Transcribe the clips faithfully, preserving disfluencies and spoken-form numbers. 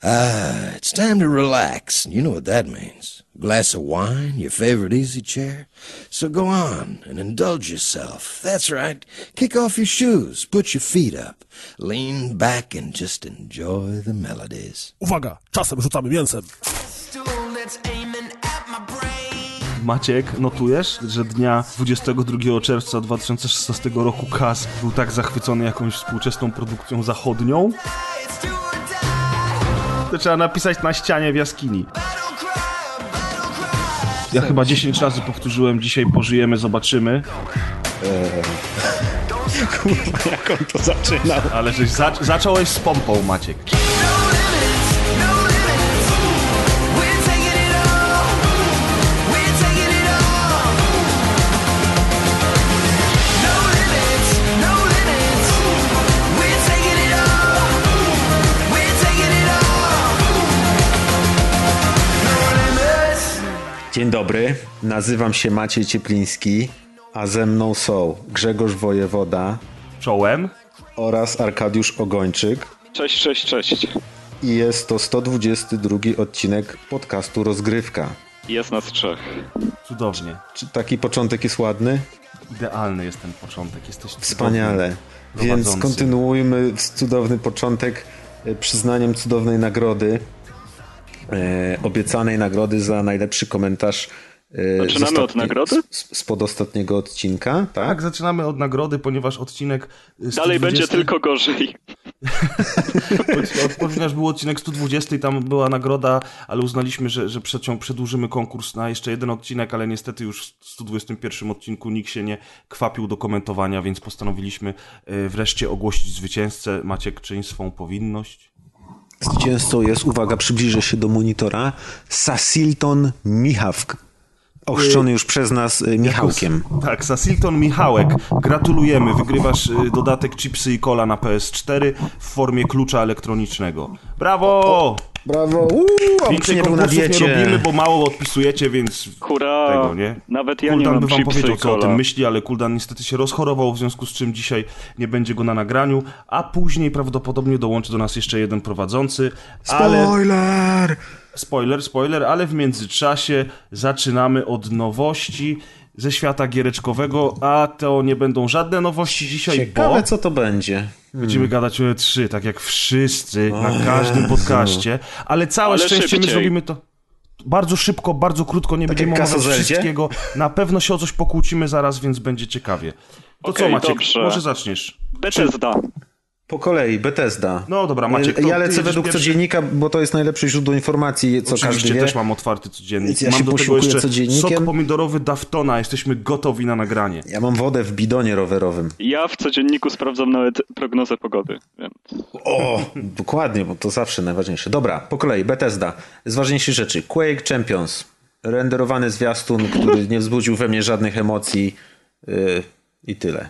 Ah, it's time to relax. You know what that means. A glass of wine, your favorite easy chair. So go on and indulge yourself. That's right. Kick off your shoes, put your feet up, lean back and just enjoy the melodies. Uwaga, czasem rzucamy mięsem. Maciek, notujesz, że dnia dwudziestego drugiego czerwca dwa tysiące szesnastego roku Kaz był tak zachwycony jakąś współczesną produkcją zachodnią? To trzeba napisać na ścianie w jaskini. Ja chyba dziesięć razy powtórzyłem dzisiaj pożyjemy, zobaczymy. Eee. Kurwa, jak on to zaczynał. Ale żeś za- zacząłeś z pompą, Maciek. Dzień dobry, nazywam się Maciej Ciepliński, a ze mną są Grzegorz Wojewoda. Czołem. Oraz Arkadiusz Ogończyk. Cześć, cześć, cześć. I jest to sto dwudziesty drugi odcinek podcastu Rozgrywka. Jest nas trzech. Cudownie. Czy taki początek jest ładny? Idealny jest ten początek. Jesteś wspaniale. Więc kontynuujmy cudowny początek przyznaniem cudownej nagrody. E, obiecanej nagrody za najlepszy komentarz. E, zaczynamy ostatni, od nagrody? Spod ostatniego odcinka, tak? Tak, zaczynamy od nagrody, ponieważ odcinek sto dwudziesty... Dalej będzie tylko gorzej. Ponieważ był odcinek sto dwudziesty i tam była nagroda, ale uznaliśmy, że, że przeciąg, przedłużymy konkurs na jeszcze jeden odcinek, ale niestety już w sto dwudziestym pierwszym odcinku nikt się nie kwapił do komentowania, więc postanowiliśmy wreszcie ogłosić zwycięzcę. Maciek, czyń swą powinność. Zwycięzcą jest, uwaga, przybliżę się do monitora, Sasilton Michałk. Ochrzczony już przez nas y, Michałkiem. Jako, tak, Sasilton Michałek. Gratulujemy. Wygrywasz y, dodatek chipsy i cola na P S cztery w formie klucza elektronicznego. Brawo! O, brawo! Uuu, więcej konkursów nie robimy, bo mało odpisujecie, więc hura, tego, nie? Nawet ja Kuldan nie mam by wam chipsy powiedział, i co o cola. tym myśli, ale Kuldan niestety się rozchorował, w związku z czym dzisiaj nie będzie go na nagraniu, a później prawdopodobnie dołączy do nas jeszcze jeden prowadzący. Spoiler! Ale... Spoiler, spoiler, ale w międzyczasie zaczynamy od nowości ze świata giereczkowego, a to nie będą żadne nowości dzisiaj, Ciekawe, bo... co to będzie. Będziemy hmm. gadać o E trzy, tak jak wszyscy, o na każdym podcaście, ale całe ale szczęście szybciej. my zrobimy to bardzo szybko, bardzo krótko, nie tak będziemy omawiać wszystkiego. Na pewno się o coś pokłócimy zaraz, więc będzie ciekawie. To okay, co, Maciek, dobrze. Może zaczniesz? Bethesda. Po kolei, Bethesda. No dobra, Maciek. Ja lecę według pierwszy... codziennika, bo to jest najlepsze źródło informacji, co Oczywiście każdy wie. Też mam otwarty codziennik. Ja mam się do tego jeszcze codziennikiem. sok pomidorowy Daftona. Jesteśmy gotowi na nagranie. Ja mam wodę w bidonie rowerowym. Ja w codzienniku sprawdzam nawet prognozę pogody. Więc... O, dokładnie, bo to zawsze najważniejsze. Dobra, po kolei, Bethesda. Z ważniejszych rzeczy. Quake Champions. Renderowany zwiastun, który nie wzbudził we mnie żadnych emocji yy, i tyle.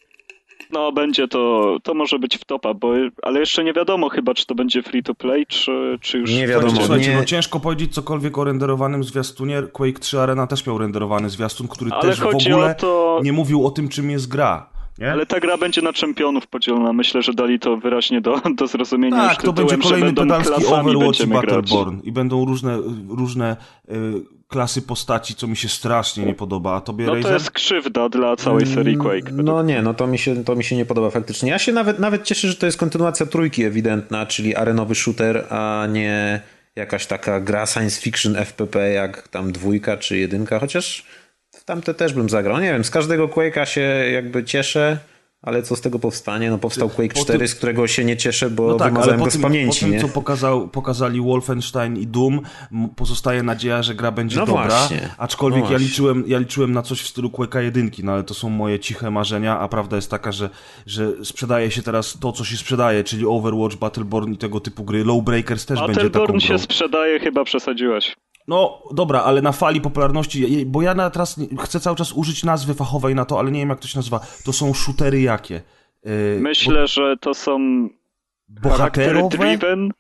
No, będzie to, to może być w topa, bo, ale jeszcze nie wiadomo chyba, czy to będzie free to play, czy, czy już... Nie wiadomo. Słuchajcie, nie... no ciężko powiedzieć cokolwiek o renderowanym zwiastunie. Quake trzy Arena też miał renderowany zwiastun, który ale też w ogóle to... nie mówił o tym, czym jest gra. Nie? Ale ta gra będzie na czempionów podzielona. Myślę, że dali to wyraźnie do, do zrozumienia. Tak, to będzie kolejny pedalski Overwatch i Battleborn. Grać. I będą różne, różne y, klasy postaci, co mi się strasznie nie podoba. A tobie, no to Razer? jest krzywda dla całej serii Quake. No nie, no to mi się, to mi się nie podoba faktycznie. Ja się nawet, nawet cieszę, że to jest kontynuacja trójki ewidentna, czyli arenowy shooter, a nie jakaś taka gra science fiction F P P jak tam dwójka czy jedynka, chociaż... Tamte też bym zagrał. Nie wiem, z każdego Quake'a się jakby cieszę, ale co z tego powstanie? No powstał Quake cztery, tym... z którego się nie cieszę, bo no tak, wymazałem go tym, z pamięci. Po tym, nie? co pokazał, pokazali Wolfenstein i Doom, pozostaje nadzieja, że gra będzie no dobra. Właśnie. Aczkolwiek no ja, liczyłem, ja liczyłem na coś w stylu Quake'a jedynki, no ale to są moje ciche marzenia, a prawda jest taka, że, że sprzedaje się teraz to, co się sprzedaje, czyli Overwatch, Battleborn i tego typu gry. Lowbreakers też będzie taką grą. Battleborn się sprzedaje, chyba przesadziłeś. No dobra, ale na fali popularności, bo ja na teraz chcę cały czas użyć nazwy fachowej na to, ale nie wiem jak to się nazywa. To są shootery jakie? Yy, Myślę, bo... że to są bohaterowe? driven.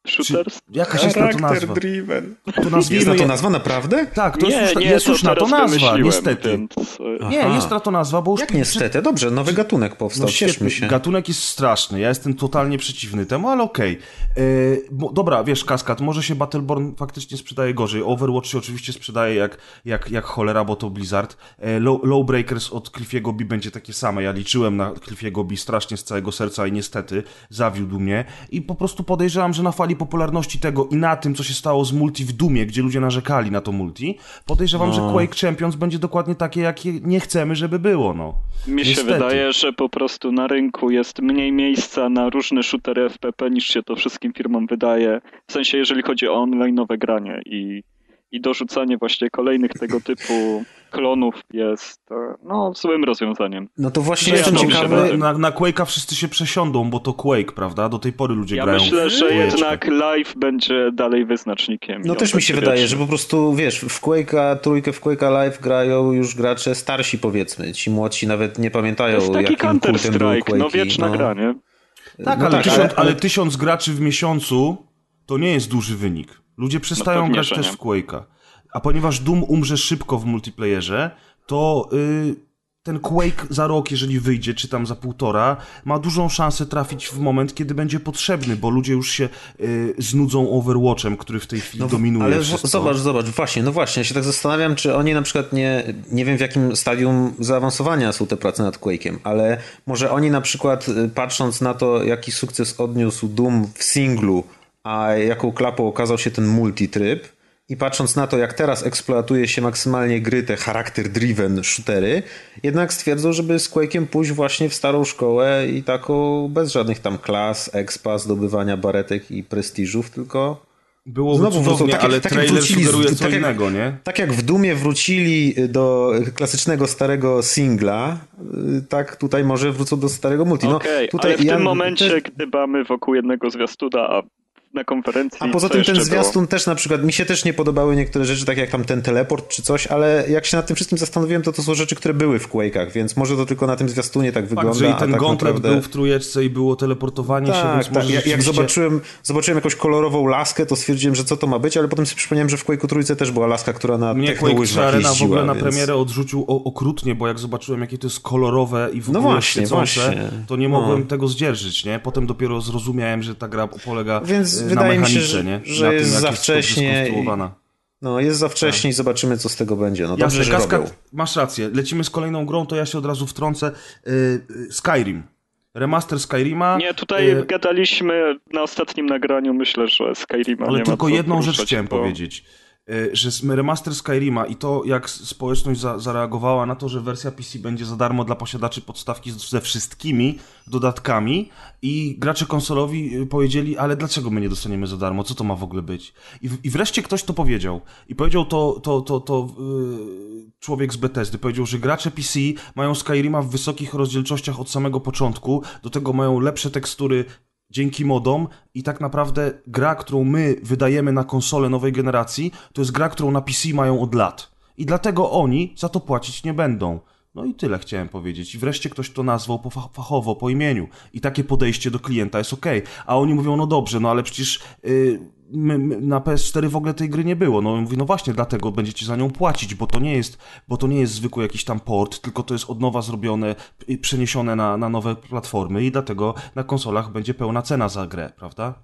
shooters. Czy, jakaś jest na to nazwa? driven. To nazwijmy Jest na to je- nazwa naprawdę? Tak, to Nie, jest, nie, jest to już na to teraz nazwa, wymyśliłem, niestety. Więc... Nie, Aha. jest na to nazwa, bo już... Jak niestety? Dobrze, nowy gatunek powstał, No cieszmy świetny, się. gatunek jest straszny, ja jestem totalnie przeciwny temu, ale okej. Yy, bo- dobra, wiesz, Kaskad, może się Battleborn faktycznie sprzedaje gorzej. Overwatch się oczywiście sprzedaje jak, jak, jak cholera, bo to Blizzard. Yy, Low, Lowbreakers od Cliffiego B będzie takie same. Ja liczyłem na Cliffiego B strasznie z całego serca i niestety zawiódł mnie. I po prostu podejrzewam, że na fali popularności tego i na tym, co się stało z multi w Doomie, gdzie ludzie narzekali na to multi, podejrzewam, No. że Quake Champions będzie dokładnie takie, jakie nie chcemy, żeby było, no. Mi się Niestety. wydaje, że po prostu na rynku jest mniej miejsca na różne shootery F P P niż się to wszystkim firmom wydaje. W sensie, jeżeli chodzi o online'owe granie i, i dorzucanie właśnie kolejnych tego typu klonów jest e, no złym rozwiązaniem. No to właśnie Że jestem ja dobrze ciekawy... będę. Na, na Quake'a wszyscy się przesiądą, bo to Quake, prawda? Do tej pory ludzie Ja grają. myślę, w że dwójeczkę. jednak live będzie dalej wyznacznikiem. No i też on mi się będzie wydaje, wieczny. że po prostu, wiesz, w Quake'a, trójkę w Quake'a Live grają już gracze starsi, powiedzmy. Ci młodsi nawet nie To pamiętają, jest taki jakim kultem był Counter-Strike, no Quake'i, wieczna no. gra, nie? Tak, No ale, tak, tysiąc, ale- ale tysiąc graczy w miesiącu to nie jest duży wynik. Ludzie przestają pewnie, grać że też nie. w Quake'a. A ponieważ Doom umrze szybko w multiplayerze, to yy, ten Quake za rok, jeżeli wyjdzie, czy tam za półtora, ma dużą szansę trafić w moment, kiedy będzie potrzebny, bo ludzie już się yy, znudzą Overwatchem, który w tej chwili No, dominuje ale w, wszystko. zobacz, zobacz, właśnie, no właśnie, ja się tak zastanawiam, czy oni na przykład nie, nie wiem w jakim stadium zaawansowania są te prace nad Quake'iem, ale może oni na przykład y, patrząc na to, jaki sukces odniósł Doom w singlu, a jaką klapą okazał się ten multitryb i patrząc na to, jak teraz eksploatuje się maksymalnie gry, te character-driven shootery, jednak stwierdzą, żeby z Quake'iem pójść właśnie w starą szkołę i taką bez żadnych tam klas, expa, zdobywania baretek i prestiżów, tylko... Byłoby Znowu wrócą, cudownie, tak jak- ale tak jak trailer wrócili z- sugeruje tak co jak- innego, nie? Tak jak w Doomie wrócili do klasycznego starego singla, y, tak tutaj może wrócą do starego multi. No, Okej, tutaj ale w ja tym momencie też- gdybamy wokół jednego zwiastuna, a na konferencji... A poza co tym ten jeszcze było? zwiastun też na przykład, mi się też nie podobały niektóre rzeczy, tak jak tam ten teleport czy coś, ale jak się nad tym wszystkim zastanowiłem, to to są rzeczy, które były w Quake'ach, więc może to tylko na tym zwiastunie tak wygląda. Fakt, że i ten a tak gauntlet naprawdę... był w trójeczce i było teleportowanie się, Tak, więc tak. może Jak, jak rzeczywiście- zobaczyłem, zobaczyłem jakąś kolorową laskę, to stwierdziłem, że co to ma być, ale potem sobie przypomniałem, że w Quake'u trójce też była laska, która na Mnie Quake trzy technołyżwach Arena w jeździła, ogóle na więc... premierę odrzucił o, okrutnie, bo jak zobaczyłem, jakie to jest kolorowe i w No ogóle właśnie, świecące, właśnie. to nie mogłem No. tego zdzierżyć, nie? Potem dopiero zrozumiałem, że ta gra polega Więc e, na wydaje mi się, mechanice, że- nie? że na jest tym, jak za jest dobrze wcześnie i- skonstruowana. No, jest za wcześnie i zobaczymy, co z tego będzie. No dobrze, Jasne, że robią. Kaskad, masz rację. Lecimy z kolejną grą, to ja się od razu wtrącę. Yy, yy, Skyrim. Remaster Skyrima. Nie, tutaj yy, gadaliśmy na ostatnim nagraniu, myślę, że Skyrima Ale nie tylko ma co jedną poruszać, rzecz chciałem bo... powiedzieć. y, Że s- remaster Skyrima i to, jak s- społeczność za, zareagowała na to, że wersja P C będzie za darmo dla posiadaczy podstawki z- ze wszystkimi dodatkami i gracze konsolowi y, powiedzieli, ale dlaczego my nie dostaniemy za darmo? Co to ma w ogóle być? I, w- i wreszcie ktoś to powiedział. I powiedział to, to, to, to yy, człowiek z Bethesdy. Powiedział, że gracze P C mają Skyrima w wysokich rozdzielczościach od samego początku. Do tego mają lepsze tekstury dzięki modom i tak naprawdę gra, którą my wydajemy na konsolę nowej generacji, to jest gra, którą na P C mają od lat. I dlatego oni za to płacić nie będą. No i tyle chciałem powiedzieć. I wreszcie ktoś to nazwał po fa- fachowo, po imieniu. I takie podejście do klienta jest okej. A oni mówią, no dobrze, no ale przecież yy, my, my, na P S cztery w ogóle tej gry nie było. No i mówi, no właśnie, dlatego będziecie za nią płacić, bo to nie jest, bo to nie jest zwykły jakiś tam port, tylko to jest od nowa zrobione i przeniesione na, na nowe platformy i dlatego na konsolach będzie pełna cena za grę, prawda?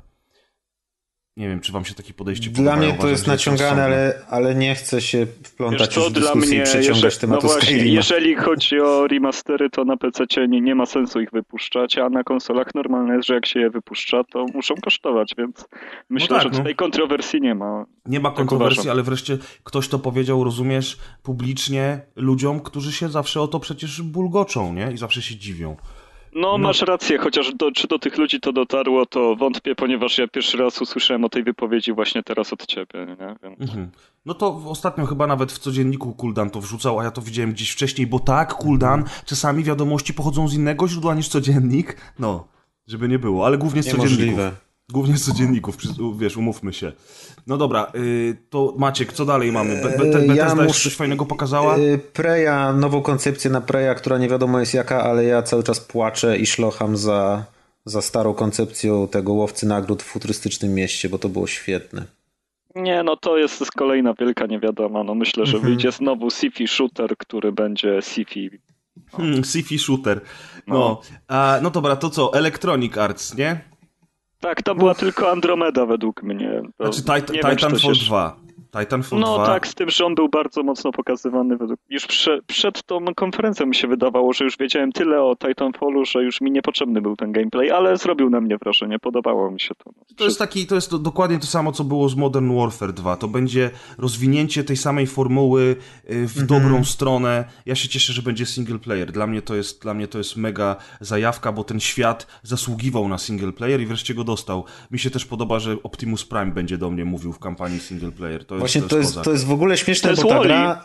Nie wiem, czy wam się takie podejście Dla podoba. mnie Ja to uważam, jest że naciągane, rozsądne. ale, ale nie chcę się wplątać Wiesz co, już w dla dyskusję mnie, i przeciągać jeżeli, tematu no właśnie, Skyrima. jeżeli chodzi o remastery, to na P C nie, nie ma sensu ich wypuszczać, a na konsolach normalne jest, że jak się je wypuszcza, to muszą kosztować, więc myślę, tak, że no. tutaj kontrowersji nie ma. Nie ma Tak kontrowersji, uważam. ale wreszcie ktoś to powiedział, rozumiesz, publicznie ludziom, którzy się zawsze o to przecież bulgoczą, nie? I zawsze się dziwią. No, masz rację, chociaż do, czy do tych ludzi to dotarło, to wątpię, ponieważ ja pierwszy raz usłyszałem o tej wypowiedzi właśnie teraz od ciebie, nie? Więc... Mhm. No to w- ostatnio chyba nawet w codzienniku Kuldan to wrzucał, a ja to widziałem gdzieś wcześniej, bo tak, Kuldan, czasami wiadomości pochodzą z innego źródła niż codziennik. No, żeby nie było, ale głównie z codzienników. Niemożliwe. Głównie z codzienników, przy- wiesz, umówmy się. No dobra, y, to Maciek, co dalej mamy? Be- Be- Bethesda Ja jeszcze muszę- coś fajnego pokazała? Y, Preya, nową koncepcję na Preya, która nie wiadomo jest jaka, ale ja cały czas płaczę i szlocham za za starą koncepcją tego łowcy nagród w futurystycznym mieście, bo to było świetne. Nie, no to jest kolejna wielka niewiadoma. No myślę, że Mhm. wyjdzie znowu sci-fi shooter, który będzie sci-fi. Hmm, sci-fi shooter. No. No. A, no dobra, to co? Electronic Arts, nie? Tak, to była tylko Andromeda według mnie. To Znaczy Tit- nie wiem, czy to Titanfall się- dwa. Titanfall No dwa. tak, z tym, że on był bardzo mocno pokazywany. Według... Już prze, przed tą konferencją mi się wydawało, że już wiedziałem tyle o Titanfallu, że już mi niepotrzebny był ten gameplay, ale zrobił na mnie wrażenie, podobało mi się to. To jest taki, to jest do- dokładnie to samo, co było z Modern Warfare dwa. To będzie rozwinięcie tej samej formuły y, w dobrą stronę. Ja się cieszę, że będzie single player. Dla mnie to jest, dla mnie to jest mega zajawka, bo ten świat zasługiwał na single player i wreszcie go dostał. Mi się też podoba, że Optimus Prime będzie do mnie mówił w kampanii single player. To jest, Właśnie to to jest, jest, kozak. to jest w ogóle śmieszne, To jest bo ta Wall-E. gra...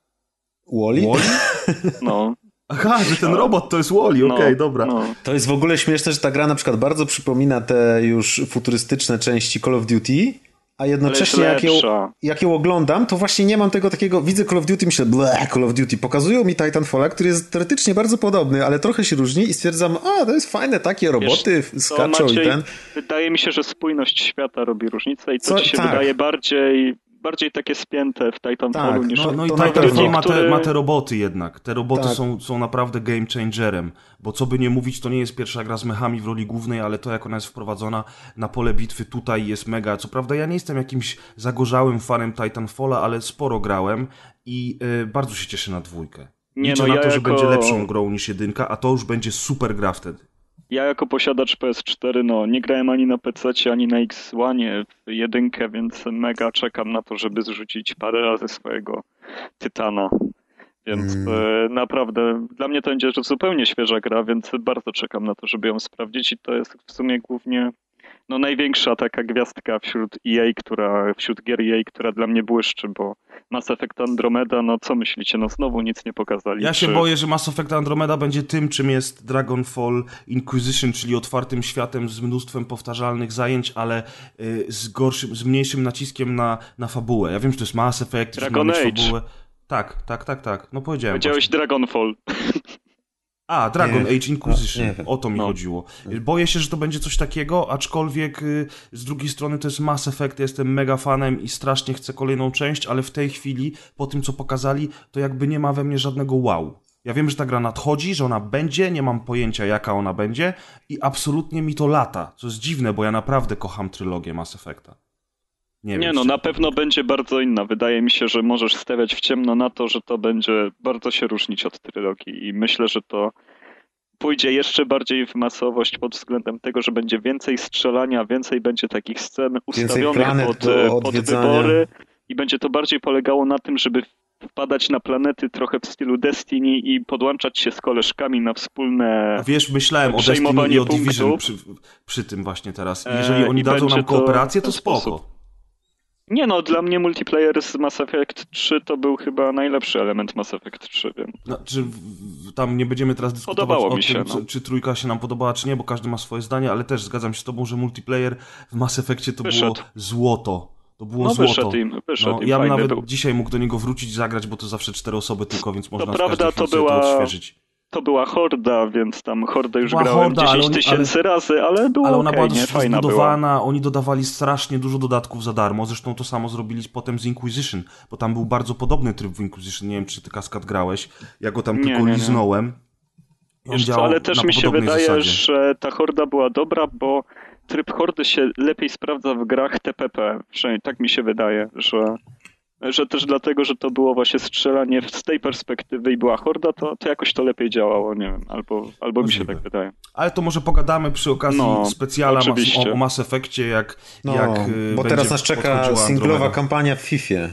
Wall-E? No, Aha, że ten robot to jest Wall-E, no, okej, dobra. No. To jest w ogóle śmieszne, że ta gra na przykład bardzo przypomina te już futurystyczne części Call of Duty, a jednocześnie Ale jak jest ją, lepsza. jak ją oglądam, to właśnie nie mam tego takiego, widzę Call of Duty, myślę, bleh, Call of Duty. Pokazują mi Titanfalla, który jest teoretycznie bardzo podobny, ale trochę się różni i stwierdzam, a to jest fajne, takie roboty To skaczą Maciej, i ten. wydaje mi się, że spójność świata robi różnicę i to Co- ci się tak. wydaje bardziej, bardziej takie spięte w Titanfallu Tak, niż No, no i to Call of Titanfall Duty, ma te, który- ma te roboty jednak. Te roboty Tak. są, są naprawdę game changerem, bo co by nie mówić, to nie jest pierwsza gra z mechami w roli głównej, ale to jak ona jest wprowadzona na pole bitwy tutaj jest mega. Co prawda ja nie jestem jakimś zagorzałym fanem Titanfalla, ale sporo grałem i y, bardzo się cieszę na dwójkę. Nie, Liczę no, na ja to, że jako- będzie lepszą grą niż jedynka, a to już będzie super gra wtedy. Ja jako posiadacz P S cztery, no nie grałem ani na pececie, ani na X One w jedynkę, więc mega czekam na to, żeby zrzucić parę razy swojego Tytana. Więc Mm. e, naprawdę dla mnie to będzie że zupełnie świeża gra, więc bardzo czekam na to, żeby ją sprawdzić i to jest w sumie głównie no największa taka gwiazdka wśród E A, która, wśród gier E A, która dla mnie błyszczy, bo Mass Effect Andromeda, no co myślicie, no znowu nic nie pokazali. Ja się Czy- boję, że Mass Effect Andromeda będzie tym, czym jest Dragonfall Inquisition, czyli otwartym światem z mnóstwem powtarzalnych zajęć, ale y, z gorszym, z mniejszym naciskiem na, na fabułę. Ja wiem, że to jest Mass Effect, Dragon że ma mieć Age. fabułę. Tak, tak, tak, tak. No powiedziałem. Powiedziałeś właśnie. Dragonfall. A, Dragon Nie. Age Inquisition. No, nie wiem. O to mi No. chodziło. Boję się, że to będzie coś takiego, aczkolwiek y, z drugiej strony to jest Mass Effect, ja jestem mega fanem i strasznie chcę kolejną część, ale w tej chwili, po tym co pokazali, to jakby nie ma we mnie żadnego wow. Ja wiem, że ta gra nadchodzi, że ona będzie, nie mam pojęcia jaka ona będzie i absolutnie mi to lata, co jest dziwne, bo ja naprawdę kocham trylogię Mass Effecta. Nie, Nie wiem, no, czy- na pewno będzie bardzo inna. Wydaje mi się, że możesz stawiać w ciemno na to, że to będzie bardzo się różnić od trylogii i myślę, że to pójdzie jeszcze bardziej w masowość pod względem tego, że będzie więcej strzelania, więcej będzie takich scen ustawionych planet pod, do pod odwiedzania. wybory i będzie to bardziej polegało na tym, żeby wpadać na planety trochę w stylu Destiny i podłączać się z koleżkami na wspólne... A wiesz, myślałem o Destiny przejmowanie i o Division punktów. przy, przy tym właśnie teraz. I E, jeżeli oni i dadzą będzie nam to kooperację, w to ten spoko. sposób. Nie no, dla mnie multiplayer z Mass Effect trzy to był chyba najlepszy element Mass Effect trzy, więc... Znaczy, w, w, tam nie będziemy teraz dyskutować Podobało o mi się, tym, no. co, czy trójka się nam podobała, czy nie, bo każdy ma swoje zdanie, ale też zgadzam się z tobą, że multiplayer w Mass Effectie to Wyszedł. było złoto. To było No złoto. wyszedł im, wyszedł No, im, ja bym fajny nawet był. dzisiaj mógł do niego wrócić, zagrać, bo to zawsze cztery osoby tylko, więc można w prawda, każdej to chwili sobie była- to odświeżyć. To była horda, więc tam hordę już Była grałem horda, ale dziesięć oni- tysięcy razy, ale było Ale ona okej, była nie? dosyć Fajna była. rozbudowana, oni dodawali strasznie dużo dodatków za darmo, zresztą to samo zrobili potem z Inquisition, bo tam był bardzo podobny tryb w Inquisition, nie wiem czy ty Kaskad grałeś, ja go tam Nie, tylko nie, nie. liznąłem. On Wiesz co, działał ale też na mi się podobnej wydaje, zasadzie. że ta horda była dobra, bo tryb hordy się lepiej sprawdza w grach T P P. Przynajmniej tak mi się wydaje, że, że też dlatego, że to było właśnie strzelanie z tej perspektywy i była horda, to, to jakoś to lepiej działało, nie wiem, albo, albo mi się Możliwe. tak wydaje. Ale to może pogadamy przy okazji No, specjala mas- oczywiście. o, o Mass Effectie, jak, No, jak y, bo będzie teraz nas czeka podchodziła singlowa Andromeda. kampania w Fifie.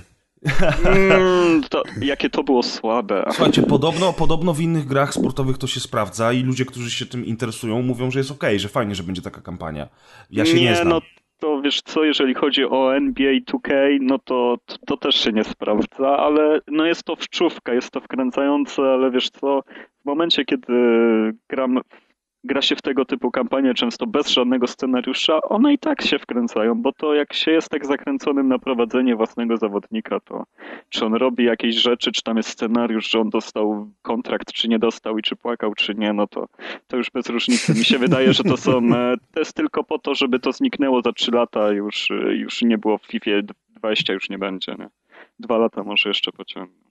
Mm, to, jakie to było słabe. Słuchajcie, podobno, podobno w innych grach sportowych to się sprawdza i ludzie, którzy się tym interesują, mówią, że jest okej, że fajnie, że będzie taka kampania. Ja się nie, znam. no to wiesz co, jeżeli chodzi o N B A two K, no to, to, to też się nie sprawdza, ale no jest to wczówka, jest to wkręcające, ale wiesz co, w momencie, kiedy gram gra się w tego typu kampanie, często bez żadnego scenariusza, one i tak się wkręcają, bo to jak się jest tak zakręconym na prowadzenie własnego zawodnika, to czy on robi jakieś rzeczy, czy tam jest scenariusz, że on dostał kontrakt, czy nie dostał i czy płakał, czy nie, no to, to już bez różnicy. Mi się wydaje, że to są, to jest tylko po to, żeby to zniknęło za trzy lata, już, już nie było w FIFA dwadzieścia, już nie będzie, nie? Dwa lata może jeszcze pociągną.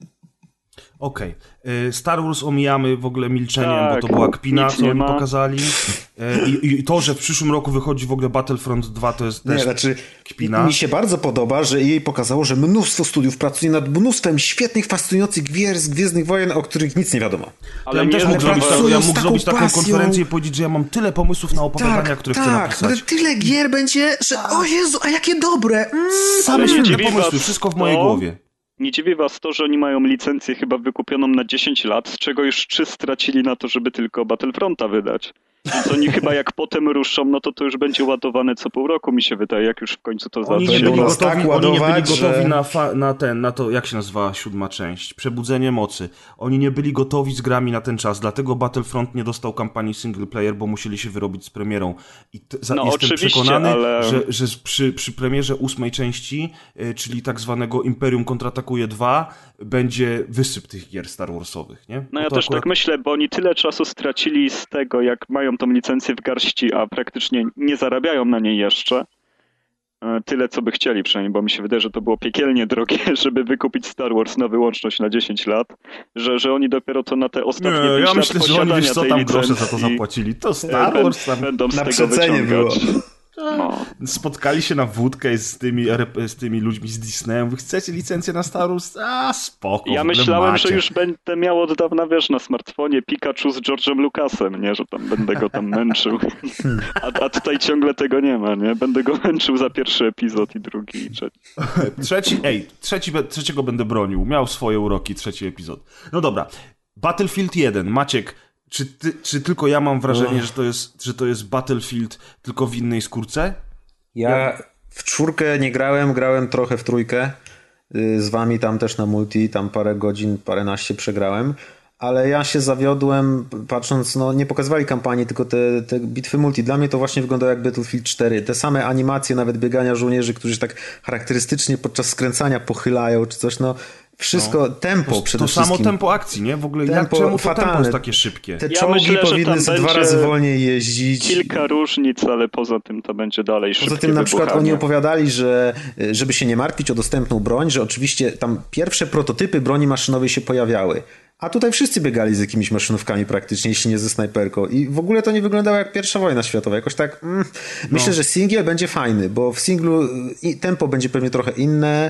Okej. Okay. Star Wars omijamy w ogóle milczeniem, tak, bo to była kpina, co oni ma. pokazali. I, I to, że w przyszłym roku wychodzi w ogóle Battlefront dwa, to jest też Nie, znaczy, kpina. Mi się bardzo podoba, że E A pokazało, że mnóstwo studiów pracuje nad mnóstwem świetnych, fascynujących gier z Gwiezdnych Wojen, o których nic nie wiadomo. Ale ja bym też mógł zrobić, taką, ja mógł zrobić taką pasją. konferencję i powiedzieć, że ja mam tyle pomysłów na opowiadania, tak, które tak, chcę napisać. Tak, tyle gier będzie, że o Jezu, a jakie dobre! Mm, Same świetne pomysły, wszystko w mojej to... głowie. Nie dziwi was to, że oni mają licencję chyba wykupioną na dziesięć lat, z czego już trzy stracili na to, żeby tylko Battlefronta wydać. Więc oni chyba jak potem ruszą, no to to już będzie ładowane co pół roku, mi się wydaje, jak już w końcu to oni zacznie. Nie byli gotowi, tak oni nie byli ładować, gotowi że... na, fa- na ten, na to, jak się nazywa siódma część? Przebudzenie mocy. Oni nie byli gotowi z grami na ten czas, dlatego Battlefront nie dostał kampanii single player, bo musieli się wyrobić z premierą. I t- za- no, jestem przekonany, ale... że, że przy, przy premierze ósmej części, yy, czyli tak zwanego Imperium kontratakuje dwa, będzie wysyp tych gier Star Warsowych, nie? No ja to też akurat... tak myślę, bo oni tyle czasu stracili z tego, jak mają tą licencję w garści, a praktycznie nie zarabiają na niej jeszcze. Tyle, co by chcieli przynajmniej, bo mi się wydaje, że to było piekielnie drogie, żeby wykupić Star Wars na wyłączność na dziesięć lat, że, że oni dopiero to na te ostatnie nie, pięć ja lat myślę, że oni wiesz, co tam grosze za to licencji zapłacili. To Star Wars tam... Będą z na tego przecenie wyciągać. było. No. Spotkali się na wódkę z tymi, z tymi ludźmi z Disneyem. Wy chcecie licencję na Star Wars? A, spoko. Ja myślałem, macie. że już będę miał od dawna, wiesz, na smartfonie Pikachu z George'em Lucasem, nie? Że tam będę go tam męczył. A, a tutaj ciągle tego nie ma, nie? Będę go męczył za pierwszy epizod i drugi i trzeci. Trzeci, ej, trzeci, trzeciego będę bronił. Miał swoje uroki, trzeci epizod. No dobra. Battlefield jeden. Maciek, Czy, ty, czy tylko ja mam wrażenie, że to, jest, że to jest Battlefield tylko w innej skórce? Ja, ja w czwórkę nie grałem, grałem trochę w trójkę. Z wami tam też na multi, tam parę godzin, paręnaście przegrałem. Ale ja się zawiodłem, patrząc, no nie pokazywali kampanii, tylko te, te bitwy multi. Dla mnie to właśnie wyglądało jak Battlefield cztery. Te same animacje, nawet biegania żołnierzy, którzy się tak charakterystycznie podczas skręcania pochylają czy coś, no... Wszystko, no, tempo to, przede to wszystkim. To samo tempo akcji, nie? W ogóle tempo, jak, czemu to fatalne. tempo jest takie szybkie? Te ja czołgi myślę, powinny z dwa razy wolniej jeździć. Kilka różnic, ale poza tym to będzie dalej szybkie Poza tym na wybuchanie. przykład oni opowiadali, że żeby się nie martwić o dostępną broń, że oczywiście tam pierwsze prototypy broni maszynowej się pojawiały. A tutaj wszyscy biegali z jakimiś maszynówkami praktycznie, jeśli nie ze snajperką. I w ogóle to nie wyglądało jak pierwsza wojna światowa. Jakoś tak mm, myślę, no. że singiel będzie fajny, bo w singlu tempo będzie pewnie trochę inne.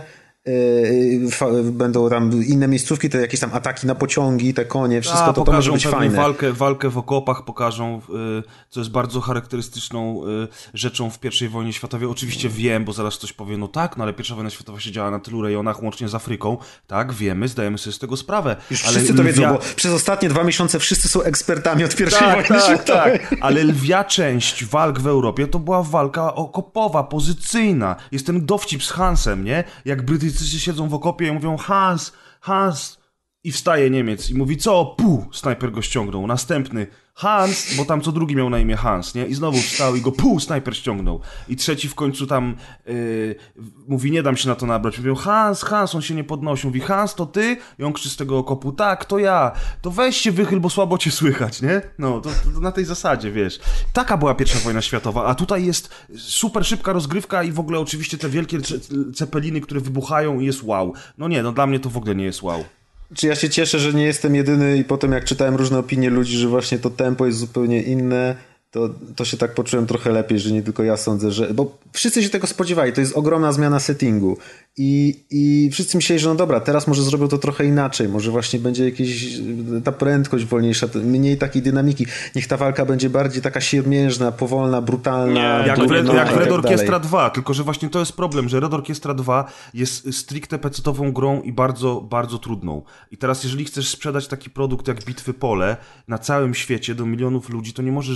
Yy, będą tam inne miejscówki, te jakieś tam ataki na pociągi, te konie, wszystko. A, to, to może być fajne. Walkę, walkę w okopach pokażą, yy, co jest bardzo charakterystyczną yy, rzeczą w pierwszej wojnie światowej. Oczywiście wiem, bo zaraz ktoś powie, no tak, no ale pierwsza wojna światowa się działa na tylu rejonach, łącznie z Afryką. Tak, wiemy, zdajemy sobie z tego sprawę. Już ale wszyscy to lwia... wiedzą, bo przez ostatnie dwa miesiące wszyscy są ekspertami od pierwszej tak, wojny tak, światowej. Tak, ale lwia część walk w Europie to była walka okopowa, pozycyjna. Jest ten dowcip z Hansem, nie? Jak Brytyjczycy siedzą w okopie i mówią Hans, Hans i wstaje Niemiec i mówi co? Pu! Snajper go ściągnął. Następny Hans, bo tam co drugi miał na imię Hans, nie? I znowu wstał i go pu! Snajper ściągnął. I trzeci w końcu tam yy, mówi nie dam się na to nabrać. Mówią Hans, Hans, on się nie podnosi. Mówi Hans, to ty? I on krzyczy z tego okopu tak, to ja. To weź się wychyl, bo słabo cię słychać, nie? No, to, to na tej zasadzie, wiesz. Taka była pierwsza wojna światowa, a tutaj jest super szybka rozgrywka i w ogóle oczywiście te wielkie cepeliny, które wybuchają i jest wow. No nie, no dla mnie to w ogóle nie jest wow. Czy ja się cieszę, że nie jestem jedyny i potem jak czytałem różne opinie ludzi, że właśnie to tempo jest zupełnie inne, to, to się tak poczułem trochę lepiej, że nie tylko ja sądzę, że... Bo wszyscy się tego spodziewali, to jest ogromna zmiana settingu i, i wszyscy myśleli, że no dobra, teraz może zrobią to trochę inaczej, może właśnie będzie jakieś ta prędkość wolniejsza, mniej takiej dynamiki, niech ta walka będzie bardziej taka siermiężna, powolna, brutalna. Nie, jak w Red, jak w Red Orchestra dalej. dwa, tylko że właśnie to jest problem, że Red Orchestra dwa jest stricte pecetową grą i bardzo, bardzo trudną. I teraz jeżeli chcesz sprzedać taki produkt jak Bitwy Pole na całym świecie do milionów ludzi, to nie możesz zrobić trudnego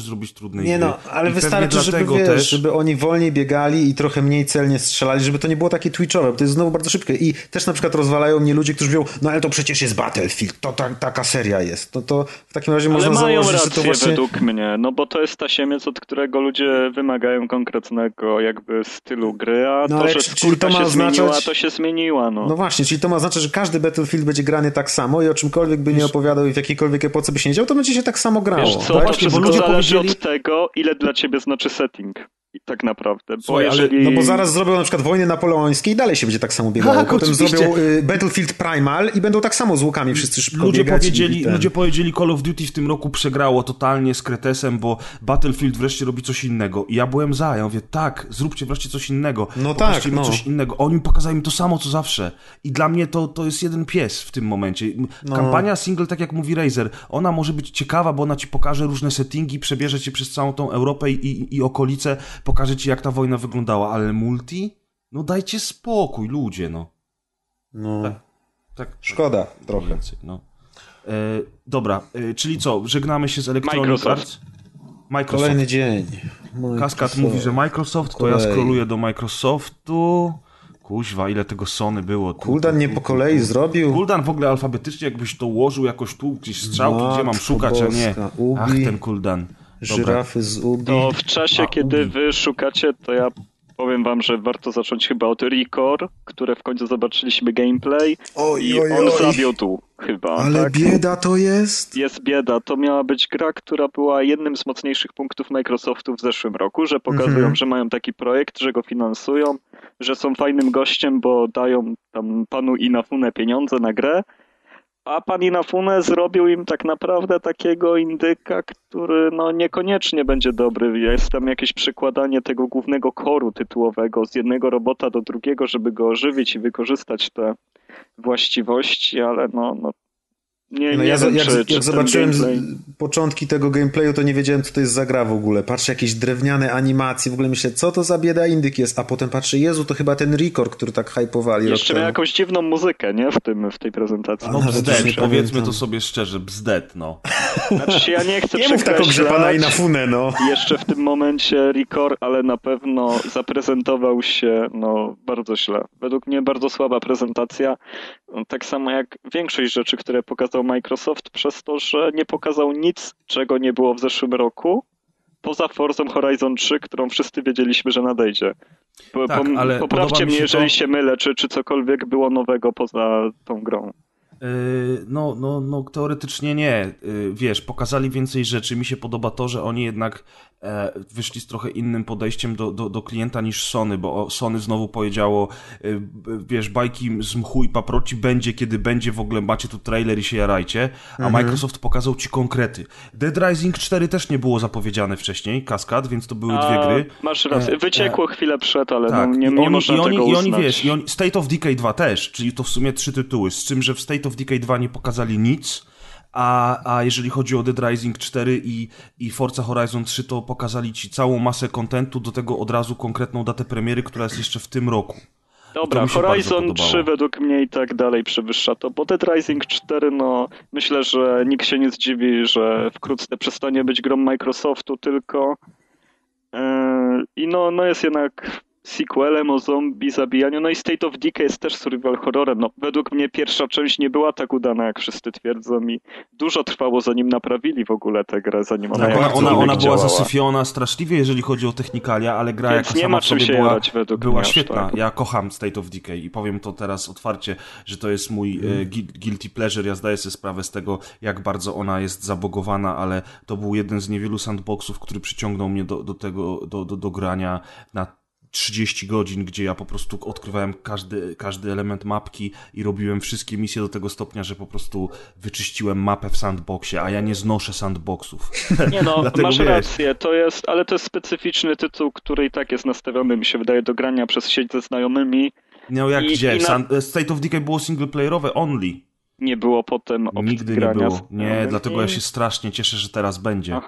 trudnej Nie gry. no, ale I wystarczy, żeby, wiesz, też... żeby oni wolniej biegali i trochę mniej celnie strzelali, żeby to nie było takie twitchowe, bo to jest znowu bardzo szybkie. I też na przykład rozwalają mnie ludzie, którzy mówią, no ale to przecież jest Battlefield, to ta, taka seria jest. No to w takim razie ale można mają założyć, rację że to właśnie... według mnie, no bo to jest tasiemiec, od którego ludzie wymagają konkretnego jakby stylu gry, a No, to, ale że czy- czyli skórka to ma się oznaczać- zmieniła, to się zmieniła, no. No właśnie, czyli to ma znaczyć, że każdy Battlefield będzie grany tak samo i o czymkolwiek by nie opowiadał i w jakiejkolwiek epoce by się nie działo, to będzie się tak samo grało. Wiesz co, tak? to wszystko ludzie zależy powiedzieli- od tego, ile dla ciebie znaczy setting. I tak naprawdę. Bo Słuchaj, ale- jeżeli... No bo zaraz zrobią na przykład wojny napoleońskie i dalej się będzie tak samo biegało. Tak, Potem oczywiście. zrobią y, Battlefield Primal i będą tak samo z łukami wszyscy szybko Ludzie biegać. powiedzieli, i ten. ludzie powiedzieli, Call of Duty w tym roku przegrało totalnie z Kretesem, bo Battlefield wreszcie robi coś innego. I ja byłem za, ja mówię, tak, zróbcie wreszcie coś innego. No Pokażcie tak, mi no. coś innego. Oni pokazali mi to samo, co zawsze. I dla mnie to, to jest jeden pies w tym momencie. No. Kampania single, tak jak mówi Razer, ona może być ciekawa, bo ona ci pokaże różne settingi, przebierze cię przez całą tą Europę i, i, i okolice, pokaże ci, jak ta wojna wyglądała, ale multi? No dajcie spokój, ludzie, no. No. Tak. Tak, Szkoda trochę. więcej, no. E, dobra, e, czyli co, żegnamy się z Electronic Microsoft. Arts? Microsoft. Kolejny dzień. Kaskad mówi, że Microsoft, to ja kolei. scrolluję do Microsoftu. Kuźwa, ile tego Sony było. Tu, Kuldan tu, nie tu, po tu, kolei tu. zrobił. Kuldan w ogóle alfabetycznie, jakbyś to ułożył jakoś tu, gdzieś strzałki, Matko gdzie mam szukać, a nie. boska, Ubi. Ach, ten Kuldan. Dobra. Żyrafy z Ubi. To w czasie, A, kiedy Ubi. wy szukacie, to ja powiem wam, że warto zacząć chyba od Recore, które w końcu zobaczyliśmy gameplay Oj, i oj, on oj. zawiódł chyba, Ale tak? bieda to jest. Jest bieda. To miała być gra, która była jednym z mocniejszych punktów Microsoftu w zeszłym roku, że pokazują, Mhm. że mają taki projekt, że go finansują, że są fajnym gościem, bo dają tam panu Inafune pieniądze na grę, a pan Inafune zrobił im tak naprawdę takiego indyka, który no niekoniecznie będzie dobry. Jest tam jakieś przekładanie tego głównego koru tytułowego z jednego robota do drugiego, żeby go ożywić i wykorzystać te właściwości, ale no, no nie, No nie ja wiem, jak, czy, jak czy ten zobaczyłem z, gameplay... początki tego gameplayu, to nie wiedziałem, co to jest za gra w ogóle. Patrzę, jakieś drewniane animacje, w ogóle myślę, co to za bieda indyk jest, a potem patrzę, Jezu, to chyba ten Record, który tak hypowali rok Jeszcze miał temu. jakąś dziwną muzykę, nie? W, tym, w tej prezentacji. No Nawet bzdet, nie powiedzmy pamiętam. to sobie szczerze, bzdet, no. Znaczy ja nie chcę Nie mów tak o grze pana przekreślać Inafune, no. jeszcze w tym momencie Record, ale na pewno zaprezentował się no bardzo źle. Według mnie bardzo słaba prezentacja. Tak samo jak większość rzeczy, które pokazał Microsoft, przez to, że nie pokazał nic, czego nie było w zeszłym roku, poza Forzą Horizon trzy, którą wszyscy wiedzieliśmy, że nadejdzie. Po, Tak, pom- ale podoba poprawcie mi mnie, się jeżeli to- się mylę, czy, czy cokolwiek było nowego poza tą grą. Yy, No, no, no, teoretycznie nie. Yy, Wiesz, pokazali więcej rzeczy. Mi się podoba to, że oni jednak e, wyszli z trochę innym podejściem do, do, do klienta niż Sony, bo Sony znowu powiedziało, yy, wiesz, bajki z mchu i paproci będzie, kiedy będzie, w ogóle macie tu trailer i się jarajcie, a Mhm. Microsoft pokazał ci konkrety. Dead Rising cztery też nie było zapowiedziane wcześniej, Kaskad, więc to były dwie A, gry. masz rację. E, Wyciekło chwilę przed, ale Tak, no, nie, i nie oni, można i oni, tego i uznać. oni, wiesz, i oni, State of Decay dwa też, czyli to w sumie trzy tytuły, z czym, że w State of Decay dwa nie pokazali nic, a, a jeżeli chodzi o Dead Rising cztery i, i Forza Horizon trzy, to pokazali ci całą masę kontentu, do tego od razu konkretną datę premiery, która jest jeszcze w tym roku. Dobra, mi się bardzo Horizon podobało. trzy według mnie i tak dalej przewyższa to, bo Dead Rising cztery, no myślę, że nikt się nie zdziwi, że wkrótce przestanie być grą Microsoftu tylko yy, i no, no jest jednak sequelem o zombie zabijaniu, no i State of Decay jest też survival horrorem. No, według mnie pierwsza część nie była tak udana, jak wszyscy twierdzą i dużo trwało, zanim naprawili w ogóle tę grę, zanim ona Tak, ona, jakkolwiek ona, ona była działała. zasyfiona straszliwie, jeżeli chodzi o technikalia, ale gra Więc jako nie sama ma w czym sobie się była, jarać według była mnie aż świetna. tak. Ja kocham State of Decay i powiem to teraz otwarcie, że to jest mój e, gui- guilty pleasure. Ja zdaję sobie sprawę z tego, jak bardzo ona jest zabogowana, ale to był jeden z niewielu sandboxów, który przyciągnął mnie do, do tego, do, do, do grania na trzydzieści godzin, gdzie ja po prostu odkrywałem każdy, każdy element mapki i robiłem wszystkie misje do tego stopnia, że po prostu wyczyściłem mapę w sandboxie, a ja nie znoszę sandboxów. Nie no, Dlatego masz wiesz. rację, to jest, ale to jest specyficzny tytuł, który i tak jest nastawiony, mi się wydaje, do grania przez sieć ze znajomymi. No jak I- gdzie? i na- San- State of Decay było singleplayerowe only. Nie było potem opcji Nigdy nie grania było. z Nie, znajomymi. dlatego ja się strasznie cieszę, że teraz będzie. Aha.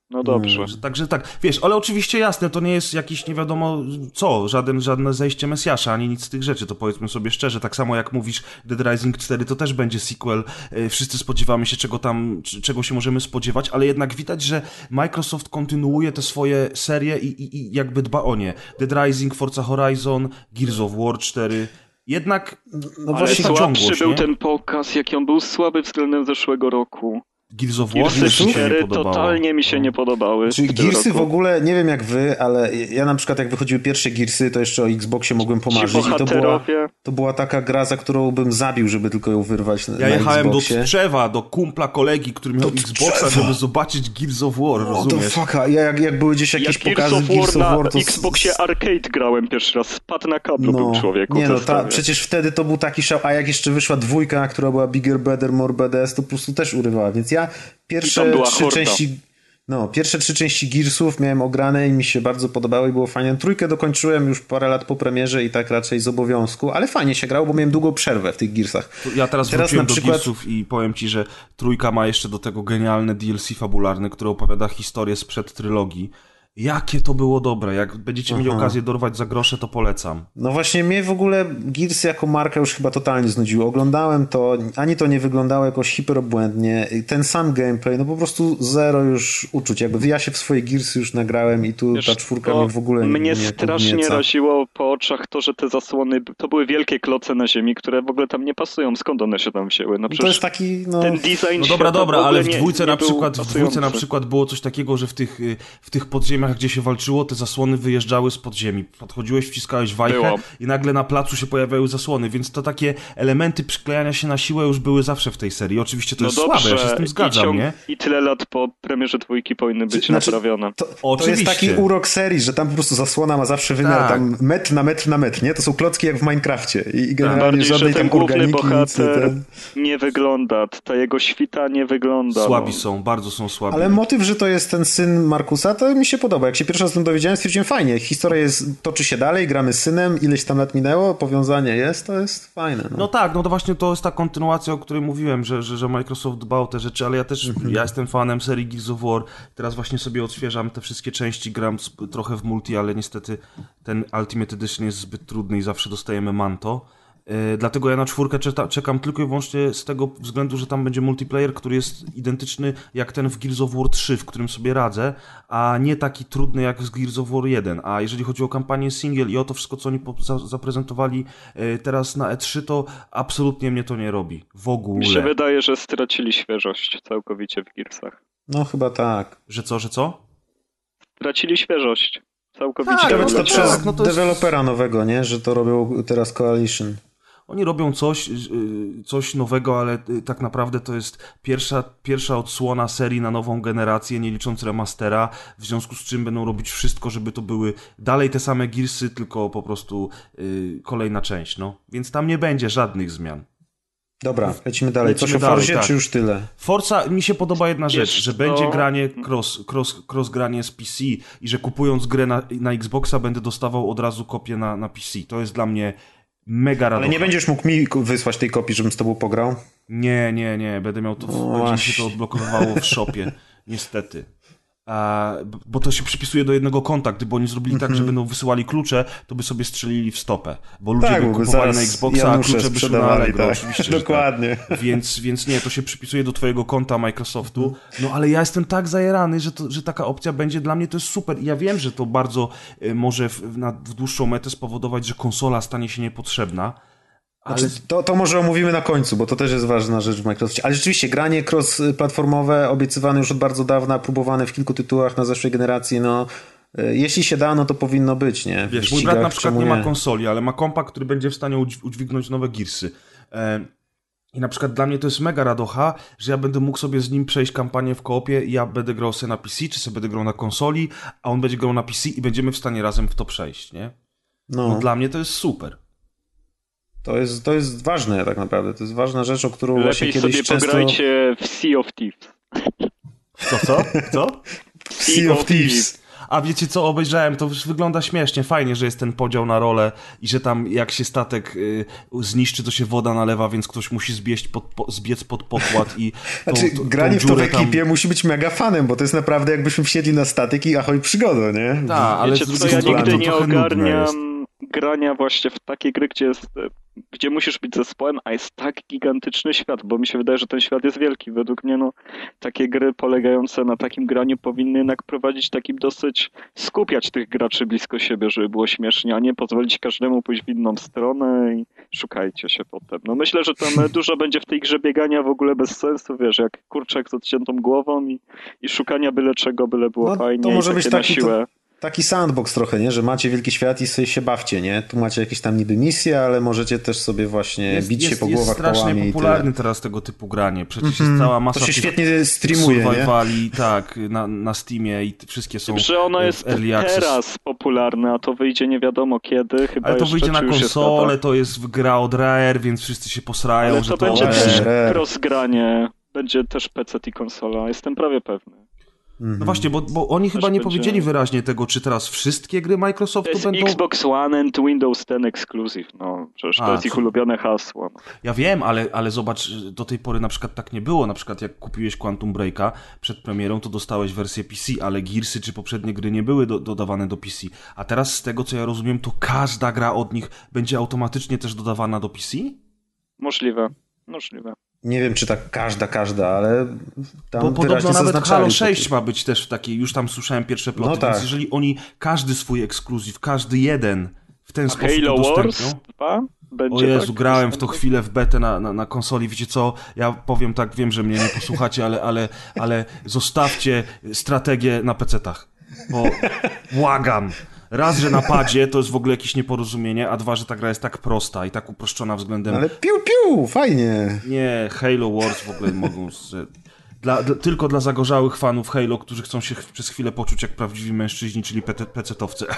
No dobrze. Także, także tak, wiesz, ale oczywiście jasne, to nie jest jakiś nie wiadomo co, żaden, żadne zejście Mesjasza, ani nic z tych rzeczy, to powiedzmy sobie szczerze, tak samo jak mówisz Dead Rising cztery, to też będzie sequel, wszyscy spodziewamy się czego tam, czego się możemy spodziewać, ale jednak widać, że Microsoft kontynuuje te swoje serie i, i, i jakby dba o nie. Dead Rising, Forza Horizon, Gears of War cztery, jednak no właśnie słabszy był nie? ten pokaz, jaki on był słaby względem zeszłego roku. Gears of War też mi się nie podobało. Totalnie mi się nie podobały. Czyli Gearsy w ogóle, nie wiem jak wy, ale ja na przykład jak wychodziły pierwsze Gearsy, to jeszcze o Xboxie mogłem pomarzyć. I to była, to była taka gra, za którą bym zabił, żeby tylko ją wyrwać na, ja na jechałem Xboxie. do Tczewa, do kumpla kolegi, który miał do Xboxa, żeby zobaczyć Gears of War, rozumiesz? To fucka. Ja jak, jak były gdzieś jakieś ja pokazy Gears of War, Gears of War na to... Xboxie Arcade grałem pierwszy raz. Spadł na kablu no, był człowiek. Nie no, ta, przecież wtedy to był taki szał, a jak jeszcze wyszła dwójka, która była Bigger, Better, More Badass, to po prostu też urywała, więc ja pierwsze trzy horda. części no, pierwsze trzy części Gearsów miałem ograne i mi się bardzo podobały i było fajnie. Trójkę dokończyłem już parę lat po premierze i tak raczej z obowiązku, ale fajnie się grało, bo miałem długą przerwę w tych Gearsach. Ja teraz, teraz wróciłem na przykład... do Gearsów i powiem ci, że trójka ma jeszcze do tego genialne D L C fabularne, które opowiada historię sprzed trylogii. Jakie to było dobre. Jak będziecie Aha. mieli okazję dorwać za grosze, to polecam. No właśnie mnie w ogóle Gears jako marka już chyba totalnie znudziło. Oglądałem to, ani to nie wyglądało jakoś hiperobłędnie. Ten sam gameplay, no po prostu zero już uczuć. Jakby ja się w swoje Gearsy już nagrałem i tu Wiesz, ta czwórka mnie w ogóle mnie nie Mnie strasznie podnieca. raziło po oczach to, że te zasłony, to były wielkie kloce na ziemi, które w ogóle tam nie pasują. Skąd one się tam wzięły? No to jest taki, no... Ten design no dobra, dobra, ale w dwójce, nie, na nie przykład, w dwójce na przykład było coś takiego, że w tych, w tych podziemiach, gdzie się walczyło, te zasłony wyjeżdżały z podziemi. Podchodziłeś, wciskałeś wajchę Było. i nagle na placu się pojawiały zasłony, więc to takie elementy przyklejania się na siłę już były zawsze w tej serii. Oczywiście to no jest dobrze. słabe, ja się z tym zgadzam, I ciąg, nie? I tyle lat po premierze dwójki powinny być znaczy, naprawione. To, to jest taki urok serii, że tam po prostu zasłona ma zawsze wymiar tak. tam metr na metr na metr, nie? To są klocki jak w Minecrafcie i generalnie tak. żadnej tam organiki. Bohater ten... nie wygląda, ta jego świta nie wygląda. Słabi no. są, bardzo są słabi. Ale motyw, że to jest ten syn Markusa, to mi się podoba. Jak się pierwszy raz o tym dowiedziałem, stwierdziłem fajnie. Historia jest, toczy się dalej, gramy z synem, ileś tam lat minęło, powiązanie jest, to jest fajne. No, no tak, no to właśnie to jest ta kontynuacja, o której mówiłem, że, że, że Microsoft dba o te rzeczy, ale ja też, mhm. ja jestem fanem serii Gears of War, teraz właśnie sobie odświeżam te wszystkie części, gram trochę w multi, ale niestety ten Ultimate Edition jest zbyt trudny i zawsze dostajemy manto. Yy, dlatego ja na czwórkę czeka, czekam tylko i wyłącznie z tego względu, że tam będzie multiplayer, który jest identyczny jak ten w Gears of War trzy, w którym sobie radzę, a nie taki trudny jak z Gears of War jeden. A jeżeli chodzi o kampanię single i o to wszystko, co oni po, za, zaprezentowali yy, teraz na E trzy, to absolutnie mnie to nie robi. W ogóle. Mi się wydaje, że stracili świeżość całkowicie w Gearsach. No chyba tak. Że co, że co? Stracili świeżość. Całkowicie. Tak, no to przez no to jest... dewelopera nowego, nie? Że to robią teraz Coalition. Oni robią coś, coś nowego, ale tak naprawdę to jest pierwsza, pierwsza odsłona serii na nową generację, nie licząc remastera, w związku z czym będą robić wszystko, żeby to były dalej te same Gearsy, tylko po prostu yy, kolejna część, no. Więc tam nie będzie żadnych zmian. Dobra, lecimy dalej. Lecimy Coś o dalej, Forzie, tak. czy już tyle? Forza, mi się podoba jedna rzecz, Wiesz, że to... będzie granie cross, cross, cross granie z P C i że kupując grę na, na Xboxa będę dostawał od razu kopię na, na P C. To jest dla mnie mega radość. Ale nie będziesz mógł mi wysłać tej kopii, żebym z tobą pograł? Nie, nie, nie. Będę miał to, w, będzie się to odblokowywało w shopie. Niestety. A, bo to się przypisuje do jednego konta. Gdyby oni zrobili tak, że będą wysyłali klucze, to by sobie strzelili w stopę. Bo ludzie tak, by kupowali na Xboxa, a klucze by szły na Allegro. Tak. Oczywiście, dokładnie. Tak. Więc, więc nie, to się przypisuje do twojego konta Microsoftu. No ale ja jestem tak zajarany, że, to, że taka opcja będzie dla mnie, to jest super. I ja wiem, że to bardzo y, może w, na, w dłuższą metę spowodować, że konsola stanie się niepotrzebna. Ale... Znaczy, to, to może omówimy na końcu, bo to też jest ważna rzecz w Microsoftie. Ale rzeczywiście granie cross-platformowe, obiecywane już od bardzo dawna, próbowane w kilku tytułach na zeszłej generacji, no jeśli się da, no to powinno być, nie? Wiesz, mój brat na przykład nie ma konsoli, ale ma kompa, który będzie w stanie udźwignąć nowe Gearsy. E, I na przykład dla mnie to jest mega radocha, że ja będę mógł sobie z nim przejść kampanię w koopie i ja będę grał sobie na P C, czy sobie będę grał na konsoli, a on będzie grał na P C i będziemy w stanie razem w to przejść, nie? No, no dla mnie to jest super. To jest, to jest ważne tak naprawdę. To jest ważna rzecz, o którą Lepiej właśnie kiedyś sobie często... pograjcie w Sea of Thieves. Co, co? Co? Sea of Thieves. A wiecie co, obejrzałem, to już wygląda śmiesznie, fajnie, że jest ten podział na role i że tam jak się statek y, zniszczy, to się woda nalewa, więc ktoś musi zbieść pod, po, zbiec pod pokład i tą, znaczy, tą, granie tą w to w ekipie tam... musi być mega fanem, bo to jest naprawdę jakbyśmy wsiedli na statek i ahoj przygoda, nie? Tak, ale Wiecie z co, ja drugiej strony nigdy to nie trochę nudne jest. ogarniam grania właśnie w takie gry, gdzie jest, gdzie musisz być zespołem, a jest tak gigantyczny świat, bo mi się wydaje, że ten świat jest wielki. Według mnie no, takie gry polegające na takim graniu powinny jednak prowadzić takim dosyć, skupiać tych graczy blisko siebie, żeby było śmiesznie, a nie pozwolić każdemu pójść w inną stronę i szukajcie się potem. No myślę, że tam dużo będzie w tej grze biegania w ogóle bez sensu, wiesz, jak kurczak z odciętą głową i, i szukania byle czego, byle było No, fajnie to może i być takie na taki, siłę. to, taki sandbox trochę, nie? Że macie wielki świat i sobie się bawcie, nie? Tu macie jakieś tam niby misje, ale możecie też sobie właśnie Jest, bić jest, się po jest głowach strasznie pałami popularny teraz tego typu granie. Przecież mm-hmm. jest cała masa to się tych świetnie streamuje, survivali, tak, na, na Steamie i wszystkie są że ono jest w early access. teraz popularne, a to wyjdzie nie wiadomo kiedy. Chyba ale to jeszcze, wyjdzie na konsolę, jest to jest gra od Rare, więc wszyscy się posrają, ale że to to... będzie Rare, też Rare. cross-granie. Będzie też P C i konsola, jestem prawie pewny. No właśnie, bo, bo oni chyba nie będzie... powiedzieli wyraźnie tego, czy teraz wszystkie gry To Microsoftu jest będą... Xbox One and Windows ten Exclusive, no przecież to A, jest ich co? ulubione hasło. No. Ja wiem, ale, ale zobacz, do tej pory na przykład tak nie było. Na przykład jak kupiłeś Quantum Breaka przed premierą, to dostałeś wersję P C, ale Gearsy czy poprzednie gry nie były do, dodawane do P C. A teraz z tego, co ja rozumiem, to każda gra od nich będzie automatycznie też dodawana do P C? Możliwe, możliwe. Nie wiem, czy tak każda, każda, ale tam Bo podobno nawet zaznaczali Halo to- sześć ma być też w takiej, już tam słyszałem pierwsze ploty, No tak. więc jeżeli oni każdy swój ekskluzyw, każdy jeden w ten A sposób Halo udostępnią... Wars dwa? Będzie O Jezu, tak? grałem w to chwilę w betę na, na, na konsoli, wiecie co, ja powiem tak, wiem, że mnie nie posłuchacie, ale, ale, ale zostawcie strategię na pecetach, bo błagam. Raz, że na padzie to jest w ogóle jakieś nieporozumienie, a dwa, że ta gra jest tak prosta i tak uproszczona względem... Ale piu, piu, fajnie. Nie, Halo Wars w ogóle mogą... Z... Dla, dla, tylko dla zagorzałych fanów Halo, którzy chcą się przez chwilę poczuć jak prawdziwi mężczyźni, czyli pe- pecetowcy.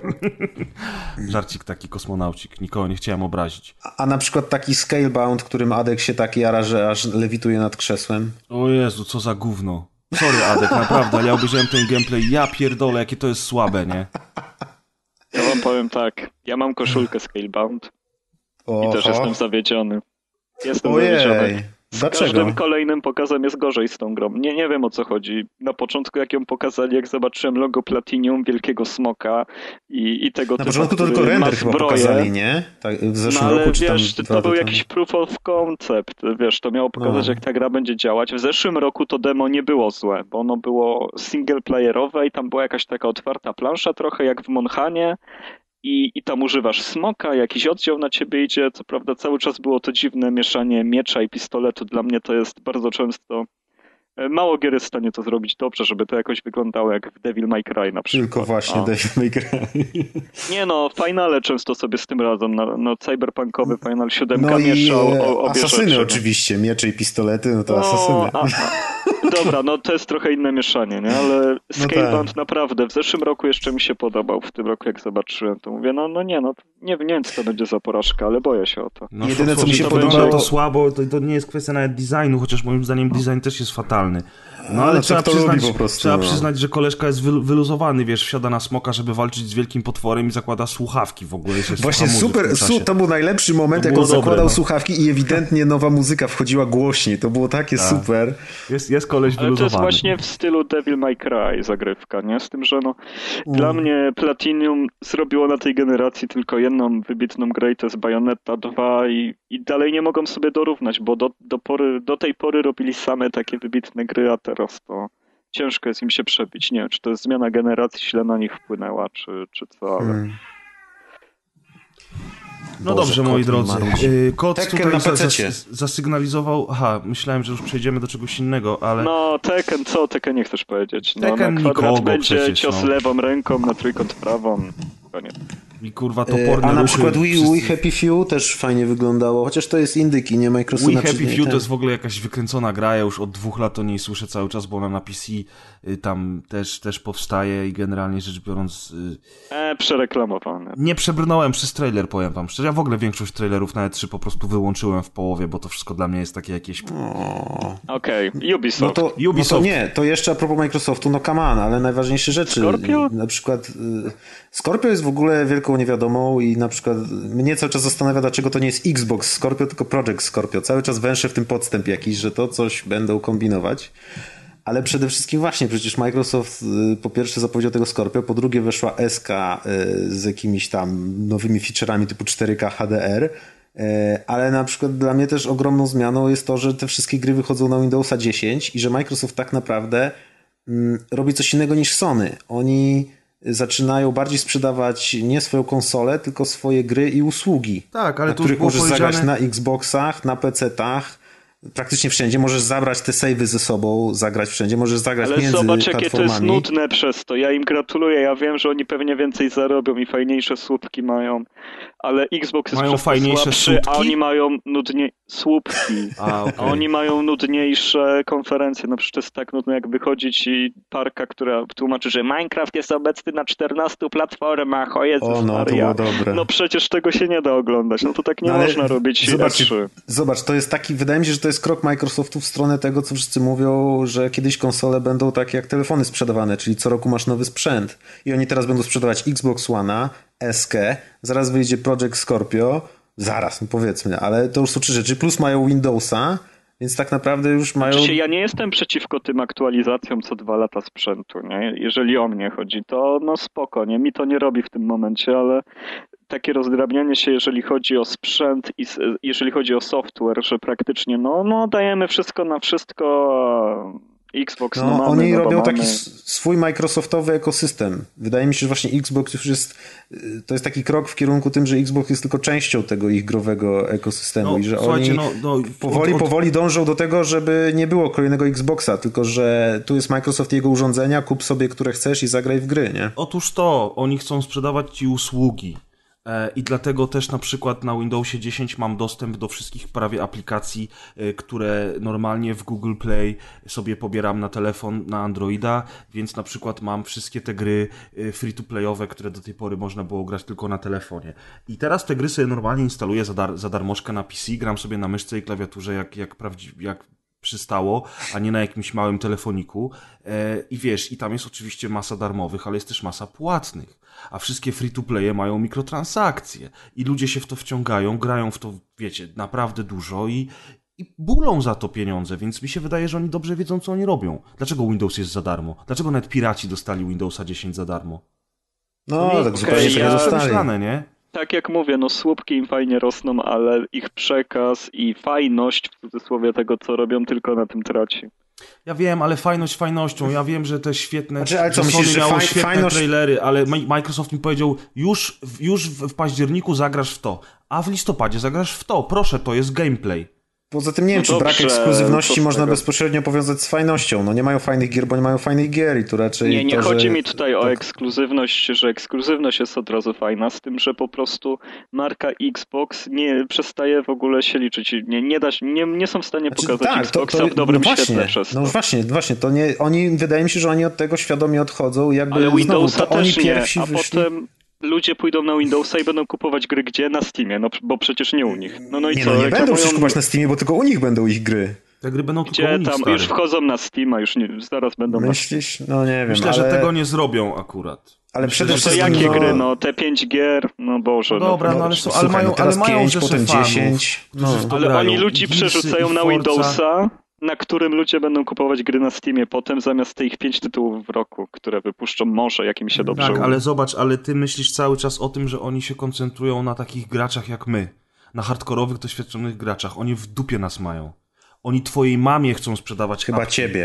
Żarcik taki, kosmonaucik. Nikogo nie chciałem obrazić. A, a na przykład taki Scalebound, którym Adek się tak jara, że aż lewituje nad krzesłem. O Jezu, co za gówno. Sorry, Adek, naprawdę, ale ja obejrzałem ten gameplay, ja pierdolę, jakie to jest słabe, nie? Ja wam powiem tak, ja mam koszulkę Scalebound Oho. i też jestem zawiedziony. Jestem zawiedziony. Ojej, Z dlaczego? każdym kolejnym pokazem jest gorzej z tą grą. Nie, nie wiem o co chodzi. Na początku jak ją pokazali, jak zobaczyłem logo Platinum, wielkiego smoka i, i tego Na typu, początku to który tylko ma render chyba zbroję. pokazali, nie? Tak, w No zeszłym ale roku, czy tam wiesz, dwa to lata był temu. jakiś proof of concept, wiesz, to miało pokazać No. jak ta gra będzie działać. W zeszłym roku to demo nie było złe, bo ono było singleplayerowe i tam była jakaś taka otwarta plansza trochę jak w Monhanie. I, I tam używasz smoka, jakiś oddział na ciebie idzie. Co prawda cały czas było to dziwne mieszanie miecza i pistoletu. Dla mnie to jest bardzo często... Mało gier jest w stanie to zrobić dobrze, żeby to jakoś wyglądało jak w Devil May Cry na przykład. Tylko właśnie O. Devil May Cry. Nie no, finale często sobie z tym radzą. No, no cyberpunkowy Final siedem No i miesza o, e, o, obie asasyny rzeczy. oczywiście, miecze i pistolety, no to No, asasyny. a, a, dobra, no to jest trochę inne mieszanie, nie? Ale Scalebound tak. naprawdę w zeszłym roku jeszcze mi się podobał. W tym roku jak zobaczyłem, to mówię, no, no nie, no nie, nie wiem co to będzie za porażka, ale boję się o to. No, Jedyne, co mi się to podobało- będzie to słabo, to, to nie jest kwestia nawet designu, chociaż moim zdaniem design też jest fatalny. No ale Ale trzeba, to kto przyznać, lubi po prostu, trzeba no. przyznać, że koleżka jest wylu- wyluzowany, wiesz, wsiada na smoka, żeby walczyć z wielkim potworem i zakłada słuchawki w ogóle. Się Właśnie słucha muzy w super, tym czasie. su, to był najlepszy moment, To jak było on dobre, zakładał no. słuchawki i ewidentnie nowa muzyka wchodziła głośniej. To było takie Tak. super. Jest, jest koleś Ale to wyluzowany. jest właśnie w stylu Devil May Cry zagrywka, nie? Z tym, że no, dla mnie Platinum zrobiło na tej generacji tylko jedną wybitną grę i to jest Bayonetta dwa i, i dalej nie mogą sobie dorównać, bo do, do, pory, do tej pory robili same takie wybitne gry, a teraz to ciężko jest im się przebić. Nie wiem, czy to jest zmiana generacji źle na nich wpłynęła, czy, czy co, ale... Hmm. No Boże, dobrze, kot moi mi drodzy. marudzi. Yy, Kot Tekken tutaj na za, pececie. zas, zasygnalizował... Aha, myślałem, że już przejdziemy do czegoś innego, ale... No, Tekken, co o Tekken nie chcesz powiedzieć? No, Tekken na kwadrat nikogo będzie przecież, cios no. lewą ręką, na trójkąt prawą. Koniec. I kurwa toporne A na ruchy, przykład Wii, wszyscy... Wii Happy Few też fajnie wyglądało, chociaż to jest indyki, nie Microsoft. Wii znaczy, Happy nie, Few ten... to jest w ogóle jakaś wykręcona gra, ja już od dwóch lat o niej słyszę cały czas, bo ona na P C y, tam też, też powstaje i generalnie rzecz biorąc... Y... E, przereklamowane. Nie przebrnąłem przez trailer, powiem wam szczerze. Ja w ogóle większość trailerów na E trzy po prostu wyłączyłem w połowie, bo to wszystko dla mnie jest takie jakieś... Okej, okay. Ubisoft. No to, Ubisoft. no to nie, to jeszcze a propos Microsoftu, no come on, ale najważniejsze rzeczy. Scorpio? Na przykład y, Scorpio jest w ogóle wielką niewiadomą i na przykład mnie cały czas zastanawia, dlaczego to nie jest Xbox Scorpio, tylko Project Scorpio. Cały czas węszę w tym podstęp jakiś, że to coś będą kombinować. Ale przede wszystkim właśnie, przecież Microsoft y, po pierwsze zapowiedział tego Scorpio, po drugie weszła S K y, z jakimiś tam nowymi feature'ami typu cztery K H D R. Ale na przykład dla mnie też ogromną zmianą jest to, że te wszystkie gry wychodzą na Windowsa dziesięć i że Microsoft tak naprawdę mm, robi coś innego niż Sony. Oni zaczynają bardziej sprzedawać nie swoją konsolę, tylko swoje gry i usługi. Tak, ale na to już których było możesz powiedziane... zagrać na Xboxach, na P C-tach, praktycznie wszędzie. Możesz zabrać te save'y ze sobą, zagrać wszędzie, możesz zagrać Ale między zobacz, jakie to jest platformami. nudne przez to. Ja im gratuluję, ja wiem, że oni pewnie więcej zarobią i fajniejsze słupki mają, ale Xbox jest Mają przez to fajniejsze słabszy, słupki? a oni mają nudnie... słupki. A, okay. A oni mają nudniejsze konferencje. No przecież to jest tak nudno, jak wychodzić i parka, która tłumaczy, że Minecraft jest obecny na czternastu platformach. O Jezus O, no, Maria. to było dobre. No przecież tego się nie da oglądać. No to tak nie No, ale można robić zobacz, E trzy. zobacz, to jest taki, wydaje mi się, że to jest krok Microsoftu w stronę tego, co wszyscy mówią, że kiedyś konsole będą takie jak telefony sprzedawane, czyli co roku masz nowy sprzęt. I oni teraz będą sprzedawać Xbox One'a, S K, zaraz wyjdzie Project Scorpio, zaraz, no powiedzmy, ale to już są trzy rzeczy, plus mają Windowsa, więc tak naprawdę już mają... Znaczy, ja nie jestem przeciwko tym aktualizacjom co dwa lata sprzętu, nie? Jeżeli o mnie chodzi, to no spoko, nie? Mi to nie robi w tym momencie, ale takie rozdrabnianie się, jeżeli chodzi o sprzęt i jeżeli chodzi o software, że praktycznie no, no dajemy wszystko na wszystko, Xbox no, no mamy, oni no, robią mamy. taki swój Microsoftowy ekosystem. Wydaje mi się, że właśnie Xbox już jest, to jest taki krok w kierunku tym, że Xbox jest tylko częścią tego ich growego ekosystemu No, i że słuchajcie, oni no, no, powoli, od, od... powoli dążą do tego, żeby nie było kolejnego Xboxa, tylko że tu jest Microsoft i jego urządzenia, kup sobie, które chcesz i zagraj w gry, nie? Otóż to, oni chcą sprzedawać ci usługi. I dlatego też na przykład na Windowsie dziesięć mam dostęp do wszystkich prawie aplikacji, które normalnie w Google Play sobie pobieram na telefon, na Androida, więc na przykład mam wszystkie te gry free-to-playowe, które do tej pory można było grać tylko na telefonie. I teraz te gry sobie normalnie instaluję za, dar- za darmożkę na P C, gram sobie na myszce i klawiaturze jak, jak, prawdzi- jak przystało, a nie na jakimś małym telefoniku. I wiesz, i tam jest oczywiście masa darmowych, ale jest też masa płatnych. A wszystkie free-to-playe mają mikrotransakcje. I ludzie się w to wciągają, grają w to, wiecie, naprawdę dużo i, i bulą za to pieniądze, więc mi się wydaje, że oni dobrze wiedzą, co oni robią. Dlaczego Windows jest za darmo? Dlaczego nawet piraci dostali Windowsa dziesięć za darmo? No, nie, tak okay, zupełnie sobie ja- dostali. przemyślane, nie? Tak jak mówię, no słupki im fajnie rosną, ale ich przekaz i fajność w cudzysłowie tego, co robią, tylko na tym traci. Ja wiem, ale fajność fajnością. Ja wiem, że te świetne... Znaczy, ale co, że myślisz, Sony że miało faj- świetne fajność- trailery, ale Mi- Microsoft mi powiedział, już, w- już w w październiku zagrasz w to, a w listopadzie zagrasz w to. Proszę, to jest gameplay. Poza tym nie wiem, No czy brak dobrze, ekskluzywności co z można tego? bezpośrednio powiązać z fajnością. No nie mają fajnych gier, bo nie mają fajnych gier i tu raczej Nie, nie to, chodzi że... mi tutaj o tak. ekskluzywność, że ekskluzywność jest od razu fajna, z tym, że po prostu marka Xbox nie przestaje w ogóle się liczyć. Nie, nie, da, się- nie, nie są w stanie Znaczy, pokazać tak, Xboxa w dobrym no właśnie, świetle przez to. No właśnie, właśnie, to nie, oni, wydaje mi się, że oni od tego świadomie odchodzą. Jakby Ale znowu, Windowsa to oni też nie, pierwsi a wyszli... potem ludzie pójdą na Windowsa i będą kupować gry gdzie? Na Steamie, no bo przecież nie u nich. No, no i Nie, co? no nie będą reklamują- przecież kupować na Steamie, bo tylko u nich będą ich gry. Te gry będą tylko Gdzie u nich, tam, stary. już wchodzą na Steama, już nie, zaraz będą na Myślisz? No nie wiem, Myślę, ale... że tego nie zrobią akurat. Ale Myślę, przede że To wszystkim... jakie no, gry? No te pięć gier? No Boże. No dobra, no ale, słuchaj, są, ale mają, no teraz ale mają pięć, rzesze potem fanów, dziesięć, którzy no. w to Ale grają. oni ludzi Gearsy przerzucają i na Forza. Windowsa, na którym ludzie będą kupować gry na Steamie potem, zamiast tych pięć tytułów w roku, które wypuszczą może, jak im się dobrze Tak, uda. ale zobacz, ale ty myślisz cały czas o tym, że oni się koncentrują na takich graczach jak my. Na hardkorowych, doświadczonych graczach. Oni w dupie nas mają. Oni twojej mamie chcą sprzedawać Chyba apki ciebie.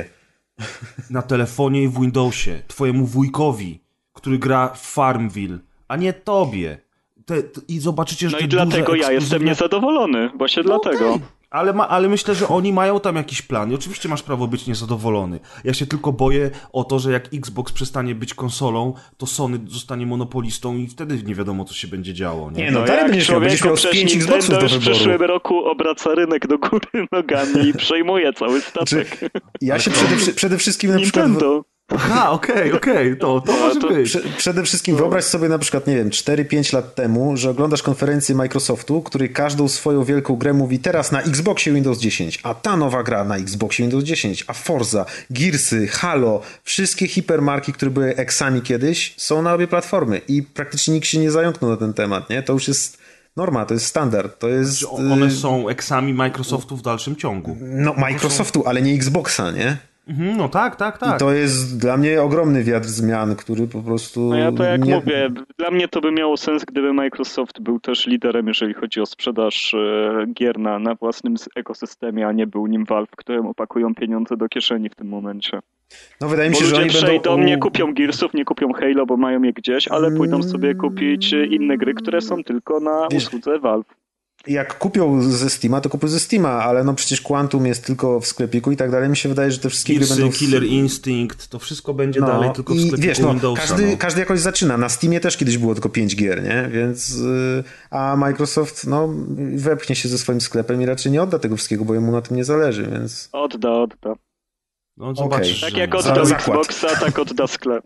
na telefonie i w Windowsie. Twojemu wujkowi, który gra w Farmville, a nie tobie. Te, te, I zobaczycie, że No te i dlatego duże, ja jestem ekskluzywne... niezadowolony, właśnie No dlatego. okej. Ale, ma, ale myślę, że oni mają tam jakiś plan i oczywiście masz prawo być niezadowolony. Ja się tylko boję o to, że jak Xbox przestanie być konsolą, to Sony zostanie monopolistą i wtedy nie wiadomo, co się będzie działo. Nie, nie no, no dalej jak będziesz miał, będziesz miał człowieku, pięć przecież Xboxów Nintendo do już w wyboru. przyszłym roku obraca rynek do góry nogami i przejmuje cały statek. Ja się przede, przede wszystkim na przykład... Nintendo. Aha, okej, okej, to, to może to- być. Prze, przede wszystkim wyobraź sobie na przykład, nie wiem, cztery pięć lat temu, że oglądasz konferencję Microsoftu, który każdą swoją wielką grę mówi teraz na Xboxie Windows dziesięć, a ta nowa gra na Xboxie Windows dziesięć, a Forza, Gearsy, Halo, wszystkie hipermarki, które były eksami kiedyś, są na obie platformy i praktycznie nikt się nie zająknął na ten temat, nie? To już jest norma, to jest standard, to jest... Że one są eksami Microsoftu w dalszym ciągu. No, Microsoftu, ale nie Xboxa, nie? Mhm, no tak, tak, tak. I to jest dla mnie ogromny wiatr zmian, który po prostu... No ja to jak nie... mówię, dla mnie to by miało sens, gdyby Microsoft był też liderem, jeżeli chodzi o sprzedaż e, gier na, na własnym ekosystemie, a nie był nim Valve, któremu opakują pieniądze do kieszeni w tym momencie. No wydaje mi Bo się, że ludzie oni przejdą, będą... nie kupią Gearsów, nie kupią Halo, bo mają je gdzieś, ale pójdą sobie kupić inne gry, które są tylko na Wiesz, usłudze Valve. Jak kupią ze Steama, to kupią ze Steama, ale no przecież Quantum jest tylko w sklepiku i tak dalej. Mi się wydaje, że te wszystkie gry Gearsy, będą... W... Killer Instinct, to wszystko będzie No, dalej tylko w i sklepiku wiesz, no, Windowsa. każdy, no. każdy jakoś zaczyna. Na Steamie też kiedyś było tylko pięć gier, nie? Więc... Yy, a Microsoft, no, wepchnie się ze swoim sklepem i raczej nie odda tego wszystkiego, bo jemu na tym nie zależy, więc... Odda, odda. No, zobaczysz, Tak że jak nie. oddał Zakład. Xboxa, tak odda sklep.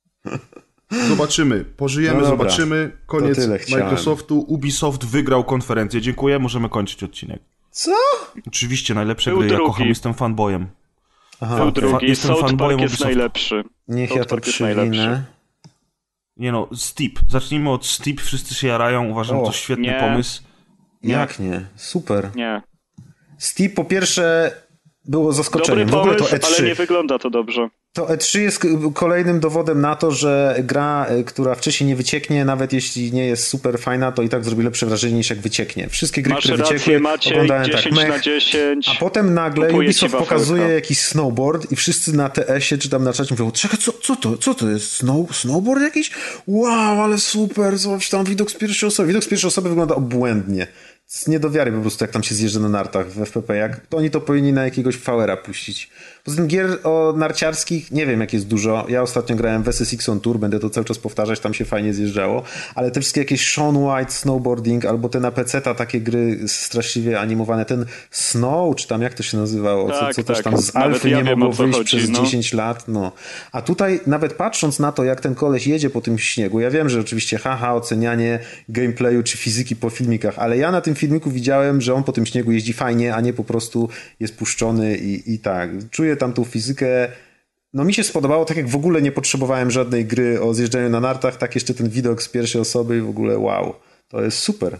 Zobaczymy, pożyjemy, No dobra, zobaczymy. Koniec to tyle chciałem. Microsoftu. Ubisoft wygrał konferencję. Dziękuję, możemy kończyć odcinek. Co? Oczywiście, najlepsze Był gry. Ja drugi. kocham, jestem fanboyem. Aha, Był Fa- drugi, jestem South fanboyem Park jest Ubisoftu. najlepszy. niech South ja to Park jest najlepszy. przewinę. Nie no, Steep. Zacznijmy od Steep. Wszyscy się jarają. Uważam, O, to świetny nie. pomysł. Jak nie? Super. Nie. Steam po pierwsze było Dobry zaskoczeniem. W ogóle to pomysł, E trzy. ale nie wygląda to dobrze. To E trzy jest kolejnym dowodem na to, że gra, która wcześniej nie wycieknie, nawet jeśli nie jest super fajna, to i tak zrobi lepsze wrażenie niż jak wycieknie. Wszystkie gry, Masz które rację, wyciekły, Maciej, oglądałem tak dziesięć na mech. dziesięć. A potem nagle Kupuję Ubisoft ci pokazuje wafelka. jakiś snowboard i wszyscy na T S-ie czy tam na czacie mówią, czekaj, co, co to? Co to jest? Snow, snowboard jakiś? Wow, ale super, zobacz tam widok z pierwszej osoby. Widok z pierwszej osoby wygląda obłędnie. jest nie do wiary po prostu, jak tam się zjeżdża na nartach w F P P. Jak to oni to powinni na jakiegoś Fowera puścić. Poza tym gier o narciarskich nie wiem, jak jest dużo. Ja ostatnio grałem w S S X on Tour, będę to cały czas powtarzać, tam się fajnie zjeżdżało. Ale te wszystkie jakieś Shaun White snowboarding, albo te na peceta takie gry straszliwie animowane. Ten Snow, czy tam jak to się nazywało, co, Tak, co też tak. tam z Nawet alfy ja nie wiem, mogło o co wyjść chodzi, przez no. dziesięć lat. No. A tutaj nawet patrząc na to, jak ten koleś jedzie po tym śniegu, ja wiem, że oczywiście haha, ocenianie gameplayu czy fizyki po filmikach, ale ja na tym filmiku widziałem, że on po tym śniegu jeździ fajnie, a nie po prostu jest puszczony i, i tak. Czuję tam tą fizykę. No mi się spodobało, tak jak w ogóle nie potrzebowałem żadnej gry o zjeżdżaniu na nartach, tak jeszcze ten widok z pierwszej osoby w ogóle wow. To jest super.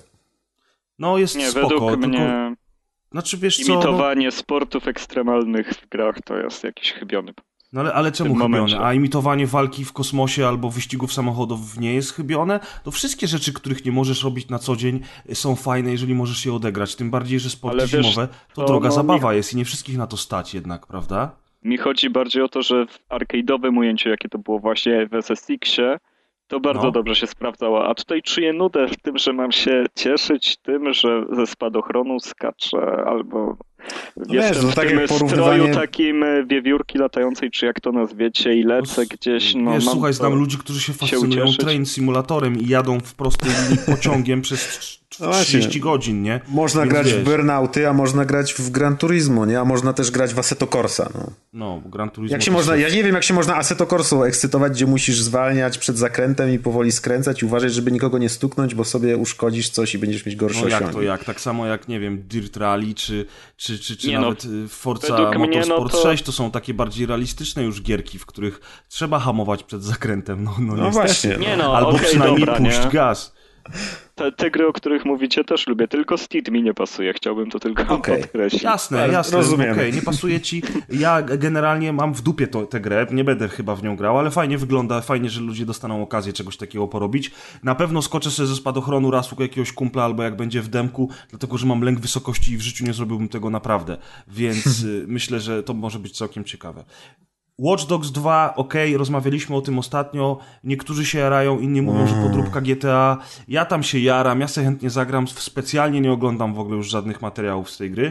No jest Nie, spoko. według tylko... mnie Znaczy wiesz co... No, imitowanie sportów ekstremalnych w grach to jest jakiś chybiony. no ale, ale czemu tym chybione? momencie. A imitowanie walki w kosmosie albo wyścigów samochodów nie jest chybione? To wszystkie rzeczy, których nie możesz robić na co dzień, są fajne, jeżeli możesz je odegrać. Tym bardziej, że sporty Ale wiesz, zimowe to, to droga no, zabawa nie- jest i nie wszystkich na to stać jednak, prawda? Mi chodzi bardziej o to, że w arcade'owym ujęciu, jakie to było właśnie w S S X-ie, to bardzo No. dobrze się sprawdzało. A tutaj czuję nudę w tym, że mam się cieszyć tym, że ze spadochronu skaczę albo jestem wiesz, no w tak tym jak stroju porównywanie- takim e, wiewiórki latającej, czy jak to nazwiecie, i lecę gdzieś. No, Wiesz, mam słuchaj, to- znam ludzi, którzy się fascynują ucieszyć. train simulatorem i jadą w prostej linii pociągiem przez No właśnie. trzydzieści godzin, nie? Można Więc grać wiesz, w Burnouty, a można grać w Gran Turismo, nie? A można też grać w Assetto Corsa, no. No, Gran Turismo... Jak się to można, jest- ja nie wiem, jak się można Assetto Corso ekscytować, gdzie musisz zwalniać przed zakrętem i powoli skręcać i uważać, żeby nikogo nie stuknąć, bo sobie uszkodzisz coś i będziesz mieć gorsze No jak osiągi. to jak? Tak samo jak, nie wiem, Dirt Rally czy, czy, czy, czy Nie no, nawet y, Forza według mnie, no Motorsport to- sześć to są takie bardziej realistyczne już gierki, w których trzeba hamować przed zakrętem. No, no, No niestety. właśnie. Nie no, Albo okej, przynajmniej dobra, puść nie? gaz. Te, te gry, o których mówicie, też lubię, tylko Steed mi nie pasuje, chciałbym to tylko Okej. podkreślić. Jasne, Ale jasne, rozumiem. okej, nie pasuje ci. Ja generalnie mam w dupie to, tę grę, nie będę chyba w nią grał, ale fajnie wygląda, fajnie, że ludzie dostaną okazję czegoś takiego porobić. Na pewno skoczę sobie ze spadochronu raz u jakiegoś kumpla, albo jak będzie w demku, dlatego, że mam lęk wysokości i w życiu nie zrobiłbym tego naprawdę. Więc y, myślę, że to może być całkiem ciekawe. Watch Dogs dwa, okej, rozmawialiśmy o tym ostatnio, niektórzy się jarają, inni mówią, że podróbka G T A, ja tam się jaram, ja sobie chętnie zagram, specjalnie nie oglądam w ogóle już żadnych materiałów z tej gry.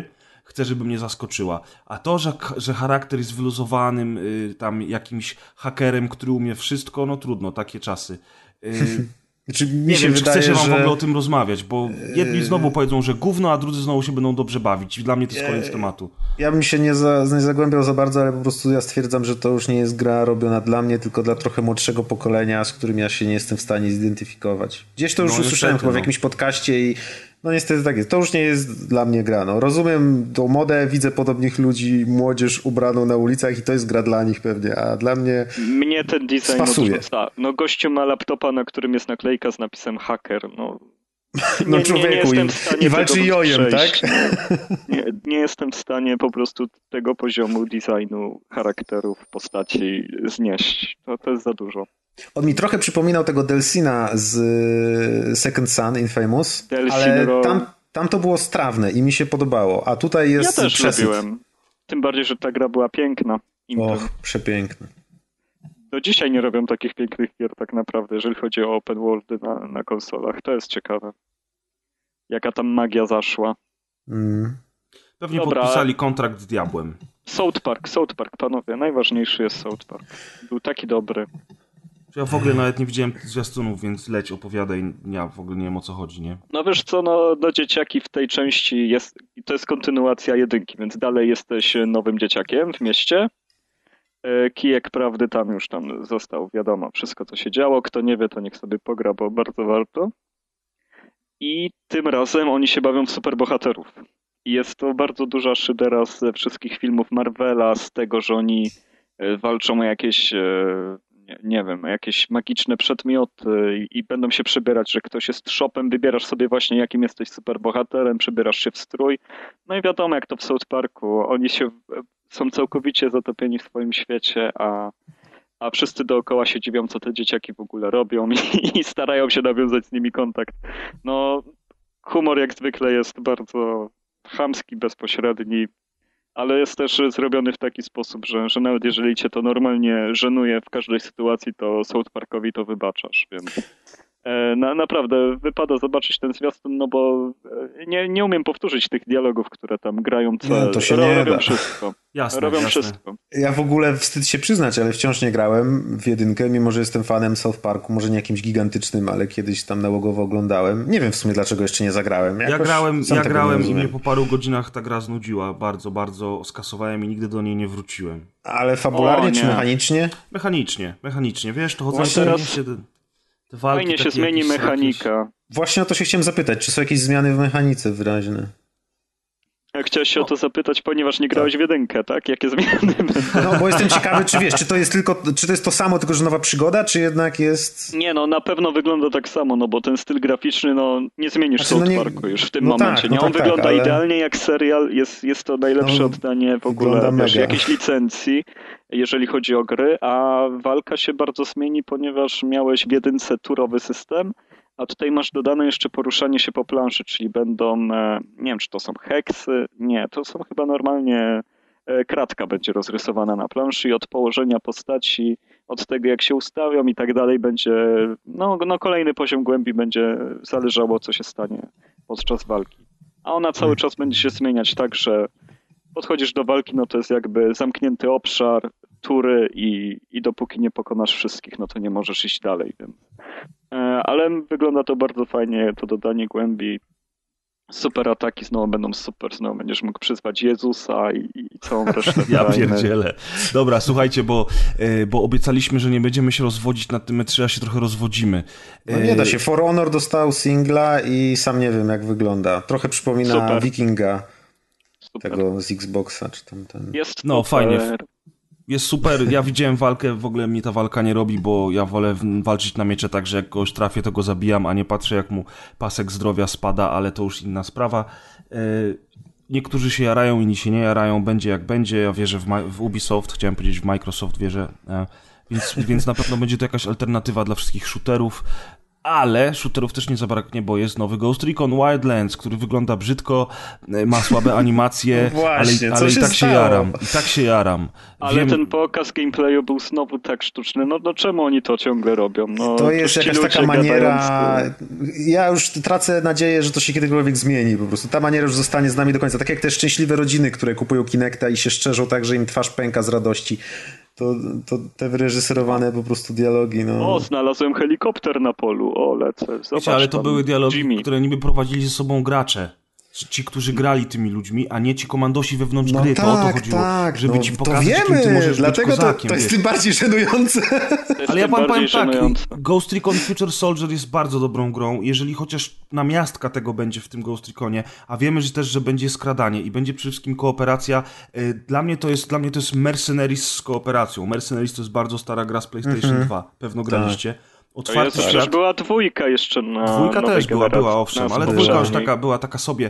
chcę, żeby mnie zaskoczyła. A to, że, że charakter jest wyluzowanym y, tam jakimś hakerem, który umie wszystko, no trudno, takie czasy. Y, Znaczy, mi nie się wiem, czy wydaje, chcecie wam że... w ogóle o tym rozmawiać, bo jedni znowu powiedzą, że gówno, a drudzy znowu się będą dobrze bawić. I dla mnie to jest koniec tematu. Ja bym się nie, za, nie zagłębiał za bardzo, ale po prostu ja stwierdzam, że to już nie jest gra robiona dla mnie, tylko dla trochę młodszego pokolenia, z którym ja się nie jestem w stanie zidentyfikować. Gdzieś to już No, usłyszałem niestety, chyba w no. jakimś podcaście i no niestety tak jest. To już nie jest dla mnie gra. No, rozumiem tą modę, widzę podobnych ludzi, młodzież ubraną na ulicach i to jest gra dla nich pewnie, a dla mnie Mnie ten design spasuje. odrzuca. No gościu ma laptopa, na którym jest naklejka z napisem hacker. No, No nie, człowieku, nie, nie jestem i, w stanie i walczy tego jojem, tak? przejść. Nie, nie jestem w stanie po prostu tego poziomu designu charakterów, postaci znieść. To, to jest za dużo. On mi trochę przypominał tego Delsina z Second Son Infamous, Delsin ale Ro- tam, tam to było strawne i mi się podobało, a tutaj Ja jest też przesyt. lubiłem. Tym bardziej, że ta gra była piękna. Impem. Och, przepiękne. Do dzisiaj nie robią takich pięknych gier tak naprawdę, jeżeli chodzi o open worldy na, na konsolach. To jest ciekawe. Jaka tam magia zaszła. Mm. Pewnie Dobra. podpisali kontrakt z diabłem. South Park, South Park, panowie. Najważniejszy jest South Park. Był taki dobry. Ja w ogóle nawet nie widziałem zwiastunów, więc leć, opowiadaj. Ja w ogóle nie wiem, o co chodzi, nie? No wiesz co, no do dzieciaki w tej części jest, to jest kontynuacja jedynki, więc dalej jesteś nowym dzieciakiem w mieście. E, Kijek prawdy tam już tam został, wiadomo, wszystko co się działo. Kto nie wie, to niech sobie pogra, bo bardzo warto. I tym razem oni się bawią w superbohaterów. I jest to bardzo duża szydera ze wszystkich filmów Marvela, z tego, że oni e, walczą o jakieś... E, Nie, nie wiem, jakieś magiczne przedmioty i, i będą się przebierać, że ktoś jest shopem, wybierasz sobie właśnie jakim jesteś superbohaterem, przebierasz się w strój. No i wiadomo jak to w South Parku, oni się są całkowicie zatopieni w swoim świecie, a, a wszyscy dookoła się dziwią, co te dzieciaki w ogóle robią i, i starają się nawiązać z nimi kontakt. No, humor jak zwykle jest bardzo chamski, bezpośredni, ale jest też zrobiony w taki sposób, że, że nawet jeżeli cię to normalnie żenuje w każdej sytuacji, to South Parkowi to wybaczasz, więc e, na, naprawdę wypada zobaczyć ten zwiastun, no bo e, nie, nie umiem powtórzyć tych dialogów, które tam grają, co No, to się ro, nie robią da. wszystko. Jasne, robią jasne. wszystko. Ja w ogóle wstyd się przyznać, ale wciąż nie grałem w jedynkę, mimo że jestem fanem South Parku, może nie jakimś gigantycznym, ale kiedyś tam nałogowo oglądałem. Nie wiem w sumie dlaczego jeszcze nie zagrałem. Ja Jakoś grałem, sam ja tego grałem nie i rozumiem. mnie po paru godzinach ta gra znudziła. Bardzo, bardzo skasowałem i nigdy do niej nie wróciłem. Ale fabularnie O, czy nie. mechanicznie? Mechanicznie, mechanicznie. Wiesz, to chodzą Właśnie teraz... raz- się te, te walki Fajnie się takie zmieni jakieś- mechanika. Właśnie o to się chciałem zapytać, czy są jakieś zmiany w mechanice wyraźne? Jak chciałeś się o to zapytać, ponieważ nie grałeś w jedynkę, tak? Jakie zmiany będą? No bo jestem ciekawy, czy wiesz, czy to jest tylko, czy to jest to samo, tylko że nowa przygoda, czy jednak jest... Nie no, na pewno wygląda tak samo, no bo ten styl graficzny, no nie zmienisz Znaczy, no South nie- Parku już w tym no momencie. tak, nie? no On tak, wygląda tak, ale- idealnie jak serial, jest, jest to najlepsze No, oddanie w ogóle wygląda wiesz, mega. jakiejś licencji, jeżeli chodzi o gry, a walka się bardzo zmieni, ponieważ miałeś w jedynce turowy system, a tutaj masz dodane jeszcze poruszanie się po planszy, czyli będą, e, nie wiem czy to są heksy, nie, to są chyba normalnie e, kratka będzie rozrysowana na planszy i od położenia postaci, od tego jak się ustawią i tak dalej będzie, no, no kolejny poziom głębi będzie zależało co się stanie podczas walki. A ona cały czas będzie się zmieniać tak, że podchodzisz do walki, no to jest jakby zamknięty obszar, tury i, i dopóki nie pokonasz wszystkich, no to nie możesz iść dalej. Więc. E, ale wygląda to bardzo fajnie, to dodanie głębi. Super ataki znowu będą super, znowu będziesz mógł przyzwać Jezusa i, i całą resztę. Ja fajne. pierdzielę. Dobra, słuchajcie, bo, e, bo obiecaliśmy, że nie będziemy się rozwodzić nad tym E trzy, a się trochę rozwodzimy. No nie da E, się. For Honor dostał singla i sam nie wiem jak wygląda. Trochę przypomina Super. Wikinga, Super. tego z Xboxa, czy tam ten... Jest No, super. fajnie. Jest super, ja widziałem walkę, w ogóle mnie ta walka nie robi, bo ja wolę w- walczyć na miecze tak, że jak kogoś trafię, to go zabijam, a nie patrzę jak mu pasek zdrowia spada, ale to już inna sprawa. E, Niektórzy się jarają, inni się nie jarają, będzie jak będzie, ja wierzę w, Ma- w Ubisoft, chciałem powiedzieć w Microsoft, wierzę, e, więc, więc na pewno będzie to jakaś alternatywa dla wszystkich shooterów, Ale shooterów też nie zabraknie, bo jest nowy Ghost Recon Wildlands, który wygląda brzydko, ma słabe animacje, no właśnie, ale, ale i się tak się stało? jaram. I tak się jaram. Ale Wiem... ten pokaz gameplayu był znowu tak sztuczny. No, no czemu oni to ciągle robią? No, to jest jakaś taka maniera... gadający. Ja już tracę nadzieję, że to się kiedykolwiek zmieni po prostu. Ta maniera już zostanie z nami do końca. Tak jak te szczęśliwe rodziny, które kupują Kinecta i się szczerzą tak, że im twarz pęka z radości. To, to te wyreżyserowane po prostu dialogi, no... O, znalazłem helikopter na polu, o, lecę. Zobacz, Wiecie, ale to były dialogi, Jimmy. które niby prowadzili ze sobą gracze. Ci, którzy grali tymi ludźmi, a nie ci komandosi wewnątrz no gry. tak, to o to chodziło. Tak, żeby no, ci to pokazać, wiemy, kim ty możesz dlatego być kozakiem, to, to jest wiesz. tym bardziej żenujące. Ale ja wam powiem tak, żenujące. Ghost Recon Future Soldier jest bardzo dobrą grą, jeżeli chociaż namiastka tego będzie w tym Ghost Reconie, a wiemy że też, że będzie skradanie i będzie przede wszystkim kooperacja. Dla mnie to jest, dla mnie to jest Mercenaries z kooperacją. Mercenaries to jest bardzo stara gra z PlayStation mm-hmm. dwa, pewno graliście. Otwarty jest, świat. Też była dwójka jeszcze na Dwójka też była, była, owszem, ale dwójka już taka, była taka sobie...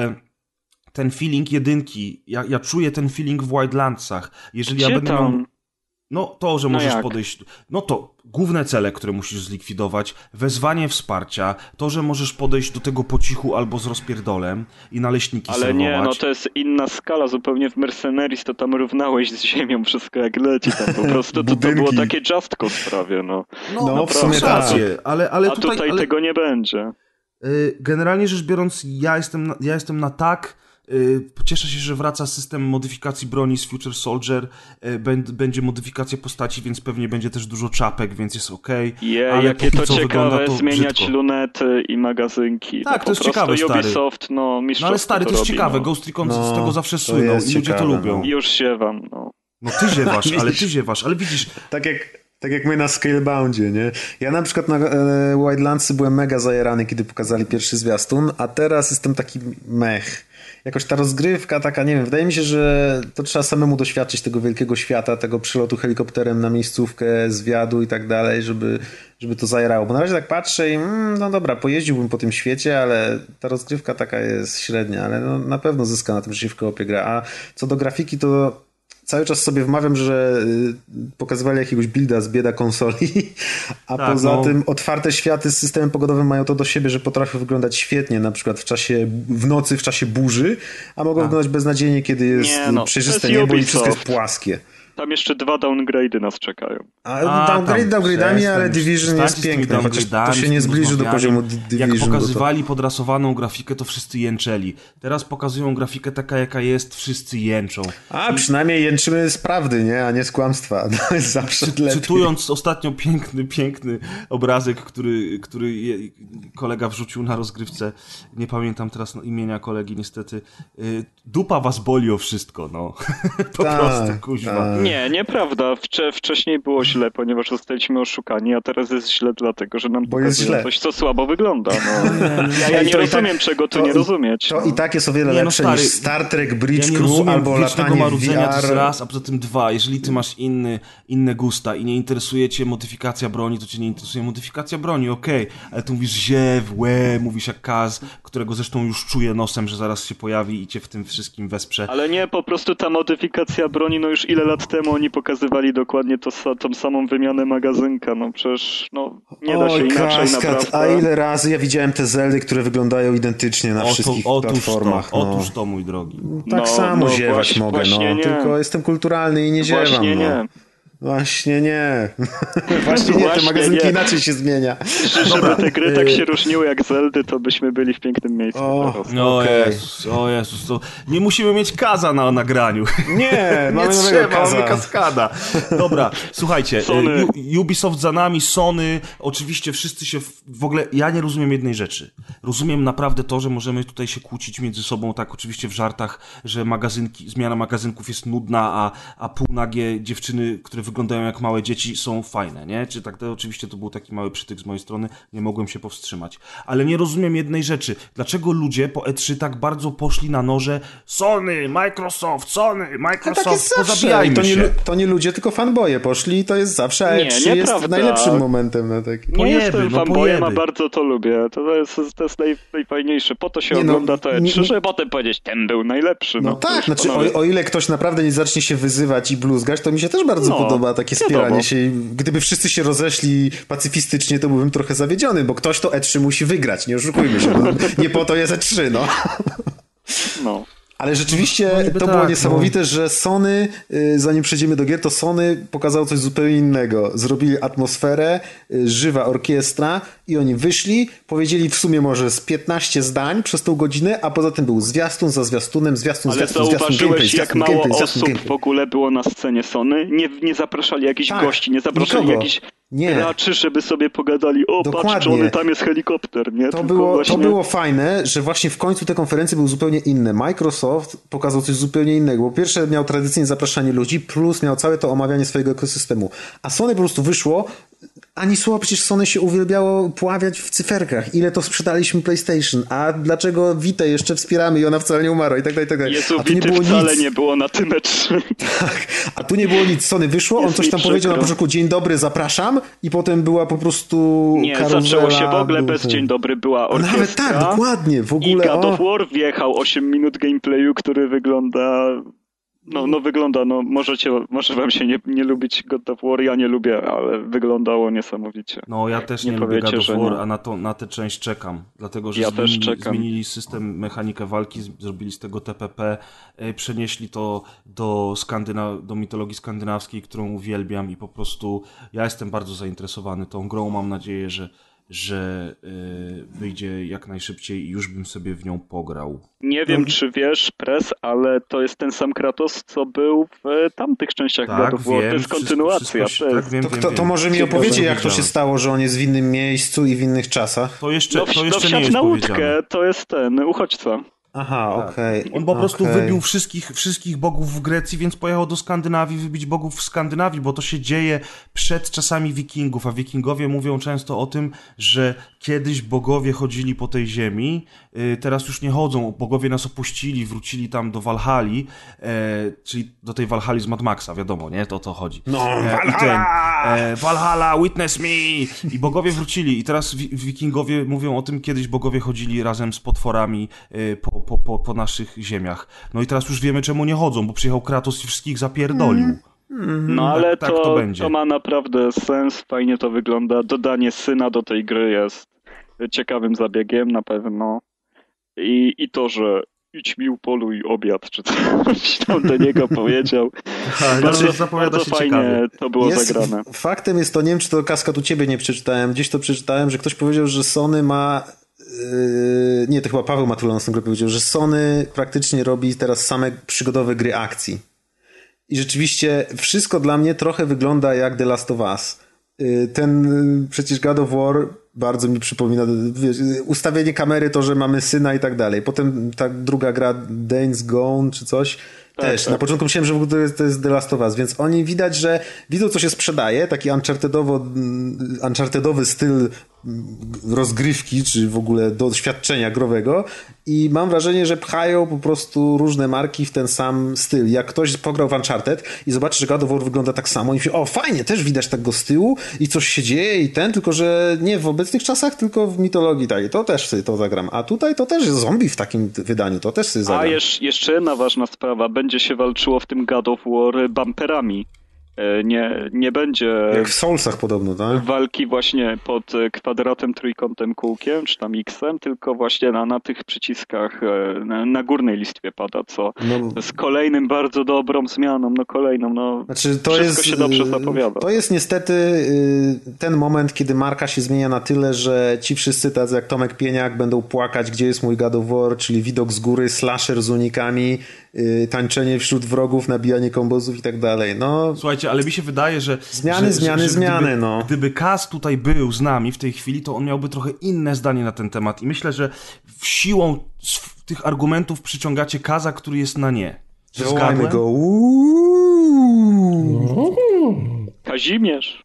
Ten feeling jedynki, ja, ja czuję ten feeling w Wildlandsach. Jeżeli Gdzie ja będę tam? miał... No to, że No możesz jak? podejść... No to główne cele, które musisz zlikwidować, wezwanie wsparcia, to, że możesz podejść do tego po cichu albo z rozpierdolem i naleśniki Ale serwować. nie, no to jest inna skala, zupełnie w Mercenaries to tam równałeś z ziemią wszystko jak leci tam po prostu, to, to było takie just cause prawie, no. No, No, no w sumie masz tak. rację, ale, ale A tutaj... tutaj ale... tego nie będzie. Generalnie rzecz biorąc, ja jestem na, ja jestem na tak. Cieszę się, że wraca system modyfikacji broni z Future Soldier. Będzie modyfikacja postaci, więc pewnie będzie też dużo czapek, więc jest okej. Okay. Je, ale jakie to ciekawe, to zmieniać brzydko. lunety i magazynki. Tak, no, to jest prostu ciekawe, stary. Ubisoft, no mistrzowsko No ale stary, to, to jest robi, ciekawe. no. Ghost Recon No, z tego zawsze to słynął jest i ludzie ciekawe, to lubią. no. Już siewam, no. No ty ziewasz, ale ty ziewasz, ale widzisz... Tak jak... Tak jak my na Scaleboundzie, nie? Ja na przykład na e, Wildlandsy byłem mega zajarany, kiedy pokazali pierwszy zwiastun, a teraz jestem taki mech. Jakoś ta rozgrywka taka, nie wiem, wydaje mi się, że to trzeba samemu doświadczyć tego wielkiego świata, tego przylotu helikopterem na miejscówkę, zwiadu i tak dalej, żeby, żeby to zajarało. Bo na razie tak patrzę i mm, no dobra, pojeździłbym po tym świecie, ale ta rozgrywka taka jest średnia, ale no, na pewno zyska na tym, że się w koopie gra. A co do grafiki, to cały czas sobie wmawiam, że pokazywali jakiegoś builda z bieda konsoli, a tak, poza no. tym otwarte światy z systemem pogodowym mają to do siebie, że potrafią wyglądać świetnie, na przykład w czasie, w nocy, w czasie burzy, a mogą tak. wyglądać beznadziejnie, kiedy jest Nie, no, przejrzyste to jest niebo i wszystko jest Ubisoft. płaskie. Tam jeszcze dwa downgrade'y nas czekają. A, A, downgrade tam downgrade'ami, ale przestań, Division jest przestańcie z tymi piękne, chociaż to downgrade'ami, się z nie tym zbliży do rozmawianiem. poziomu Division. Jak bo pokazywali podrasowaną grafikę, to wszyscy jęczeli. Teraz pokazują grafikę taka, jaka jest, wszyscy jęczą. To... A, przynajmniej jęczymy z prawdy, nie? A nie z kłamstwa. To jest zawsze Cy- lepiej. Cytując ostatnio piękny, piękny obrazek, który, który je, kolega wrzucił na rozgrywce, nie pamiętam teraz imienia kolegi niestety, y, dupa was boli o wszystko, no. Po Tak, prostu, kuźwa. tak. Nie, nieprawda. Wcze, wcześniej było źle, ponieważ zostaliśmy oszukani, a teraz jest źle dlatego, że nam Bo jest pokazują źle. coś, co słabo wygląda. No. Ja, ja Ej, nie to i rozumiem, tak- czego tu to nie i- rozumieć. To no. i tak jest o wiele Nie, no lepsze stary, niż Star Trek Bridge Ja nie Crew rozumiem albo wiecznego latanie w marudzenia, to V jest R. raz, a poza tym dwa. Jeżeli ty masz inny, inne gusta i nie interesuje cię modyfikacja broni, to cię nie interesuje modyfikacja broni, okej, okay. Ale ty mówisz ziew, łe, mówisz jak Kaz, którego zresztą już czuję nosem, że zaraz się pojawi i cię w tym wszystkim wesprze. Ale nie, po prostu ta modyfikacja broni, no już ile lat temu oni pokazywali dokładnie to, tą samą wymianę magazynka, no przecież no, nie da się Oj, inaczej kaskad, naprawdę. a ile razy ja widziałem te Zeldy, które wyglądają identycznie na Oto- wszystkich otóż platformach. To, no. otóż to, mój drogi. Tak No, samo no ziewać właśnie- mogę, no. właśnie nie. Tylko jestem kulturalny i nie ziewam. Właśnie no. nie. Właśnie nie. Właśnie nie, te Właśnie magazynki nie. inaczej się zmienia. Żeby te gry tak się różniły jak Zeldy, to byśmy byli w pięknym miejscu O. teraz. O Okej. Jezus, o Jezus, to nie musimy mieć Kaza na nagraniu. Nie, Nie mamy nowego trzeba, kaza. mamy kaskada. Dobra, słuchajcie, Sony. e, U- Ubisoft za nami, Sony, oczywiście wszyscy się, w, w ogóle, ja nie rozumiem jednej rzeczy. Rozumiem naprawdę to, że możemy tutaj się kłócić między sobą, tak oczywiście w żartach, że magazynki, zmiana magazynków jest nudna, a, a półnagie dziewczyny, które wyglądają jak małe dzieci, są fajne, nie? Czy tak, to oczywiście to był taki mały przytyk z mojej strony, nie mogłem się powstrzymać. Ale nie rozumiem jednej rzeczy. Dlaczego ludzie po E trzy tak bardzo poszli na noże Sony, Microsoft, Sony, A Microsoft, tak jest zawsze. pozabijajmy To nie, się. lu- to nie ludzie, tylko fanboje poszli i to jest zawsze, a Nie, E trzy jest nieprawda. najlepszym momentem na taki. Nie Pojeby, jestem no fanboyem, a pojeby. bardzo to lubię. To jest, to jest naj, najfajniejsze. Po to się Nie no, ogląda to E trzy, nie- żeby potem powiedzieć, ten był najlepszy. No, No, tak, Wiesz, znaczy panowie. o, o ile ktoś naprawdę nie zacznie się wyzywać i bluzgać, to mi się też bardzo No. podoba. podoba takie spieranie Wiadomo. się. Gdyby wszyscy się rozeszli pacyfistycznie, to byłbym trochę zawiedziony, bo ktoś to E trzy musi wygrać, nie oszukujmy się. No, nie po to jest E trzy, no. No. Ale rzeczywiście No, niby to tak, było no. niesamowite, że Sony, y, zanim przejdziemy do gier, to Sony pokazało coś zupełnie innego. Zrobili atmosferę, y, żywa orkiestra i oni wyszli, powiedzieli w sumie może z piętnaście zdań przez tą godzinę, a poza tym był zwiastun za zwiastunem, zwiastun, Ale zwiastun, zwiastun, gameplay, zauważyłeś, jak zwiastun, mało gameplay, zwiastun, osób gameplay. w ogóle było na scenie Sony? Nie, nie zapraszali jakichś Tak, gości, nie zapraszali nikogo. jakichś Nie. graczy, żeby sobie pogadali, o Dokładnie. patrz, Johnny, tam jest helikopter, nie? To Tylko było, właśnie... to było fajne, że właśnie w końcu te konferencje były zupełnie inne. Microsoft pokazał coś zupełnie innego. Po pierwsze miał tradycyjnie zapraszanie ludzi, plus miał całe to omawianie swojego ekosystemu. A Sony po prostu wyszło, ani słowa, przecież Sony się uwielbiało pławiać w cyferkach. Ile to sprzedaliśmy PlayStation, a dlaczego Vita jeszcze wspieramy i ona wcale nie umarła i tak dalej, i tak dalej. Jezu, A tu nie Vity było wcale nic. nie było na tym E trzy. Tak, a tu nie było nic. Sony wyszło, on Jest coś mi tam powiedział na przykro. początku, dzień dobry, zapraszam i potem była po prostu Nie, karuzela, zaczęło się w ogóle był bez ten- dzień dobry, była A orkiestra. nawet tak, dokładnie, w I ogóle. God o. of War wjechał osiem minut gameplayu, który wygląda... No, no wygląda, no możecie, może wam się nie, nie lubić God of War, ja nie lubię, ale wyglądało niesamowicie. No ja też Nie nie, lubię powiecie, God of że War, nie. a na, to, na tę część czekam. Dlatego, że Ja też zmienili, czekam. zmienili system, mechanikę walki, z- zrobili z tego T P P, e, przenieśli to do, Skandyna- do mitologii skandynawskiej, którą uwielbiam i po prostu ja jestem bardzo zainteresowany tą grą. Mam nadzieję, że, że e, wyjdzie jak najszybciej i już bym sobie w nią pograł. Nie wiem, czy wiesz, Press, ale to jest ten sam Kratos, co był w tamtych częściach God of War. To jest wszystko- kontynuacja. wszystko się- to jest... tak, wiem, To, wiem, kto, wiem. to może mi Ciekawe, opowiecie, że jak to się wiedziałem. stało, że on jest w innym miejscu i w innych czasach? To jeszcze, No, to no jeszcze nie wsiadł jest na powiedziane. łódkę, to jest ten uchodźca. Aha, okej. On po prostu okej. wybił wszystkich, wszystkich bogów w Grecji, więc pojechał do Skandynawii wybić bogów w Skandynawii, bo to się dzieje przed czasami wikingów, a wikingowie mówią często o tym, że kiedyś bogowie chodzili po tej ziemi, yy, teraz już nie chodzą, bogowie nas opuścili, wrócili tam do Walhali, e, czyli do tej Walhali z Mad Maxa, wiadomo, nie? To o to chodzi. No, E, i ten, e, Valhalla, witness me! I bogowie wrócili i teraz wi- wikingowie mówią o tym, kiedyś bogowie chodzili razem z potworami e, po, po, po, po naszych ziemiach. No i teraz już wiemy, czemu nie chodzą, bo przyjechał Kratos i wszystkich zapierdolił. No ale tak to, to to, będzie. ma naprawdę sens, fajnie to wygląda. Dodanie syna do tej gry jest ciekawym zabiegiem na pewno. I, i to, że idź mi upoluj obiad, czy coś tam do niego powiedział. bardzo Znaczy, zapowiada bardzo się fajnie ciekawie. to było Jest, zagrane. Faktem jest to, nie wiem, czy to Kaska tu ciebie nie przeczytałem, gdzieś to przeczytałem, że ktoś powiedział, że Sony ma... Yy, nie, to chyba Paweł Matula na tym grę powiedział, że Sony praktycznie robi teraz same przygodowe gry akcji. I rzeczywiście wszystko dla mnie trochę wygląda jak The Last of Us. Yy, ten yy, przecież God of War bardzo mi przypomina, wiesz, ustawienie kamery, to, że mamy syna i tak dalej. Potem ta druga gra Days Gone czy coś, Tak, też. tak. Na początku myślałem, że w ogóle to jest, to jest The Last of Us, więc oni widać, że widzą, co się sprzedaje, taki unchartedowo, unchartedowy styl rozgrywki, czy w ogóle doświadczenia growego i mam wrażenie, że pchają po prostu różne marki w ten sam styl. Jak ktoś pograł w Uncharted i zobaczy, że God of War wygląda tak samo i myśli, o fajnie, też widać tak go z tyłu i coś się dzieje i ten, tylko że nie w obecnych czasach, tylko w mitologii dalej. To też sobie to zagram. A tutaj to też jest zombie w takim wydaniu, to też sobie zagram. A jesz, jeszcze jedna ważna sprawa, będzie się walczyło w tym God of War bumperami. E, Nie, nie będzie Jak w Soulsach podobno, tak? walki właśnie pod e, kwadratem, trójkątem, kółkiem, czy tam X-em, tylko właśnie na, na tych przyciskach e, na, na górnej listwie pada, co No, z kolejnym bardzo dobrą zmianą, no kolejną, no Znaczy, to wszystko jest, się dobrze zapowiada. To jest niestety y, ten moment, kiedy marka się zmienia na tyle, że ci wszyscy tacy jak Tomek Pieniak będą płakać, gdzie jest mój God of War, czyli widok z góry, slasher z unikami, y, tańczenie wśród wrogów, nabijanie kombosów i tak dalej. No, Słuchajcie, ale mi się wydaje, że... Zmiany, że, zmiany, że, że zmiany, gdyby, no. Gdyby Kaz tutaj był z nami w tej chwili, to on miałby trochę inne zdanie na ten temat i myślę, że w siłą sw- tych argumentów przyciągacie Kaza, który jest na nie. Czy wołajmy zgadłem? go. Uuuu. Kazimierz,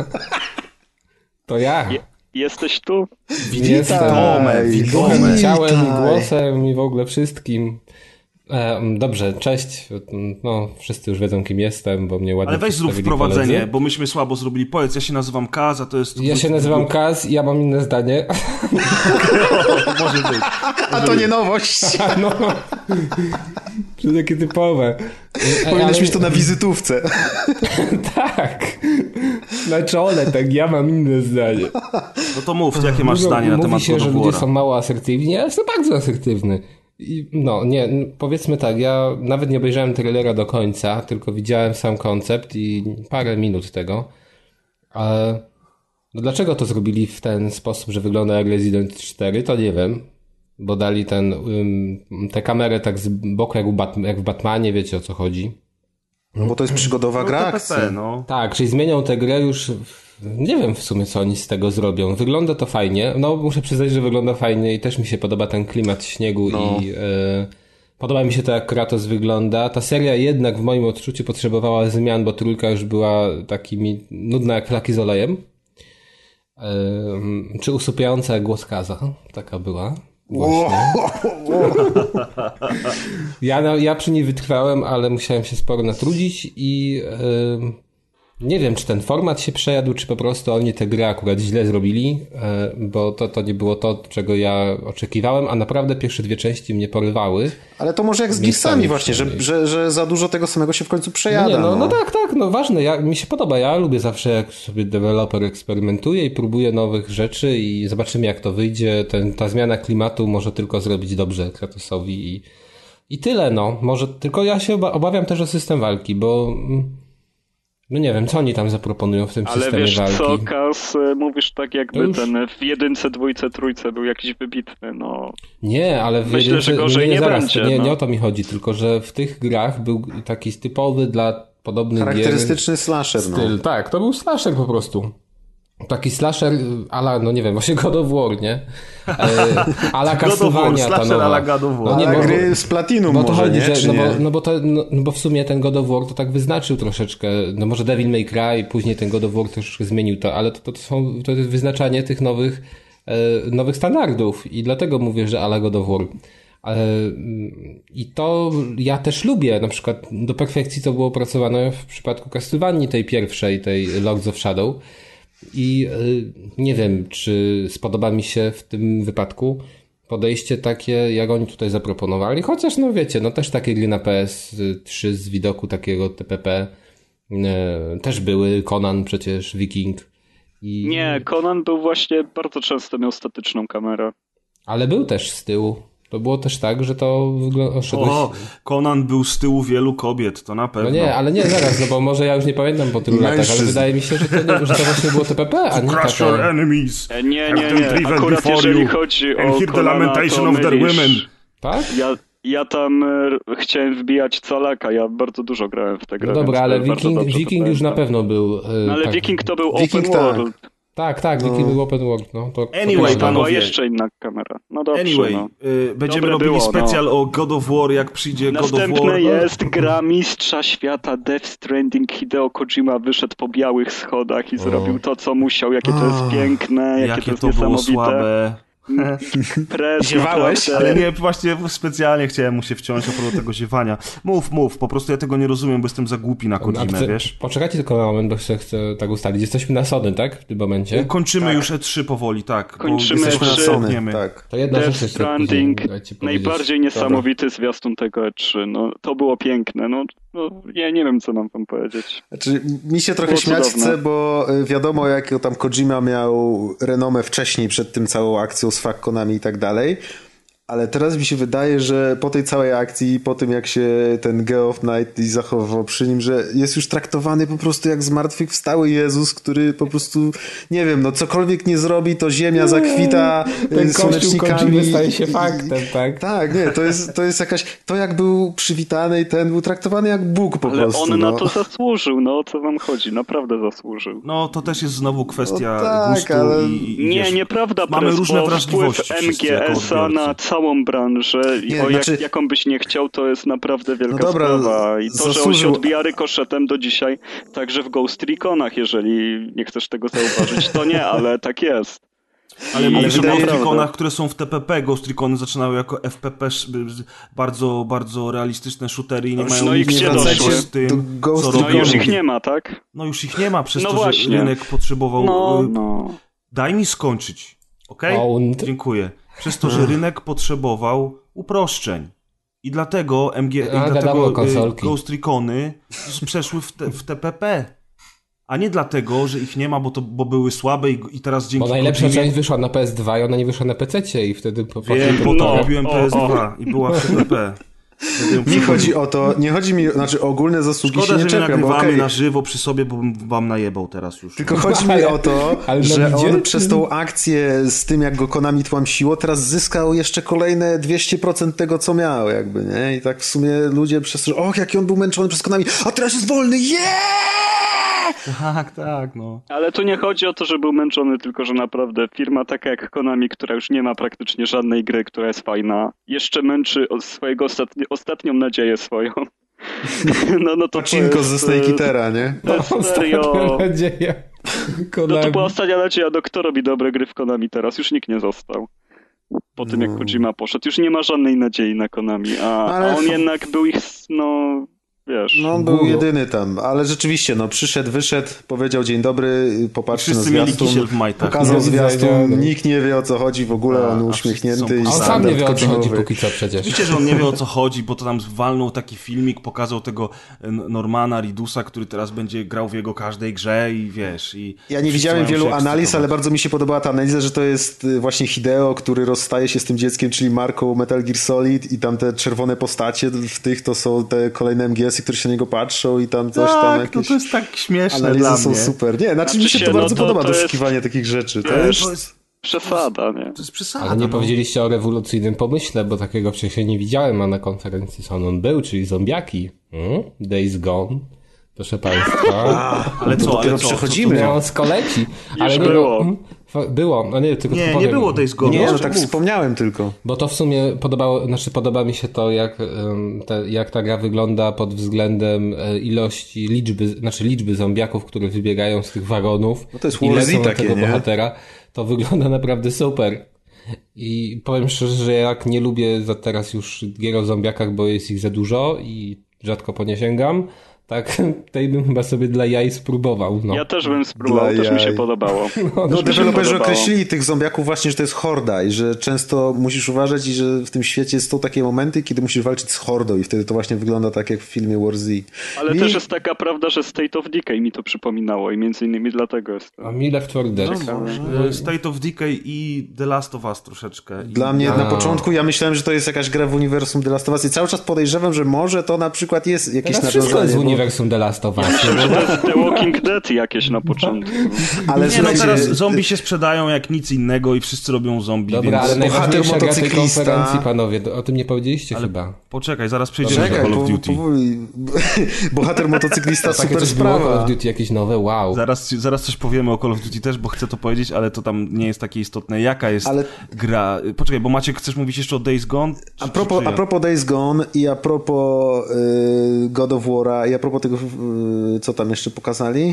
To ja. Je- jesteś tu? Jestem Witamy, duchem, witamy. ciałem i głosem i w ogóle wszystkim. E, dobrze, cześć. No, wszyscy już wiedzą, kim jestem, bo mnie ładnie Ale weź zrób przedstawili wprowadzenie, koledzy. bo myśmy słabo zrobili. Powiedz, ja się nazywam Kaz, a to jest... Ja się nazywam Kaz i ja mam inne zdanie. Może być. A to nie nowość. No. To takie typowe. Powinieneś Ale... mieć to na wizytówce. Tak. Na czole, tak, ja mam inne zdanie. No to mów, jakie masz Mówią, zdanie na mówi temat się, God że of ludzie War'a? są mało asertywni, ja jestem bardzo asertywny. I no, nie, powiedzmy tak, ja nawet nie obejrzałem trailera do końca, tylko widziałem sam koncept i parę minut tego. Ale no dlaczego to zrobili w ten sposób, że wygląda jak Resident cztery, to nie wiem. Bo dali ten, um, tę kamerę tak z boku jak, u Bat- jak w Batmanie, wiecie o co chodzi. No bo to jest przygodowa gra No, akcji. T P P, no. Tak, czyli zmienią tę grę już... Nie wiem w sumie, co oni z tego zrobią. Wygląda to fajnie. No, muszę przyznać, że wygląda fajnie i też mi się podoba ten klimat śniegu No. i... E, podoba mi się to, jak Kratos wygląda. Ta seria jednak w moim odczuciu potrzebowała zmian, bo trójka już była takimi nudna jak flaki z olejem. E, czy usypiająca jak głos Kaza. Taka była. Właśnie. Ja, no, ja przy niej wytrwałem, ale musiałem się sporo natrudzić i e, nie wiem, czy ten format się przejadł, czy po prostu oni tę grę akurat źle zrobili, e, bo to, to nie było to, czego ja oczekiwałem, a naprawdę pierwsze dwie części mnie porywały. Ale to może jak z Miejscami Gearsami właśnie, że, przynajmniej. że, że za dużo tego samego się w końcu przejada. No, nie, no, no. no tak, tak, no ważne, ja, mi się podoba, ja lubię zawsze jak sobie deweloper eksperymentuje i próbuje nowych rzeczy i zobaczymy jak to wyjdzie, Ten, ta zmiana klimatu może tylko zrobić dobrze Kratosowi i, i tyle, no, może, tylko ja się oba- obawiam też o system walki, bo no nie wiem, co oni tam zaproponują w tym Ale systemie wiesz walki. co, Kas, mówisz tak jakby już- ten w jedynce, dwójce, trójce był jakiś wybitny, no. Nie, ale w Myślę, jedynce, że gorzej nie, nie zaraz, będzie, nie, no. nie o to mi chodzi, tylko że w tych grach był taki typowy dla podobnych gier Charakterystyczny slasher, no. styl. Tak, to był slasher po prostu. Taki slasher ala, no nie wiem, właśnie God of War, nie? E, ala God of War, Castlevania ta slasher nowa. ala God of War. No nie, Ale bo, gry z Platinum bo to może, chodzi, nie? że, Czy no, nie? bo, no, bo to, no, no bo w sumie ten God of War to tak wyznaczył troszeczkę, no może Devil May Cry, później ten God of War troszeczkę zmienił to, ale to, to, to, są, to jest wyznaczanie tych nowych, e, nowych standardów i dlatego mówię, że ala God of War. I to ja też lubię, na przykład do perfekcji to było opracowane w przypadku Castlevanii tej pierwszej, tej Lords of Shadow i nie wiem, czy spodoba mi się w tym wypadku podejście takie, jak oni tutaj zaproponowali, chociaż no wiecie, no też takie gry na P S trzy z widoku takiego T P P też były, Conan przecież, Viking i... Nie, Conan był właśnie, bardzo często miał statyczną kamerę. Ale był też z tyłu. To było też tak, że to wyglądało... O, Conan był z tyłu wielu kobiet, to na pewno. No nie, ale nie, zaraz, no bo może ja już nie pamiętam po tylu latach, ale Mężczyzn. wydaje mi się, że to, nie, że to właśnie było T P P, a nie Crush your taka... enemies. E, Nie, Have nie, them nie, driven akurat before jeżeli you chodzi and o hear the Conana, lamentation to of their mylisz. women. Tak? Ja, ja tam e, chciałem wbijać calaka, ja bardzo dużo grałem w tę grę. No dobra, więc ale bardzo Viking, dobrze to Viking już na pamiętam. pewno był... e, No ale tak. Viking to był Viking open tak. world. Tak, tak, Viking był open world, no. To, to Anyway, To prawda. była panowie. jeszcze inna kamera. No dobrze, Anyway, no. y, będziemy Dobre robili było, specjal o God of War, jak przyjdzie God of War. Następne jest gra mistrza świata Death Stranding. Hideo Kojima wyszedł po białych schodach i zrobił to, co musiał. Jakie to jest piękne, jakie, Jakie to jest to było niesamowite. słabe. Pres, Ziewałeś? naprawdę. Ale nie, właśnie specjalnie chciałem mu się wciąć a propos tego ziewania. Mów, mów, po prostu ja tego nie rozumiem, bo jestem za głupi na A Kojimę, chcę- wiesz? Poczekajcie tylko na moment, bo chcę, chcę tak ustalić. Jesteśmy na Sony, tak? W tym momencie. Kończymy już E trzy powoli, tak. bo Kończymy jesteśmy E na trzy. Sony, Sony, tak. To jedna Death rzecz jeszcze Stranding, później, dajcie powiedzieć. najbardziej niesamowity zwiastun tego E trzy. No, to było piękne. No, no, ja nie wiem, co mam wam powiedzieć. Znaczy, mi się trochę Było śmiać cudowne. chce, bo y, wiadomo, jak tam Kojima miał renomę wcześniej przed tym całą akcją z Fakkonami i tak dalej. Ale teraz mi się wydaje, że po tej całej akcji, po tym jak się ten Geoff Knightley zachowywał przy nim, że jest już traktowany po prostu jak zmartwychwstały Jezus, który po prostu, nie wiem, no cokolwiek nie zrobi, to ziemia zakwita y, Ten kościół słonecznikami. Kojimy staje się i- i- faktem, tak? Tak, nie, to jest, to jest jakaś, to jak był przywitany i ten był traktowany jak Bóg po Ale prostu. on no. na to zasłużył. No, o co wam chodzi? Naprawdę zasłużył. No to też jest znowu kwestia No tak, gustu ale- i, i Nie, wiesz, nieprawda, mamy Pres, różne bo wrażliwości wpływ wszyscy jako M G S-a odbiorcy. na całą branżę, Nie, o jak, znaczy- jaką byś nie chciał, to jest naprawdę wielka No dobra, sprawa. I to, że on się zasłużył- odbija rykoszetem do dzisiaj, także w Ghost Reconach, jeżeli nie chcesz tego zauważyć, to nie, ale tak jest. Ale I- mówisz o wydaje- Ghost Reconach, które są w T P P. Ghost Recony zaczynały jako F P P, sz- bardzo, bardzo realistyczne shootery i nie mają No i nic gdzie wspólnego doszły? z tym, Do Ghost co Recon. No robią. już ich nie ma, tak? No już ich nie ma, przez No to, właśnie. że rynek potrzebował... No, y, no. Daj mi skończyć, okej? Owned. Dziękuję. Przez to, że rynek potrzebował uproszczeń. I dlatego M G, A, i dlatego konsolki. Ghost Recony przeszły w, te, w T P P. A nie dlatego, że ich nie ma, bo, to, bo były słabe i, i teraz dzięki... Bo najlepsza Kojimie... część wyszła na P S dwa i ona nie wyszła na pececie i wtedy... Po, po, Wiem, po, bo to no, kupiłem o, P S dwa o. i była w T P P. Nie chodzi o to, nie chodzi mi, znaczy ogólne zasługi Szkoda, się nie że nie czepiam, bo nagrywamy okej. na żywo przy sobie, bo bym wam najebał teraz już. Tylko chodzi mi Ale- o to, ale że na on widzie? przez tą akcję z tym, jak go Konami tłamsiło, teraz zyskał jeszcze kolejne dwieście procent tego, co miał, jakby, nie? I tak w sumie ludzie przez to, że och, jaki on był męczony przez Konami, a teraz jest wolny, yeah! Tak, tak, no. Ale tu nie chodzi o to, że był męczony, tylko że naprawdę firma taka jak Konami, która już nie ma praktycznie żadnej gry, która jest fajna, jeszcze męczy od swojego ostatni, ostatnią nadzieję swoją. No, no to Pacinko to ze jest, Snake e, Eatera, nie? To jest serio... nadzieja. No to była ostatnia nadzieja, do kto robi dobre gry w Konami teraz? Już nikt nie został. Po tym jak Kojima poszedł. Już nie ma żadnej nadziei na Konami, a, Ale a on f- jednak był ich, no... Wiesz... No on był Było. jedyny tam, ale rzeczywiście, no przyszedł, wyszedł, powiedział dzień dobry, popatrzcie na Wszyscy mieli zwiastun, kisiel w majtach. pokazał Nie zwiastun, widzenia, no. nikt nie wie o co chodzi w ogóle, A, on a uśmiechnięty wszyscy i są- A on sam standard nie wie o co chodzi Kojimowy. póki co przecież. Wiecie, że on nie wie o co chodzi, bo to tam walnął taki filmik, pokazał tego N- Normana Ridusa, który teraz będzie grał w jego każdej grze i wiesz... I Ja nie wszyscy widziałem mają wielu się analiz, ale ekscytować. bardzo mi się podobała ta analiza, że to jest y, właśnie Hideo, który rozstaje się z tym dzieckiem, czyli marką Metal Gear Solid i tam te czerwone postacie w tych to są te kolejne M G S-y, które się na niego patrzą i tam coś tam Tak, jakieś no to jest tak śmieszne analizy dla są mnie. super. Nie, znaczy, mi Znaczy się się, to no bardzo to- podoba, to jest- doszukiwanie takich rzeczy. To Wiesz, jest... To jest, Przesada, nie? to jest przesada. Ale nie no. powiedzieliście o rewolucyjnym pomyśle, bo takiego wcześniej nie widziałem, a na konferencji Sony on był, czyli zombiaki. Hmm? Days Gone. Proszę Państwa. Ale to co, dopiero ale co, przechodzimy. co, co, No, on skoleci. Ale nie, było. No, hmm, fa- było, no nie, tylko Nie, to nie powiem. było Days Gone. Nie, no Może tak mów. wspomniałem tylko. Bo to w sumie podobało, znaczy podoba mi się to, jak, em, te, jak ta gra wygląda pod względem e, ilości, liczby, znaczy liczby zombiaków, które wybiegają z tych wagonów. No to jest i War Z lecą na takie, tego nie? bohatera. To wygląda naprawdę super. I powiem szczerze, że jak nie lubię za teraz już gier o zombiakach, bo jest ich za dużo i rzadko po nie sięgam, tak tej bym chyba sobie dla jaj spróbował. No. Ja też bym spróbował, Dla też mi się jaj. podobało. No, Też mi się deweloperzy podobało. określili tych zombiaków właśnie, że to jest horda i że często musisz uważać i że w tym świecie są takie momenty, kiedy musisz walczyć z hordą i wtedy to właśnie wygląda tak jak w filmie War Z. Ale I... też jest taka prawda, że State of Decay mi to przypominało i między innymi dlatego jest to. A mi Left four Dead. E, State of Decay i The Last of Us troszeczkę. I Dla mnie ja... na początku ja myślałem, że to jest jakaś gra w uniwersum The Last of Us i cały czas podejrzewam, że może to na przykład jest jakieś Teraz wszystko jest w nawiązanie. Bo... uniwersum The Last of Us. Myślę, że to jest The Walking Dead jakieś na początku. Ale Nie, no słuchajcie, teraz zombie się sprzedają jak nic innego i wszyscy robią zombie, Dobra, więc... ale najważniejsza gra tej motocyklista. konferencji, panowie, o tym nie powiedzieliście chyba. Poczekaj, zaraz przejdziemy Czekaj, do Call of po- Duty. powoli. Bohater motocyklista, Takie super coś było Call sprawa. of Duty jakieś nowe, wow. Zaraz, zaraz coś powiemy o Call of Duty też, bo chcę to powiedzieć, ale to tam nie jest takie istotne. Jaka jest Ale- gra? Poczekaj, bo Maciek, chcesz mówić jeszcze o Days Gone? Czy, A propos, czy, czy a propos Days Gone i a propos y, God of War'a i a propos tego, y, co tam jeszcze pokazali?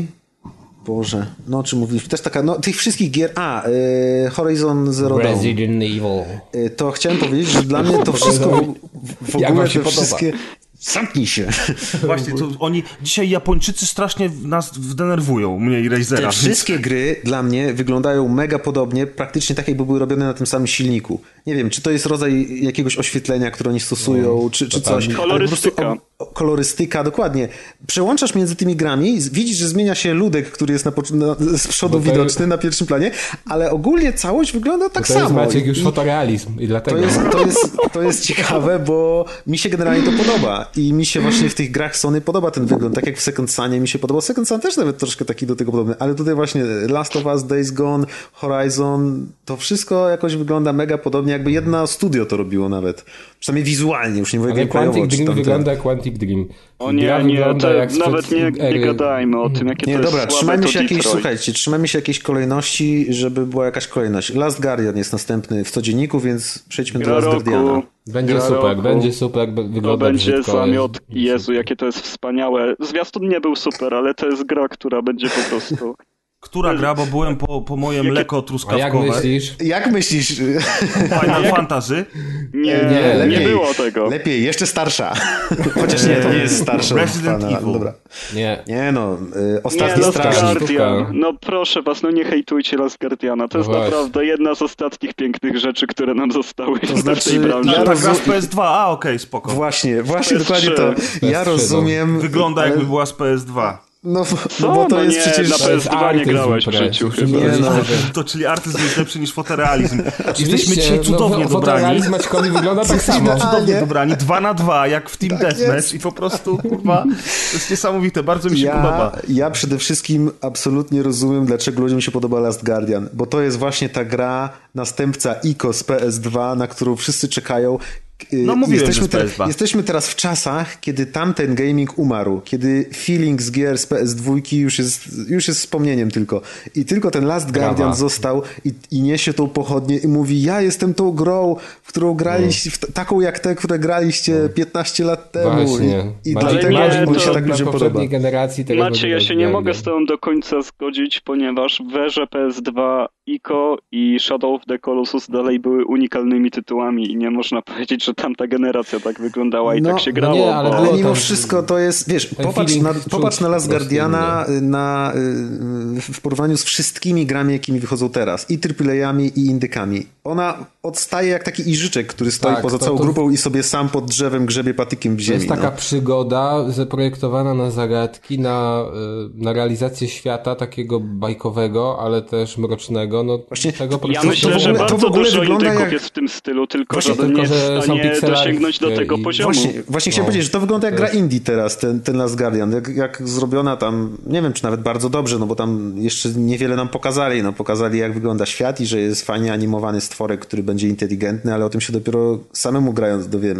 Boże, no czy mówiliśmy, też taka, no tych wszystkich gier, a, y, Horizon Zero Dawn. Resident Evil. Y, to chciałem powiedzieć, że dla mnie to wszystko w, w Jak ogóle wam się te podoba? wszystkie... Zamknij się. Właśnie, to oni, dzisiaj Japończycy strasznie nas wdenerwują, mnie i Razera. Te więc- wszystkie gry dla mnie wyglądają mega podobnie, praktycznie tak jakby były robione na tym samym silniku. Nie wiem, czy to jest rodzaj jakiegoś oświetlenia, które oni stosują, No, czy, czy totalnie. coś. ale po Kolorystyka. prostu o- o- Kolorystyka, dokładnie. Przełączasz między tymi grami, widzisz, że zmienia się ludek, który jest na, pocz- na, z przodu Bo to- widoczny na pierwszym planie, ale ogólnie całość wygląda tak To jest samo. Maciek I- już i- fotorealizm i dlatego... to jest, to, jest, to jest ciekawe, bo mi się generalnie to podoba i mi się właśnie w tych grach Sony podoba ten wygląd, tak jak w Second Sunie mi się podobał. Second Sun też nawet troszkę taki do tego podobny, ale tutaj właśnie Last of Us, Days Gone, Horizon, to wszystko jakoś wygląda mega podobnie, jakby jedno studio to robiło nawet. Przynajmniej wizualnie, już nie mówię Ale gameplayowo, Quantic czy Dream tam ten- wygląda jak Quantic Dream. O Gra nie, nie, wygląda to jak sprzed nawet nie, nie ery. gadajmy o tym, jakie Nie, to jest dobra, słabe, trzymajmy to się jakiejś, Detroit. słuchajcie, trzymajmy się jakiejś kolejności, żeby była jakaś kolejność. Last Guardian jest następny w codzienniku, więc przejdźmy do Gra Last roku, Guardiana. Będzie gra super, roku. będzie super, be- To wygląda będzie brzydko. zamiot. jest- Jezu, jakie to jest wspaniałe. Zwiastun nie był super, ale to jest gra, która będzie po prostu Która gra, bo byłem po, po moje mleko truskawkowe. A jak myślisz? Jak myślisz? Final Fantasy? Nie, Nie, nie, lepiej. nie było tego. Lepiej, jeszcze starsza. Chociaż nie, to nie jest starsza. Resident pana, Evil. Dobra. Nie. Nie no, y, Nie, ostatni Last strażnik. Guardian. Sztuka. No proszę was, no nie hejtujcie Last Guardiana. To No jest właśnie. naprawdę jedna z ostatnich pięknych rzeczy, które nam zostały To w znaczy, tej branży. ja Ta roz- gra z P S dwa, a okej, okay, spoko. Właśnie, właśnie P S dokładnie to. trzy. Ja P S trzy, rozumiem. Wygląda ale- jakby była z P S dwa. No, Co? no bo to No jest nie, przecież... na P S dwa nie artyzm grałeś w wręcz. życiu Już chyba. nie, no. To czyli artyzm jest lepszy niż fotorealizm. Jesteśmy Oczywiście, dzisiaj cudownie no, dobrani. fotorealizm Maćkowi wygląda tak samo. Cudownie nie? dobrani, dwa na dwa, jak w Team Tak Deathmatch jest. i po prostu, kurwa, to jest niesamowite, bardzo mi się Ja, podoba. ja przede wszystkim absolutnie rozumiem, dlaczego ludziom się podoba Last Guardian, bo to jest właśnie ta gra, następca Ico z P S dwa, na którą wszyscy czekają. No, mówiłem, jesteśmy, że z P S dwa. te, jesteśmy teraz w czasach, kiedy tamten gaming umarł, kiedy feeling z gier z P S dwa już jest, już jest wspomnieniem tylko. I tylko ten Last Guardian Brawa. został i, i niesie tą pochodnię i mówi, ja jestem tą grą, w którą graliście, w t- taką jak te, które graliście piętnaście lat temu. Właśnie. I, i Maciek, dlatego nie, on to się tak dla ludziom podoba. poprzedniej generacji tego Macie, ja się nie mogę z tobą do końca zgodzić, ponieważ w erze P S dwa Ico i Shadow of the Colossus dalej były unikalnymi tytułami i nie można powiedzieć, że tamta generacja tak wyglądała i No, tak się no grało. nie, ale bo... Ale było mimo tam- wszystko to jest, wiesz, ten popatrz feeling na, czuć popatrz na po Last prostu Guardiana na, y, w porównaniu z wszystkimi grami, jakimi wychodzą teraz. I triplejami, i indykami. Ona odstaje jak taki iżyczek, który stoi Tak, poza to- całą to- grupą i sobie sam pod drzewem grzebie patykiem w To ziemi. jest taka no. przygoda zaprojektowana na zagadki, na, y, na realizację świata takiego bajkowego, ale też mrocznego. No, Właśnie, tego po Ja prostu- myślę, to w że ogóle- to w bardzo ogóle dużo wygląda indyków jak- jest w tym stylu, tylko Właśnie, żaden tylko, nie jest że w są stanie pixelarskie dosięgnąć do tego i- poziomu. Właśnie, właśnie chciałem No. powiedzieć, że to wygląda jak To gra jest- indie teraz, ten, ten Last Guardian. Jak, jak zrobiona tam, nie wiem, czy nawet bardzo dobrze, no bo tam jeszcze niewiele nam pokazali. No, pokazali, jak wygląda świat i że jest fajnie animowany stworek, który będzie inteligentny, ale o tym się dopiero samemu grając dowiemy.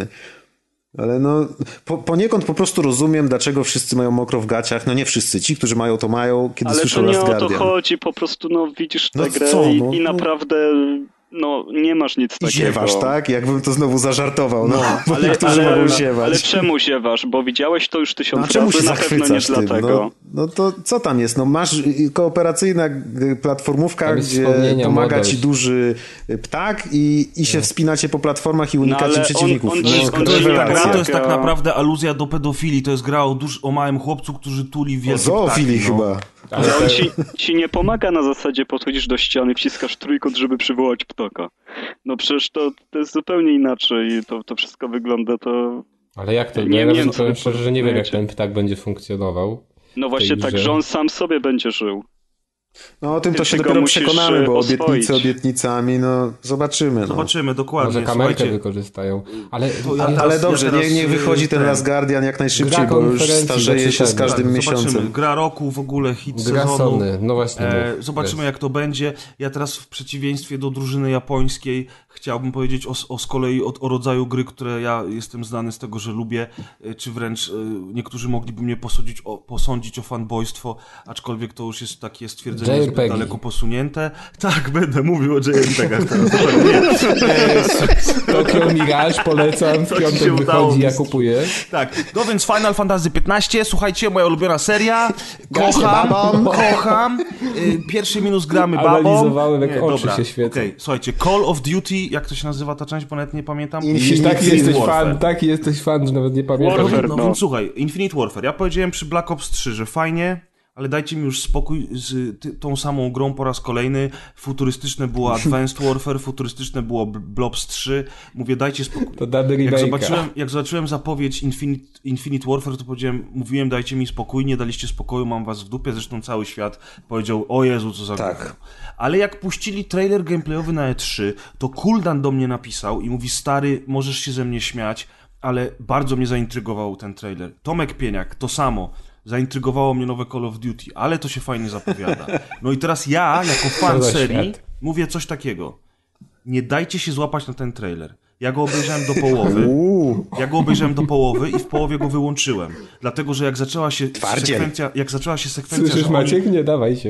Ale no, po, poniekąd po prostu rozumiem, dlaczego wszyscy mają mokro w gaciach. No nie wszyscy, ci, którzy mają, to mają, kiedy Ale słyszą to nie Last o to Guardian. chodzi, po prostu no widzisz tę No grę co, i, no, i no. naprawdę no nie masz nic I takiego. ziewasz, tak? Jakbym to znowu zażartował. No, bo Ale, niektórzy ale, mogą ziewać. ale czemu ziewasz? Bo widziałeś to już No, tysiąc a czemu się razy, na pewno nie zachwycasz tym? dlatego. No, no to co tam jest? No masz y, kooperacyjna g- platformówka, Tam jest gdzie wspomnienia, pomaga młodość. ci duży y, ptak i, i się wspinacie po platformach i unikacie No, ale przeciwników. on- on no, ci- to on To ci jest, ta rewelacja. gra to jest tak Taka- naprawdę aluzja do pedofilii. To jest gra o, duż, o małym chłopcu, który tuli O wielkie zoofilii ptaki, no. chyba. Ale on ci, ci nie pomaga na zasadzie podchodzisz do ściany, wciskasz trójkąt, żeby przywołać ptaka. No przecież to, to jest zupełnie inaczej. To, to wszystko wygląda to... Ale jak to? Nie Nie, ja wiem, nawet co powiem wy szczerze, że nie wiem, jak porównujecie. ten ptak będzie funkcjonował. No właśnie tej tak, grze. że on sam sobie będzie żył. No o tym to Ty się tego dopiero musisz, przekonamy, bo oswoić. obietnice obietnicami, no zobaczymy. No. Zobaczymy, dokładnie. Może kamerkę Słuchajcie, wykorzystają. Ale, To ja- ale, Ale ja dobrze, teraz, niech, niech wychodzi ten ten- Last Guardian jak najszybciej, Gra bo już konferencji starzeje się z zaczytamy. każdym tak, zobaczymy. miesiącem. Gra roku, w ogóle hit gra sezonu. Sony, no właśnie. E, mów. zobaczymy, Wiesz. jak to będzie. Ja teraz w przeciwieństwie do drużyny japońskiej chciałbym powiedzieć o, o z kolei o, o rodzaju gry, które ja jestem znany z tego, że lubię, e, czy wręcz e, niektórzy mogliby mnie posądzić o, posądzić o fanboystwo, aczkolwiek to już jest takie stwierdzenie J R zbyt P G. daleko posunięte. Tak, będę mówił o J R P G-ach teraz. Nie. E, Tokyo Mirage polecam, w To ci się piątek udało wychodzi, ja mi- kupuję. Tak, no więc Final Fantasy piętnaście, słuchajcie, moja ulubiona seria, Gaśnie kocham, babą. kocham, y, pierwszy minus gramy babą. Analizowałem, jak Nie, oczy dobra, się świecą. okej, słuchajcie, Call of Duty, jak to się nazywa ta część, bo nawet nie pamiętam. Infinite Taki jesteś Warfare. fan, taki jesteś fan, że nawet nie pamiętam. Warfare. No, No. więc słuchaj, Infinite Warfare, ja powiedziałem przy Black Ops trzy, że fajnie, ale dajcie mi już spokój z ty, tą samą grą po raz kolejny. Futurystyczne było Advanced Warfare, futurystyczne było B- Blobs trzy. Mówię, dajcie spokój. To damy Jak remake'a. zobaczyłem, jak zobaczyłem zapowiedź Infinite, Infinite Warfare, to powiedziałem, mówiłem, dajcie mi spokój, nie daliście spokoju, mam was w dupie, zresztą cały świat powiedział, o Jezu, co za Tak. gówno. Ale jak puścili trailer gameplayowy na E trzy, to Kuldan do mnie napisał i mówi, stary, możesz się ze mnie śmiać, ale bardzo mnie zaintrygował ten trailer. Tomek Pieniak, to samo. Zaintrygowało mnie nowe Call of Duty, ale to się fajnie zapowiada. No i teraz ja, jako fan Co za serii, świat. mówię coś takiego. Nie dajcie się złapać na ten trailer. Ja go obejrzałem do połowy. Uuu. Ja go obejrzałem do połowy i w połowie go wyłączyłem. Dlatego, że jak zaczęła się Twardziel. sekwencja, jak zaczęła się sekwencja, Słyszysz, że oni, Maciek? Nie dawaj się.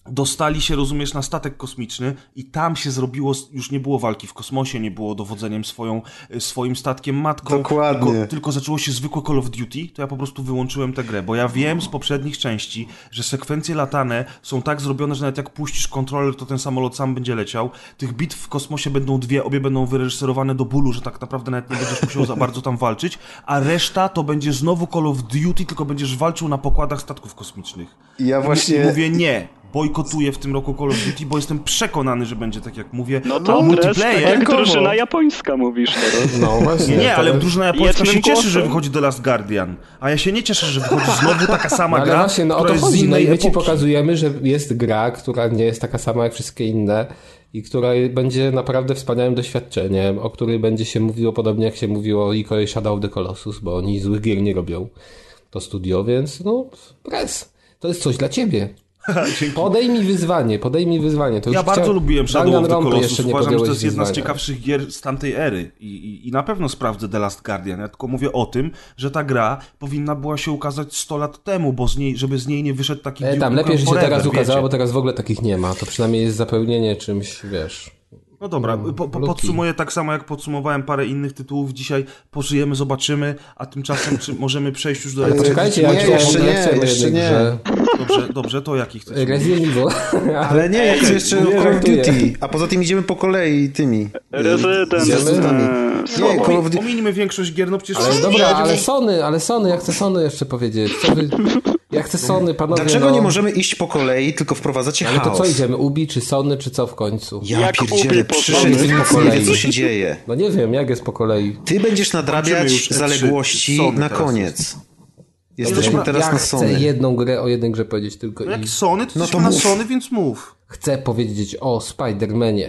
dostali się, rozumiesz, na statek kosmiczny i tam się zrobiło, już nie było walki w kosmosie, nie było dowodzeniem swoją, swoim statkiem matką. Dokładnie. Tylko, tylko zaczęło się zwykłe Call of Duty, to ja po prostu wyłączyłem tę grę, bo ja wiem z poprzednich części, że sekwencje latane są tak zrobione, że nawet jak puścisz kontroler, to ten samolot sam będzie leciał. Tych bitw w kosmosie będą dwie, obie będą wyreżyserowane do bólu, że tak naprawdę nawet nie będziesz musiał za bardzo tam walczyć, a reszta to będzie znowu Call of Duty, tylko będziesz walczył na pokładach statków kosmicznych. I ja właśnie... I mówię nie. Bojkotuję w tym roku Call of Duty, bo jestem przekonany, że będzie tak jak mówię. No to Andres, tak jak drużyna japońska mówisz teraz. No właśnie. Nie, ale drużyna japońska się cieszy, głosem. że wychodzi The Last Guardian. A ja się nie cieszę, że wychodzi znowu taka sama no, ale gra, właśnie, no o która to jest chodzi. z No innej i my ci epoki. pokazujemy, że jest gra, która nie jest taka sama jak wszystkie inne i która będzie naprawdę wspaniałym doświadczeniem, o której będzie się mówiło podobnie jak się mówiło o Ico i Shadow of the Colossus, bo oni złych gier nie robią. To studio, więc no press. To jest coś dla ciebie. Podejmij wyzwanie, podejmij wyzwanie. To Ja już bardzo chcia... lubiłem Shadow of the Colossus. jeszcze nie Uważam, że to jest podjąłeś jedna z wyzwania. ciekawszych gier z tamtej ery. I, i, I na pewno sprawdzę The Last Guardian. Ja tylko mówię o tym, że ta gra powinna była się ukazać sto lat temu, bo z niej, żeby z niej nie wyszedł taki... E, tam Duke lepiej, że się Forever, teraz ukazała, wiecie. bo teraz w ogóle takich nie ma. To przynajmniej jest zapełnienie czymś, wiesz... No dobra, po, po, podsumuję tak samo jak podsumowałem parę innych tytułów. Dzisiaj pożyjemy, zobaczymy, a tymczasem czy możemy przejść już do... Ale poczekajcie, ja Nie, chciałem, jeszcze ja nie, chciałem o jeszcze jednej nie. grze. Dobrze, dobrze, to jaki chcesz? Resident Evil. Ale nie, ja chcę jeszcze nie Call of żartuję. Duty. A poza tym idziemy po kolei tymi. Rezydent. Nie, Słabo. Call of Duty. Ominimy większość gier, no przecież... Ale dobra, ale Sony, ale Sony, ja chcę Sony jeszcze powiedzieć. Co wy... Ja chcę Sony, panowie, Dlaczego no... nie możemy iść po kolei, tylko wprowadzacie Ale to chaos? co idziemy, Ubi czy Sony, czy co w końcu? Ja Jak pierdzielę, Ubi po przyszedł Sony. po kolei. Co się dzieje? No nie wiem, jak jest po kolei. Ty będziesz Kończymy nadrabiać już E trzy. zaległości Sony na teraz koniec. Jesteśmy dobra, teraz ja na chcę Sony. jedną grę, o jednej grze powiedzieć tylko No i jak Sony, to No jesteśmy to na mów. Sony, więc mów. chcę powiedzieć o Spider-Manie.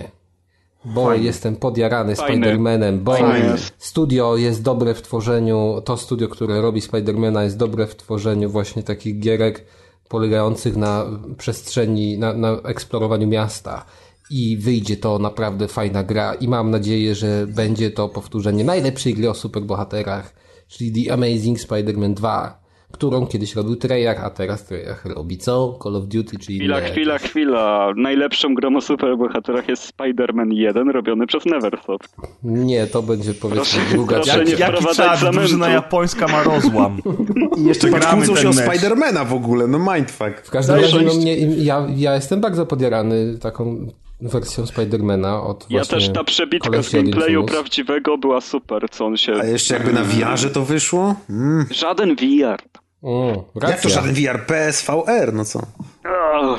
Bo Fajnie. jestem podjarany Fajne. Spider-Manem, bo Fajne jest. studio jest dobre w tworzeniu, to studio, które robi Spider-Mana jest dobre w tworzeniu właśnie takich gierek polegających na przestrzeni, na, na eksplorowaniu miasta i wyjdzie to naprawdę fajna gra i mam nadzieję, że będzie to powtórzenie najlepszej gry o superbohaterach, czyli The Amazing Spider-Man dwa, którą kiedyś robił Treyarch, a teraz Treyarch robi co? Call of Duty, czyli Chwila, nie. chwila, chwila. Najlepszą grą o superbohaterach jest Spider-Man jeden, robiony przez Neversoft. Nie, to będzie powiedzmy Proszę- druga proszę trzecia. nie Jaki wprowadzać czad, zamętu. drużyna japońska ma rozłam. I jeszcze Gramy kłócą się o ten mecz. Spidermana w ogóle, no mindfuck. W każdym Daj razie no, sześć. mnie, ja, ja jestem bardzo podjarany taką wersją Spidermana od Ja właśnie też ta przebitka z kolesi gameplayu Infamous. prawdziwego była super, co on się... A jeszcze jakby na V R-ze to wyszło? Mm. Żaden V R. Mm, racja. Jak to żaden V R? P S V R, no co? Ach,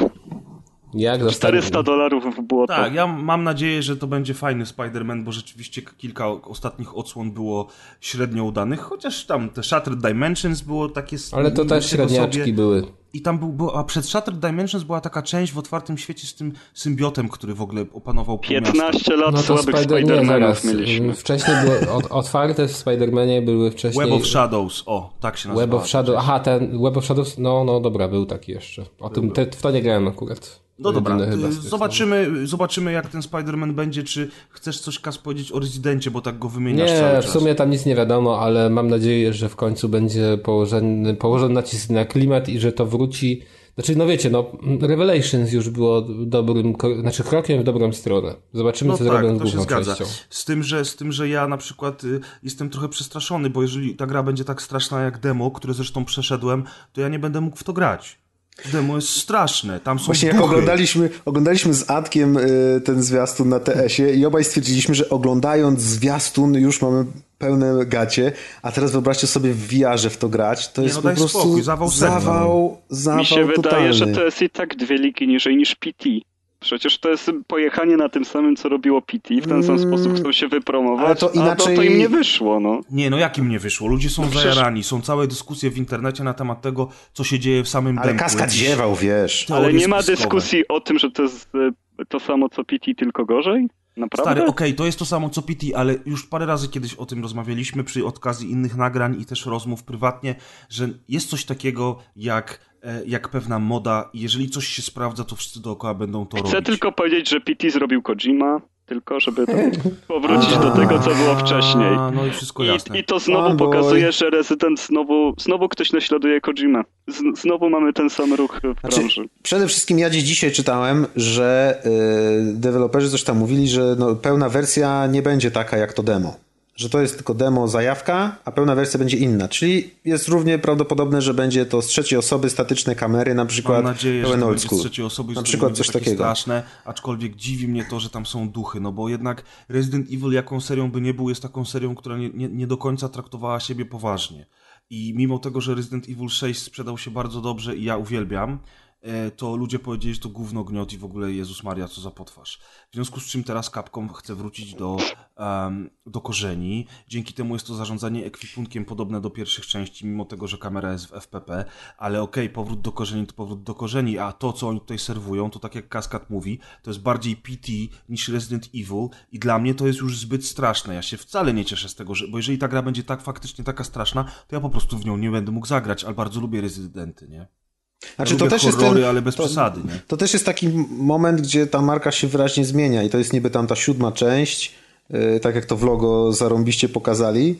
Jak dostali- czterysta dolarów w błoto. Tak, ja mam nadzieję, że to będzie fajny Spider-Man, bo rzeczywiście kilka ostatnich odsłon było średnio udanych, chociaż tam te Shattered Dimensions było takie... Ale to też tego średniaczki sobie. były. I tam był, był, a przed Shattered Dimensions była taka część w otwartym świecie z tym symbiotem, który w ogóle opanował pół miasta. piętnaście lat No to słabych Spider... nie, Spider-Manów zaraz. mieliśmy. Wcześniej były od, otwarte w Spider-Manie były wcześniej... Web of Shadows, o, tak się nazywa. Web of Shadows, aha, ten Web of Shadows, no, no dobra, był taki jeszcze. O tym, te, w to nie grałem akurat. No dobra, Jedyny chyba y, z tych, zobaczymy, zobaczymy jak ten Spider-Man będzie, czy chcesz coś, Kas, powiedzieć o Rezydencie, bo tak go wymieniasz cały Nie, czas. w sumie tam nic nie wiadomo, ale mam nadzieję, że w końcu będzie położony, położony nacisk na klimat i że to wróci. Znaczy, no wiecie, no Revelations już było dobrym, kro- znaczy krokiem w dobrą stronę. Zobaczymy, No co tak, zrobią z to się główną zgadza. częścią. Z tym, że, z tym, że ja na przykład y, jestem trochę przestraszony, bo jeżeli ta gra będzie tak straszna jak demo, które zresztą przeszedłem, to ja nie będę mógł w to grać. Demo jest straszne, tam są Właśnie jak duchy. oglądaliśmy, oglądaliśmy z Adkiem y, ten zwiastun na T S-ie i obaj stwierdziliśmy, że oglądając zwiastun już mamy pełne gacie, a teraz wyobraźcie sobie w V R-ze w to grać, to Nie, jest no po daj prostu spokój, zawał serca. zawał, zawał Mi się totalny. wydaje, że to jest i tak dwie ligi niżej niż P T. Przecież to jest pojechanie na tym samym, co robiło P T. W ten sam Mm, sposób chcą się wypromować, ale to inaczej- a to, to im nie wyszło, no. Nie, no jakim nie wyszło? Ludzie są No przecież- zajarani, są całe dyskusje w internecie na temat tego, co się dzieje w samym Ale demku. kaskad Jakieś ziewał, wiesz. Ale teorie nie ma spiskowe. dyskusji o tym, że to jest e, to samo, co P T, tylko gorzej? Naprawdę? Stary, okej, to jest to samo co P T, ale już parę razy kiedyś o tym rozmawialiśmy przy okazji innych nagrań i też rozmów prywatnie, że jest coś takiego jak, e, jak pewna moda i jeżeli coś się sprawdza, to wszyscy dookoła będą to Chcę robić. tylko powiedzieć, że P T zrobił Kojima. tylko żeby tam powrócić do tego, co było wcześniej. No i wszystko jasne. I, i to znowu pokazuje, że Resident znowu, znowu ktoś naśladuje Kojimę. Z, znowu mamy ten sam ruch w branży. Znaczy, przede wszystkim ja dziś dzisiaj czytałem, że yy, deweloperzy coś tam mówili, że no, pełna wersja nie będzie taka jak to demo. Że to jest tylko demo, zajawka, a pełna wersja będzie inna. Czyli jest równie prawdopodobne, że będzie to z trzeciej osoby, statyczne kamery, na przykład Mam nadzieję, pełen że to old będzie school. z trzeciej osoby, na że przykład będzie coś takie takiego. straszne, aczkolwiek dziwi mnie to, że tam są duchy, no bo jednak Resident Evil jaką serią by nie był, jest taką serią, która nie, nie, nie do końca traktowała siebie poważnie. I mimo tego, że Resident Evil sześć sprzedał się bardzo dobrze i ja uwielbiam, to ludzie powiedzieli, że to gówno gniot i w ogóle Jezus Maria, co za potwarz. W związku z czym teraz Capcom chce wrócić do, um, do korzeni. Dzięki temu jest to zarządzanie ekwipunkiem podobne do pierwszych części, mimo tego, że kamera jest w F P P, ale okej, okay, powrót do korzeni to powrót do korzeni, a to, co oni tutaj serwują, to tak jak Kaskad mówi, to jest bardziej P T niż Resident Evil i dla mnie to jest już zbyt straszne. Ja się wcale nie cieszę z tego, że, bo jeżeli ta gra będzie tak faktycznie taka straszna, to ja po prostu w nią nie będę mógł zagrać, ale bardzo lubię Rezydenty, nie? Znaczy, ja to też horrory, jest ten, ale bez to, przesady, nie? To też jest taki moment, gdzie ta marka się wyraźnie zmienia i to jest niby tam ta siódma część, yy, tak jak to w logo zarąbiście pokazali,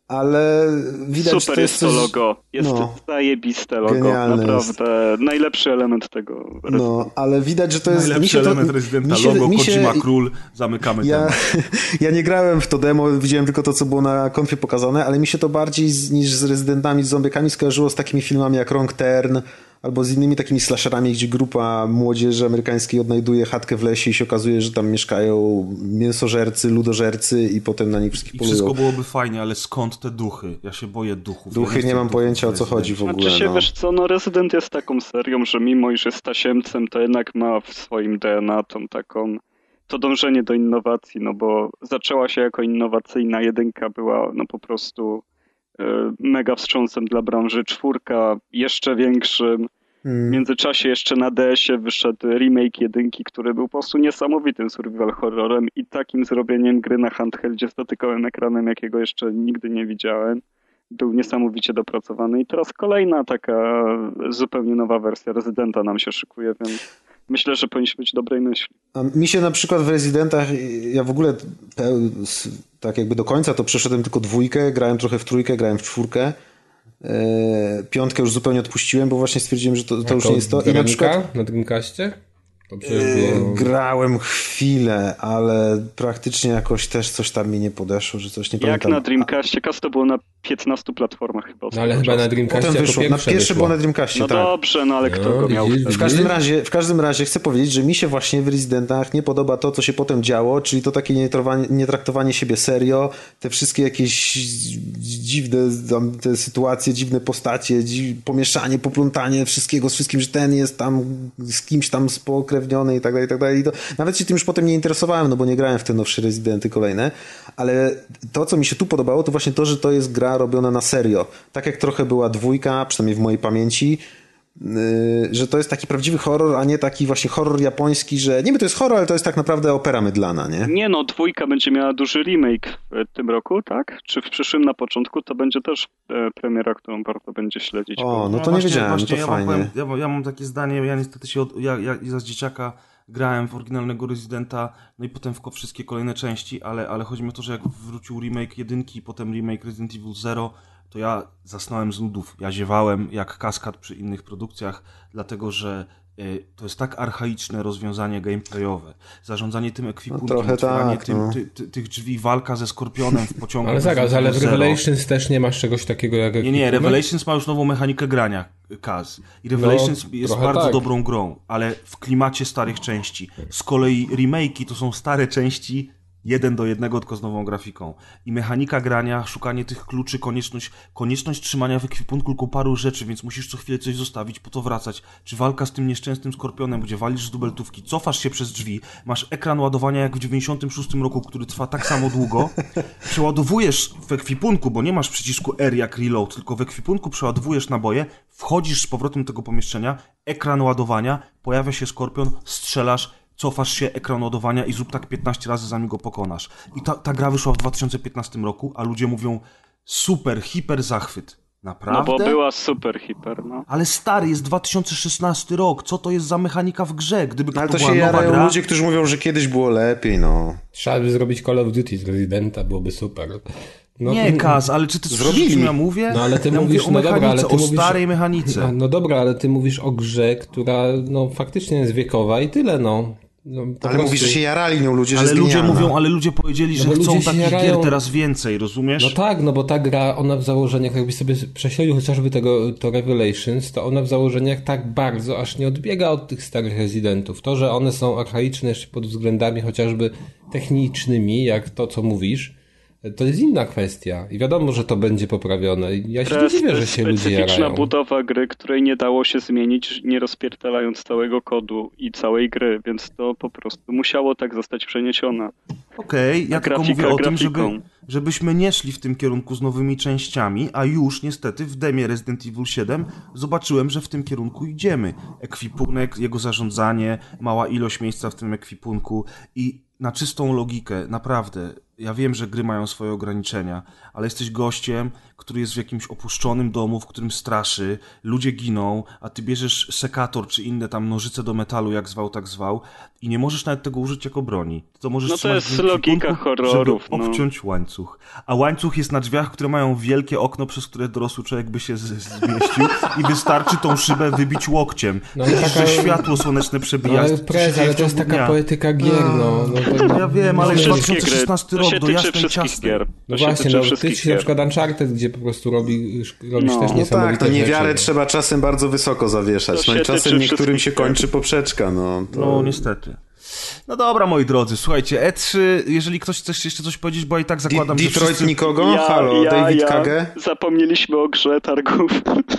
ale widać, Super że to jest jest to coś... logo. Jest no, zajebiste logo. genialne Naprawdę jest. Najlepszy element tego. No, ale widać, że to jest... Najlepszy mi się element to, Rezydenta, mi się, logo, mi się, Kojima Król, zamykamy ja, temat. Ja nie grałem w to demo, widziałem tylko to, co było na konfie pokazane, ale mi się to bardziej z, niż z Rezydentami, z zombiekami skojarzyło z takimi filmami jak Wrong Turn, albo z innymi takimi slasherami, gdzie grupa młodzieży amerykańskiej odnajduje chatkę w lesie i się okazuje, że tam mieszkają mięsożercy, ludożercy i potem na nich wszystkich I polują. wszystko byłoby fajnie, ale skąd te duchy? Ja się boję duchów. Duchy, ja nie mam duchów pojęcia, o co Rezydencie. chodzi w ogóle. Znaczy się, no. wiesz co, no Resident jest taką serią, że mimo iż jest tasiemcem, to jednak ma w swoim D N A tą taką, to dążenie do innowacji, no bo zaczęła się jako innowacyjna, jedynka była no po prostu y, mega wstrząsem dla branży, czwórka jeszcze większym. W międzyczasie jeszcze na D S ie wyszedł remake jedynki, który był po prostu niesamowitym survival horrorem i takim zrobieniem gry na handheldzie z dotykowym ekranem, jakiego jeszcze nigdy nie widziałem. Był niesamowicie dopracowany i teraz kolejna taka zupełnie nowa wersja Rezydenta nam się szykuje, więc myślę, że powinniśmy być dobrej myśli. A mi się na przykład w Rezydentach, ja w ogóle tak jakby do końca to przeszedłem tylko dwójkę, grałem trochę w trójkę, grałem w czwórkę. Piątkę już zupełnie odpuściłem, bo właśnie stwierdziłem, że to, to już nie jest to. I na przykład na Dreamcastie? To było... Grałem chwilę, ale praktycznie jakoś też coś tam mi nie podeszło, że coś nie Jak pamiętam. na Dreamcastie? Cast to było na piętnastu platformach chyba. No ale chyba na Dreamcastie Potem wyszło. Na pierwsze było na Dreamcastie, no tak. No dobrze, no ale kto no, go miał? widzisz, W każdym razie, w każdym razie chcę powiedzieć, że mi się właśnie w Rezydentach nie podoba to, co się potem działo, czyli to takie nietraktowanie siebie serio, te wszystkie jakieś dziwne tam, te sytuacje, dziwne postacie, dziw, pomieszanie, poplątanie wszystkiego z wszystkim, że ten jest tam z kimś tam spokrewniony i tak dalej, i tak dalej. I to, nawet się tym już potem nie interesowałem, no bo nie grałem w te nowsze Rezydenty kolejne, ale to, co mi się tu podobało, to właśnie to, że to jest gra robiona na serio. Tak jak trochę była dwójka, przynajmniej w mojej pamięci, yy, że to jest taki prawdziwy horror, a nie taki właśnie horror japoński, że niby to jest horror, ale to jest tak naprawdę opera mydlana, nie? Nie no, dwójka będzie miała duży remake w tym roku, tak? Czy w przyszłym na początku to będzie też e, premiera, którą warto będzie śledzić? O, bo... no to nie wiedziałem, to ja fajnie. Powiem, ja, ja mam takie zdanie, ja niestety się, od, ja, ja za dzieciaka grałem w oryginalnego Rezydenta, no i potem w wszystkie kolejne części, ale, ale chodzi mi o to, że jak wrócił remake jedynki, potem remake Resident Evil Zero, to ja zasnąłem z nudów. Ja ziewałem jak kaskad przy innych produkcjach, dlatego że y, to jest tak archaiczne rozwiązanie gameplayowe. Zarządzanie tym ekwipunkiem, no otwieranie tak, tym, no. ty, ty, tych drzwi, walka ze Skorpionem w pociągu. Ale zaraz, ale w Zero. Revelations też nie masz czegoś takiego jak... Nie, nie, Revelations ma już nową mechanikę grania, Kaz. I Revelations no, jest trochę bardzo tak. dobrą grą, ale w klimacie starych części. Z kolei remake'i to są stare części, jeden do jednego, tylko z nową grafiką. I mechanika grania, szukanie tych kluczy, konieczność, konieczność trzymania w ekwipunku tylko paru rzeczy, więc musisz co chwilę coś zostawić, po to wracać. Czy walka z tym nieszczęsnym Skorpionem, gdzie walisz z dubeltówki, cofasz się przez drzwi, masz ekran ładowania jak w dziewięćdziesiątym szóstym roku, który trwa tak samo długo, przeładowujesz w ekwipunku, bo nie masz przycisku R jak reload, tylko w ekwipunku przeładowujesz naboje, wchodzisz z powrotem do tego pomieszczenia, ekran ładowania, pojawia się Skorpion, strzelasz, cofasz się, ekran ładowania i zrób tak piętnaście razy, zanim go pokonasz. I ta, ta gra wyszła w dwa tysiące piętnastym roku, a ludzie mówią super, hiper zachwyt. Naprawdę? No bo była super hiper, no. Ale stary, jest dwa tysiące szesnasty rok, co to jest za mechanika w grze? Gdyby No ale to to była się nowa jarają gra... ludzie, którzy mówią, że kiedyś było lepiej, no. Trzeba by zrobić Call of Duty z Residenta, byłoby super. No, Nie, Kaz, ale czy ty słyszysz, o czym ja mówię? No ale ty ja mówisz, mówię o no dobra, ale ty o mówisz, starej mechanice. No, no dobra, ale ty mówisz o grze, która no faktycznie jest wiekowa i tyle, no. no ale prostu... mówisz, że się jarali nią ludzie, że Ale jest ludzie genialna. mówią, ale ludzie powiedzieli, No że bo chcą ludzie się takich jarają. gier teraz więcej, rozumiesz? No tak, no bo ta gra, ona w założeniach, jakbyś sobie prześledził chociażby tego, to Revelations, to ona w założeniach tak bardzo aż nie odbiega od tych starych Residentów. To, że one są archaiczne jeszcze pod względami chociażby technicznymi, jak to, co mówisz, to jest inna kwestia. I wiadomo, że to będzie poprawione. I ja się nie Teraz dziwię, to że jest się ludzie specyficzna jarają. budowa gry, której nie dało się zmienić, nie rozpiertelając całego kodu i całej gry, więc to po prostu musiało tak zostać przeniesione. Okej, okay, ja A tylko grafika mówię o tym, żeby, grafiką. żebyśmy nie szli w tym kierunku z nowymi częściami, a już niestety w demie Resident Evil siedem zobaczyłem, że w tym kierunku idziemy. Ekwipunek, jego zarządzanie, mała ilość miejsca w tym ekwipunku i na czystą logikę, naprawdę, ja wiem, że gry mają swoje ograniczenia, ale jesteś gościem, który jest w jakimś opuszczonym domu, w którym straszy, ludzie giną, a ty bierzesz sekator czy inne tam nożyce do metalu, jak zwał, tak zwał, i nie możesz nawet tego użyć jako broni. To możesz No to trzymać jest w ekwipunku, logika horrorów, żeby no. obciąć łańcuch. A łańcuch jest na drzwiach, które mają wielkie okno, przez które dorosły człowiek by się z- zmieścił i wystarczy tą szybę wybić łokciem. No No, i taka- że światło słoneczne przebija. No, ale co się prez, dzieje ale w to jest ciągu taka dnia. poetyka gier, no. no to, Ja wiem, ale no, dwa Wszystkie tysiące szesnasty gry. rok To się do tyczy jasnej wszystkich ciasnej. gier. No To się właśnie, tyczy no ty wszystkich się na gier. przykład Uncharted, gdzie po prostu robi, robisz No. też No No niesamowite tak, no niewiarę rzeczy. trzeba czasem bardzo wysoko zawieszać. To No i się czasem tyczy niektórym się wszystkich kończy poprzeczka, no. To... No niestety. No dobra, moi drodzy, słuchajcie, E trzy, jeżeli ktoś chce jeszcze coś powiedzieć, bo ja i tak zakładam, Di- że Detroit wszyscy... nikogo? Ja, Halo, ja, David ja. Kage? Zapomnieliśmy o grze targów.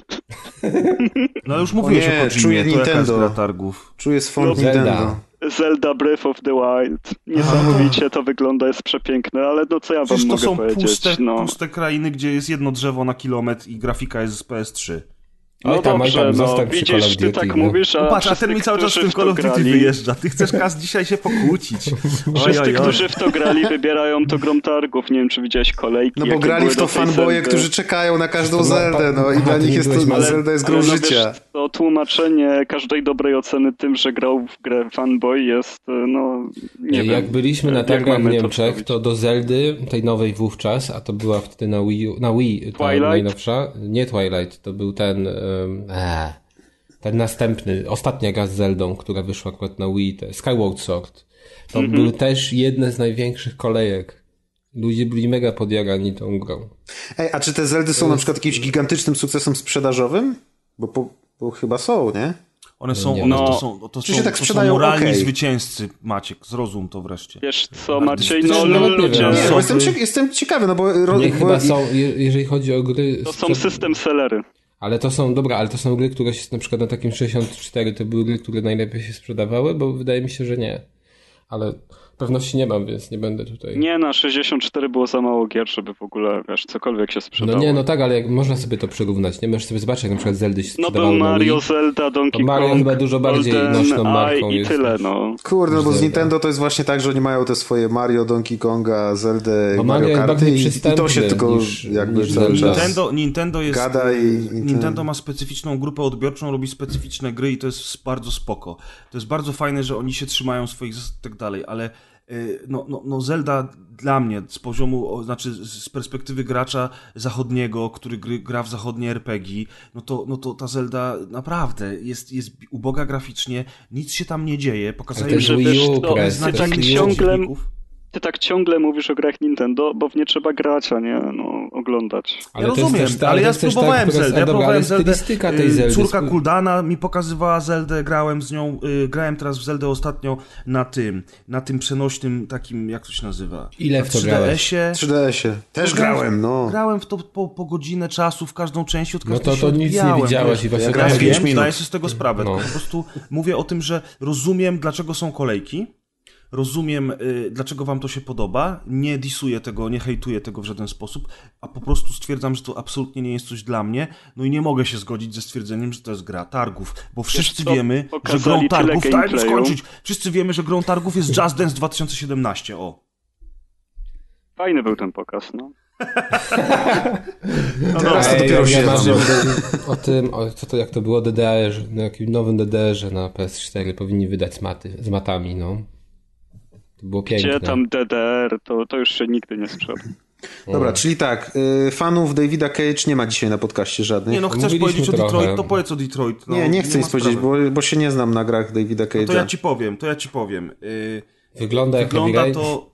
No ale już mówiłeś O nie, o Kojimie, czuję to jaka jest Nintendo. gra targów? Czuję swąd Zelda. Nintendo. Zelda Breath of the Wild. Niesamowicie to wygląda, jest przepiękne, ale no co ja wam Przecież to mogę są powiedzieć? puste, no. puste krainy, gdzie jest jedno drzewo na kilometr i grafika jest z P S trzy. Oj No tam, oj dobrze, tam, no zostań przy Call of widzisz, ty Duty, tak no. mówisz, a No patrz, a wszyscy, ten mi cały czas w którzy tym Call of to Duty grali, wyjeżdża. Ty chcesz, Kaz, dzisiaj się pokłócić. Wszyscy, Oj, oj, oj. którzy w to grali, wybierają to grom targów. Nie wiem, czy widziałeś kolejki. No bo jakie grali były w to do tej fanboye, Zeldy. którzy czekają na każdą No, Zeldę, no i aha, dla ty nich nie jest byłeś to, malem. Zelda jest grą Ale no życia. wiesz, to tłumaczenie każdej dobrej oceny tym, że grał w grę fanboy jest, no, nie wiem. Jak byliśmy na jak targach w mamy to Niemczech, wstawić. to do Zeldy, tej nowej wówczas, a to była wtedy na Wii, U, na Wii ta Twilight? najnowsza, nie Twilight, to był ten, um, ee, ten następny, ostatnia gra z Zeldą, która wyszła akurat na Wii, te Skyward Sword. To Mhm. były też jedne z największych kolejek. Ludzie byli mega podjarani tą grą. Ej, a czy te Zeldy są na przykład jakimś gigantycznym sukcesem sprzedażowym? Bo, po, bo chyba są, nie? One są, Nie, one no. to są, to Czy są, się tak to są sprzedają? moralni Okej. zwycięzcy, Maciek, zrozum to wreszcie. Wiesz co, Maciej, Artystyczne no nawet nie ludzie, wiem. Nie, Są bo jestem, wy- cie- jestem ciekawy, no bo... Ro, Nie, bo chyba są, je, jeżeli chodzi o gry... to są sprzed- system sellery. Ale to są, dobra, ale to są gry, które się na przykład na takim sześćdziesiąt cztery to były gry, które najlepiej się sprzedawały, bo wydaje mi się, że nie. Ale pewności nie mam, więc nie będę tutaj... Nie, na sześćdziesiąt cztery było za mało gier, żeby w ogóle, wiesz, cokolwiek się sprzedało. No nie, no tak, ale jak można sobie to przyrównać, nie? Możesz sobie zobaczyć, jak na przykład Zeldy się No sprzedawały był na Mario, Wii. Zelda, Donkey To Mario Kong, chyba dużo bardziej Golden nośną marką Eye i jest tyle, niż- no. Kurde, no bo z Zelda. Nintendo to jest właśnie tak, że oni mają te swoje Mario, Donkey Konga, Zeldę, Bo Mario Mario jest Karty bardziej i, i to przystępny się tylko niż- jakby niż cały Zelda. czas Nintendo, Nintendo jest... gada i... i ten- Nintendo ma specyficzną grupę odbiorczą, robi specyficzne gry i to jest bardzo spoko. To jest bardzo fajne, że oni się trzymają swoich zasad i tak dalej, ale y, no, no, no Zelda dla mnie z poziomu, o, znaczy z perspektywy gracza zachodniego, który gry, gra w zachodnie er pe gie, no to, no to ta Zelda naprawdę jest, jest uboga graficznie, nic się tam nie dzieje, Ale pokazuje, to jest że wiesz, Wii U, to- Press, ty to tak jest Wii U. ciągle- przeciwników. Ty tak ciągle mówisz o grach Nintendo, bo w nie trzeba grać, a nie no, oglądać. Ale Ja to jest rozumiem, też- ale to ja jest też spróbowałem tak, Zeldę, ja dobra, próbowałem ale Zeldę, stylistyka tej y, Zeldy. córka sp- Kuldana mi pokazywała Zeldę, grałem z nią, y, grałem teraz w Zeldę ostatnio na tym, na tym przenośnym takim, jak to się nazywa? Ile na w to trzy D grałeś? esie. trzy D esie. Też grałem, no. Grałem w to po, po godzinę czasu, w każdą część, od No każdej to, się to nic nie odbijałem, widziałeś wiesz. i właśnie Ja tak grałem Ja pięć wiem, minut. zdaję sobie z tego sprawę, No. tylko po prostu mówię o tym, że rozumiem, dlaczego są kolejki, rozumiem, y, dlaczego wam to się podoba, nie disuję tego, nie hejtuję tego w żaden sposób, a po prostu stwierdzam, że to absolutnie nie jest coś dla mnie, no i nie mogę się zgodzić ze stwierdzeniem, że to jest gra targów, bo wszyscy co? wiemy, że Pokazali grą tyle targów, daj mi gameplayu. skończyć, wszyscy wiemy, że grą targów jest Just Dance dwa tysiące siedemnaście, o. Fajny był ten pokaz, no. No Teraz to Ej, dopiero ja się marzę mamy. o, o tym, o, co to jak to było D D R, na jakim nowym D D R-ze na P S cztery powinni wydać z, maty, z matami, no. To było piękne. Gdzie tam D D R, to, to już się nigdy nie sprzeda. Dobra, czyli tak, y, fanów Davida Cage nie ma dzisiaj na podcaście żadnych. Nie no, chcesz Mówiliśmy powiedzieć o trochę. Detroit, to powiedz o Detroit. No, nie, nie chcę ma nic powiedzieć, sprawy. bo, bo się nie znam na grach Davida Cage'a. No to ja ci powiem, to ja ci powiem. Yy, Wygląda jak Heavy wygląda Rain. to...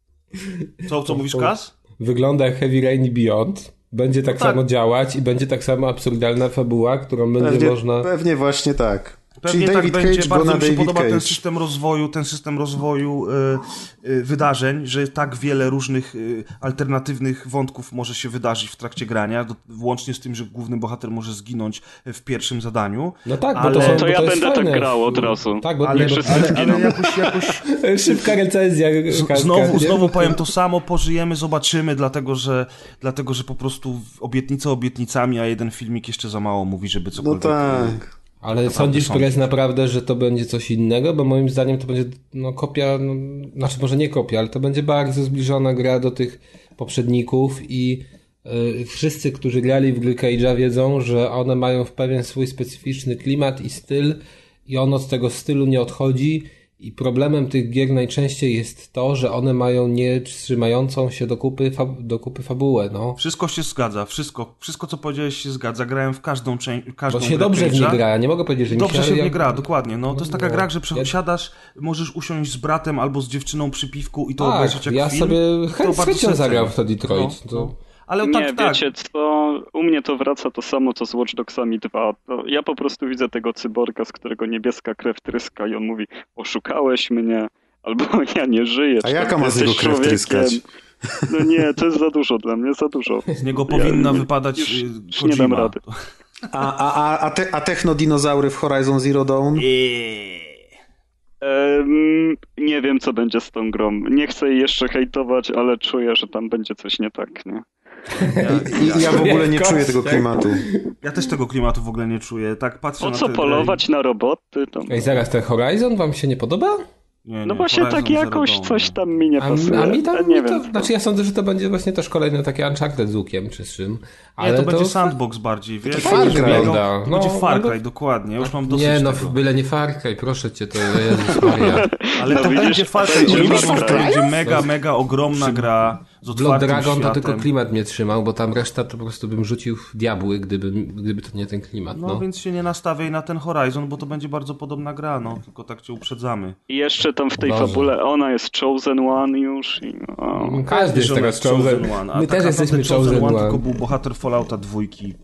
Co, co mówisz, Kas? Wygląda jak Heavy Rain Beyond. Będzie tak, tak. samo działać i będzie tak samo absurdalna fabuła, którą będzie Pewnie, można... pewnie właśnie tak. Pewnie Czyli David tak będzie, Cage, bo bardzo na mi się David podoba Cage. ten system rozwoju, ten system rozwoju y, y, wydarzeń, że tak wiele różnych y, alternatywnych wątków może się wydarzyć w trakcie grania, do, włącznie z tym, że główny bohater może zginąć w pierwszym zadaniu. No tak, ale... bo to są, To bo ja to jest będę fajne. tak grał od razu. Tak, bo Ale, nie, bo, wszyscy ale, zginą. ale jakoś, jakoś szybka recenzja. Kaska, znowu, nie? znowu powiem to samo, pożyjemy, zobaczymy, dlatego że, dlatego, że po prostu obietnice obietnicami, a jeden filmik jeszcze za mało mówi, żeby No cokolwiek... tak. Ale sądzisz, sądzę. Prez, naprawdę, że to będzie coś innego? Bo moim zdaniem to będzie no, kopia, no, znaczy może nie kopia, ale to będzie bardzo zbliżona gra do tych poprzedników i y, wszyscy, którzy grali w gry Cage'a wiedzą, że one mają w pewien swój specyficzny klimat i styl i on od tego stylu nie odchodzi i problemem tych gier najczęściej jest to, że one mają nie trzymającą się do kupy, fab- do kupy fabułę, no. Wszystko się zgadza, wszystko, wszystko co powiedziałeś się zgadza, grałem w każdą część, każdą Bo się grę dobrze w Cage'a. nie gra, ja nie mogę powiedzieć, że mi Dobrze się w ja- nie gra, dokładnie. No, to jest taka No, gra, że ja- przesiadasz, możesz usiąść z bratem albo z dziewczyną przy piwku i to Tak, obejrzeć jak ja film. sobie To chęć, z bardzo chęcią serce. zagrał w to Detroit. No, To... no. Ale Nie, tak, tak. wiecie co, u mnie to wraca to samo, co z Watch Dogsami dwa. To ja po prostu widzę tego cyborga, z którego niebieska krew tryska i on mówi, oszukałeś mnie, albo ja nie żyję. A czy jaka tam ma z jesteś niego krew człowiekiem. tryskać? No nie, to jest za dużo dla mnie, za dużo. Z niego powinna nie- wypadać już- y, już nie dam Kojima. rady. A, a, a, a, te, a technodinozaury w Horizon Zero Dawn? Em, nie wiem, co będzie z tą grą. Nie chcę jej jeszcze hejtować, ale czuję, że tam będzie coś nie tak, nie? I, I ja w ogóle nie Jak czuję kość, tego jak- klimatu. Ja też tego klimatu w ogóle nie czuję. Tak patrzę Po na co te- polować na roboty? Tam? Ej, zaraz, ten Horizon wam się nie podoba? Nie, nie, No właśnie Horizon tak Zero jakoś Dawn, coś nie. tam mi nie A, pasuje. a mi tam, Ja nie mi to, wiem. znaczy ja sądzę, że to będzie właśnie też kolejne takie Uncharted z łukiem czy z czym. Nie, Ale to będzie sandbox bardziej, wiesz? Far Cry. wygląda. To będzie No, Far no, Cry, dokładnie. Ja już mam dosyć Nie, no tego. byle nie Far Cry, proszę cię, to Jezus Maria. Ale to No widzisz, będzie Far Cry. będzie Oni Far mówią, że to Cry. będzie mega, mega ogromna gra z Blood otwartym Dragon to światem. tylko klimat mnie trzymał, bo tam reszta to po prostu bym rzucił w diabły, gdyby, gdyby to nie ten klimat. No, No, więc się nie nastawiaj na ten Horizon, bo to będzie bardzo podobna gra, no. Tylko tak cię uprzedzamy. I jeszcze tam w tej Boże. fabule ona jest Chosen One już i... O. Każdy jest Że teraz ona jest Chosen. One, a My tak też jesteśmy naprawdę Chosen One. tylko był bohater Fallouta dwójki,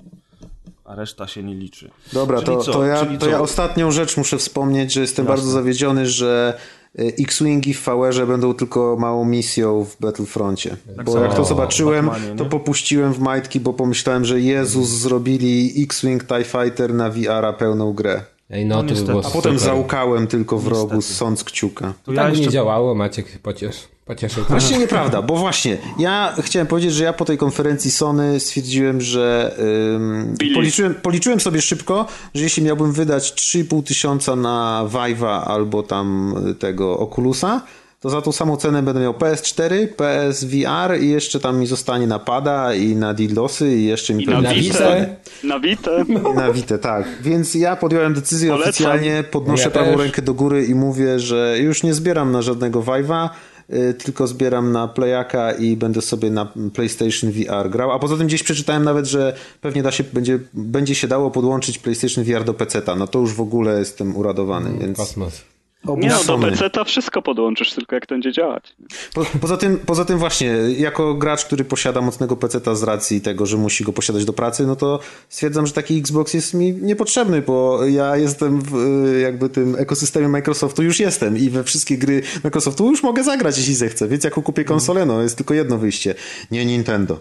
a reszta się nie liczy. Dobra, Czyli to, co? to, ja, Czyli to co? ja ostatnią rzecz muszę wspomnieć, że jestem Jasne. bardzo zawiedziony, że y, X-Wingi w V R-ze będą tylko małą misją w Battlefroncie. bo samo jak to w zobaczyłem, Batmanie, to nie? popuściłem w majtki, bo pomyślałem, że Jezus, zrobili X-Wing TIE Fighter na V R-a pełną grę. Ej, no, No to by niestety. było A potem super. załkałem tylko w rogu, Niestety. sąc kciuka. To Tak by jeszcze... nie działało, Maciek, pociesz, pocieszył. Właściwie nieprawda, bo właśnie ja chciałem powiedzieć, że ja po tej konferencji Sony stwierdziłem, że ym, Billy. policzyłem, policzyłem sobie szybko, że jeśli miałbym wydać trzy i pół tysiąca na Vive'a albo tam tego Oculusa, to za tą samą cenę będę miał P S cztery, P S V R i jeszcze tam mi zostanie na pada i na Dildosy i jeszcze mi I na Na pewnie Vita. Witę. Na Witę. i na Vita, tak. Więc ja podjąłem decyzję Polecam. oficjalnie, podnoszę Ja prawą też. rękę do góry i mówię, że już nie zbieram na żadnego Vive'a, y, tylko zbieram na Playaka i będę sobie na PlayStation V R grał. A poza tym gdzieś przeczytałem nawet, że pewnie da się, będzie, będzie się dało podłączyć PlayStation V R do peceta. No to już w ogóle jestem uradowany, więc... Kosmos. Obóz Nie no, do Sony. peceta wszystko podłączysz, tylko jak to będzie działać. Po, poza, tym, poza tym właśnie, jako gracz, który posiada mocnego peceta z racji tego, że musi go posiadać do pracy, no to stwierdzam, że taki Xbox jest mi niepotrzebny, bo ja jestem w y, jakby tym ekosystemie Microsoftu, już jestem i we wszystkie gry Microsoftu już mogę zagrać, jeśli zechcę, więc jak kupię konsolę, no jest tylko jedno wyjście, nie Nintendo.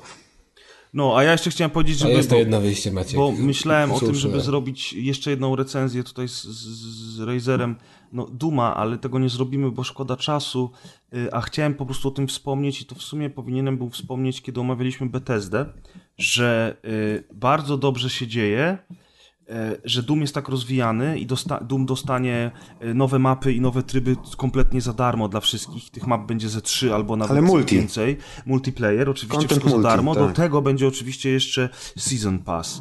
No, a ja jeszcze chciałem powiedzieć, A żeby... jest to bo- jedno wyjście, Maciek. Bo myślałem o tym, Słuszne. żeby zrobić jeszcze jedną recenzję tutaj z, z, z Razerem, no Duma, ale tego nie zrobimy, bo szkoda czasu, y, a chciałem po prostu o tym wspomnieć i to w sumie powinienem był wspomnieć, kiedy omawialiśmy Bethesdę, że y, bardzo dobrze się dzieje, że Doom jest tak rozwijany i dosta- Doom dostanie nowe mapy i nowe tryby kompletnie za darmo dla wszystkich. Tych map będzie ze trzy albo nawet multi. więcej. Multiplayer, oczywiście Content wszystko multi, za darmo. tak. Do tego będzie oczywiście jeszcze Season Pass.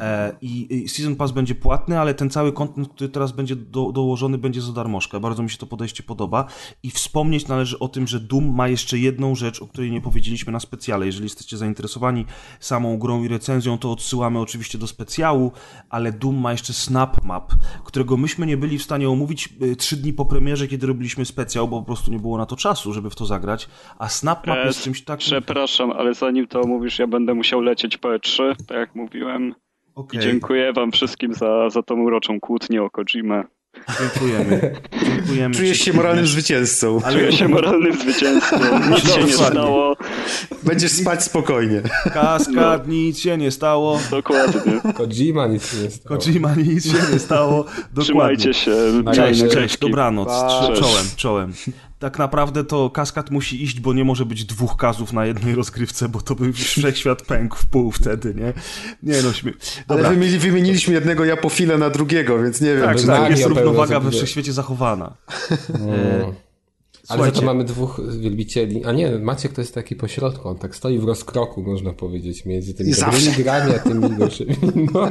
I Season Pass będzie płatny, ale ten cały content, który teraz będzie do, dołożony, będzie za darmożkę. Bardzo mi się to podejście podoba. I wspomnieć należy o tym, że Doom ma jeszcze jedną rzecz, o której nie powiedzieliśmy na specjale. Jeżeli jesteście zainteresowani samą grą i recenzją, to odsyłamy oczywiście do specjału, ale Doom ma jeszcze Snap Map, którego myśmy nie byli w stanie omówić trzy dni po premierze, kiedy robiliśmy specjał, bo po prostu nie było na to czasu, żeby w to zagrać. A Snap Map e, jest czymś takim... Przepraszam, ale zanim to mówisz, ja będę musiał lecieć po E trzy, tak jak mówiłem. Okay. I dziękuję wam wszystkim za, za tą uroczą kłótnię o Kojimę. Dziękujemy. Dziękujemy. Czujesz się moralnym zwycięzcą. Ale... Czuję się moralnym zwycięzcą. Nic się nie stało. Będziesz spać spokojnie. Kaskad, no. Nic się nie stało. Dokładnie. Kojima nic się nie stało. Kojima nic się nie stało. Dokładnie. Trzymajcie się. Cześć, cześć, cześć. Dobranoc. Cześć. Czołem, czołem. Tak naprawdę to Kaskad musi iść, bo nie może być dwóch kazów na jednej rozgrywce, bo to by wszechświat pękł w pół wtedy, nie? Nie no, śmie... Ale wymieni, wymieniliśmy jednego Japofila na drugiego, więc nie wiem. Tak, czy tak, jest Mario równowaga we pełno wszechświecie zachowana. Hmm. Ale za to mamy dwóch wielbicieli. A nie, Maciek to jest taki pośrodku. On tak stoi w rozkroku, można powiedzieć, między tymi dobrymi grami, a tymi gorszymi. No.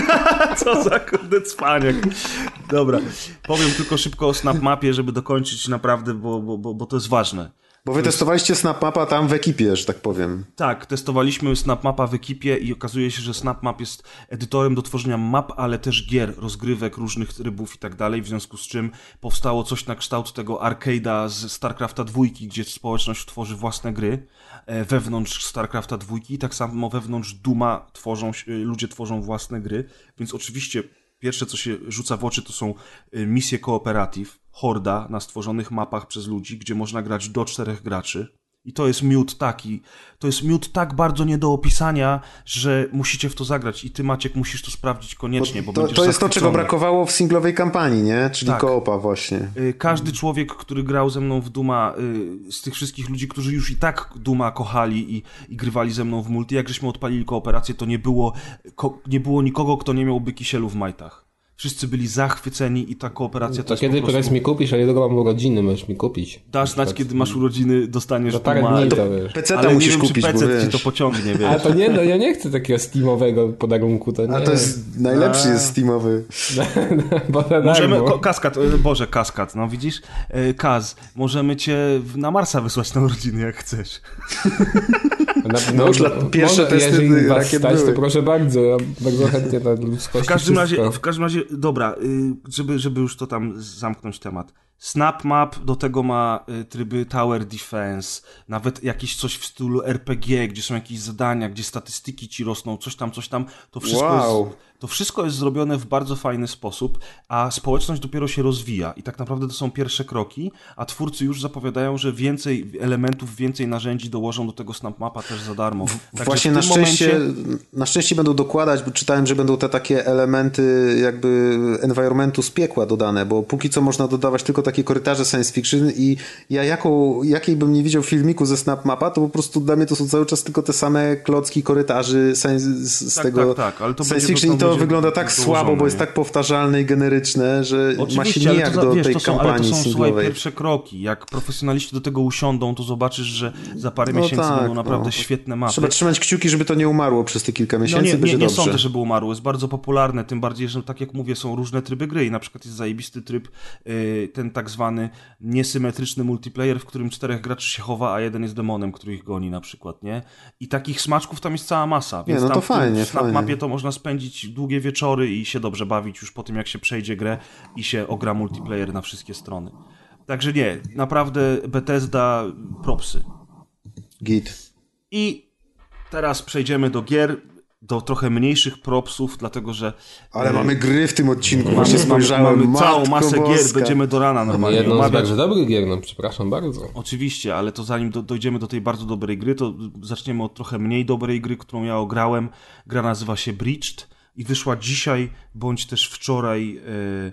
Co za kurde cwaniak. Dobra, powiem tylko szybko o SnapMapie, żeby dokończyć naprawdę, bo, bo, bo, bo to jest ważne. Bo wy testowaliście SnapMapa tam w ekipie, że tak powiem. Tak, testowaliśmy SnapMapa w ekipie i okazuje się, że SnapMap jest edytorem do tworzenia map, ale też gier, rozgrywek, różnych trybów i tak dalej, w związku z czym powstało coś na kształt tego arcade'a z StarCrafta dwa, gdzie społeczność tworzy własne gry wewnątrz StarCrafta dwa i tak samo wewnątrz Dooma tworzą, ludzie tworzą własne gry, więc oczywiście pierwsze, co się rzuca w oczy, to są misje cooperative, horda na stworzonych mapach przez ludzi, gdzie można grać do czterech graczy. I to jest miód taki, to jest miód tak bardzo nie do opisania, że musicie w to zagrać i ty, Maciek, musisz to sprawdzić koniecznie, bo, bo to, będziesz to jest to, zachwycony. czego brakowało w singlowej kampanii, nie? Czyli tak. koopa właśnie. Każdy człowiek, który grał ze mną w Dooma, z tych wszystkich ludzi, którzy już i tak Dooma kochali i, i grywali ze mną w multi, jak żeśmy odpalili kooperację, to nie było, ko, nie było nikogo, kto nie miałby kisielu w majtach. Wszyscy byli zachwyceni i ta kooperacja to, to jest kiedy po prostu... mi kupisz, a niedługo mam urodziny, możesz mi kupić. Dasz znać, kiedy masz urodziny, dostaniesz za parę Dooma. dni to wiesz. Peceta Ale musisz nie wiem, kupić, czy bo pecet wiesz. ci to pociągnie, wiesz. Ale to nie, no ja nie chcę takiego steamowego podarunku, to nie. A to jest najlepszy A. jest steamowy. Bo na Możemy, darmo. ko, kaskad, Boże, kaskad, no widzisz? Kaz, możemy cię na Marsa wysłać na urodziny, jak chcesz. Na, No już pierwsze może, testy jeżeli was rakiet stać, były. to proszę bardzo, ja bardzo chętnie na ludzkości W każdym wszystko. razie, w każdym razie, dobra, żeby, żeby już to tam zamknąć temat. SnapMap do tego ma tryby Tower Defense, nawet jakieś coś w stylu R P G, gdzie są jakieś zadania, gdzie statystyki ci rosną, coś tam, coś tam. To wszystko, Wow. jest, to wszystko jest zrobione w bardzo fajny sposób, a społeczność dopiero się rozwija i tak naprawdę to są pierwsze kroki, a twórcy już zapowiadają, że więcej elementów, więcej narzędzi dołożą do tego SnapMapa też za darmo. Także Właśnie w na tym szczęście, momencie... na szczęście będą dokładać, bo czytałem, że będą te takie elementy jakby environmentu z piekła dodane, bo póki co można dodawać tylko takie korytarze science fiction i ja jaką, jakiej bym nie widział filmiku ze SnapMapa, to po prostu dla mnie to są cały czas tylko te same klocki korytarzy science, z, z Tak, tego tak, tak, ale to science będzie fiction to i to będzie wygląda tak dołożone, słabo, bo jest nie? tak powtarzalne i generyczne, że Oczywiście, ma się ale nijak to, za- do wiesz, tej to są, ale to kampanii są słuchaj, singlowej. pierwsze kroki. Jak profesjonaliści do tego usiądą, to zobaczysz, że za parę No miesięcy tak, będą naprawdę no. świetne mapy. Trzeba trzymać kciuki, żeby to nie umarło przez te kilka No miesięcy, nie, nie, będzie nie dobrze. sądzę, żeby umarło. Jest bardzo popularne, tym bardziej, że tak jak mówię, są różne tryby gry i na przykład jest zajebisty tryb, yy, ten tak zwany niesymetryczny multiplayer, w którym czterech graczy się chowa, a jeden jest demonem, który ich goni na przykład, nie? I takich smaczków tam jest cała masa, więc Nie, no to tam w tym fajnie, SnapMapie fajnie. to można spędzić długie wieczory i się dobrze bawić już po tym, jak się przejdzie grę i się ogra multiplayer na wszystkie strony. Także nie, naprawdę Bethesda propsy. Git. I teraz przejdziemy do gier, do trochę mniejszych propsów, dlatego że... Ale e, mamy gry w tym odcinku, mamy, właśnie mamy, spojrzałem. mamy całą Matko masę boska. gier, będziemy do rana normalnie Jedną z omawiać. bardzo dobrych gier, no przepraszam bardzo. Oczywiście, ale to zanim do, dojdziemy do tej bardzo dobrej gry, to zaczniemy od trochę mniej dobrej gry, którą ja ograłem. Gra nazywa się Breached i wyszła dzisiaj, bądź też wczoraj e,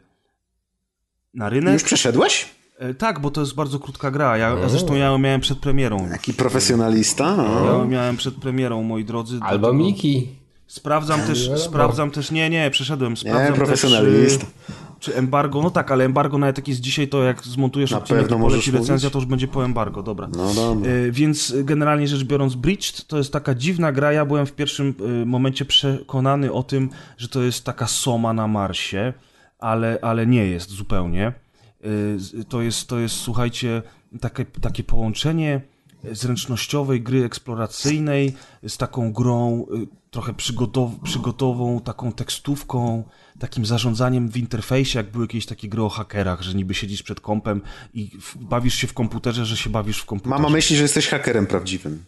na rynek. Już przeszedłeś? E, tak, bo to jest bardzo krótka gra. Ja, ja zresztą ja ją miałem przed premierą. Jaki profesjonalista. Ja No. ją miałem przed premierą, moi drodzy. Albo dlatego- Miki. Sprawdzam też, no, sprawdzam też, nie, nie, przeszedłem, sprawdzam Nie, profesjonalista. też, czy embargo, no tak, ale embargo nawet jak jest dzisiaj, to jak zmontujesz Na odcinek, pewno to poleci możesz recenzja, mówić? to już będzie po embargo, dobra. No dobra. E, więc generalnie rzecz biorąc, Breached to jest taka dziwna gra, ja byłem w pierwszym e, momencie przekonany o tym, że to jest taka Soma na Marsie, ale, ale nie jest zupełnie. E, to jest, to jest, słuchajcie, takie, takie połączenie zręcznościowej gry eksploracyjnej z taką grą y, trochę przygotow- przygotową, taką tekstówką, takim zarządzaniem w interfejsie, jak były jakieś takie gry o hakerach, że niby siedzisz przed kompem i w- bawisz się w komputerze, że się bawisz w komputerze. Mama myśli, że jesteś hakerem prawdziwym.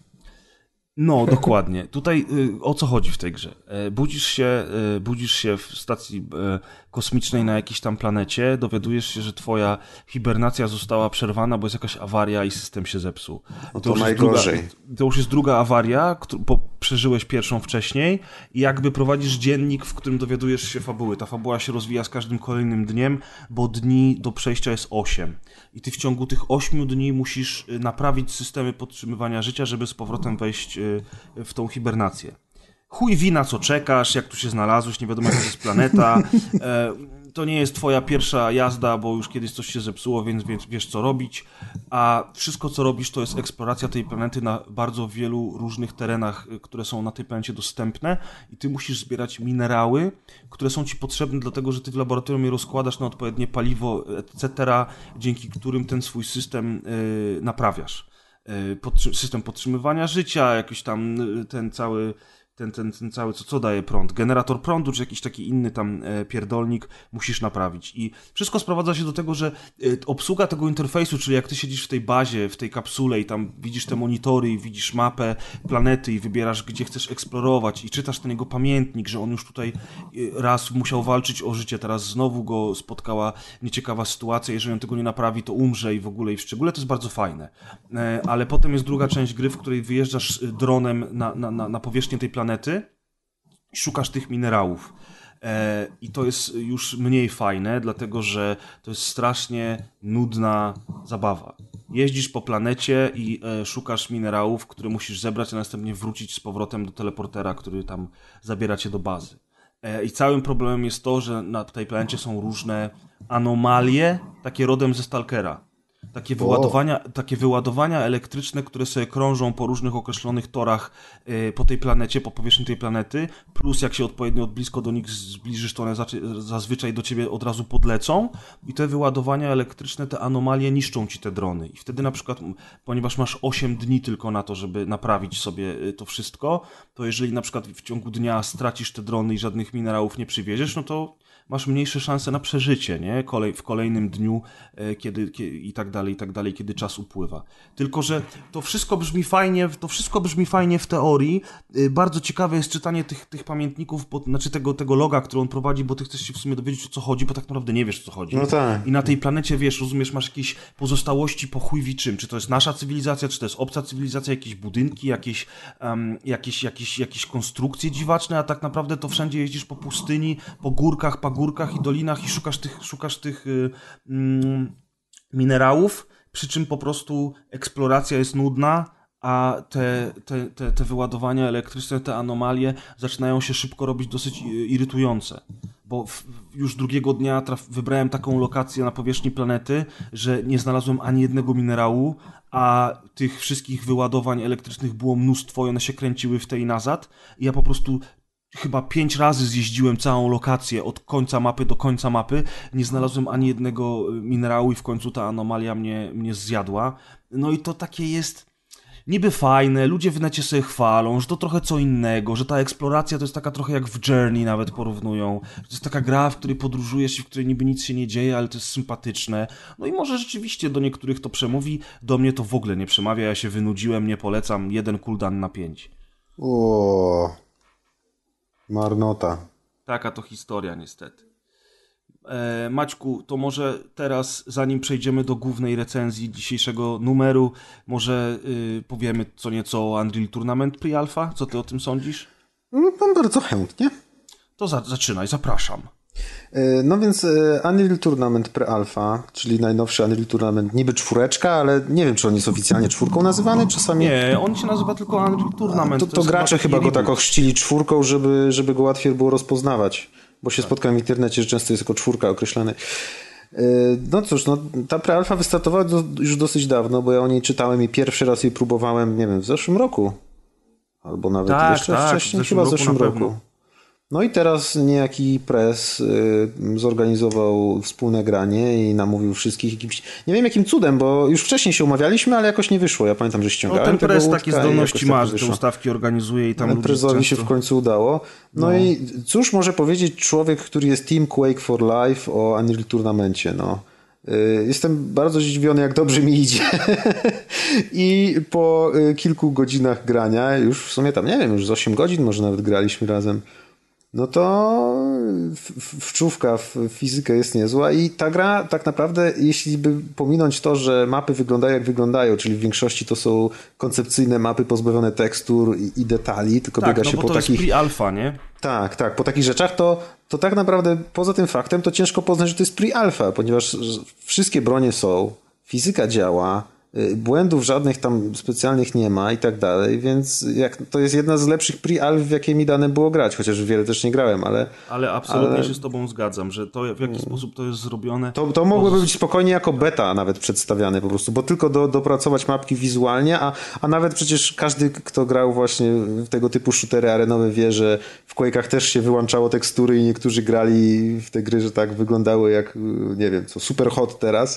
No, dokładnie. Tutaj y, o co chodzi w tej grze? E, budzisz się, y, budzisz się w stacji y, kosmicznej na jakiejś tam planecie, dowiadujesz się, że twoja hibernacja została przerwana, bo jest jakaś awaria i system się zepsuł. No to już jest najgorzej. Druga, to już jest druga awaria, któ- bo przeżyłeś pierwszą wcześniej i jakby prowadzisz dziennik, w którym dowiadujesz się fabuły. Ta fabuła się rozwija z każdym kolejnym dniem, bo dni do przejścia jest osiem. I ty w ciągu tych ośmiu dni musisz y, naprawić systemy podtrzymywania życia, żeby z powrotem wejść y, w tą hibernację. Chuj wina, co czekasz, jak tu się znalazłeś, nie wiadomo, jaka to jest planeta. E, to nie jest twoja pierwsza jazda, bo już kiedyś coś się zepsuło, więc, więc wiesz, co robić. A wszystko, co robisz, to jest eksploracja tej planety na bardzo wielu różnych terenach, które są na tej planecie dostępne i ty musisz zbierać minerały, które są ci potrzebne, dlatego że ty w laboratorium je rozkładasz na odpowiednie paliwo, et cetera, dzięki którym ten swój system y, naprawiasz. Y, system podtrzymywania życia, jakiś tam y, ten cały... Ten, ten, ten cały, co, co daje prąd, generator prądu, czy jakiś taki inny tam e, pierdolnik musisz naprawić. I wszystko sprowadza się do tego, że e, obsługa tego interfejsu, czyli jak ty siedzisz w tej bazie, w tej kapsule i tam widzisz te monitory i widzisz mapę planety i wybierasz, gdzie chcesz eksplorować i czytasz ten jego pamiętnik, że on już tutaj e, raz musiał walczyć o życie, teraz znowu go spotkała nieciekawa sytuacja, jeżeli on tego nie naprawi, to umrze i w ogóle i w szczególe, to jest bardzo fajne. E, ale potem jest druga część gry, w której wyjeżdżasz dronem na, na, na, na powierzchnię tej planety i szukasz tych minerałów. E, I to jest już mniej fajne, dlatego że to jest strasznie nudna zabawa. Jeździsz po planecie i e, szukasz minerałów, które musisz zebrać, a następnie wrócić z powrotem do teleportera, który tam zabiera cię do bazy. E, I całym problemem jest to, że na tej planecie są różne anomalie, takie rodem ze Stalkera. Takie wyładowania, takie wyładowania elektryczne, które sobie krążą po różnych określonych torach yy, po tej planecie, po powierzchni tej planety, plus jak się odpowiednio od blisko do nich zbliżysz, to one zaczy- zazwyczaj do ciebie od razu podlecą i te wyładowania elektryczne, te anomalie niszczą ci te drony. I wtedy na przykład, ponieważ masz osiem dni tylko na to, żeby naprawić sobie to wszystko, to jeżeli na przykład w ciągu dnia stracisz te drony i żadnych minerałów nie przywieziesz, no to masz mniejsze szanse na przeżycie, nie? Kolej, w kolejnym dniu, e, kiedy, kiedy i tak dalej, i tak dalej, kiedy czas upływa. Tylko że to wszystko brzmi fajnie, to wszystko brzmi fajnie w teorii. E, bardzo ciekawe jest czytanie tych, tych pamiętników, bo, znaczy tego, tego loga, który on prowadzi, bo ty chcesz się w sumie dowiedzieć, o co chodzi, bo tak naprawdę nie wiesz, o co chodzi. No tak. I na tej planecie, wiesz, rozumiesz, masz jakieś pozostałości po chuj wie czym. Czy to jest nasza cywilizacja, czy to jest obca cywilizacja, jakieś budynki, jakieś, um, jakieś, jakieś, jakieś konstrukcje dziwaczne, a tak naprawdę to wszędzie jeździsz po pustyni, po górkach, górkach i dolinach i szukasz tych, szukasz tych y, mm, minerałów, przy czym po prostu eksploracja jest nudna, a te, te, te, te wyładowania elektryczne, te anomalie zaczynają się szybko robić dosyć irytujące. Bo w, już drugiego dnia traf, wybrałem taką lokację na powierzchni planety, że nie znalazłem ani jednego minerału, a tych wszystkich wyładowań elektrycznych było mnóstwo i one się kręciły w tej i nazad. I ja po prostu chyba pięć razy zjeździłem całą lokację od końca mapy do końca mapy. Nie znalazłem ani jednego minerału i w końcu ta anomalia mnie, mnie zjadła. No i to takie jest niby fajne, ludzie w necie sobie chwalą, że to trochę co innego, że ta eksploracja to jest taka trochę jak w Journey nawet porównują. To jest taka gra, w której podróżujesz i w której niby nic się nie dzieje, ale to jest sympatyczne. No i może rzeczywiście do niektórych to przemówi, do mnie to w ogóle nie przemawia, ja się wynudziłem, nie polecam, jeden cooldown na pięć. O, marnota. Taka to historia niestety. E, Maćku, to może teraz, zanim przejdziemy do głównej recenzji dzisiejszego numeru, może y, powiemy co nieco o Unreal Tournament Pre-Alpha? Co ty o tym sądzisz? No, pan bardzo chętnie. To za, zaczynaj, zapraszam. No więc Unreal Tournament Pre-Alpha, czyli najnowszy Unreal Tournament, niby czwóreczka, ale nie wiem, czy on jest oficjalnie czwórką nazywany, czasami... Nie, on się nazywa tylko Unreal Tournament. To, to, to gracze chyba go tak ochrzcili czwórką, żeby, żeby go łatwiej było rozpoznawać, bo się tak. spotkałem w internecie, że często jest jako czwórka określany. No cóż, no, ta Pre-Alpha wystartowała do, już dosyć dawno, bo ja o niej czytałem i pierwszy raz jej próbowałem, nie wiem, w zeszłym roku. Albo nawet tak, jeszcze tak, wcześniej, w chyba w zeszłym roku. Pewno. No i teraz niejaki press y, zorganizował wspólne granie i namówił wszystkich jakimś... Nie wiem jakim cudem, bo już wcześniej się umawialiśmy, ale jakoś nie wyszło. Ja pamiętam, że ściągałem no, ten tego press łódka takie zdolności ma, że wyszło. te ustawki organizuje i tam ludzie Prezowi często... się w końcu udało. No, no i cóż może powiedzieć człowiek, który jest Team Quake for Life o Unreal Tournamencie, no. Jestem bardzo zdziwiony, jak dobrze mi idzie. I po kilku godzinach grania, już w sumie tam, nie wiem, już z osiem godzin może nawet graliśmy razem, no to wczówka w fizykę jest niezła i ta gra tak naprawdę, jeśli by pominąć to, że mapy wyglądają jak wyglądają, czyli w większości to są koncepcyjne mapy pozbawione tekstur i, i detali, tylko tak, biega no się bo po to takich... jest pre-alpha, nie? Tak, tak, po takich rzeczach to, to tak naprawdę poza tym faktem to ciężko poznać, że to jest pre-alpha, ponieważ wszystkie bronie są, fizyka działa, błędów żadnych tam specjalnych nie ma i tak dalej, więc jak, to jest jedna z lepszych pre-alf, w jakie mi dane było grać, chociaż wiele też nie grałem, ale... Ale absolutnie ale... się z tobą zgadzam, że to w jaki hmm. sposób to jest zrobione... To, to mogłoby być spokojnie jako beta nawet przedstawiane po prostu, bo tylko do, dopracować mapki wizualnie, a, a nawet przecież każdy, kto grał właśnie w tego typu shootery arenowe wie, że w Quake'ach też się wyłączało tekstury i niektórzy grali w te gry, że tak wyglądały jak, nie wiem co, super hot teraz.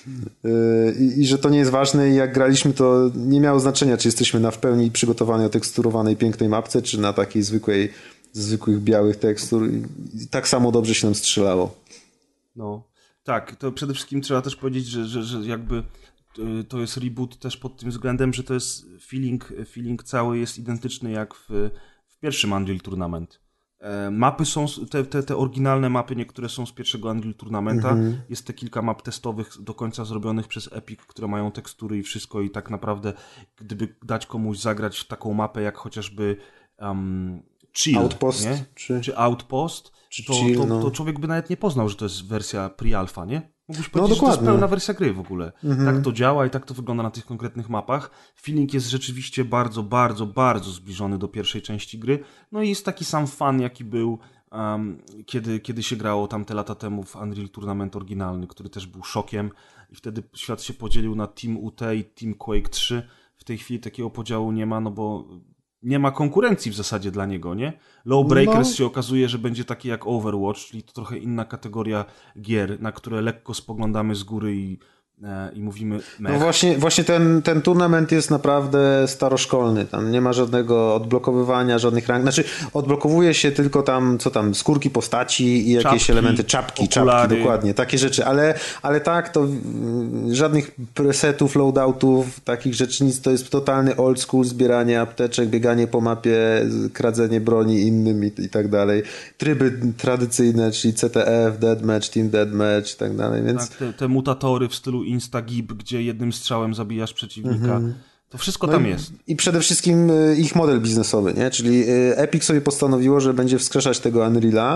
I, I że to nie jest ważne i jak graliśmy to nie miało znaczenia, czy jesteśmy na w pełni przygotowanej, oteksturowanej, pięknej mapce, czy na takiej zwykłej, zwykłych białych tekstur. I tak samo dobrze się nam strzelało. No, tak, to przede wszystkim trzeba też powiedzieć, że, że, że jakby to jest reboot też pod tym względem, że to jest feeling, feeling cały jest identyczny jak w, w pierwszym Unreal Tournament. Mapy są, te, te, te oryginalne mapy, niektóre są z pierwszego Unreal Tournamenta. Mm-hmm. Jest te kilka map testowych do końca zrobionych przez Epic, które mają tekstury i wszystko i tak naprawdę gdyby dać komuś zagrać taką mapę jak chociażby um, Chill, Outpost, nie? Czy... czy Outpost, czy to, chill, to, no. to człowiek by nawet nie poznał, że to jest wersja pre-alpha, nie? Mógłbyś powiedzieć, no, że to jest pełna wersja gry w ogóle. Mm-hmm. Tak to działa i tak to wygląda na tych konkretnych mapach. Feeling jest rzeczywiście bardzo, bardzo, bardzo zbliżony do pierwszej części gry. No i jest taki sam fan, jaki był um, kiedy, kiedy się grało tamte lata temu w Unreal Tournament oryginalny, który też był szokiem i wtedy świat się podzielił na Team U T i Team Quake trzy. W tej chwili takiego podziału nie ma, no bo nie ma konkurencji w zasadzie dla niego, nie? Lawbreakers no. się okazuje, że będzie taki jak Overwatch, czyli to trochę inna kategoria gier, na które lekko spoglądamy z góry i, e, i mówimy mech. No właśnie, właśnie ten, ten turnament jest naprawdę staroszkolny, tam nie ma żadnego odblokowywania, żadnych rank, znaczy odblokowuje się tylko tam, co tam, skórki postaci i jakieś czapki, elementy, czapki, okulary. czapki, dokładnie, takie rzeczy, ale, ale tak, to żadnych presetów, loadoutów, takich rzeczy, nic, to jest totalny old school, zbieranie apteczek, bieganie po mapie, kradzenie broni innym i, i tak dalej. Tryby tradycyjne, czyli C T F, Deathmatch, Team Deathmatch i tak dalej, więc... Tak, te, te mutatory w stylu Instagib, gdzie jednym strzałem zabijasz przeciwnika. Mm-hmm. To wszystko no tam i, jest. I przede wszystkim ich model biznesowy, nie? Czyli Epic sobie postanowiło, że będzie wskrzeszać tego Unreala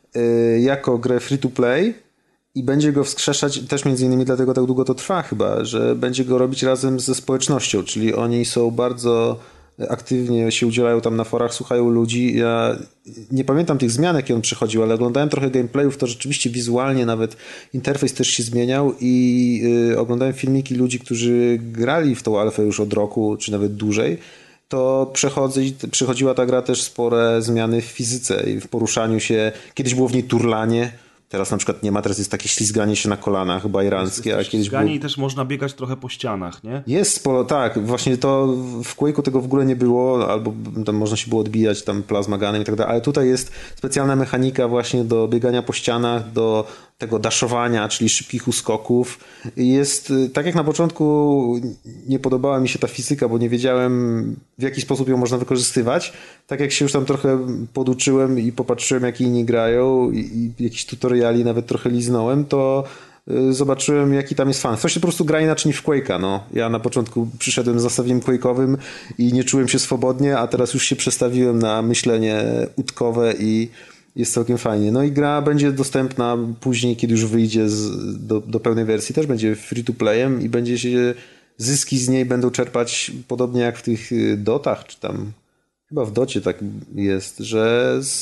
jako grę free to play i będzie go wskrzeszać też między innymi dlatego tak długo to trwa chyba, że będzie go robić razem ze społecznością, czyli oni są bardzo aktywnie się udzielają tam na forach, słuchają ludzi. Ja nie pamiętam tych zmian, jakie on przechodził, ale oglądałem trochę gameplayów, to rzeczywiście wizualnie nawet interfejs też się zmieniał i yy, oglądałem filmiki ludzi, którzy grali w tą alfę już od roku, czy nawet dłużej, to przechodzi, przechodziła ta gra też spore zmiany w fizyce i w poruszaniu się. Kiedyś było w niej turlanie, teraz na przykład nie ma, teraz jest takie ślizganie się na kolanach bajeranckie. Jest, jest a kiedyś ślizganie było... i też można biegać trochę po ścianach, nie? Jest sporo, tak, właśnie to w Quake'u tego w ogóle nie było, albo tam można się było odbijać tam plazmaganem i tak dalej, ale tutaj jest specjalna mechanika właśnie do biegania po ścianach, do tego daszowania, czyli szybkich uskoków. Jest, tak jak na początku nie podobała mi się ta fizyka, bo nie wiedziałem w jaki sposób ją można wykorzystywać, tak jak się już tam trochę poduczyłem i popatrzyłem jak inni grają i, i jakiś tutoriali nawet trochę liznąłem, to zobaczyłem jaki tam jest fan. To się po prostu gra inaczej niż w Quake'a. No. Ja na początku przyszedłem z nastawieniem Quake'owym i nie czułem się swobodnie, a teraz już się przestawiłem na myślenie utkowe i jest całkiem fajnie. No i gra będzie dostępna później, kiedy już wyjdzie z, do, do pełnej wersji, też będzie free to playem i będzie się, zyski z niej będą czerpać podobnie jak w tych dotach, czy tam chyba w docie tak jest, że z,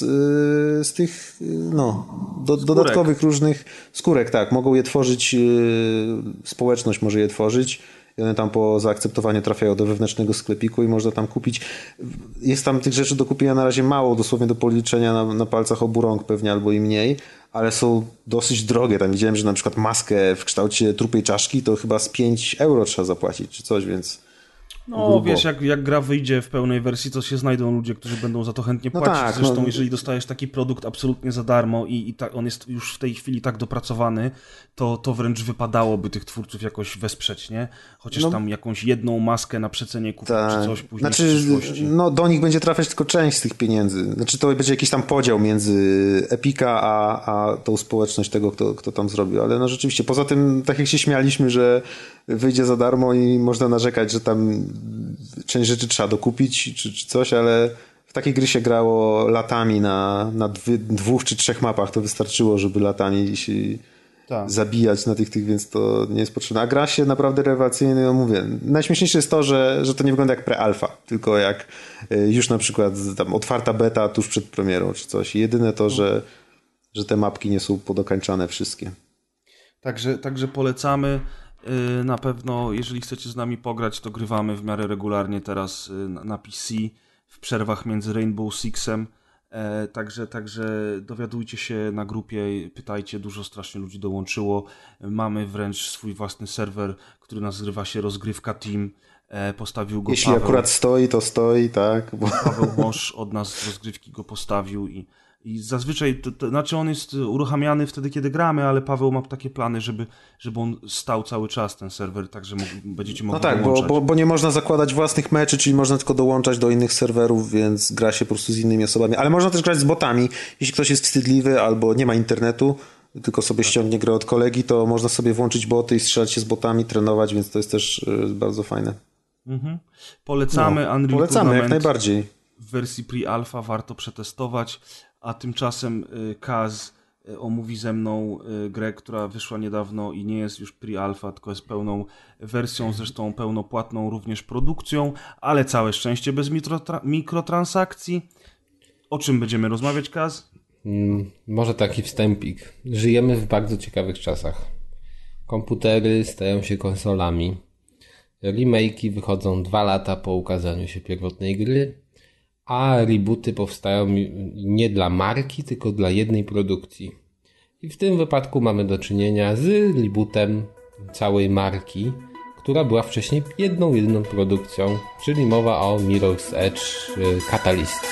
z tych no, do, dodatkowych różnych skórek, tak, mogą je tworzyć, społeczność może je tworzyć i one tam po zaakceptowaniu trafiają do wewnętrznego sklepiku i można tam kupić. Jest tam tych rzeczy do kupienia na razie mało, dosłownie do policzenia na, na palcach obu rąk pewnie albo i mniej, ale są dosyć drogie. Tam widziałem, że na przykład maskę w kształcie trupej czaszki to chyba z pięć euro trzeba zapłacić czy coś, więc no grubo. Wiesz, jak, jak gra wyjdzie w pełnej wersji, to się znajdą ludzie, którzy będą za to chętnie no płacić. Tak, Zresztą no. jeżeli dostajesz taki produkt absolutnie za darmo i, i ta, on jest już w tej chwili tak dopracowany, to, to wręcz wypadałoby tych twórców jakoś wesprzeć, nie? Chociaż no. tam jakąś jedną maskę na przecenie kupić tak. czy coś później znaczy, w przyszłości. No do nich będzie trafiać tylko część z tych pieniędzy. Znaczy to będzie jakiś tam podział między Epica a, a tą społeczność tego, kto, kto tam zrobił. Ale no rzeczywiście, poza tym tak jak się śmialiśmy, że wyjdzie za darmo i można narzekać, że tam część rzeczy trzeba dokupić czy, czy coś, ale w takiej gry się grało latami na, na dwie, dwóch czy trzech mapach. To wystarczyło, żeby latami się tak. zabijać na tych, tych, więc to nie jest potrzebne. A gra się naprawdę rewelacyjnie, no mówię. Najśmieszniejsze jest to, że, że to nie wygląda jak pre-alpha, tylko jak już na przykład tam otwarta beta tuż przed premierą czy coś. I jedyne to, że, że te mapki nie są podokańczane wszystkie. Także, także polecamy. Na pewno, jeżeli chcecie z nami pograć, to grywamy w miarę regularnie teraz na P C w przerwach między Rainbow Sixem. Także, także dowiadujcie się na grupie, pytajcie, dużo strasznie ludzi dołączyło. Mamy wręcz swój własny serwer, który nazywa się Rozgrywka Team. Postawił go Jeśli Paweł. akurat stoi, to stoi, tak. Bo... Paweł Mosz od nas z rozgrywki go postawił i I zazwyczaj, to, to, znaczy on jest uruchamiany wtedy, kiedy gramy, ale Paweł ma takie plany, żeby, żeby on stał cały czas, ten serwer, tak że mógł, będziecie mogli No tak, bo, bo, bo nie można zakładać własnych meczy, czyli można tylko dołączać do innych serwerów, więc gra się po prostu z innymi osobami. Ale można też grać z botami. Jeśli ktoś jest wstydliwy albo nie ma internetu, tylko sobie tak. ściągnie grę od kolegi, to można sobie włączyć boty i strzelać się z botami, trenować, więc to jest też bardzo fajne. Mhm. Polecamy no, Unreal Polecamy, Tournament jak najbardziej. W wersji pre-alpha warto przetestować. A tymczasem Kaz omówi ze mną grę, która wyszła niedawno i nie jest już pre-alpha, tylko jest pełną wersją, zresztą pełnopłatną również produkcją, ale całe szczęście bez mikrotra- mikrotransakcji. O czym będziemy rozmawiać, Kaz? Hmm, może taki wstępik. Żyjemy w bardzo ciekawych czasach. Komputery stają się konsolami. Remake'i wychodzą dwa lata po ukazaniu się pierwotnej gry, a rebooty powstają nie dla marki, tylko dla jednej produkcji. I w tym wypadku mamy do czynienia z rebootem całej marki, która była wcześniej jedną, jedyną produkcją, czyli mowa o Mirror's Edge Catalyst.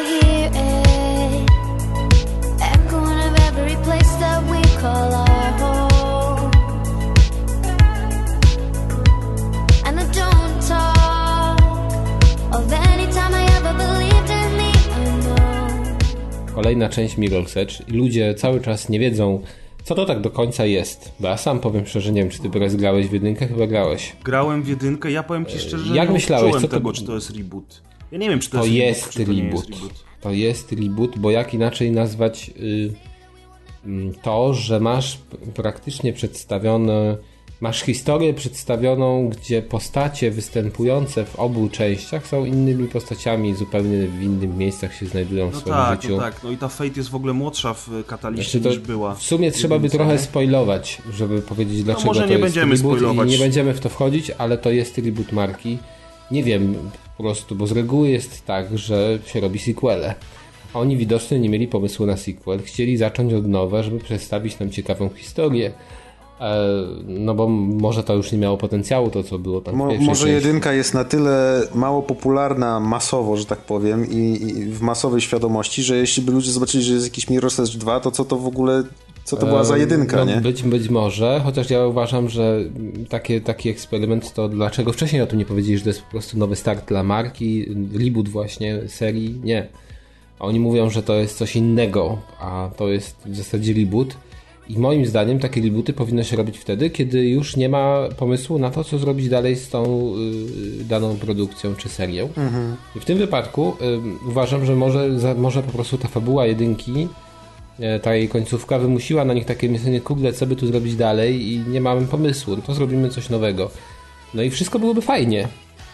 Kolejna część Mirror's Edge i ludzie cały czas nie wiedzą, co to tak do końca jest. Bo ja sam powiem szczerze, nie wiem, czy ty teraz grałeś w jedynkę? Chyba grałeś. Grałem w jedynkę, ja powiem ci szczerze, że Jak nie myślałeś, co to... tego, czy to jest reboot. Ja nie wiem, czy to, to jest, jest reboot, reboot. Czy to nie jest reboot. To jest reboot, bo jak inaczej nazwać y, to, że masz praktycznie przedstawione... Masz historię przedstawioną, gdzie postacie występujące w obu częściach są innymi postaciami, zupełnie w innych miejscach się znajdują w no swoim tak, życiu. No tak, no i ta Fate jest w ogóle młodsza w Kataliście znaczy niż była. W sumie trzeba by trochę spoilować, żeby powiedzieć, dlaczego no może to nie jest będziemy reboot spoilować. I nie będziemy w to wchodzić, ale to jest reboot marki. Nie wiem po prostu, bo z reguły jest tak, że się robi sequele. Oni widocznie nie mieli pomysłu na sequel, chcieli zacząć od nowa, żeby przedstawić nam ciekawą historię. No bo może to już nie miało potencjału, to co było tam w Mo, pierwszej Może części. jedynka jest na tyle mało popularna masowo, że tak powiem, i, i w masowej świadomości, że jeśli by ludzie zobaczyli, że jest jakiś Mirror's Edge dwa, to co to w ogóle, co to była za jedynka, no, nie? Być, być może, chociaż ja uważam, że takie, taki eksperyment to dlaczego wcześniej o tym nie powiedzieli, że to jest po prostu nowy start dla marki, reboot właśnie serii, nie. Oni mówią, że to jest coś innego, a to jest w zasadzie reboot. I moim zdaniem takie rebooty powinno się robić wtedy, kiedy już nie ma pomysłu na to, co zrobić dalej z tą y, daną produkcją czy serią. Mhm. I w tym wypadku y, uważam, że może, za, może po prostu ta fabuła jedynki ta jej końcówka wymusiła na nich takie myślenie, kurde, co by tu zrobić dalej i nie mamy pomysłu, to zrobimy coś nowego. No i wszystko byłoby fajnie,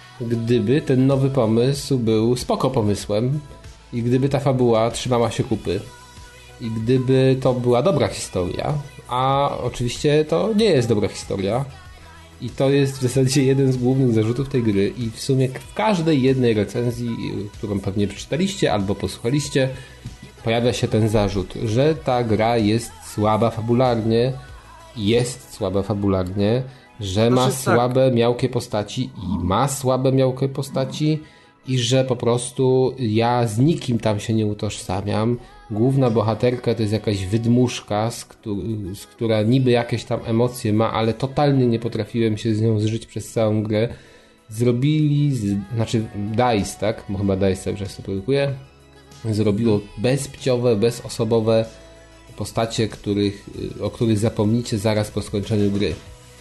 gdyby ten nowy pomysł był spoko pomysłem i gdyby ta fabuła trzymała się kupy i gdyby to była dobra historia, a oczywiście to nie jest dobra historia i to jest w zasadzie jeden z głównych zarzutów tej gry i w sumie w każdej jednej recenzji, którą pewnie przeczytaliście albo posłuchaliście, pojawia się ten zarzut, że ta gra jest słaba fabularnie, jest słaba fabularnie, że ma Znaczy, tak. słabe, miałkie postaci i ma słabe, miałkie postaci i że po prostu ja z nikim tam się nie utożsamiam. Główna bohaterka to jest jakaś wydmuszka, z, któ- z która niby jakieś tam emocje ma, ale totalnie nie potrafiłem się z nią zżyć przez całą grę. Zrobili, z, znaczy DICE, tak? Bo chyba DICE cały czas to produkuje. Zrobiło bezpłciowe, bezosobowe postacie, których, o których zapomnicie zaraz po skończeniu gry.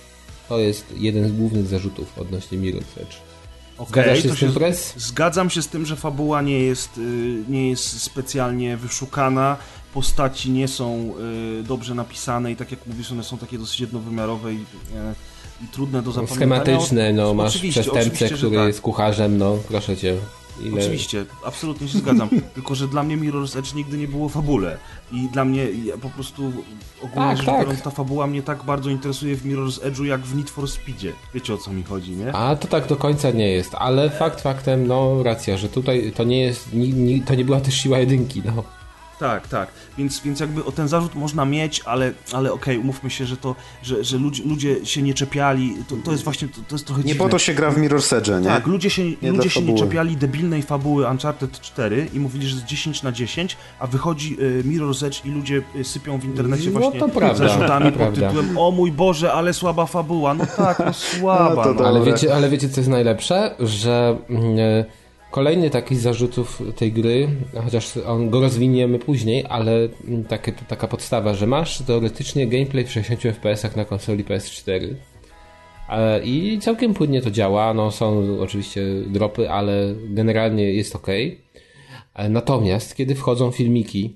To jest jeden z głównych zarzutów odnośnie Mirror's Edge. Okay, Zgadzasz się to z tym, się, Press? Zgadzam się z tym, że fabuła nie jest, y, nie jest specjalnie wyszukana, postaci nie są y, dobrze napisane i tak jak mówisz, one są takie dosyć jednowymiarowe i, y, i trudne do zapamiętania. Schematyczne, no masz Oczywiście, przestępcę, oczywiście, który tak. jest kucharzem, no proszę cię. Ile... Oczywiście, absolutnie się zgadzam. Tylko, że dla mnie Mirror's Edge nigdy nie było fabule. I dla mnie ja po prostu ogólnie Tak, rzecz tak. biorąc, ta fabuła mnie tak bardzo interesuje w Mirror's Edge'u jak w Need for Speedzie. Wiecie, o co mi chodzi, nie? A to tak do końca nie jest, ale fakt faktem, no racja, że tutaj to nie jest, ni, ni, to nie była też siła jedynki, no. Tak, tak. Więc, więc jakby o ten zarzut można mieć, ale, ale okej, okay, umówmy się, że to, że, że ludzie, ludzie się nie czepiali. To, to jest właśnie, to, to jest trochę Nie dziwne. po to się gra w Mirror's Edge, nie? Tak, ludzie się nie, Nie ludzie dla się nie fabuły. czepiali debilnej fabuły Uncharted cztery i mówili, że jest dziesięć na dziesięć, a wychodzi y, Mirror's Edge i ludzie y, sypią w internecie No właśnie to prawda, zarzutami to pod prawda. tytułem o mój Boże, ale słaba fabuła. No tak, no słaba. No to no. Ale Dobre. wiecie, ale wiecie co jest najlepsze? Że mm, kolejny taki z zarzutów tej gry, chociaż on go rozwiniemy później, ale mm, takie, taka podstawa, że masz teoretycznie gameplay w sześćdziesięciu F P S-ach na konsoli P S cztery. E, I całkiem płynnie to działa, no są oczywiście dropy, ale generalnie jest ok. E, natomiast kiedy wchodzą filmiki,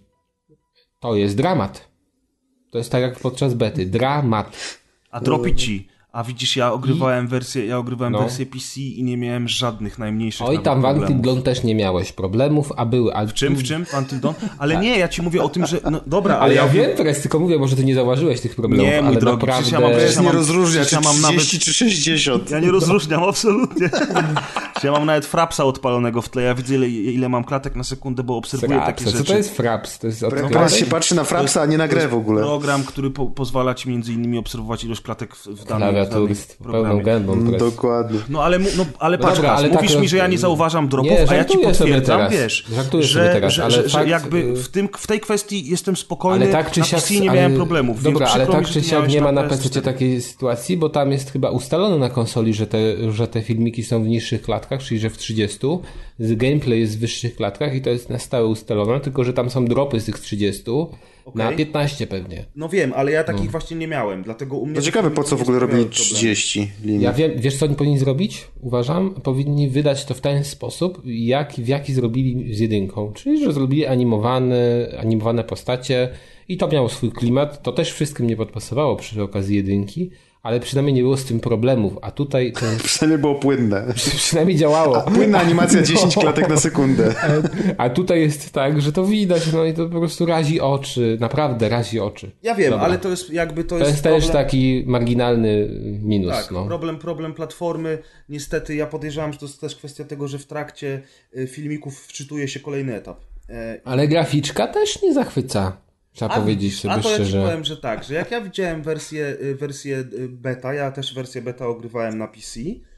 to jest dramat. To jest tak jak podczas bety, dramat. A dropi ci. A widzisz, ja ogrywałem wersję, ja ogrywałem No. wersję P C i nie miałem żadnych najmniejszych Oj, nawet tam w problemów. Until Dawn też nie miałeś problemów, a były... A W czym, w czym? W Until Dawn? Ale nie, ja ci mówię o tym, że... No, dobra, Ale ja wiem teraz, tylko mówię, może ty nie zauważyłeś tych problemów, Nie, mój ale drogi, naprawdę... przecież ja mam- To jest Ja nie mam- rozróżnia, czy ja mam nawet- trzydzieści czy sześćdziesiąt. Ja nie rozróżniam, absolutnie. Ja mam nawet frapsa odpalonego w tle, ja widzę ile, ile mam klatek na sekundę, bo obserwuję Fraps. takie Co rzeczy. to jest Fraps? To jest od Teraz się patrzy na Frapsa, a nie na grę w ogóle. Program, który po, pozwala ci między innymi obserwować ilość klatek w, w danym, w klawiatur danym z pełną programie. gębą. Press. Dokładnie. No ale, mu- no, ale patrz, dobra, Kas, ale mówisz tak, mi, że ja nie zauważam dropów, nie, a ja ci żartuję sobie potwierdzam, teraz. wiesz, Żartuję że, sobie teraz, że, ale że, że fakt, jakby w, tym, w tej kwestii jestem spokojny, Ale tak czy na siak... P C nie ale- miałem problemów. Dobra, więc ale przykro tak mi, czy że ty siak miałeś nie ma na P S P C cztery. takiej sytuacji, bo tam jest chyba ustalone na konsoli, że te, że te filmiki są w niższych klatkach, czyli że w trzydziestu. Z gameplay jest w wyższych klatkach i to jest na stałe ustalone, tylko że tam są dropy z tych trzydziestu na Okej. piętnaście pewnie. No wiem, ale ja takich No. właśnie nie miałem, dlatego u mnie... To ciekawe, po co w ogóle robili trzydzieści linii. Ja wiem, wiesz co oni powinni zrobić? Uważam, powinni wydać to w ten sposób, jak, w jaki zrobili z jedynką. Czyli, że zrobili animowane, animowane postacie i to miało swój klimat. To też wszystkim nie podpasowało przy okazji jedynki, ale przynajmniej nie było z tym problemów. A tutaj to Przynajmniej było płynne. przynajmniej działało. Płynna animacja dziesięć klatek na sekundę. A tutaj jest tak, że to widać, no i to po prostu razi oczy. Naprawdę razi oczy. Ja wiem, Dobra. ale to jest jakby to, To jest, jest też problem... taki marginalny minus. Tak, no. problem, problem platformy. Niestety ja podejrzewam, że to jest też kwestia tego, że w trakcie y, filmików wczytuje się kolejny etap. E, Ale graficzka też nie zachwyca. Trzeba powiedzieć sobie a to ja ci szczerze. powiem, że tak, że jak ja widziałem wersję, y, wersję y, beta, ja też wersję beta ogrywałem na P C,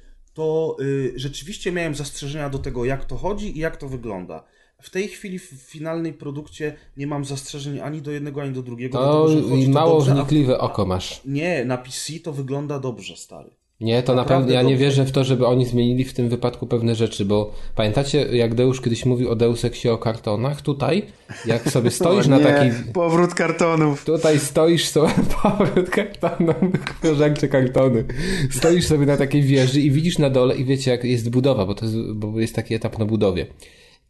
to y, rzeczywiście miałem zastrzeżenia do tego, jak to chodzi i jak to wygląda. W tej chwili w finalnej produkcie nie mam zastrzeżeń ani do jednego, ani do drugiego. To dlatego, że chodzi i to mało dobrze, a- wnikliwe oko masz. Nie, na P C to wygląda dobrze, stary. Nie, to Naprawdę naprawdę ja nie dobrze. wierzę w to, żeby oni zmienili w tym wypadku pewne rzeczy, bo pamiętacie, jak Deusz kiedyś mówił o Deus Exie o kartonach? Tutaj, jak sobie stoisz O na nie, takiej... powrót kartonów. Tutaj stoisz sobie, powrót kartonu, korzęcze kartony. Stoisz sobie na takiej wieży i widzisz na dole i wiecie, jak jest budowa, bo to jest, bo jest taki etap na budowie.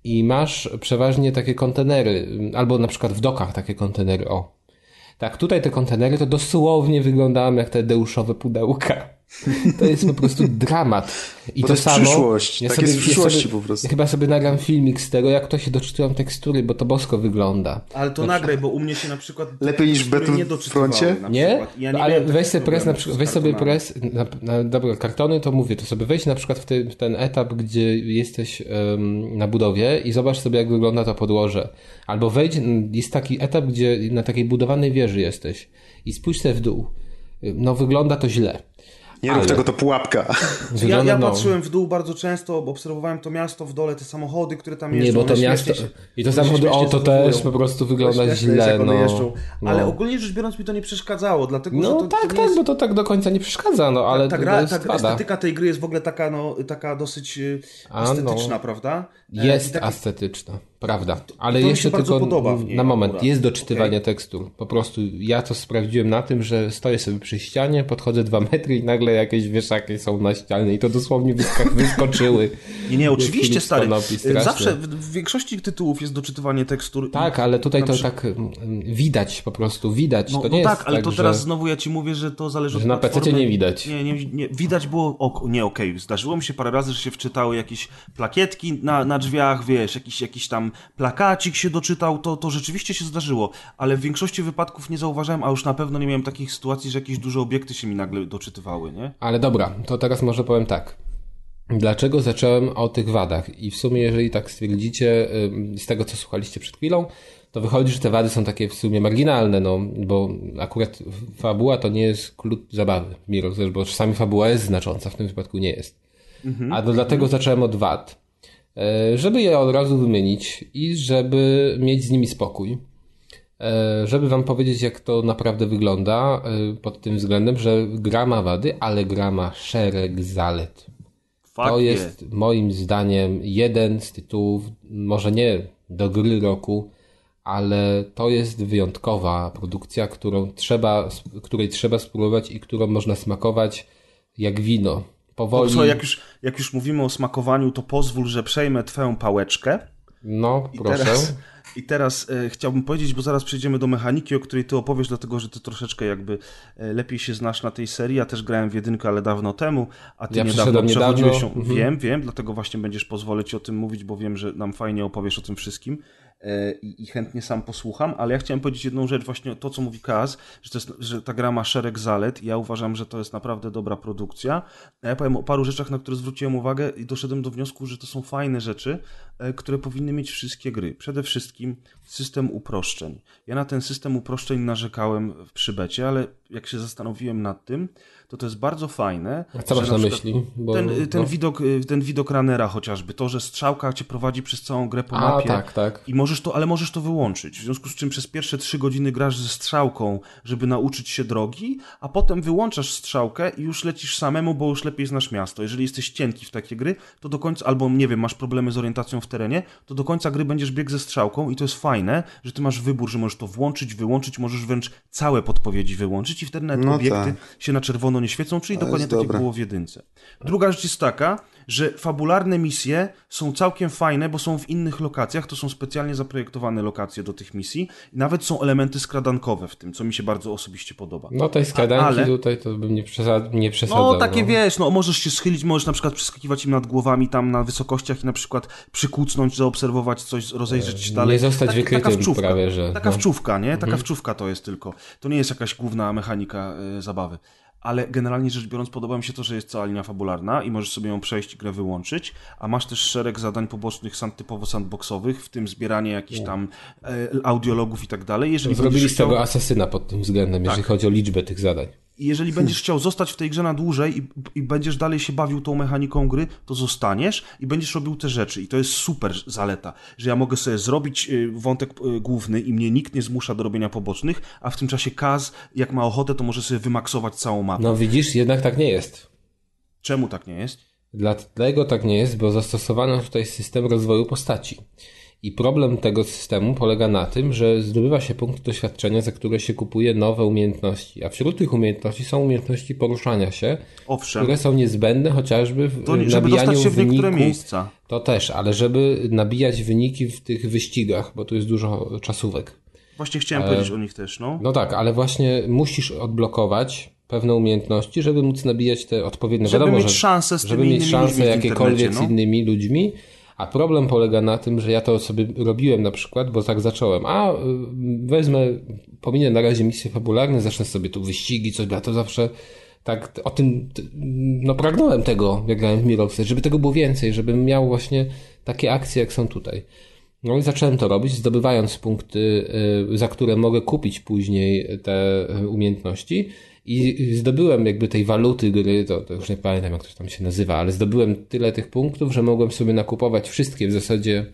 i masz przeważnie takie kontenery, albo na przykład w dokach takie kontenery, o. Tak, tutaj te kontenery to dosłownie wyglądają jak te deuszowe pudełka. To jest po prostu dramat. I bo to, to samo. przyszłość. Ja tak sobie, jest w przyszłości ja sobie, po prostu. Ja chyba sobie nagram filmik z tego, jak to się doczytują tekstury, bo to bosko wygląda. Ale to nagraj, bo u mnie się na przykład... Lepiej niż w Battlefroncie? Nie? Ja nie ale weź weź sobie press, na przykład, weź sobie press, na, na dobra, kartony to mówię, to sobie weź na przykład w, ty, w ten etap, gdzie jesteś um, na budowie i zobacz sobie, jak wygląda to podłoże. Albo wejdź, jest taki etap, gdzie na takiej budowanej wieży jesteś i spójrz sobie w dół. No wygląda to źle. Nie rób ale... tego, to pułapka. Ja, ja no. patrzyłem w dół bardzo często, bo obserwowałem to miasto w dole, te samochody, które tam jeżdżą. Nie, bo to one miasto... się, I to samochody, o to też po prostu wygląda źle, no. Ale no. ogólnie rzecz biorąc mi to nie przeszkadzało, dlatego no, że to, tak, to nie tak, jest... bo to tak do końca nie przeszkadza, no, ale ta, ta, to gra, jest ta wada. estetyka tej gry jest w ogóle taka, no, taka dosyć A, estetyczna, no. prawda? Jest taki... estetyczna, prawda. Ale to mi jeszcze się bardzo tylko podoba w niej na moment, akurat. jest doczytywanie Okay. tekstur. Po prostu ja to sprawdziłem na tym, że stoję sobie przy ścianie, podchodzę dwa metry i nagle jakieś wieszaki są na ścianie i to dosłownie wysk- wyskoczyły. Nie, nie, oczywiście, stary. Konopi, Zawsze w, w większości tytułów jest doczytywanie tekstur. Tak, ale tutaj to przykład... tak mm, widać po prostu, widać. No, to no nie tak, jest ale tak, to że... teraz znowu ja ci mówię, że to zależy że od na platformy. pececie nie widać. Nie, nie, nie, widać było, ok, nie okej, okay. Zdarzyło mi się parę razy, że się wczytały jakieś plakietki na, na drzwiach, wiesz, jakiś, jakiś tam plakacik się doczytał, to, to rzeczywiście się zdarzyło, ale w większości wypadków nie zauważałem, a już na pewno nie miałem takich sytuacji, że jakieś duże obiekty się mi nagle doczytywały, nie? Ale dobra, to teraz może powiem tak. Dlaczego zacząłem o tych wadach? I w sumie, jeżeli tak stwierdzicie, z tego co słuchaliście przed chwilą, to wychodzi, że te wady są takie w sumie marginalne, no, bo akurat fabuła to nie jest klucz zabawy, Mirror's, bo czasami fabuła jest znacząca, w tym wypadku nie jest. Mhm. A to dlatego zacząłem od wad, żeby je od razu wymienić i żeby mieć z nimi spokój. Żeby wam powiedzieć, jak to naprawdę wygląda pod tym względem, że gra ma wady, ale gra ma szereg zalet. Fakt to jest je. moim zdaniem jeden z tytułów, może nie do gry roku, ale to jest wyjątkowa produkcja, którą trzeba, której trzeba spróbować i którą można smakować jak wino. Powoli. Słuchaj, jak już, jak już mówimy o smakowaniu, to pozwól, że przejmę twoją pałeczkę. No, I proszę. Teraz, I teraz e, chciałbym powiedzieć, bo zaraz przejdziemy do mechaniki, o której ty opowiesz, dlatego że ty troszeczkę jakby e, lepiej się znasz na tej serii. Ja też grałem w jedynkę, ale dawno temu, a ty ja niedawno przechodziłeś ją. Mhm. Wiem, wiem, dlatego właśnie będziesz pozwolę ci o tym mówić, bo wiem, że nam fajnie opowiesz o tym wszystkim. I, i chętnie sam posłucham, ale ja chciałem powiedzieć jedną rzecz, właśnie to, co mówi Kaz, że, to jest, że ta gra ma szereg zalet. Ja uważam, że to jest naprawdę dobra produkcja. A ja powiem o paru rzeczach, na które zwróciłem uwagę i doszedłem do wniosku, że to są fajne rzeczy, które powinny mieć wszystkie gry. Przede wszystkim system uproszczeń. Ja na ten system uproszczeń narzekałem przy becie, ale jak się zastanowiłem nad tym, to to jest bardzo fajne. A co masz na, na myśli? Bo, ten ten, no. widok, ten widok runnera chociażby, to, że strzałka cię prowadzi przez całą grę po A, mapie. tak, tak. I możesz to, ale możesz to wyłączyć. W związku z czym przez pierwsze trzy godziny grasz ze strzałką, żeby nauczyć się drogi, a potem wyłączasz strzałkę i już lecisz samemu, bo już lepiej znasz miasto. Jeżeli jesteś cienki w takie gry, to do końca, albo nie wiem, masz problemy z orientacją w terenie, to do końca gry będziesz biegł ze strzałką i to jest fajne, że ty masz wybór, że możesz to włączyć, wyłączyć, możesz wręcz całe podpowiedzi wyłączyć i wtedy nawet no obiekty tak. się na czerwono nie świecą, czyli to dokładnie tak jak było w jedynce. Druga rzecz jest taka, że fabularne misje są całkiem fajne, bo są w innych lokacjach, to są specjalnie zaprojektowane lokacje do tych misji i nawet są elementy skradankowe w tym, co mi się bardzo osobiście podoba. No tej skradanki ale... tutaj to bym nie, przesad... nie przesadzał. No takie no. wiesz, no możesz się schylić, możesz na przykład przeskakiwać im nad głowami tam na wysokościach i na przykład przykucnąć, zaobserwować coś, rozejrzeć się dalej. Nie zostać tak, wykrytym taka wczówka, prawie, że... Taka no. wczówka, nie? Taka mhm. wczówka to jest tylko. To nie jest jakaś główna mechanika y, zabawy. Ale generalnie rzecz biorąc podoba mi się to, że jest cała linia fabularna i możesz sobie ją przejść i grę wyłączyć, a masz też szereg zadań pobocznych typowo sandboxowych, w tym zbieranie jakichś tam e, audiologów i tak dalej. Jeżeli Zrobili z chciał... tego asasyna pod tym względem, tak. jeżeli chodzi o liczbę tych zadań. I jeżeli będziesz chciał zostać w tej grze na dłużej i, i będziesz dalej się bawił tą mechaniką gry, to zostaniesz i będziesz robił te rzeczy. I to jest super zaleta, że ja mogę sobie zrobić wątek główny i mnie nikt nie zmusza do robienia pobocznych, a w tym czasie Kaz, jak ma ochotę, to może sobie wymaksować całą mapę. No widzisz, jednak tak nie jest. Czemu tak nie jest? Dlatego tak nie jest, bo zastosowano tutaj system rozwoju postaci. I problem tego systemu polega na tym, że zdobywa się punkty doświadczenia, za które się kupuje nowe umiejętności. A wśród tych umiejętności są umiejętności poruszania się, Owszem. które są niezbędne chociażby w to nie, nabijaniu żeby dostać się w niektóre wyniku, miejsca. To też, ale żeby nabijać wyniki w tych wyścigach, bo tu jest dużo czasówek. Właśnie chciałem e... powiedzieć o nich też, no. No tak, ale właśnie musisz odblokować pewne umiejętności, żeby móc nabijać te odpowiednie... Żeby wiadomo, mieć że, szansę z żeby tymi mieć innymi szansę ludźmi w jakiekolwiek internecie, no. z innymi ludźmi. A problem polega na tym, że ja to sobie robiłem na przykład, bo tak zacząłem. A wezmę, pominę na razie misje fabularne, zacznę sobie tu wyścigi, coś, ja to zawsze tak o tym, no pragnąłem tego, jak grałem w Mirror's Edge, żeby tego było więcej, żebym miał właśnie takie akcje, jak są tutaj. No i zacząłem to robić, zdobywając punkty, za które mogę kupić później te umiejętności. I zdobyłem jakby tej waluty gry, to, to już nie pamiętam jak to tam się nazywa, ale zdobyłem tyle tych punktów, że mogłem sobie nakupować wszystkie w zasadzie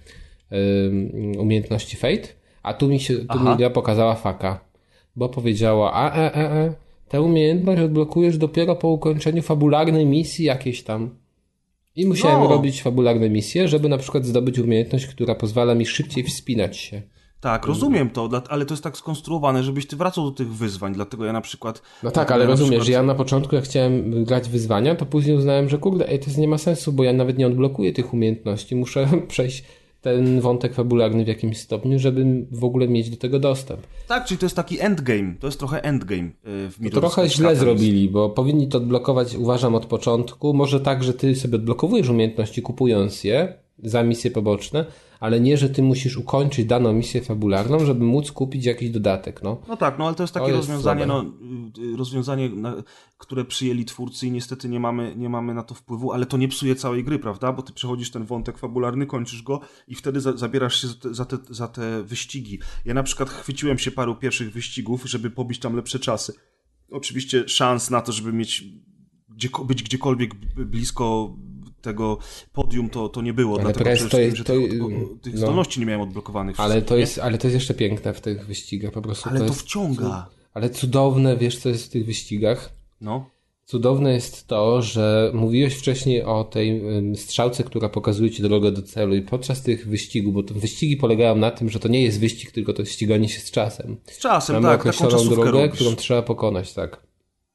um, umiejętności Fate, a tu mi się tu mi gra pokazała faka, bo powiedziała, a e, e, e, tę umiejętność odblokujesz dopiero po ukończeniu fabularnej misji jakiejś tam. I musiałem no. robić fabularne misje, żeby na przykład zdobyć umiejętność, która pozwala mi szybciej wspinać się. Tak, rozumiem to, ale to jest tak skonstruowane, żebyś ty wracał do tych wyzwań, dlatego ja na przykład... No tak, ale ja rozumiesz, przykład... że ja na początku jak chciałem grać wyzwania, to później uznałem, że kurde, ej, to nie ma sensu, bo ja nawet nie odblokuję tych umiejętności, muszę przejść ten wątek fabularny w jakimś stopniu, żeby w ogóle mieć do tego dostęp. Tak, czyli to jest taki endgame, to jest trochę endgame w Mirror's Edge. Trochę źle zrobili, bo powinni to odblokować, uważam, od początku, może tak, że ty sobie odblokowujesz umiejętności kupując je za misje poboczne, ale nie, że ty musisz ukończyć daną misję fabularną, żeby móc kupić jakiś dodatek, no. No tak, no ale to jest takie to jest rozwiązanie, słabe. no, rozwiązanie, na, które przyjęli twórcy i niestety nie mamy, nie mamy na to wpływu, ale to nie psuje całej gry, prawda? Bo ty przechodzisz ten wątek fabularny, kończysz go i wtedy za, zabierasz się za te, za, te, za te wyścigi. Ja na przykład chwyciłem się paru pierwszych wyścigów, żeby pobić tam lepsze czasy. Oczywiście szans na to, żeby mieć gdzie, być gdziekolwiek blisko tego podium to, to nie było, ale dlatego prez, to jest, że to, tych, tych no. zdolności nie miałem odblokowanych. Ale to, jest, ale to jest jeszcze piękne w tych wyścigach, po prostu. Ale to, to jest, wciąga. Ale cudowne, wiesz co jest w tych wyścigach? No. Cudowne jest to, że mówiłeś wcześniej o tej strzałce, która pokazuje ci drogę do celu i podczas tych wyścigów, bo te wyścigi polegają na tym, że to nie jest wyścig, tylko to jest ściganie się z czasem. Z czasem, Mamy tak. określoną taką drogę, robisz. którą trzeba pokonać, tak.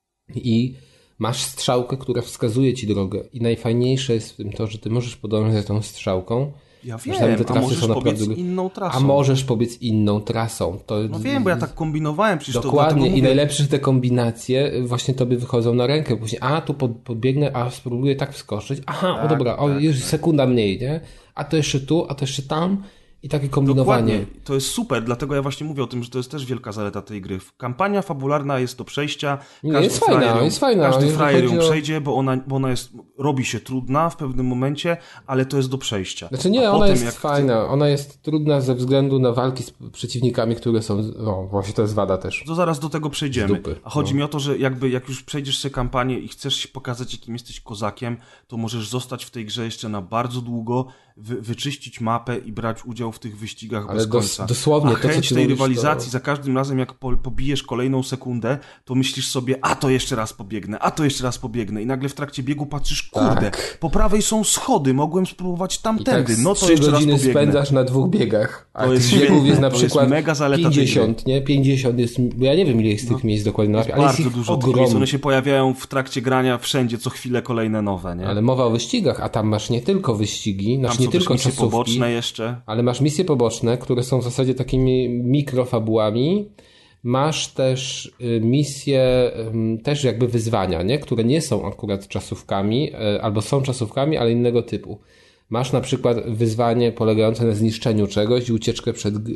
I masz strzałkę, która wskazuje ci drogę i najfajniejsze jest w tym to, że ty możesz podążać za tą strzałką. Ja wiem, te a trasy możesz są pobiec naprawdę... inną trasą. A możesz pobiec inną trasą. To... No wiem, bo ja tak kombinowałem przecież Dokładnie to i mówię... najlepsze, że te kombinacje właśnie tobie wychodzą na rękę. Później, a tu pod, podbiegnę, a spróbuję tak wskoczyć. Aha, tak, o dobra, o, tak, już tak. sekunda mniej, nie? A to jeszcze tu, a to jeszcze tam. I takie kombinowanie. Dokładnie. To jest super, dlatego ja właśnie mówię o tym, że to jest też wielka zaleta tej gry. Kampania fabularna jest do przejścia. Nie, Każdy jest fajna, frajer ją- jest fajna. Każdy Jeżeli frajer ją chodzi o- przejdzie, bo ona, bo ona jest, robi się trudna w pewnym momencie, ale to jest do przejścia. Znaczy nie, A ona potem, jest jak fajna. Ona jest trudna ze względu na walki z przeciwnikami, które są... No, właśnie to jest wada też. To zaraz do tego przejdziemy. Z dupy, A chodzi no. mi o to, że jakby jak już przejdziesz sobie kampanię i chcesz się pokazać, jakim jesteś kozakiem, to możesz zostać w tej grze jeszcze na bardzo długo, wy, wyczyścić mapę i brać udział w tych wyścigach Ale bez dos- końca. dosłownie A to, co chęć ty tej mówisz, rywalizacji to- za każdym razem, jak po, pobijesz kolejną sekundę, to myślisz sobie, a to jeszcze raz pobiegnę, a to jeszcze raz pobiegnę. I nagle w trakcie biegu patrzysz, kurde, Tak. po prawej są schody, mogłem spróbować I tamtędy, tak no z to trzy jeszcze raz godziny pobiegnę. spędzasz na dwóch biegach. A To jest tych biegów świetne, jest na to jest przykład mega zaleta tej pięćdziesiąt, nie? pięćdziesiąt jest, bo ja nie wiem ile jest tych miejsc dokładnie na mapie, ale jest Bardzo ich dużo tych miejsc, ogrom. one się pojawiają w trakcie grania wszędzie, co chwilę kolejne nowe, nie? Ale mowa o wyścigach, a tam masz nie tylko wyścigi, Tam masz są nie też tylko misje czasówki, poboczne jeszcze. ale masz misje poboczne, które są w zasadzie takimi mikrofabułami. Masz też y, misje, y, też jakby wyzwania, nie? Które nie są akurat czasówkami, y, albo są czasówkami, ale innego typu. Masz na przykład wyzwanie polegające na zniszczeniu czegoś i ucieczkę przed y,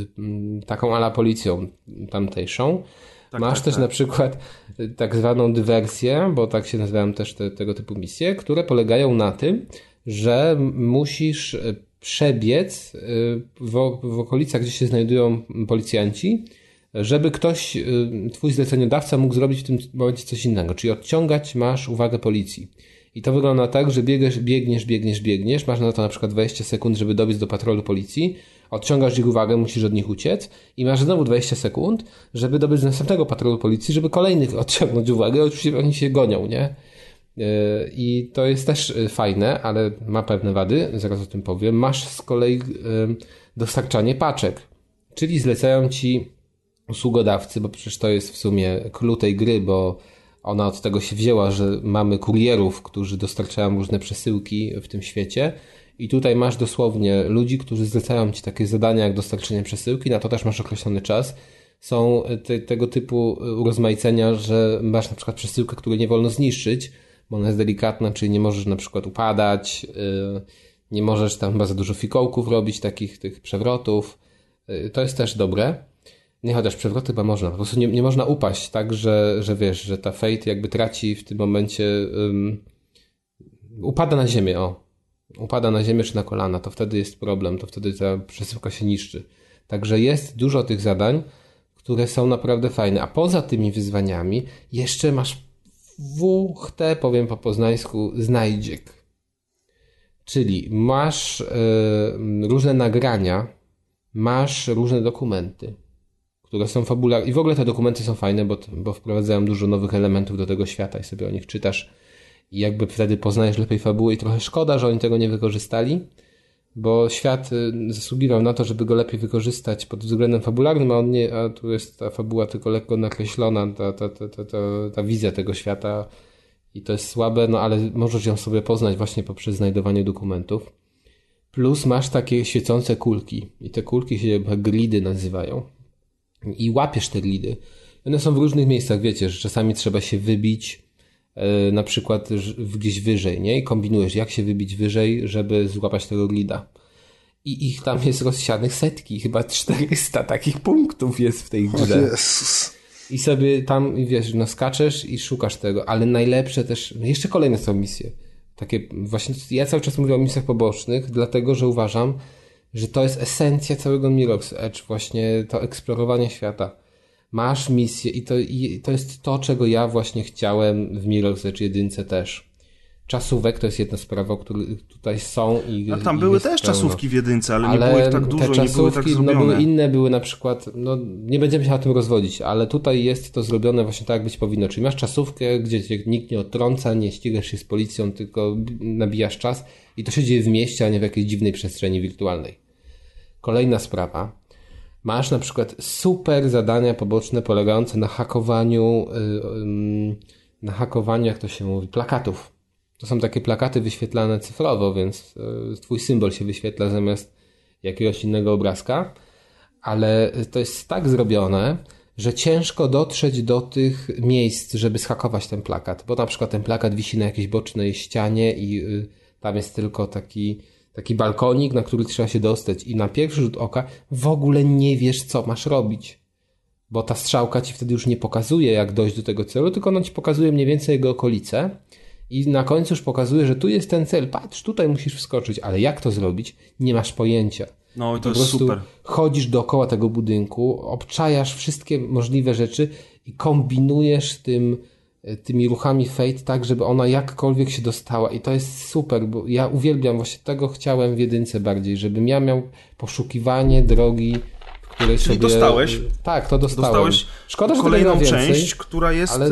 y, taką ala policją tamtejszą. Tak, Masz tak, też tak. na przykład y, tak zwaną dywersję, bo tak się nazywają też te, tego typu misje, które polegają na tym, że m- musisz y, przebiec y, w, w okolicach, gdzie się znajdują policjanci, żeby ktoś, y, twój zleceniodawca mógł zrobić w tym momencie coś innego, czyli odciągać masz uwagę policji. I to wygląda tak, że biegasz, biegniesz, biegniesz, biegniesz, masz na to na przykład dwadzieścia sekund, żeby dobiec do patrolu policji, odciągasz ich uwagę, musisz od nich uciec i masz znowu dwadzieścia sekund, żeby dobiec do następnego patrolu policji, żeby kolejnych odciągnąć uwagę, oczywiście oni się gonią, nie? Yy, I to jest też yy, fajne, ale ma pewne wady, zaraz o tym powiem. Masz z kolei yy, dostarczanie paczek. Czyli zlecają ci usługodawcy, bo przecież to jest w sumie clue tej gry, bo ona od tego się wzięła, że mamy kurierów, którzy dostarczają różne przesyłki w tym świecie i tutaj masz dosłownie ludzi, którzy zlecają ci takie zadania jak dostarczenie przesyłki, na to też masz określony czas. Są te, tego typu urozmaicenia, że masz na przykład przesyłkę, której nie wolno zniszczyć, bo ona jest delikatna, czyli nie możesz na przykład upadać, yy, nie możesz tam chyba za dużo fikołków robić, takich tych przewrotów. Yy, to jest też dobre. Nie, chociaż przewroty chyba można. Po prostu nie, nie można upaść, tak, że, że wiesz, że ta Fate jakby traci w tym momencie um, upada na ziemię, o. Upada na ziemię czy na kolana, to wtedy jest problem, to wtedy ta przesyłka się niszczy. Także jest dużo tych zadań, które są naprawdę fajne. A poza tymi wyzwaniami jeszcze masz W H T, powiem po poznańsku, znajdziek. Czyli masz y, różne nagrania, masz różne dokumenty, które są fabularne. I w ogóle te dokumenty są fajne, bo, bo wprowadzają dużo nowych elementów do tego świata i sobie o nich czytasz i jakby wtedy poznajesz lepiej fabułę i trochę szkoda, że oni tego nie wykorzystali, bo świat zasługiwał na to, żeby go lepiej wykorzystać pod względem fabularnym, a on nie, a tu jest ta fabuła tylko lekko nakreślona, ta, ta, ta, ta, ta, ta wizja tego świata i to jest słabe, no ale możesz ją sobie poznać właśnie poprzez znajdowanie dokumentów. Plus masz takie świecące kulki i te kulki się glidy nazywają i łapiesz te glidy. One są w różnych miejscach, wiecie, że czasami trzeba się wybić na przykład gdzieś wyżej, nie? I kombinujesz, jak się wybić wyżej, żeby złapać tego glida. I ich tam jest rozsianych setki, chyba czterysta takich punktów jest w tej grze. Jezus. I sobie tam, wiesz, no skaczesz i szukasz tego, ale najlepsze też, jeszcze kolejne są misje. Takie właśnie, ja cały czas mówię o misjach pobocznych, dlatego, że uważam, że to jest esencja całego Mirror's Edge, właśnie to eksplorowanie świata. Masz misję i to, i to jest to, czego ja właśnie chciałem w Mirror's Edge jedynce też. Czasówek to jest jedna sprawa, które tutaj są i A tam i były też pełno. czasówki w jedynce, ale, ale nie było ich tak dużo, te nie były tak czasówki, zrobione. no były inne, były na przykład, no nie będziemy się o tym rozwodzić, ale tutaj jest to zrobione właśnie tak, jak być powinno. Czyli masz czasówkę, gdzie cię nikt nie odtrąca, nie ścigasz się z policją, tylko nabijasz czas i to się dzieje w mieście, a nie w jakiejś dziwnej przestrzeni wirtualnej. Kolejna sprawa. Masz na przykład super zadania poboczne polegające na hakowaniu, yy, na hakowaniu, jak to się mówi, plakatów. To są takie plakaty wyświetlane cyfrowo, więc yy, twój symbol się wyświetla zamiast jakiegoś innego obrazka, ale to jest tak zrobione, że ciężko dotrzeć do tych miejsc, żeby zhakować ten plakat, bo na przykład ten plakat wisi na jakiejś bocznej ścianie i yy, tam jest tylko taki Taki balkonik, na który trzeba się dostać i na pierwszy rzut oka w ogóle nie wiesz, co masz robić. Bo ta strzałka ci wtedy już nie pokazuje, jak dojść do tego celu, tylko ona ci pokazuje mniej więcej jego okolice i na końcu już pokazuje, że tu jest ten cel, patrz, tutaj musisz wskoczyć, ale jak to zrobić? Nie masz pojęcia. No i to po jest prostu super. Chodzisz dookoła tego budynku, obczajasz wszystkie możliwe rzeczy i kombinujesz tym tymi ruchami Fate tak, żeby ona jakkolwiek się dostała i to jest super, bo ja uwielbiam, właśnie tego chciałem w jedynce bardziej, żebym ja miał poszukiwanie drogi, w której Czyli sobie... dostałeś? Tak, to dostałem. Dostałeś Szkoda, że kolejną tego nie ma więcej, część, która jest ale...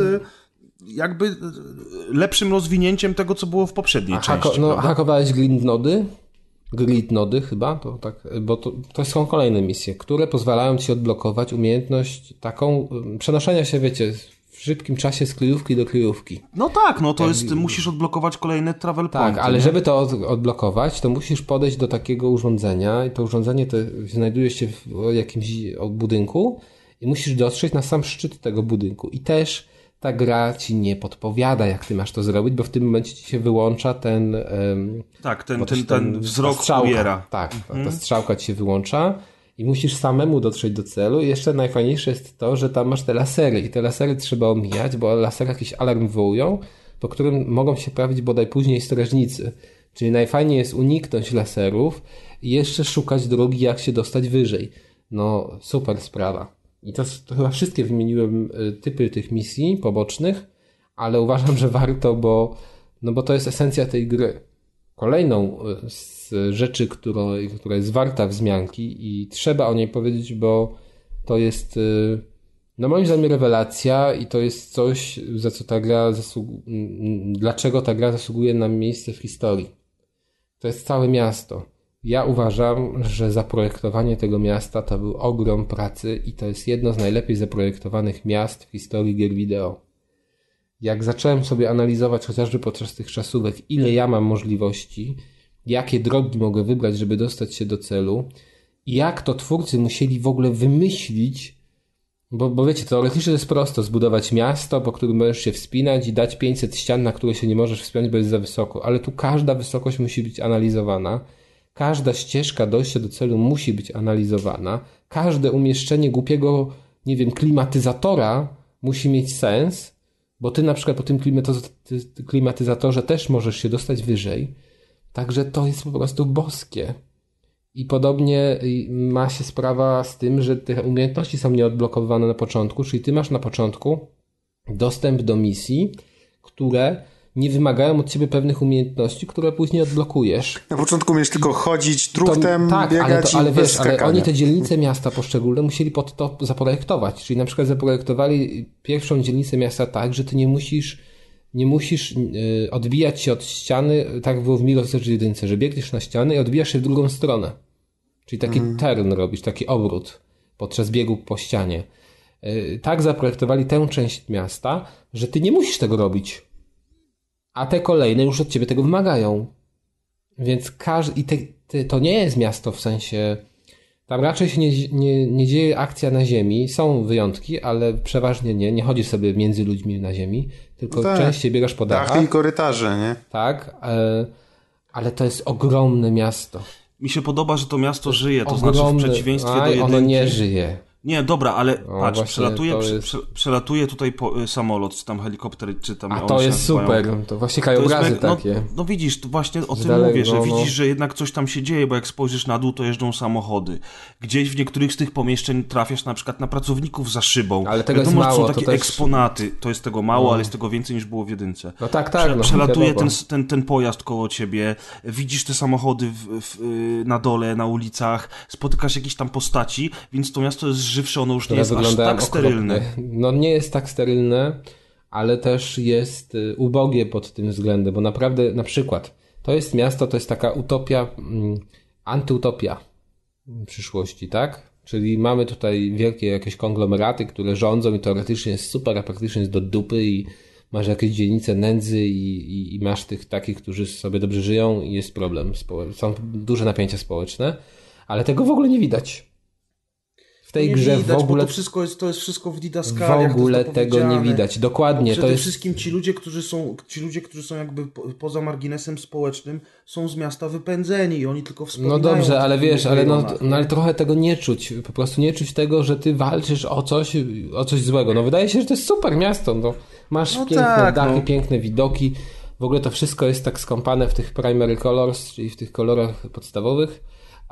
jakby lepszym rozwinięciem tego, co było w poprzedniej A części. hako, no, prawda? hakowałeś glidnody? Glidnody chyba, to tak, bo to, to są kolejne misje, które pozwalają ci odblokować umiejętność taką przenoszenia się, wiecie, w szybkim czasie z kryjówki do kryjówki. No tak, no to jest, musisz odblokować kolejne travel pointy. Tak, ale nie? żeby to od, odblokować, to musisz podejść do takiego urządzenia i to urządzenie to znajduje się w jakimś budynku i musisz dotrzeć na sam szczyt tego budynku i też ta gra ci nie podpowiada, jak ty masz to zrobić, bo w tym momencie ci się wyłącza ten... Um, tak, ten, ten, ten, ten wzrok kuriera. Tak, mhm. ta strzałka ci się wyłącza i musisz samemu dotrzeć do celu i jeszcze najfajniejsze jest to, że tam masz te lasery i te lasery trzeba omijać, bo lasery jakiś alarm wywołują, po którym mogą się pojawić bodaj później strażnicy. Czyli najfajniej jest uniknąć laserów i jeszcze szukać drogi, jak się dostać wyżej. No, super sprawa. I to, to chyba wszystkie wymieniłem typy tych misji pobocznych, ale uważam, że warto, bo, no bo to jest esencja tej gry. Kolejną z rzeczy, która, która jest warta wzmianki i trzeba o niej powiedzieć, bo to jest, no moim zdaniem, rewelacja i to jest coś, za co ta gra zasługuje, dlaczego ta gra zasługuje na miejsce w historii. To jest całe miasto. Ja uważam, że zaprojektowanie tego miasta to był ogrom pracy i to jest jedno z najlepiej zaprojektowanych miast w historii gier wideo. Jak zacząłem sobie analizować chociażby podczas tych czasówek, ile ja mam możliwości, jakie drogi mogę wybrać, żeby dostać się do celu i jak to twórcy musieli w ogóle wymyślić, bo, bo wiecie, teoretycznie to jest prosto, zbudować miasto, po którym możesz się wspinać i dać pięćset ścian, na które się nie możesz wspinać, bo jest za wysoko, ale tu każda wysokość musi być analizowana. Każda ścieżka dojścia do celu musi być analizowana. Każde umieszczenie głupiego, nie wiem, klimatyzatora musi mieć sens, bo ty na przykład po tym klimatyzatorze też możesz się dostać wyżej. Także to jest po prostu boskie. I podobnie ma się sprawa z tym, że te umiejętności są nieodblokowywane na początku, czyli ty masz na początku dostęp do misji, które nie wymagają od ciebie pewnych umiejętności, które później odblokujesz. Na początku umiesz tylko chodzić truchtem, tak, biegać ale to, ale i bez wiesz, ale skakania. oni te dzielnice miasta poszczególne musieli pod to zaprojektować. Czyli na przykład zaprojektowali pierwszą dzielnicę miasta tak, że ty nie musisz nie musisz yy, odbijać się od ściany, tak było w Mirror's Edge jeden, że biegniesz na ścianę i odbijasz się w drugą stronę. Czyli taki mm. turn robisz, taki obrót podczas biegu po ścianie. Yy, tak zaprojektowali tę część miasta, że ty nie musisz tego robić. A te kolejne już od ciebie tego wymagają. Więc każdy... I te, te, to nie jest miasto w sensie... Tam raczej się nie, nie, nie dzieje akcja na ziemi. Są wyjątki, ale przeważnie nie. Nie chodzisz sobie między ludźmi na ziemi, tylko tak, częściej biegasz po dachach. Dachy i korytarze, nie? Tak, e, ale to jest ogromne miasto. Mi się podoba, że to miasto żyje, to ogromne, znaczy w przeciwieństwie aj, do jedynki. ono nie żyje. Nie, dobra, ale no, patrz, przelatuje, jest... prze, przelatuje tutaj po, y, samolot, czy tam helikopter, czy tam... A to jest super, to właśnie krajobrazy no, takie. No widzisz, to właśnie o tym dalej, mówię, że no, widzisz, no. że jednak coś tam się dzieje, bo jak spojrzysz na dół, to jeżdżą samochody. Gdzieś w niektórych z tych pomieszczeń trafiasz na przykład na pracowników za szybą. Ale tego Wiadomo, jest mało, są takie to też... eksponaty, to jest tego mało, no. ale jest tego więcej niż było w jedynce. No tak, tak. Prze, no, przelatuje ten, ten, ten pojazd koło ciebie, widzisz te samochody w, w, na dole, na ulicach, spotykasz jakieś tam postaci, więc to miasto jest żywsze, ono już nie jest aż tak sterylne. No nie jest tak sterylne, ale też jest ubogie pod tym względem, bo naprawdę, na przykład, to jest miasto, to jest taka utopia, um, antyutopia przyszłości, tak? Czyli mamy tutaj wielkie jakieś konglomeraty, które rządzą i teoretycznie jest super, a praktycznie jest do dupy i masz jakieś dzielnice nędzy i, i, i masz tych takich, którzy sobie dobrze żyją i jest problem. Są duże napięcia społeczne, ale tego w ogóle nie widać. W tej nie grze widać, w ogóle bo to wszystko jest, to jest wszystko w didaskaliach. W ogóle to jest tego nie widać. Dokładnie. Przede to jest... wszystkim ci ludzie, którzy są, ci ludzie, którzy są jakby po, poza marginesem społecznym, są z miasta wypędzeni i oni tylko wspominają. No dobrze, ale wiesz, ale, no, rejonach, no, ale trochę tego nie czuć. Po prostu nie czuć tego, że ty walczysz o coś, o coś złego. No wydaje się, że to jest super miasto. No, masz no piękne tak, dachy, no. piękne widoki. W ogóle to wszystko jest tak skąpane w tych primary colors, czyli w tych kolorach podstawowych.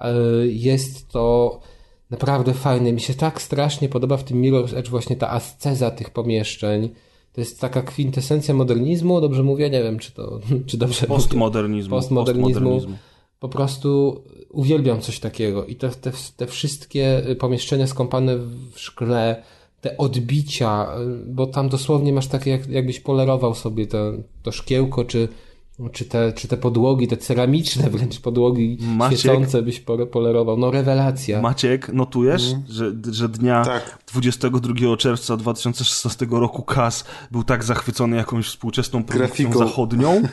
Jest to naprawdę fajne. Mi się tak strasznie podoba w tym Mirror's Edge właśnie ta asceza tych pomieszczeń. To jest taka kwintesencja modernizmu, dobrze mówię? Nie wiem, czy to czy dobrze Postmodernizmu. Postmodernizmu. Postmodernizmu. Po prostu uwielbiam coś takiego. I te, te, te wszystkie pomieszczenia skąpane w szkle, te odbicia, bo tam dosłownie masz takie, jak, jakbyś polerował sobie to, to szkiełko, czy Czy te, czy te podłogi, te ceramiczne wręcz podłogi Maciek, świecące byś polerował. No rewelacja. Maciek, notujesz, mm. że, że dnia tak. dwudziestego drugiego czerwca dwa tysiące szesnastego roku K A S był tak zachwycony jakąś współczesną produkcją Grafiką. zachodnią.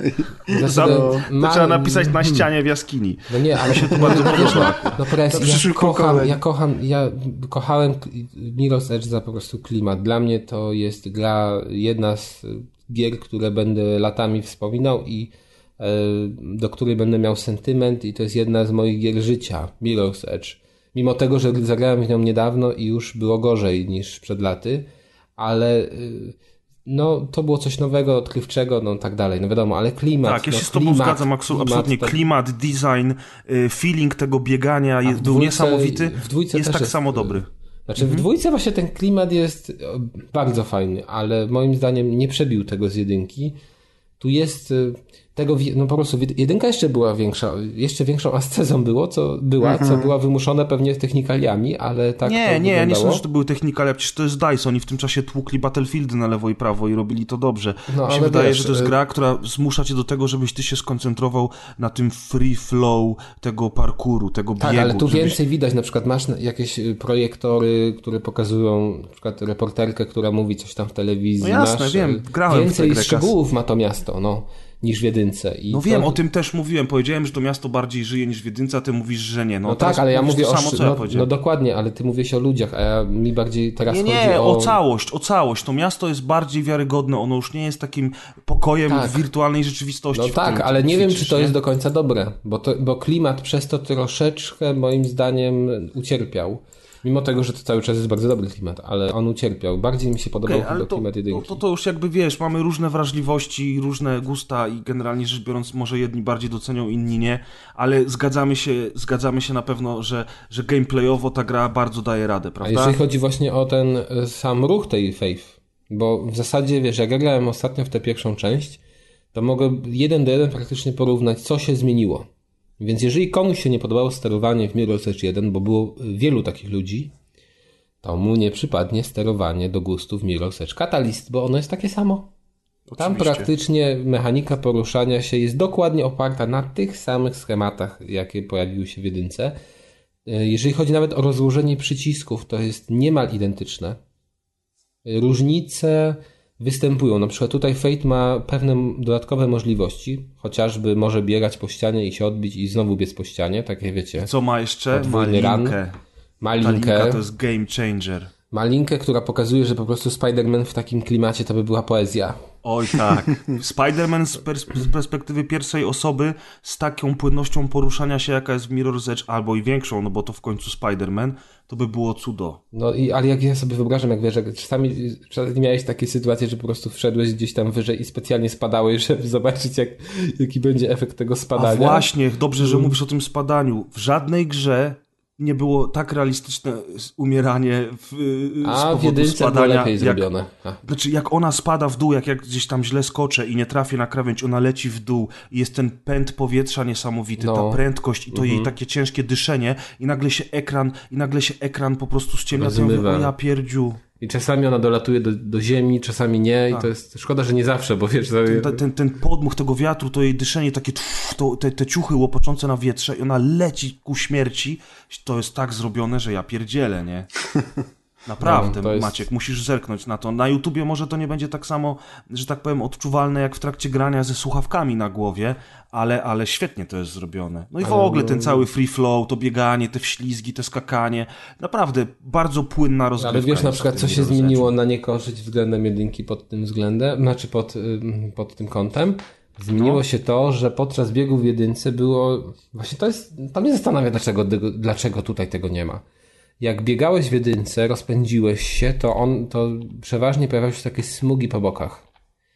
Za, ma... Trzeba napisać na ścianie w jaskini. No nie, ale się to bardzo podoba. No presja, ja kocham, ja kocham, ja kochałem Mirror's Edge za po prostu klimat. Dla mnie to jest gra jedna z gier, które będę latami wspominał i e, do której będę miał sentyment i to jest jedna z moich gier życia, Mirror's Edge. Mimo tego, że zagrałem w nią niedawno i już było gorzej niż przed laty, ale e, no to było coś nowego, odkrywczego, no tak dalej, no wiadomo, ale klimat. Tak, ja się no, z tobą klimat, zgadzam, absolutnie. To... Klimat, design, feeling tego biegania jest, dwójce, był niesamowity, w dwójce jest tak jest, samo dobry. Znaczy mhm. w dwójce właśnie ten klimat jest bardzo fajny, ale moim zdaniem nie przebił tego z jedynki. Tu jest, tego, no po prostu jedynka jeszcze była większa, jeszcze większą ascezą było, co była, mhm. co była wymuszone pewnie technikaliami, ale tak nie, to nie, wyglądało. nie sądzę, że to były technikalia, przecież to jest DICE, oni w tym czasie tłukli Battlefieldy na lewo i prawo i robili to dobrze. No, mi się wydaje, wiesz, że to jest gra, która zmusza cię do tego, żebyś ty się skoncentrował na tym free flow tego parkouru, tego biegu. Tak, ale tu żebyś... więcej widać, na przykład masz jakieś projektory, które pokazują na przykład reporterkę, która mówi coś tam w telewizji. No jasne, masz, wiem, grałem więcej w tę grę, szczegółów ma to miasto, no. niż w jedynce. I no wiem, to... o tym też mówiłem. Powiedziałem, że to miasto bardziej żyje niż w jedynce, a ty mówisz, że nie. No, no tak, ale ja mówię o... Samo, co no, ja powiedziałem. no dokładnie, ale ty mówisz o ludziach, a ja, mi bardziej teraz nie, nie, chodzi o... o całość, o całość. To miasto jest bardziej wiarygodne, ono już nie jest takim pokojem tak. w wirtualnej rzeczywistości. No tak, ale nie ćwiczysz, wiem, czy to nie? jest do końca dobre, bo, to, bo klimat przez to troszeczkę moim zdaniem ucierpiał. Mimo tego, że to cały czas jest bardzo dobry klimat, ale on ucierpiał. Bardziej mi się podobał okay, chyba to, klimat jedynki. To, to, to już jakby wiesz, mamy różne wrażliwości, różne gusta i generalnie rzecz biorąc może jedni bardziej docenią, inni nie, ale zgadzamy się, zgadzamy się na pewno, że, że gameplayowo ta gra bardzo daje radę, prawda? A jeżeli chodzi właśnie o ten sam ruch tej Faith, bo w zasadzie wiesz, jak ja grałem ostatnio w tę pierwszą część, to mogę jeden do jeden praktycznie porównać, co się zmieniło. Więc jeżeli komuś się nie podobało sterowanie w Mirror's Edge jeden, bo było wielu takich ludzi, to mu nie przypadnie sterowanie do gustu w Mirror's Edge Catalyst, bo ono jest takie samo. Oczywiście. Tam praktycznie mechanika poruszania się jest dokładnie oparta na tych samych schematach, jakie pojawiły się w jedynce. Jeżeli chodzi nawet o rozłożenie przycisków, to jest niemal identyczne. Różnice występują. Na przykład tutaj Fate ma pewne dodatkowe możliwości, chociażby może biegać po ścianie i się odbić i znowu biec po ścianie, takie wiecie. Co ma jeszcze? Ma linkę. Ma linkę. Ta linka to jest game changer. Ma linkę, która pokazuje, że po prostu Spider-Man w takim klimacie to by była poezja. Oj tak. Spider-Man z, pers- z perspektywy pierwszej osoby z taką płynnością poruszania się, jaka jest w Mirror's Edge, albo i większą, no bo to w końcu Spider-Man, to by było cudo. No i ale jak ja sobie wyobrażam, jak wiesz, jak czasami, czasami miałeś takie sytuacje, że po prostu wszedłeś gdzieś tam wyżej i specjalnie spadałeś, żeby zobaczyć, jak, jaki będzie efekt tego spadania. A właśnie, dobrze, że mówisz o tym spadaniu. W żadnej grze nie było tak realistyczne umieranie w, A, z powodu w jedynce spadania. było lepiej jak, zrobione. Znaczy, jak ona spada w dół, jak, jak gdzieś tam źle skoczę i nie trafię na krawędź, ona leci w dół i jest ten pęd powietrza niesamowity, no. ta prędkość i to mhm. jej takie ciężkie dyszenie i nagle się ekran, i nagle się ekran po prostu ściemnia. To ja mówię, o ja pierdziu. I czasami ona dolatuje do, do ziemi, czasami nie tak. i to jest szkoda, że nie zawsze, bo wiesz... Ten, ten, ten podmuch tego wiatru, to jej dyszenie, takie tf, to, te, te ciuchy łopoczące na wietrze i ona leci ku śmierci, to jest tak zrobione, że ja pierdzielę, nie? Naprawdę, no, jest... Maciek, musisz zerknąć na to. Na YouTubie może to nie będzie tak samo, że tak powiem, odczuwalne jak w trakcie grania ze słuchawkami na głowie, ale, ale świetnie to jest zrobione. No i w ale... ogóle ten cały free flow, to bieganie, te wślizgi, te skakanie, naprawdę bardzo płynna rozgrywka. Ale wiesz na przykład, co się zmieniło na niekorzyść względem jedynki pod tym względem, znaczy pod, pod tym kątem? Zmieniło no. się to, że podczas biegu w jedynce było, właśnie to jest, to mnie zastanawia, dlaczego, dlaczego tutaj tego nie ma. Jak biegałeś w jedynce, rozpędziłeś się, to on, to przeważnie pojawiały się takie smugi po bokach.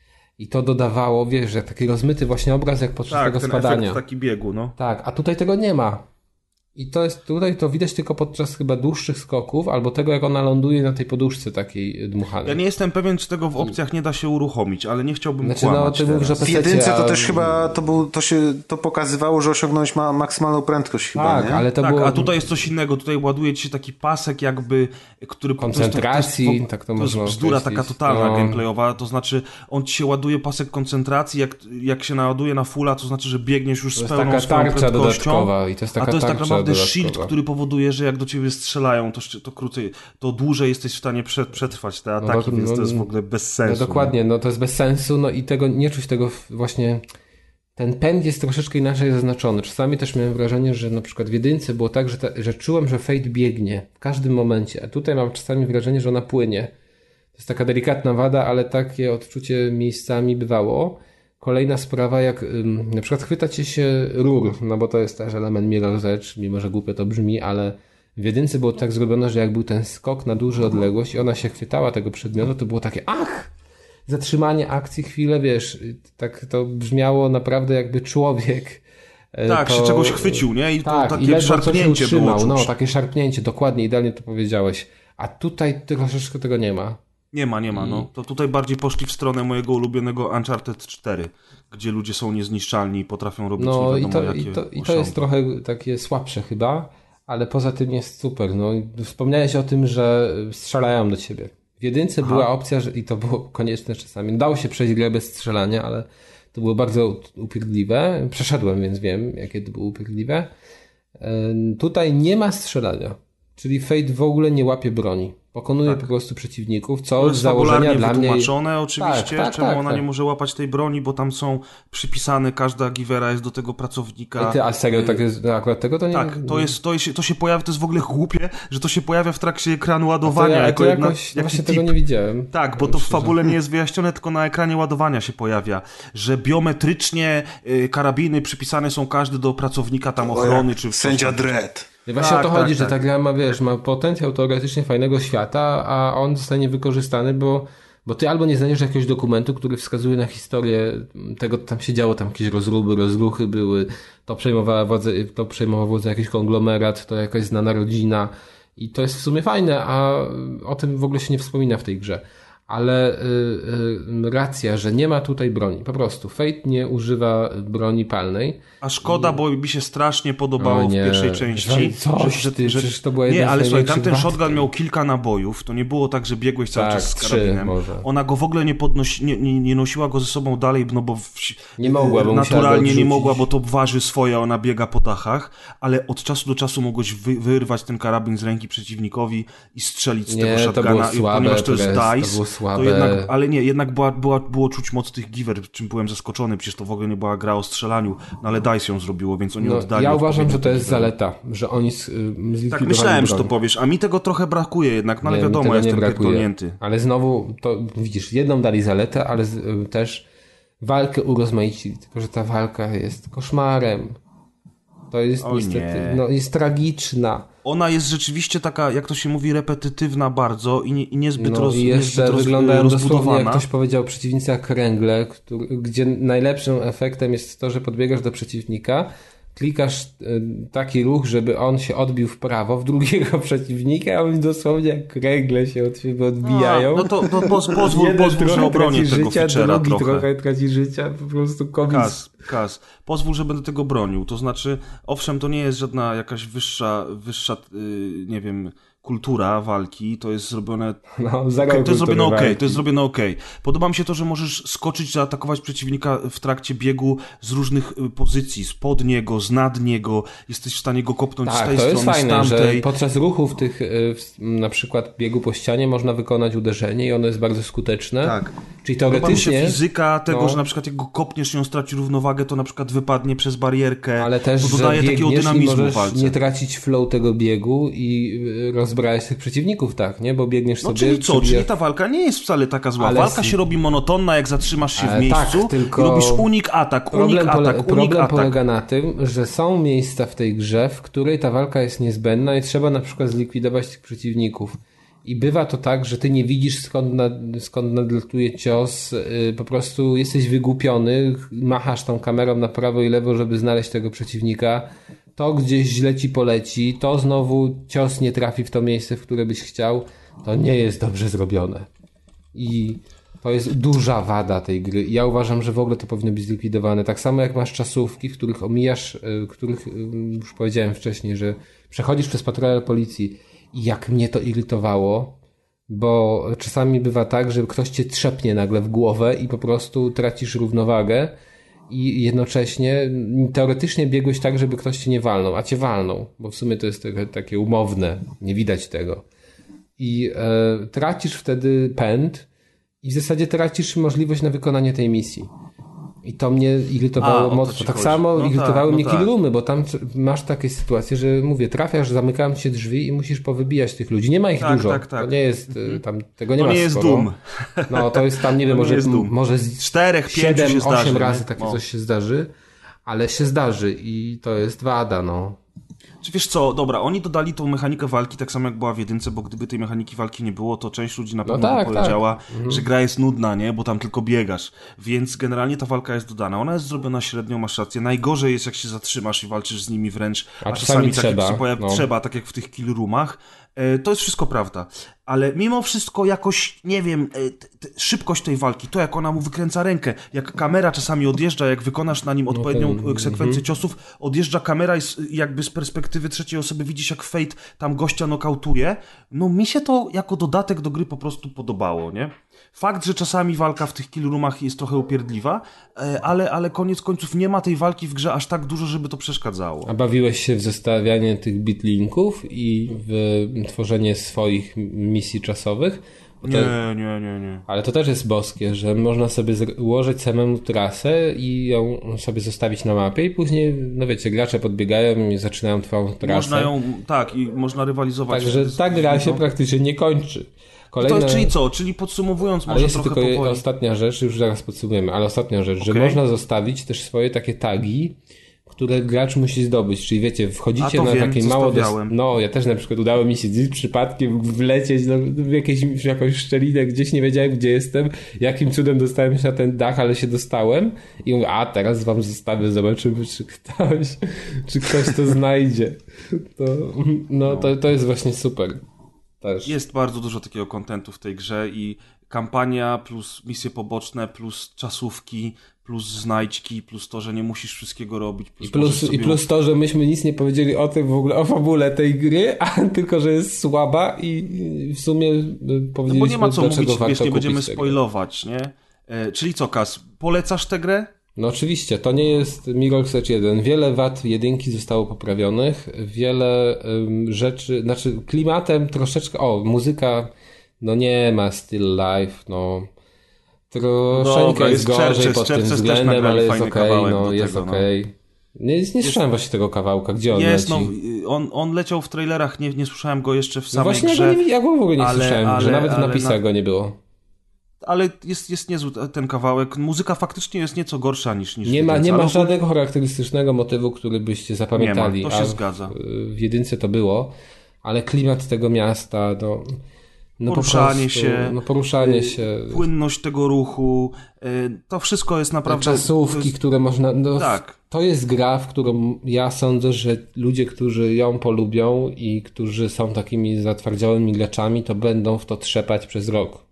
I to dodawało, wiesz, że taki rozmyty właśnie obraz jak podczas tak, tego ten spadania. Efekt taki biegu, no. Tak, a tutaj tego nie ma. I to jest tutaj, to widać tylko podczas chyba dłuższych skoków, albo tego, jak ona ląduje na tej poduszce takiej dmuchanej. Ja nie jestem pewien, czy tego w opcjach nie da się uruchomić, ale nie chciałbym znaczy, kłamać. No, ty mówisz, że w jedynce to też chyba to, był, to się to pokazywało, że osiągnąłeś ma maksymalną prędkość chyba, tak, nie? ale to tak, było... a tutaj jest coś innego. Tutaj ładuje ci się taki pasek jakby, który... Koncentracji, to jest, to jest, tak to to jest można bzdura taka totalna no. gameplayowa, to znaczy on ci się ładuje pasek koncentracji, jak, jak się naładuje na fulla, to znaczy, że biegniesz już z pełną taka swoją tarcza dodatkowa i to jest taka a to jest tak naprawdę dodatkowa. shield, który powoduje, że jak do ciebie strzelają, to, to krócej, to dłużej jesteś w stanie przetrwać te ataki, no, więc no, to jest w ogóle bez sensu. No dokładnie, no to jest bez sensu, no i tego nie czuć tego właśnie, ten pęd jest troszeczkę inaczej zaznaczony. Czasami też miałem wrażenie, że na przykład w jedynce było tak, że, ta, że czułem, że Fate biegnie w każdym momencie, a tutaj mam czasami wrażenie, że ona płynie. To jest taka delikatna wada, ale takie odczucie miejscami bywało. Kolejna sprawa, jak ym, na przykład chwyta cię się rur, no bo to jest też element Mirror's Edge, mimo że głupio to brzmi, ale w jedynce było tak zrobione, że jak był ten skok na dużą odległość i ona się chwytała tego przedmiotu, to było takie ach! Zatrzymanie akcji chwilę, wiesz, tak to brzmiało naprawdę jakby człowiek. Tak, to... się czegoś chwycił, nie? I tak, to takie i ledwo szarpnięcie utrzymał, było. No, takie szarpnięcie, dokładnie, idealnie to powiedziałeś. A tutaj troszeczkę tego nie ma. Nie ma, nie ma, I... no. To tutaj bardziej poszli w stronę mojego ulubionego Uncharted cztery, gdzie ludzie są niezniszczalni i potrafią robić no, nie wiadomo i to, jakie i to, i to osiągi. jest trochę takie słabsze chyba, ale poza tym jest super. No, wspomniałeś o tym, że strzelają do ciebie. W jedynce Aha. była opcja, że, i to było konieczne czasami. Dało się przejść grę bez strzelania, ale to było bardzo upierdliwe. Przeszedłem, więc wiem, jakie to było upierdliwe. Tutaj nie ma strzelania, czyli Fate w ogóle nie łapie broni. Pokonuje tak. po prostu przeciwników, co z założenia dla mnie... wytłumaczone oczywiście, tak, tak, czemu tak, ona tak. nie może łapać tej broni, bo tam są przypisane, każda givera jest do tego pracownika. A, ty, a serio, tak jest, akurat tego to nie... Tak, to, jest, to, jest, to się pojawia, to jest w ogóle głupie, że to się pojawia w trakcie ekranu ładowania. Ja, jako to jedna, jakoś, właśnie tego nie widziałem. Tak, bo to w fabule nie jest wyjaśnione, tylko na ekranie ładowania się pojawia, że biometrycznie y, karabiny przypisane są każdy do pracownika tam ochrony. Czy sędzia Dredd. I właśnie tak, o to chodzi, tak, że tak. ta gra ma, wiesz, ma potencjał teoretycznie fajnego świata, a on zostanie wykorzystany, bo, bo ty albo nie znajdziesz jakiegoś dokumentu, który wskazuje na historię tego, co tam się działo, tam jakieś rozruby, rozruchy były, to przejmowała władzę, to przejmował władzę jakiś konglomerat, to jakaś znana rodzina i to jest w sumie fajne, a o tym w ogóle się nie wspomina w tej grze. Ale y, y, racja, że nie ma tutaj broni. Po prostu Fate nie używa broni palnej. A szkoda, I... bo mi się strasznie podobało w pierwszej części. Coś, że, ty, że, że to była nie, ale słuchaj, tamten wad... shotgun miał kilka nabojów. To nie było tak, że biegłeś cały tak, czas z trzy karabinem. Może. Ona go w ogóle nie, podnosi, nie, nie, nie nosiła go ze sobą dalej, no bo w... nie mogła, bo naturalnie nie mogła, bo to waży swoje, ona biega po dachach, ale od czasu do czasu mogłeś wy, wyrwać ten karabin z ręki przeciwnikowi i strzelić z nie, tego shotguna. To było słabe, ponieważ to jest dice, to było słabe. To jednak, ale nie, jednak była, była, było czuć moc tych giver, czym byłem zaskoczony, przecież to w ogóle nie była gra o strzelaniu, no ale dice ją zrobiło, więc oni no, oddali. Ja uważam, że to jest zaleta, że oni zlikwidowali Tak myślałem, broń. że to powiesz, a mi tego trochę brakuje jednak, no ale nie, wiadomo, jestem pierdolnięty. Ale znowu, to widzisz, jedną dali zaletę, ale z, też walkę urozmaicili, tylko że ta walka jest koszmarem. To jest o niestety, nie. no jest tragiczna. Ona jest rzeczywiście taka, jak to się mówi, repetytywna bardzo i, nie, i niezbyt, no, roz, i jeszcze niezbyt wyglądają roz, dosłownie, jak ktoś powiedział, przeciwnicy jak kręgle, który, gdzie najlepszym efektem jest to, że podbiegasz do przeciwnika, klikasz y, taki ruch, żeby on się odbił w prawo w drugiego przeciwnika, a oni dosłownie jak kręgle się od siebie odbijają. A, no to, to poz, pozwól, pozwól że obronię tego feature'a trochę. trochę traci życia, po prostu komis. Kas, kas. Pozwól, że będę tego bronił. To znaczy, owszem, to nie jest żadna jakaś wyższa, wyższa yy, nie wiem, kultura walki, to jest zrobione... No, okay, to jest zrobione okej, okay, to jest zrobione okej. Okay. Podoba mi się to, że możesz skoczyć, zaatakować przeciwnika w trakcie biegu z różnych pozycji, spod niego, z nad niego, jesteś w stanie go kopnąć tak, z tej to strony, jest fajne, z tamtej. Że podczas ruchów tych, na przykład biegu po ścianie można wykonać uderzenie i ono jest bardzo skuteczne. Tak. Czyli teoretycznie... Podoba mi się fizyka tego, no, że na przykład jak go kopniesz i on straci równowagę, to na przykład wypadnie przez barierkę. Ale też, to dodaje że takiego dynamizmu możesz w walce. nie tracić flow tego biegu i rozbrajać tych przeciwników, tak, nie? Bo biegniesz no, sobie... Czyli co? Przebija... Czyli ta walka nie jest wcale taka zła. Ale... Walka się robi monotonna, jak zatrzymasz się w miejscu tak, tylko... i robisz unik, atak, unik, problem atak, pole... unik, Problem atak. polega na tym, że są miejsca w tej grze, w której ta walka jest niezbędna i trzeba na przykład zlikwidować tych przeciwników. I bywa to tak, że ty nie widzisz skąd, nad, skąd nadlatuje cios, yy, po prostu jesteś wygłupiony, machasz tą kamerą na prawo i lewo, żeby znaleźć tego przeciwnika, to gdzieś źle ci poleci, to znowu cios nie trafi w to miejsce, w które byś chciał, to nie jest dobrze zrobione. I to jest duża wada tej gry. I ja uważam, że w ogóle to powinno być zlikwidowane. Tak samo jak masz czasówki, w których omijasz, yy, których yy, już powiedziałem wcześniej, że przechodzisz przez patrole policji. I jak mnie to irytowało, bo czasami bywa tak, że ktoś cię trzepnie nagle w głowę i po prostu tracisz równowagę i jednocześnie teoretycznie biegłeś tak, żeby ktoś cię nie walnął, a cię walnął, bo w sumie to jest takie umowne, nie widać tego. I e, tracisz wtedy pęd i w zasadzie tracisz możliwość na wykonanie tej misji. I to mnie irytowało A, mocno. Tak chodzi. samo no irytowały tak, no mnie tak. killroomy, bo tam masz takie sytuacje, że mówię, trafiasz, zamykają się drzwi i musisz powybijać tych ludzi. Nie ma ich tak, dużo. Tak, tak. To nie jest tam, tego nie to ma nie jest sporo. Doom. No to jest tam, nie wiem, może, może z czterech, pięciu siedem, się zdarzy, osiem razy nie? takie O. coś się zdarzy, ale się zdarzy i to jest wada, no. Czy wiesz co, dobra, oni dodali tą mechanikę walki tak samo jak była w jedynce, bo gdyby tej mechaniki walki nie było, to część ludzi na pewno no tak, by powiedziała, tak. Mhm. że gra jest nudna, nie, bo tam tylko biegasz. Więc generalnie ta walka jest dodana. Ona jest zrobiona średnio, masz rację. Najgorzej jest, jak się zatrzymasz i walczysz z nimi wręcz, a, a czasami, czasami trzeba, tak, jak pojawi, no. trzeba, tak jak w tych kill roomach. To jest wszystko prawda, ale mimo wszystko jakoś, nie wiem, t- t- szybkość tej walki, to jak ona mu wykręca rękę, jak kamera czasami odjeżdża, jak wykonasz na nim odpowiednią No ten, sekwencję mm-hmm. ciosów, odjeżdża kamera i jakby z perspektywy trzeciej osoby widzisz, jak Fate tam gościa nokautuje, no mi się to jako dodatek do gry po prostu podobało, nie? Fakt, że czasami walka w tych kill roomach jest trochę upierdliwa, ale, ale koniec końców nie ma tej walki w grze aż tak dużo, żeby to przeszkadzało. A bawiłeś się w zestawianie tych bitlinków i w tworzenie swoich misji czasowych? To... Nie, nie, nie, nie. Ale to też jest boskie, że można sobie ułożyć samemu trasę i ją sobie zostawić na mapie i później, no wiecie, gracze podbiegają i zaczynają twoją trasę. Można ją, tak, i można rywalizować. Także ta gra się praktycznie nie kończy. Kolejna... To, czyli co? Czyli podsumowując może ale jest trochę tylko powoli. ostatnia rzecz, już zaraz podsumujemy, ale ostatnia rzecz, Okay. że można zostawić też swoje takie tagi, które gracz musi zdobyć, czyli wiecie, wchodzicie na wiem, takie mało... Dos... No, ja też na przykład udało mi się gdzieś przypadkiem wlecieć no, w, jakieś, w jakąś szczelinę, gdzieś nie wiedziałem, gdzie jestem, jakim cudem dostałem się na ten dach, ale się dostałem i mówię, a teraz wam zostawię, zobaczymy, czy ktoś, czy ktoś to znajdzie. To, no, to, to jest właśnie super. Też. Jest bardzo dużo takiego kontentu w tej grze i kampania plus misje poboczne plus czasówki plus znajdźki plus to, że nie musisz wszystkiego robić. Plus I, plus, sobie... I plus to, że myśmy nic nie powiedzieli o tym w ogóle, o fabule tej gry, a tylko, że jest słaba i w sumie powiedzieliśmy, no bo nie ma co dlaczego mówić, warto wiesz, nie będziemy tego. spoilować, nie? E, czyli co, Kas, polecasz tę grę? No oczywiście, to nie jest Mirror's Edge jeden. Wiele wad jedynki zostało poprawionych, wiele um, rzeczy, znaczy klimatem troszeczkę, o, muzyka, no nie ma Still Life, no troszeczkę Dobra, jest jest gorzej Churches, pod tym Churches względem, ale jest okej, okay, no jest tego, okej. Okay. no. Nie, nie słyszałem właśnie tego kawałka, gdzie on jest, leci? No, on, on leciał w trailerach, nie, nie słyszałem go jeszcze w No samej właśnie grze. ja go, nie, ja go w ogóle nie ale, słyszałem, ale, że nawet w ale napisach na... go nie było. Ale jest, jest niezły ten kawałek. Muzyka faktycznie jest nieco gorsza niż niż Nie ma, jedynce, nie ma ale... żadnego charakterystycznego motywu, który byście zapamiętali. Nie ma, to się a zgadza. W, w jedynce to było, ale klimat tego miasta, no, no poruszanie po prostu, się, no poruszanie się, płynność tego ruchu, to wszystko jest naprawdę... czasówki, jest... które można... No, tak. To jest gra, w którą ja sądzę, że ludzie, którzy ją polubią i którzy są takimi zatwardziałymi graczami, to będą w to trzepać przez rok.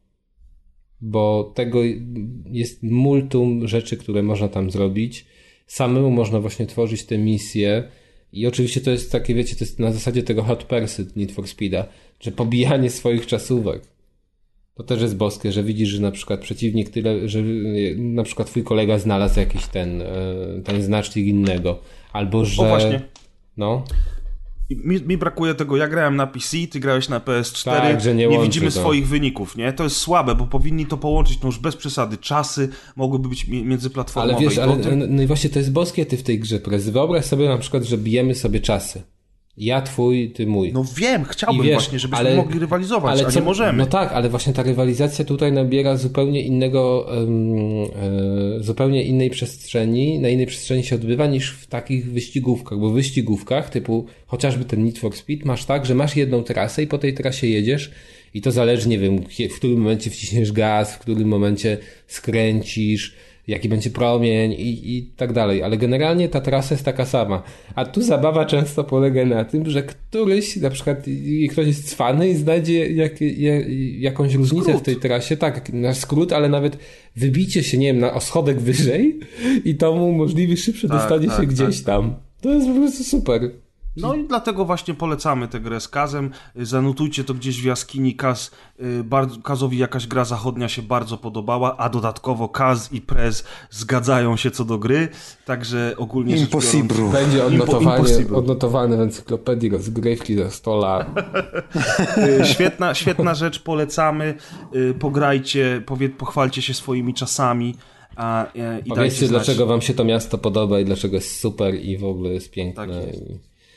Bo tego jest multum rzeczy, które można tam zrobić. Samemu można właśnie tworzyć te misje i oczywiście to jest takie, wiecie, to jest na zasadzie tego hot pursuit Need for Speeda, że pobijanie swoich czasówek. To też jest boskie, że widzisz, że na przykład przeciwnik tyle, że na przykład twój kolega znalazł jakiś ten, ten znacznik innego, albo że... O właśnie. No. Mi, mi brakuje tego, ja grałem na P C, ty grałeś na P S cztery, tak, że nie, nie łączy widzimy to. swoich wyników, nie? To jest słabe, bo powinni to połączyć, no już bez przesady, czasy mogłyby być międzyplatformowe. Ale wiesz, ale tym... no i właśnie to jest boskie ty w tej grze, Prez. Wyobraź sobie na przykład, że bijemy sobie czasy. Ja twój, ty mój. No wiem, chciałbym wiesz, właśnie, żebyśmy ale, mogli rywalizować, ale a co, nie możemy. No tak, ale właśnie ta rywalizacja tutaj nabiera zupełnie innego, um, e, zupełnie innej przestrzeni, na innej przestrzeni się odbywa niż w takich wyścigówkach, bo w wyścigówkach typu chociażby ten Need for Speed masz tak, że masz jedną trasę i po tej trasie jedziesz i to zależy, nie wiem, w którym momencie wciśniesz gaz, w którym momencie skręcisz, jaki będzie promień i, i tak dalej, ale generalnie ta trasa jest taka sama. A tu zabawa często polega na tym, że któryś, na przykład ktoś jest cwany i znajdzie jak, jak, jakąś różnicę skrót w tej trasie, tak, na skrót, ale nawet wybicie się, nie wiem, na o schodek wyżej i to mu możliwie szybsze tak, dostanie tak, się gdzieś tak. tam. To jest po prostu super. No i dlatego właśnie polecamy tę grę z Kazem. Zanotujcie to gdzieś w jaskini. Kaz, bardzo, Kazowi jakaś gra zachodnia się bardzo podobała, a dodatkowo Kaz i Prez zgadzają się co do gry, także ogólnie Impossible. Biorąc, będzie odnotowanie, Impossible. odnotowane w encyklopedii rozgrywki za sto lat. Świetna, świetna rzecz, polecamy. Pograjcie, powie, pochwalcie się swoimi czasami. A, i Powiedzcie, dlaczego wam się to miasto podoba i dlaczego jest super i w ogóle jest piękne. Tak jest. I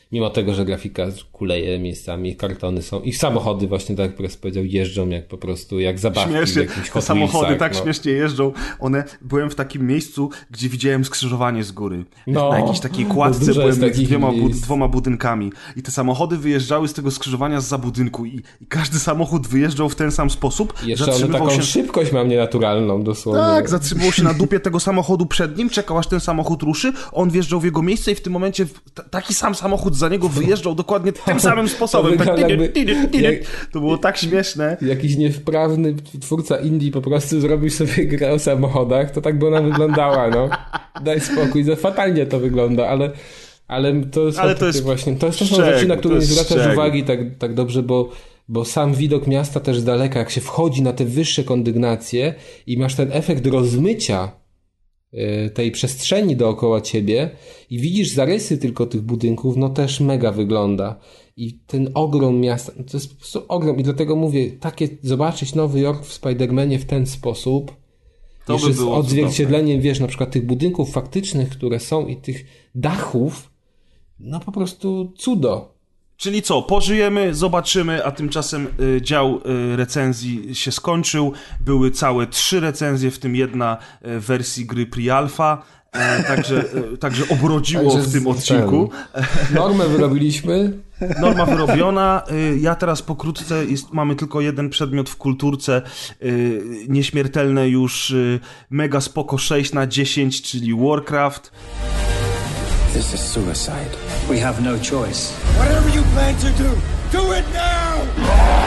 Mimo tego, że grafika kuleje miejscami, kartony są i samochody właśnie, tak jak Press powiedział, jeżdżą jak po prostu, jak zabawki Śmiesznie, w jakimś te samochody Wheelsach, tak no. śmiesznie jeżdżą. One, byłem w takim miejscu, gdzie widziałem skrzyżowanie z góry. No, na jakiejś takiej kładce dużo byłem jest między takich dwiema, bu- miejsc. dwoma budynkami i te samochody wyjeżdżały z tego skrzyżowania zza budynku i, i każdy samochód wyjeżdżał w ten sam sposób. I jeszcze one taką się... szybkość mam nienaturalną dosłownie. Tak, zatrzymywał się na dupie tego samochodu przed nim, czekał aż ten samochód ruszy, on wjeżdżał w jego miejsce i w tym momencie t- taki sam samochód za niego wyjeżdżał dokładnie tym samym sposobem. To, tak, jakby, to było tak śmieszne. Jakiś niewprawny twórca indie po prostu zrobił sobie grę o samochodach, to tak by ona wyglądała, no. Daj spokój, za fatalnie to wygląda, ale, ale to jest, ale to jest właśnie, to, jest, to są szczegół, rzeczy, na które nie zwracasz szczegół. uwagi tak, tak dobrze, bo, bo sam widok miasta też z daleka, jak się wchodzi na te wyższe kondygnacje i masz ten efekt rozmycia tej przestrzeni dookoła ciebie i widzisz zarysy tylko tych budynków, no też mega wygląda. I ten ogrom miasta, to jest po prostu ogrom i dlatego mówię, takie zobaczyć Nowy Jork w Spider-Manie w ten sposób, to jeszcze by z było odzwierciedleniem, cudowne. wiesz, na przykład tych budynków faktycznych, które są i tych dachów, no po prostu cudo. Czyli co, pożyjemy, zobaczymy, a tymczasem y, dział y, recenzji się skończył. Były całe trzy recenzje, w tym jedna y, w wersji gry pre-alpha, e, także, y, także obrodziło Także w tym z- odcinku. Normę wyrobiliśmy. Norma wyrobiona. Y, ja teraz pokrótce, jest, mamy tylko jeden przedmiot w kulturce, y, nieśmiertelne już y, mega spoko sześć na dziesięć, czyli Warcraft. This is suicide. We have no choice. Whatever you plan to do, do it now!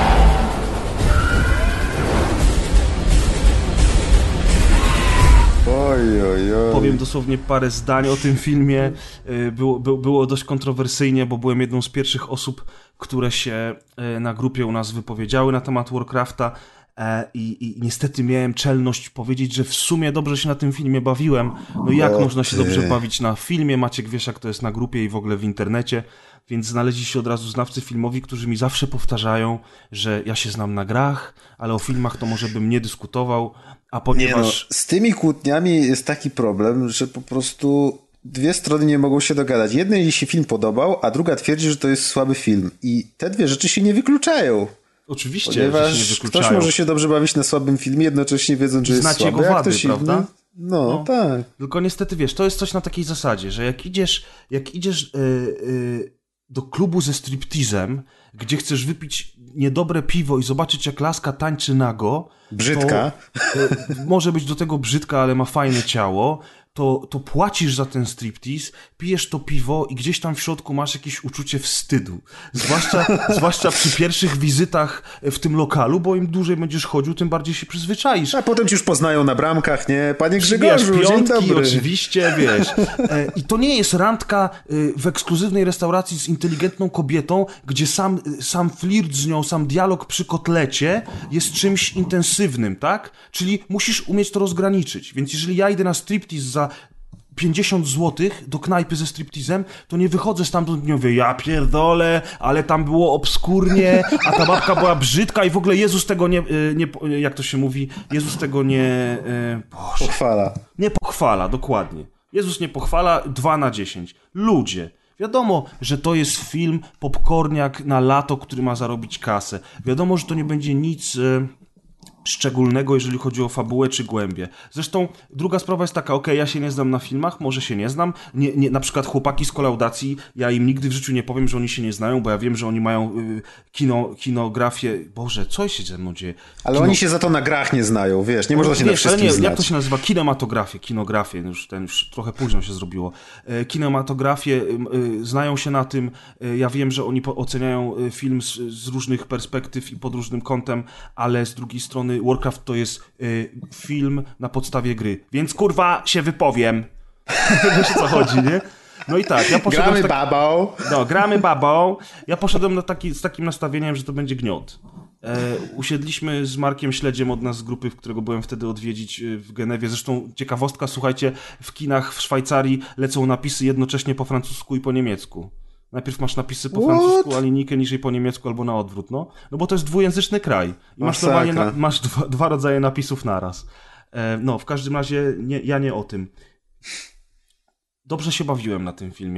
Oj, oj, oj. Powiem dosłownie parę zdań o tym filmie. Y, Było, by- było dość kontrowersyjnie, bo byłem jedną z pierwszych osób, które się y, na grupie u nas wypowiedziały na temat Warcrafta e, i, i niestety miałem czelność powiedzieć, że w sumie dobrze się na tym filmie bawiłem. No jak O można się ty. dobrze bawić na filmie? Maciek wiesz, jak to jest na grupie i w ogóle w internecie, więc znaleźli się od razu znawcy filmowi, którzy mi zawsze powtarzają, że ja się znam na grach, ale o filmach to może bym nie dyskutował, a Nie no, ponieważ... z tymi kłótniami jest taki problem, że po prostu dwie strony nie mogą się dogadać. Jednej się film podobał, a druga twierdzi, że to jest słaby film. I te dwie rzeczy się nie wykluczają. Oczywiście, że się nie Ponieważ wykluczają. ktoś może się dobrze bawić na słabym filmie, jednocześnie wiedząc, że jest Znać słaby, jego a wady, ktoś prawda? inny... No, No. tak. Tylko niestety, wiesz, to jest coś na takiej zasadzie, że jak idziesz, jak idziesz yy, yy, do klubu ze striptizem, gdzie chcesz wypić niedobre piwo i zobaczyć, jak laska tańczy nago... Brzydka. To, yy, może być do tego brzydka, ale ma fajne ciało... To, to płacisz za ten striptease, pijesz to piwo i gdzieś tam w środku masz jakieś uczucie wstydu. Zwłaszcza, zwłaszcza przy pierwszych wizytach w tym lokalu, bo im dłużej będziesz chodził, tym bardziej się przyzwyczaisz. A potem ci już poznają na bramkach, nie? Panie Wiesz, Grzegorzu, dzień piątki, dobry. oczywiście, wiesz. E, I to nie jest randka e, w ekskluzywnej restauracji z inteligentną kobietą, gdzie sam, sam flirt z nią, sam dialog przy kotlecie jest czymś intensywnym, tak? Czyli musisz umieć to rozgraniczyć. Więc jeżeli ja idę na striptease za pięćdziesiąt złotych do knajpy ze striptizem, to nie wychodzę stamtąd i nie mówię, ja pierdolę, ale tam było obskurnie, a ta babka była brzydka i w ogóle Jezus tego nie, nie jak to się mówi, Jezus tego nie... Boże, Pochwala. nie pochwala, dokładnie. Jezus nie pochwala, dwa na dziesięć. Ludzie. Wiadomo, że to jest film popcorniak na lato, który ma zarobić kasę. Wiadomo, że to nie będzie nic... E, szczególnego, jeżeli chodzi o fabułę czy głębię. Zresztą druga sprawa jest taka, okej, ja się nie znam na filmach, może się nie znam, nie, nie, na przykład chłopaki z kolaudacji, ja im nigdy w życiu nie powiem, że oni się nie znają, bo ja wiem, że oni mają y, kino, kinografię, Boże, co się ze mną dzieje? Ale Kino... oni się za to na grach nie znają, wiesz, nie można się wiesz, na wszystkim ale nie, znać. jak to się nazywa? Kinematografię, kinografię, już, ten, już trochę późno się zrobiło. E, kinematografię, y, y, znają się na tym, y, ja wiem, że oni po, oceniają y, film z, z różnych perspektyw i pod różnym kątem, ale z drugiej strony Warcraft to jest y, film na podstawie gry, więc kurwa się wypowiem. Wiesz o co chodzi, nie? No i tak, ja poszedłem... Gramy tak... babą. No, gramy babą. Ja poszedłem na taki, z takim nastawieniem, że to będzie gniot. E, usiedliśmy z Markiem Śledziem od nas z grupy, w którego byłem wtedy odwiedzić w Genewie. Zresztą ciekawostka, słuchajcie, w kinach w Szwajcarii lecą napisy jednocześnie po francusku i po niemiecku. Najpierw masz napisy po What? francusku, a linijkę niżej po niemiecku albo na odwrót, no. No bo to jest dwujęzyczny kraj. I masz Masakra. normalnie na, masz dwa, dwa rodzaje napisów naraz. E, no, w każdym razie nie, ja nie o tym. Dobrze się bawiłem na tym filmie.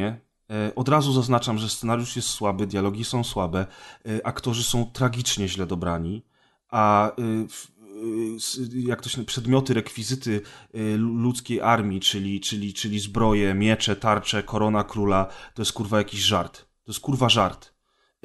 Od razu zaznaczam, że scenariusz jest słaby, dialogi są słabe, aktorzy są tragicznie źle dobrani, a jak to się przedmioty, rekwizyty ludzkiej armii, czyli, czyli, czyli zbroje, miecze, tarcze, korona króla, to jest kurwa jakiś żart. To jest kurwa żart.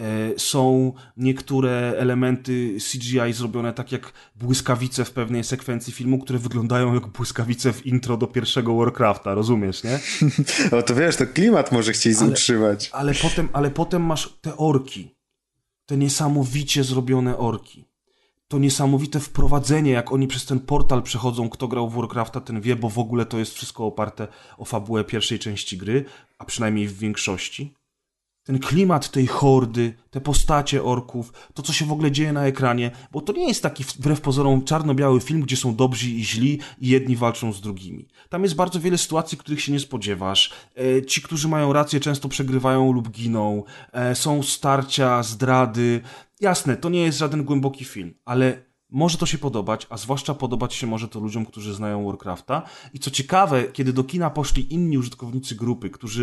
Są niektóre elementy C G I zrobione tak jak błyskawice w pewnej sekwencji filmu, które wyglądają jak błyskawice w intro do pierwszego Warcrafta, rozumiesz, nie? No to wiesz, to klimat może chcieć ale, utrzymać. Ale potem, ale potem masz te orki. Te niesamowicie zrobione orki. To niesamowite wprowadzenie, jak oni przez ten portal przechodzą. Kto grał w Warcrafta, ten wie, bo w ogóle to jest wszystko oparte o fabułę pierwszej części gry, a przynajmniej w większości. Ten klimat tej hordy, te postacie orków, to co się w ogóle dzieje na ekranie, bo to nie jest taki wbrew pozorom czarno-biały film, gdzie są dobrzy i źli i jedni walczą z drugimi. Tam jest bardzo wiele sytuacji, których się nie spodziewasz. E, ci, którzy mają rację, często przegrywają lub giną. E, są starcia, zdrady. Jasne, to nie jest żaden głęboki film, ale może to się podobać, a zwłaszcza podobać się może to ludziom, którzy znają Warcrafta. I co ciekawe, kiedy do kina poszli inni użytkownicy grupy, którzy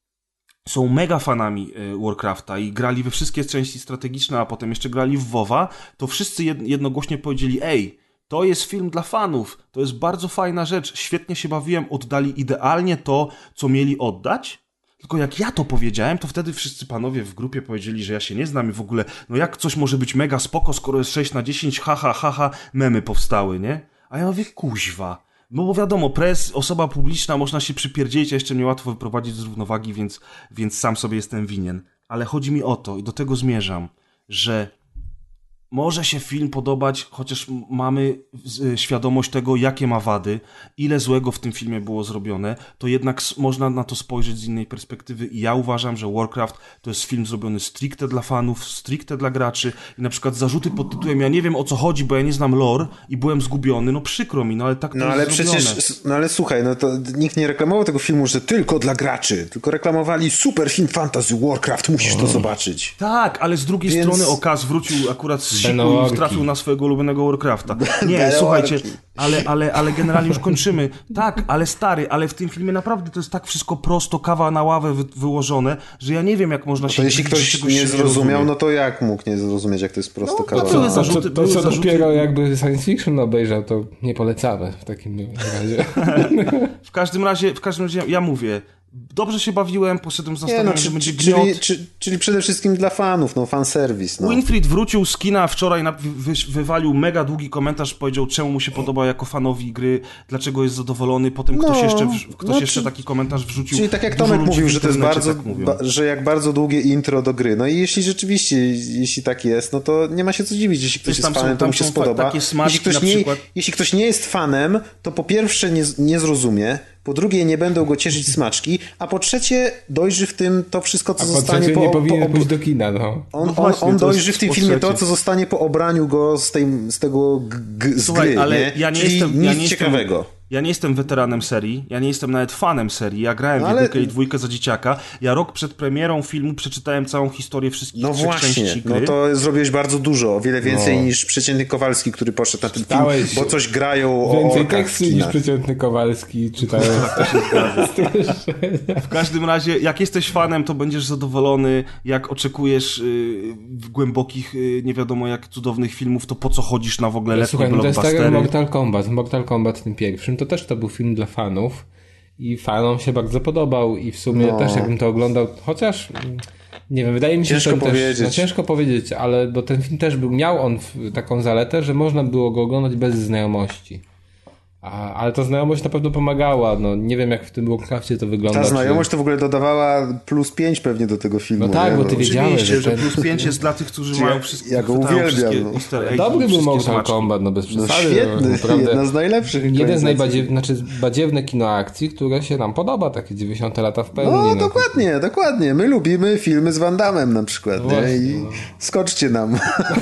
są mega fanami Warcrafta i grali we wszystkie części strategiczne, a potem jeszcze grali w WoWa, to wszyscy jednogłośnie powiedzieli: ej, to jest film dla fanów, to jest bardzo fajna rzecz, świetnie się bawiłem, oddali idealnie to, co mieli oddać. Tylko jak ja to powiedziałem, to wtedy wszyscy panowie w grupie powiedzieli, że ja się nie znam i w ogóle, no jak coś może być mega spoko, skoro jest sześć na dziesięć, haha, haha, memy powstały, nie? A ja mówię, kuźwa. No bo wiadomo, press, osoba publiczna, można się przypierdzieć, a jeszcze mnie łatwo wyprowadzić z równowagi, więc, więc sam sobie jestem winien. Ale chodzi mi o to i do tego zmierzam, że może się film podobać, chociaż mamy świadomość tego, jakie ma wady, ile złego w tym filmie było zrobione, to jednak można na to spojrzeć z innej perspektywy i ja uważam, że Warcraft to jest film zrobiony stricte dla fanów, stricte dla graczy i na przykład zarzuty pod tytułem ja nie wiem o co chodzi, bo ja nie znam lore i byłem zgubiony, no przykro mi, no ale tak to no, jest ale zrobione. przecież, no ale słuchaj, no to nikt nie reklamował tego filmu, że tylko dla graczy, tylko reklamowali super film fantasy Warcraft, musisz to zobaczyć. Tak, ale z drugiej Więc... strony Okaz wrócił akurat z siku i trafił na swojego ulubionego Warcrafta. Nie, słuchajcie, ale, ale, ale generalnie już kończymy. Tak, ale stary, ale w tym filmie naprawdę to jest tak wszystko prosto, kawa na ławę wy, wyłożone, że ja nie wiem, jak można no to się... jeśli ktoś nie zrozumiał, no to jak mógł nie zrozumieć, jak to jest prosto no, kawa to na ławę? zarzuty, to, to, były to zarzuty... dopiero jakby science fiction obejrzał, to nie polecamy w takim razie. w każdym razie, w każdym razie ja mówię, dobrze się bawiłem, poszedłem z nastawieniem, no, czy, że będzie czyli, gniot. czy, czyli przede wszystkim dla fanów, no fanserwis. No. Winfried wrócił z kina wczoraj, na, wy, wywalił mega długi komentarz, powiedział czemu mu się podoba jako fanowi gry, dlaczego jest zadowolony, potem ktoś, no, jeszcze, ktoś no, jeszcze czy, taki komentarz wrzucił. Czyli tak jak Dużo Tomek mówił, w że to jest bardzo, tak mówią. ba, że jak bardzo długie intro do gry. No i jeśli rzeczywiście, jeśli tak jest, no to nie ma się co dziwić, jeśli ktoś Tam jest są- fanem, to tam mu się są spodoba. takie smaczki Jeśli ktoś, na nie, przykład. jeśli ktoś nie jest fanem, to po pierwsze nie, nie zrozumie, po drugie nie będą go cieszyć smaczki, a po trzecie dojrzy w tym to wszystko, co A po zostanie trzecie po, nie po, powinien po, pójść do kina, no. On, No właśnie, on, on to dojrzy jest w tym po filmie to, trzecie. co zostanie po obraniu go z, tej, z tego g, g, z Słuchaj, gry, ale nie? ja nie Czyli jestem, nic ja nie ciekawego. Jestem, ja nie jestem weteranem serii, ja nie jestem nawet fanem serii, ja grałem No w ale- jedynkę i dwójkę za dzieciaka, ja rok przed premierą filmu przeczytałem całą historię wszystkich No trzech właśnie, części no gry. to zrobiłeś bardzo dużo, o wiele więcej No. niż przeciętny Kowalski, który poszedł na ten film, Czytałeś bo coś grają o Więcej orkach w tekstu niż kinach. przeciętny Kowalski czytałem. W każdym razie, jak jesteś fanem, to będziesz zadowolony, jak oczekujesz yy, głębokich, yy, nie wiadomo jak cudownych filmów, to po co chodzisz na w ogóle letnie Słuchaj, no to jest tak jak blockbustery. Mortal Kombat. Mortal Kombat tym pierwszym, to też to był film dla fanów i fanom się bardzo podobał i w sumie No. też jakbym to oglądał, chociaż mm, nie wiem, wydaje mi się, Ciężko że ten powiedzieć. też, no ciężko powiedzieć, ale bo ten film też był, miał on w- taką zaletę, że można było go oglądać bez znajomości. A, ale ta znajomość na pewno pomagała, no nie wiem jak w tym Warcraftie to wygląda. Ta czy- znajomość to w ogóle dodawała plus pięć pewnie do tego filmu. No tak, nie? bo ty wiedziałeś, Oczywiście, że ten- plus pięć jest dla tych, którzy Ja- mają wszystkie, ja go chwytają uwielbiam, wszystkie no. easter eggi, Dobry był wszystkie Mortal smaczki. Kombat, no bez No przesady. świetny, naprawdę. jedna z najlepszych. Jeden z ekranizacji. najbardziej, znaczy badziewne kino akcji, które się nam podoba, takie dziewięćdziesiąte lata w pełni. No dokładnie, dokładnie. My lubimy filmy z Van Damme na przykład. No nie? właśnie, I no. skoczcie nam.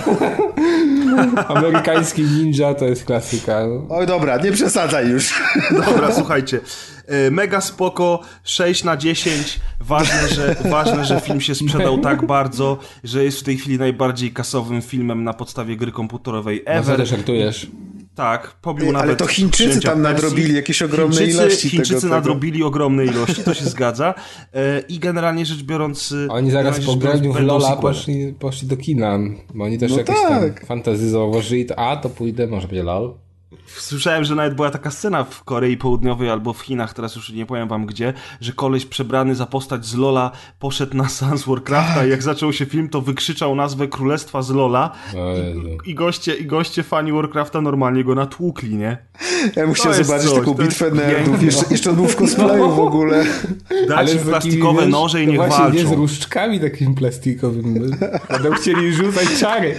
Amerykański ninja to jest klasyka. Oj dobra, nie przesadzaj już. Dobra, słuchajcie. E, Mega spoko, sześć na dziesięć. Ważne że, ważne, że film się sprzedał tak bardzo, że jest w tej chwili najbardziej kasowym filmem na podstawie gry komputerowej No co ever. też żartujesz? Tak, pobił Ej, nawet... ale to Chińczycy tam nadrobili jakieś ogromne Chińczycy, ilości Chińczycy tego, nadrobili tego. ogromne ilości, to się zgadza. E, I generalnie rzecz biorąc... Oni zaraz po graniu w Lola poszli, poszli do kina, bo oni też no jakieś tak. tam fantazy założyli, to a, to pójdę, może będzie LOL. Słyszałem, że nawet była taka scena w Korei Południowej albo w Chinach, teraz już nie powiem wam gdzie, że koleś przebrany za postać z Lola poszedł na seans Warcrafta i jak zaczął się film, to wykrzyczał nazwę Królestwa z Lola i, i, goście, i goście fani Warcrafta normalnie go natłukli, nie? Ja bym chciał zobaczyć coś, taką bitwę nerdów, jeszcze, jeszcze on był w cosplayu w ogóle. Dać im plastikowe wiesz, noże i niech właśnie walczą. nie z różdżkami takimi plastikowym. Będą chcieli rzucać czary.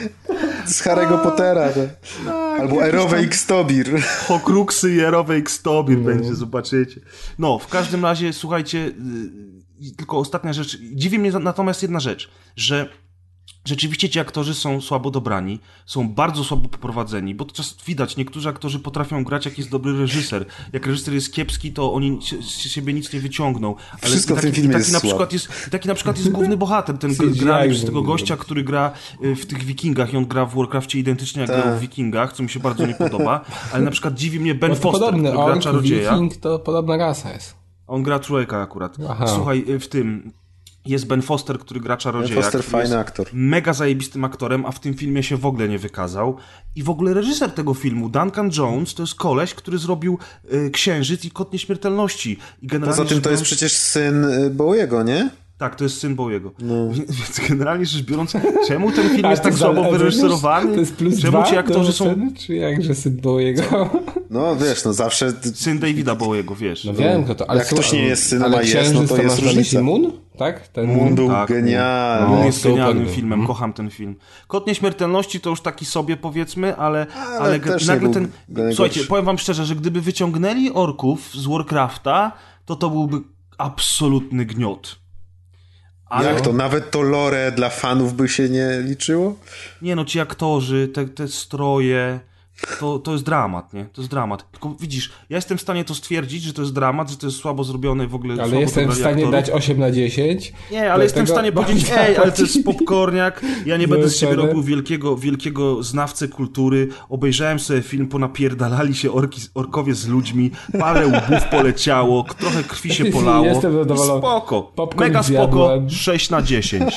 Z Harry'ego Pottera. No. Albo Erowe X-Tobir. Hokruksy i Erowe X-Tobir no. będzie, zobaczycie. No, w każdym razie, słuchajcie, yy, tylko ostatnia rzecz. Dziwi mnie natomiast jedna rzecz, że rzeczywiście ci aktorzy są słabo dobrani, są bardzo słabo poprowadzeni, bo to czas widać, niektórzy aktorzy potrafią grać, jak jest dobry reżyser. Jak reżyser jest kiepski, to oni z siebie nic nie wyciągną. Ale wszystko taki, w tym filmie taki jest na słabo. przykład jest Taki na przykład jest główny bohater, ten gra z tego gościa, który gra w tych Wikingach i on gra w Warcrafcie identycznie jak Ta. grał w Wikingach, co mi się bardzo nie podoba, ale na przykład dziwi mnie Ben no to Foster, podobny który gra ork, czarodzieja. Wiking to podobna rasa jest. On gra trójka akurat. Aha. Słuchaj, w tym... Jest Ben Foster, który gra czarodzieja. Ben Foster fajny aktor. Mega zajebistym aktorem, a w tym filmie się w ogóle nie wykazał. I w ogóle reżyser tego filmu, Duncan Jones, to jest koleś, który zrobił y, Księżyc i Kod Nieśmiertelności. I generalnie Poza tym to jest przecież syn Bowiego, nie? Tak, to jest syn Bowiego. No. Więc generalnie rzecz biorąc, czemu ten film jest tak słabo wyreżyserowany? To jest plus czemu dwa ci aktorzy są... Sceny, czy jak, że syn Bowiego? No wiesz, no zawsze... Syn Davida Bowiego, wiesz. No wiem, kto to... Ale jak ktoś nie jest synem, ale a jest, no to jest masz na myśli różnica. Moon? Tak? Ten Moon był tak, genialny. Moon No, jest super genialnym był. filmem, kocham ten film. Kod Nieśmiertelności to już taki sobie powiedzmy, ale, Ale ale też nagle nie ten... był najgorszy. Słuchajcie, powiem wam szczerze, że gdyby wyciągnęli orków z Warcrafta, to to byłby absolutny gniot. Ale... Jak to? Nawet to lore dla fanów by się nie liczyło? Nie no, ci aktorzy, te, te stroje, to, to jest dramat, nie? To jest dramat. Tylko widzisz, ja jestem w stanie to stwierdzić, że to jest dramat, że to jest słabo zrobione w ogóle. Ale jestem w stanie aktorów. dać osiem na dziesięć. Nie, ale jestem w stanie powiedzieć, ej, ale to jest popcorniak, ja nie będę z siebie Wyszedłem. robił wielkiego, wielkiego znawcę kultury, obejrzałem sobie film, ponapierdalali się orki, orkowie z ludźmi, parę łbów poleciało, trochę krwi się polało. Jestem zadowolony. Spoko, Popcorn mega spoko, zjadłem. sześć na dziesięć.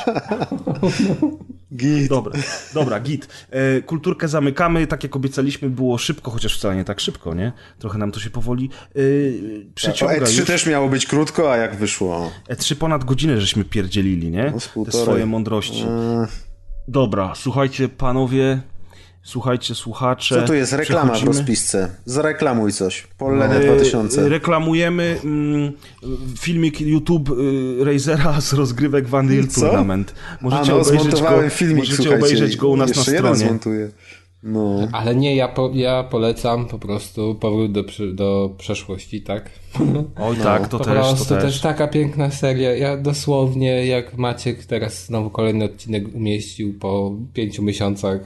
Git. Dobra, dobra, git. E, kulturkę zamykamy, tak jak obiecaliśmy, było szybko, chociaż wcale nie tak szybko, nie? Trochę nam to się powoli e, przeciąga O E trzy już. też miało być krótko, a jak wyszło? E trzy ponad godzinę żeśmy pierdzielili, nie? No z Te półtorej. swoje mądrości. Eee, Dobra, słuchajcie panowie, słuchajcie słuchacze. Co tu jest? Reklama w Przechodzimy- rozpisce. Zareklamuj coś. Pollenę E, dwa tysiące. Reklamujemy mm, filmik YouTube y, Razera z rozgrywek w Unreal Co? Tournament. Możecie A no, obejrzeć zmontowałem go, filmik, możecie słuchajcie. obejrzeć go u nas Jeszcze na jeden stronie. zmontuję. No. Ale nie, ja, po, ja polecam po prostu powrót do, przy- do przeszłości, tak? Oj tak, to po też, prostu to też też. taka piękna seria. Ja dosłownie, jak Maciek teraz znowu kolejny odcinek umieścił po pięciu miesiącach.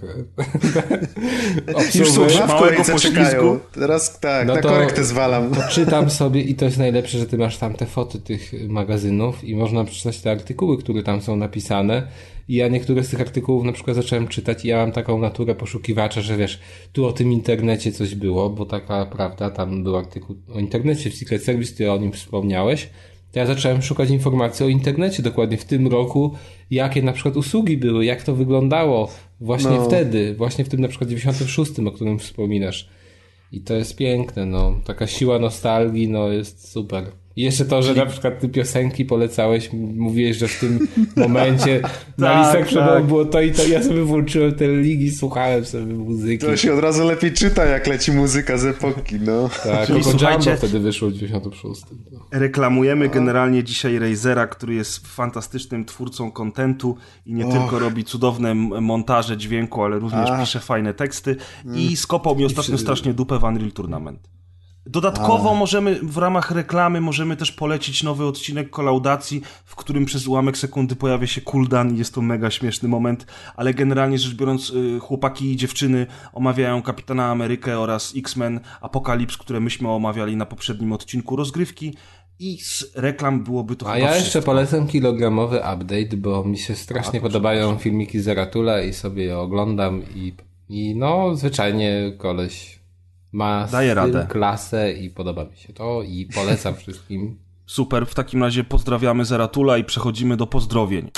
Już są dwa w Małego kolejce poślizgu. czekają. Teraz tak, No na to- korektę zwalam. To czytam sobie i to jest najlepsze, że ty masz tam te foty tych magazynów i można przeczytać te artykuły, które tam są napisane. I ja niektóre z tych artykułów na przykład zacząłem czytać i ja mam taką naturę poszukiwacza, że wiesz, tu o tym internecie coś było, bo taka prawda, tam był artykuł o internecie w Secret Service, ty o nim wspomniałeś. To ja zacząłem szukać informacji o internecie dokładnie w tym roku, jakie na przykład usługi były, jak to wyglądało właśnie No. wtedy, właśnie w tym na przykład dziewięćdziesiątym szóstym, o którym wspominasz. I to jest piękne, no. Taka siła nostalgii, no jest super. I jeszcze to, że na przykład ty piosenki polecałeś, m- mówiłeś, że w tym momencie na Tak, listach tak. przewołów było to i to. Ja sobie włączyłem te ligi, słuchałem sobie muzyki. To się od razu lepiej czyta, jak leci muzyka z epoki, no. Tak, Czyli Coco słuchajcie- Jumbo wtedy wyszło w dziewięćdziesiątym szóstym. No. Reklamujemy generalnie dzisiaj Razera, który jest fantastycznym twórcą kontentu i nie tylko robi cudowne m- montaże dźwięku, ale również Ach. pisze fajne teksty i skopał mi ostatnio strasznie dupę w Unreal Tournament. Dodatkowo możemy w ramach reklamy możemy też polecić nowy odcinek Kolaudacji, w którym przez ułamek sekundy pojawia się cooldown i jest to mega śmieszny moment, ale generalnie rzecz biorąc y, chłopaki i dziewczyny omawiają Kapitana Amerykę oraz X-Men Apokalips, które myśmy omawiali na poprzednim odcinku rozgrywki i z reklam byłoby to A chyba ja jeszcze wszystko. polecam kilogramowy update, bo mi się strasznie podobają filmiki z Zeratula i sobie je oglądam i, i no zwyczajnie koleś Ma Daję styl, radę. klasę i podoba mi się to i polecam wszystkim. Super, w takim razie pozdrawiamy Zeratula i przechodzimy do pozdrowień.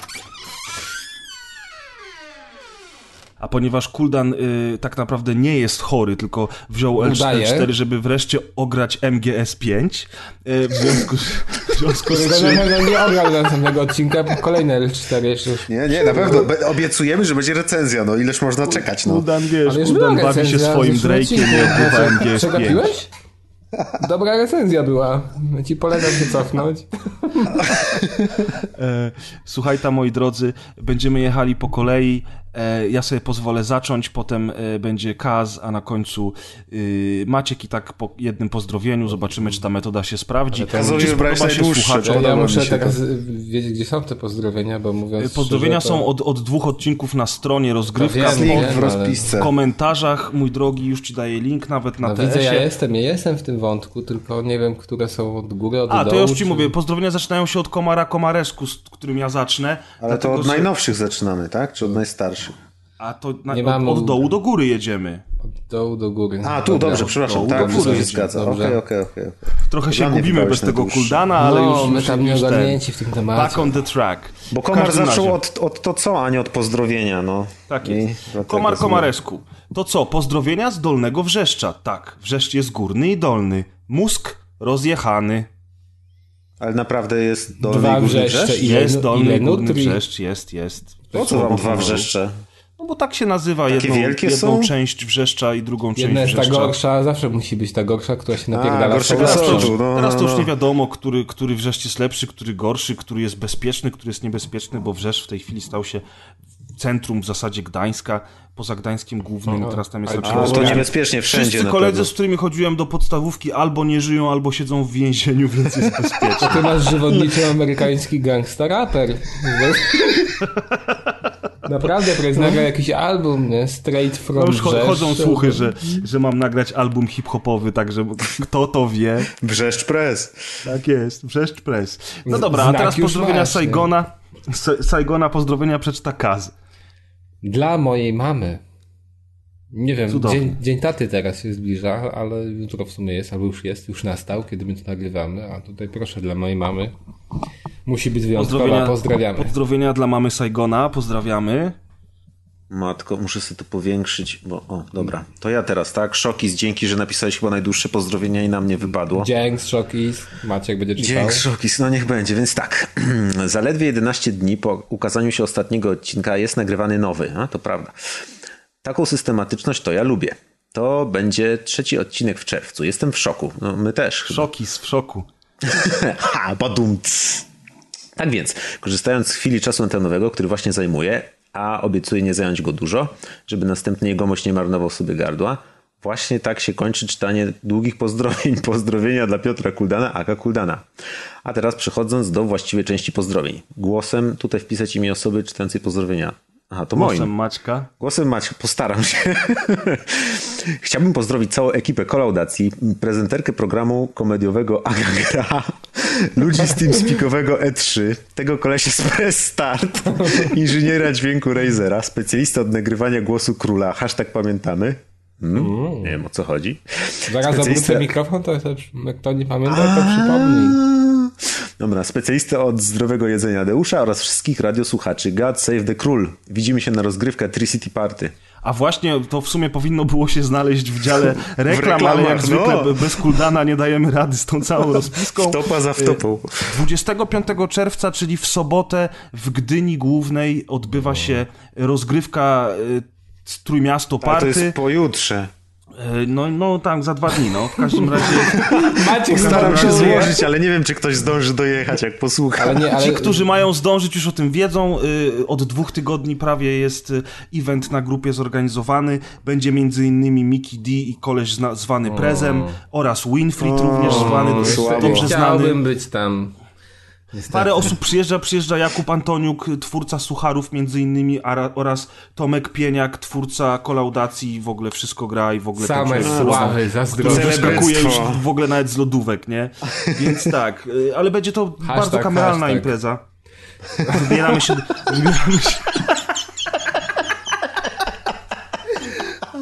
A ponieważ Kuldan y, tak naprawdę nie jest chory, tylko wziął L cztery, żeby wreszcie ograć M G S pięć, y, w związku, w związku z czym... No nie ograł następnego odcinka, bo kolejne L cztery jeszcze. Nie, nie, na pewno. Be- obiecujemy, że będzie recenzja, no ileż można czekać, no. Kuldan, wiesz, Ale Kuldan bawi się swoim Drake'iem i odbywa M G S pięć. Przegapiłeś? Dobra recenzja była. Ci polecam się cofnąć. E, słuchaj tam, moi drodzy, będziemy jechali po kolei. E, ja sobie pozwolę zacząć, potem e, będzie Kaz, a na końcu e, Maciek i tak po jednym pozdrowieniu zobaczymy, czy ta metoda się sprawdzi. Kazowi wybrałeś najdłuższe. Ja, ja muszę teraz to. wiedzieć, gdzie są te pozdrowienia, bo mówiąc Pozdrowienia szczerze, to... są od, od dwóch odcinków na stronie Rozgrywka. Wiem, wiem, w rozpisce. W komentarzach, mój drogi, już ci daję link nawet na no, T S-ie. Widzę, ja jestem, ja jestem w tym wątku, tylko nie wiem, które są od góry, od A, dołu. to ja już ci czy... mówię, pozdrowienia zaczynają się od Komara Komaresku, z którym ja zacznę. Ale to od że... najnowszych zaczynamy, tak? Czy od najstarszych? A to na, Nie od, mamy... od dołu do góry jedziemy. Od dołu do góry. A, tu, Dobra. dobrze, przepraszam, dołu tak, do wszystko góry się jedziemy. zgadza. Okej, okej, okej. Trochę się Dla mnie gubimy wybrałeś bez tego najdłuższe. Kuldana, ale no, już my już tam nie ten. ogarnięci w tym temacie. Back on the track. Bo W Komar każdym zaczął razie. od, od to co, a nie od pozdrowienia, no. Tak I jest. dlatego Komar zmieniam. Komaresku. To co, pozdrowienia z Dolnego Wrzeszcza. Tak, Wrzeszcz jest górny i dolny. Mózg rozjechany. Ale naprawdę jest dolny Dwa i górny wrzeszcze wrzeszcz? i- Ile Jest nu- dolny ile i górny nutri? Wrzeszcz, jest, jest. Po co wam dwa wrzeszcze? No bo tak się nazywa Takie jedną, wielkie jedną są? część Wrzeszcza i drugą Jedna część jest ta Wrzeszcza. gorsza, zawsze musi być ta gorsza, która się napierdala. A, gorszego z tą lepszą. sortu, no, Teraz to no, już no. nie wiadomo, który, który wrzeszcz jest lepszy, który gorszy, który jest bezpieczny, który jest niebezpieczny, bo Wrzeszcz w tej chwili stał się centrum w zasadzie Gdańska, poza Gdańskiem głównym i teraz tam jest ale lepszy A, to bezpieczny. niebezpiecznie wszędzie Wszyscy na koledzy, pewno. z którymi chodziłem do podstawówki, albo nie żyją, albo siedzą w więzieniu, więc jest bezpiecznie. Ty masz żywotniczy amerykański gangsta raper. Naprawdę, teraz nagra jakiś album, nie? Straight from No już cho- Wrzeszcz. chodzą słuchy, że, że mam nagrać album hip-hopowy, także kto to wie. Wrzeszcz Press. Tak jest, Wrzeszcz Press. No Z- dobra, a znak teraz już pozdrowienia masz, nie? Saigona. Sa- Saigona pozdrowienia przeczyta Kaz. Dla mojej mamy. Nie wiem, Cudownie. dzień, dzień taty teraz się zbliża, ale jutro w sumie jest, albo już jest, już nastał, kiedy my to nagrywamy, a tutaj proszę dla mojej mamy. Musi być wyjątkowa, pozdrawiamy. Pozdrowienia dla mamy Saigona, pozdrawiamy. Matko, muszę sobie to powiększyć, bo o, dobra. To ja teraz, tak? Szokis, dzięki, że napisałeś chyba najdłuższe pozdrowienia i na mnie wypadło. Dzięks, Szokis, Maciek będzie czytał. Dzięki, Szokis, no niech będzie, więc tak. Zaledwie jedenaście dni po ukazaniu się ostatniego odcinka jest nagrywany nowy, a to prawda. Taką systematyczność to ja lubię. To będzie trzeci odcinek w czerwcu. Jestem w szoku. No, my też. chyba. Szokis w szoku. Ha, badumc. Tak więc, korzystając z chwili czasu antenowego, który właśnie zajmuję, a obiecuję nie zająć go dużo, żeby następnie jegomość nie marnował sobie gardła, właśnie tak się kończy czytanie długich pozdrowień. Pozdrowienia dla Piotra Kuldana, aka Kuldana. A teraz przechodząc do właściwej części pozdrowień. Głosem tutaj wpisać imię osoby czytającej pozdrowienia. Aha, to moim. Głosem Maćka. Głosem Maćka, postaram się. Chciałbym pozdrowić całą ekipę kolaudacji, prezenterkę programu komediowego Aga Gra, ludzi z TeamSpeakowego E trzy, tego kolesia z Press Start, inżyniera dźwięku Razera, specjalista od nagrywania głosu króla, hashtag pamiętamy. Hmm? Nie wiem, o co chodzi. Zaraz Specjalista- obrócę mikrofon, to też, jak to nie pamięta, to przypomnij. Dobra, specjalista od zdrowego jedzenia Deusza oraz wszystkich radiosłuchaczy. God Save the Król. Widzimy się na rozgrywkę Tricity Party. A właśnie to w sumie powinno było się znaleźć w dziale reklam, reklamach, ale jak no. zwykle be- bez Kuldana nie dajemy rady z tą całą rozpiską. Wtopa za wtopą. dwudziestego piątego czerwca, czyli w sobotę w Gdyni Głównej odbywa się rozgrywka y, z Trójmiasto A to Party. jest pojutrze. Y, No, no tak, za dwa dni, no. W każdym razie Maciek Staram się nawiązuje. złożyć, ale nie wiem, czy ktoś zdąży dojechać, jak posłucha. Ale nie, ale... ci, którzy mają zdążyć, już o tym wiedzą. Y, Od dwóch tygodni prawie jest y, event na grupie zorganizowany. Będzie między innymi Mickey D i koleś zna- zwany Prezem oraz Winfried również zwany, słabo. dobrze znany. Chciałbym być tam. Niestety. Parę osób przyjeżdża, przyjeżdża Jakub Antoniuk, twórca Sucharów między innymi, ara, oraz Tomek Pieniak, twórca kolaudacji, w ogóle wszystko gra i w ogóle Same ten człowiek sławy, który zazdrości. wyskakuje już Celebryctwo. w ogóle nawet z lodówek, nie? Więc tak, y, ale będzie to bardzo kameralna hashtag. impreza. Wybieramy się, wybieramy się...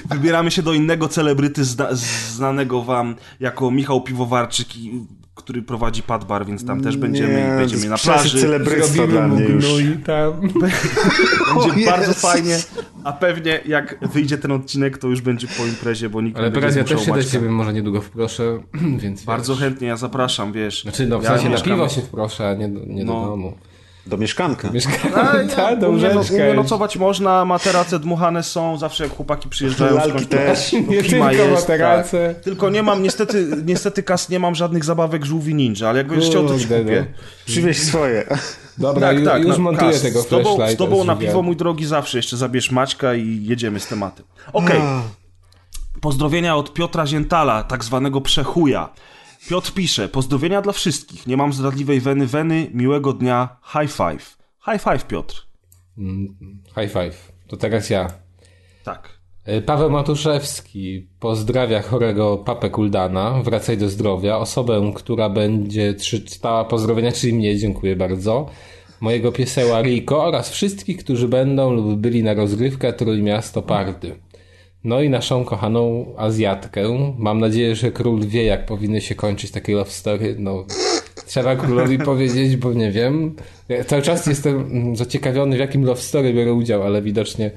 Wybieramy się do innego celebryty zna, znanego wam jako Michał Piwowarczyk, i, który prowadzi padbar, więc tam też będziemy, nie, będziemy na plaży. Celebryctwo dla mnie już. Tam. Będzie O, bardzo jest. fajnie, a pewnie jak wyjdzie ten odcinek, to już będzie po imprezie, bo nikt Ale nie będzie teraz ja zmuszał też się do Maćka. ciebie może niedługo wproszę, więc Bardzo wiesz. chętnie, ja zapraszam, wiesz. Znaczy no w ja sensie na mieszkam- piwo się wproszę, a nie do, nie No. do domu. Do mieszkanka. Mieszkam A, ta, do u mnie, no, u łóżeczka. mnie nocować można, materace dmuchane są, zawsze jak chłopaki przyjeżdżają Lalki skądś, też. to Nie klima tylko jest, materace. tak. Tylko nie mam, niestety, niestety Kas, nie mam żadnych zabawek żółwi ninja, ale jak będziesz chciał, to ci Kurde, kupię. Przywieź swoje. Dobra, Tak, ju, tak, już no, montuję Kas, tego z tobą, flashlighta. z tobą na żywia. piwo, mój drogi, zawsze jeszcze zabierz Maćka i jedziemy z tematem. Okej. Pozdrowienia od Piotra Ziętala, tak zwanego przechuja. Piotr pisze, pozdrowienia dla wszystkich. Nie mam zdradliwej weny weny, miłego dnia, high five. High five, Piotr. High five. To teraz ja. Tak. E, Paweł Matuszewski pozdrawia chorego papę Kuldana. Wracaj do zdrowia. Osobę, która będzie czytała pozdrowienia, czyli mnie, dziękuję bardzo. Mojego pieseła Riko oraz wszystkich, którzy będą lub byli na rozgrywkę Trójmiasto Party. No i naszą kochaną Azjatkę. Mam nadzieję, że król wie, jak powinny się kończyć takie love story. No, trzeba królowi powiedzieć, bo nie wiem. Ja cały czas jestem zaciekawiony, w jakim love story biorę udział, ale widocznie...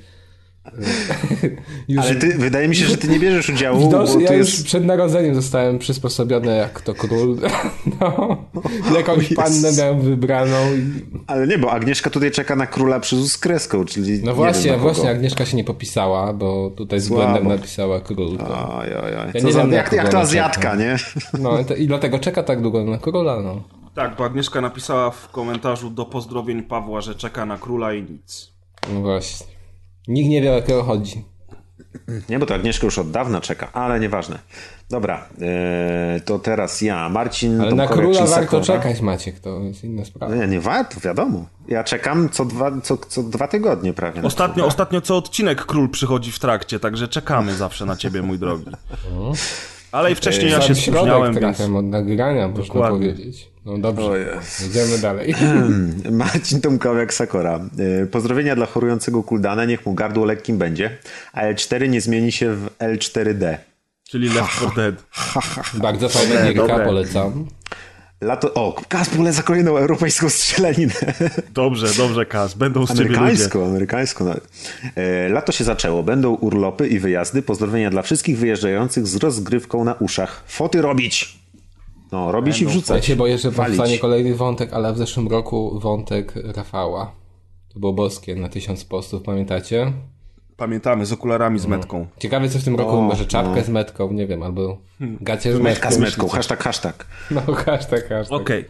już, Ale ty, wydaje mi się, że ty nie bierzesz udziału, bo widocznie to ja jest... już przed narodzeniem zostałem przysposobiony jak to król. No, jakąś O pannę Jezus. miałem wybraną. I... Ale nie, bo Agnieszka tutaj czeka na króla przez z kreską, czyli... No nie właśnie, wiem na kogo. właśnie Agnieszka się nie popisała, bo tutaj z Słabo. błędem napisała król. To... Oj, oj, oj. Ja Co nie za, wiem, na jak, kogo jak to ona Azjatka, czeka. nie? No to, i dlatego czeka tak długo na króla, no. Tak, bo Agnieszka napisała w komentarzu do pozdrowień Pawła, że czeka na króla i nic. No właśnie. Nikt nie wie, o jakiego chodzi. Nie, bo to Agnieszka już od dawna czeka, ale nieważne. Dobra, e, to teraz ja, Marcin Ale na Tomkowiak, króla czyli warto Sakura. czekać, Maciek, to jest inna sprawa. Nie, nie warto, wiadomo. Ja czekam co dwa, co, co dwa tygodnie prawie. na Ostatnio, króla. ostatnio co odcinek król przychodzi w trakcie, także czekamy zawsze na ciebie, mój drogi. Ale i wcześniej ja się Sam środek spóźniałem, więc... trafiam od nagrania, można Dokładnie. powiedzieć. No dobrze, O Jezu. jedziemy dalej. Marcin Tomkowiak, Sakora. E, Pozdrowienia dla chorującego Kuldana, niech mu gardło lekkim będzie, a L cztery nie zmieni się w L cztery D. Czyli Left four Dead. Bardzo fajna gierka, dobre. polecam. Lato... O, Kas poleca kolejną europejską strzelaninę. Dobrze, dobrze, Kas, będą z ciebie ludzie. Amerykańsko, amerykańsko nawet. E, lato się zaczęło, będą urlopy i wyjazdy. Pozdrowienia dla wszystkich wyjeżdżających z rozgrywką na uszach. Foty robić! No, robić i Ja wrzucać. się boję, że Walić. powstanie kolejny wątek, ale w zeszłym roku wątek Rafała. To było boskie na tysiąc postów, pamiętacie? Pamiętamy, z okularami z metką. Ciekawe co w tym roku, O, może czapkę no. z metką, nie wiem, albo gacie z metką. Metka z metką, hashtag, hashtag. No hashtag, hashtag. Okej.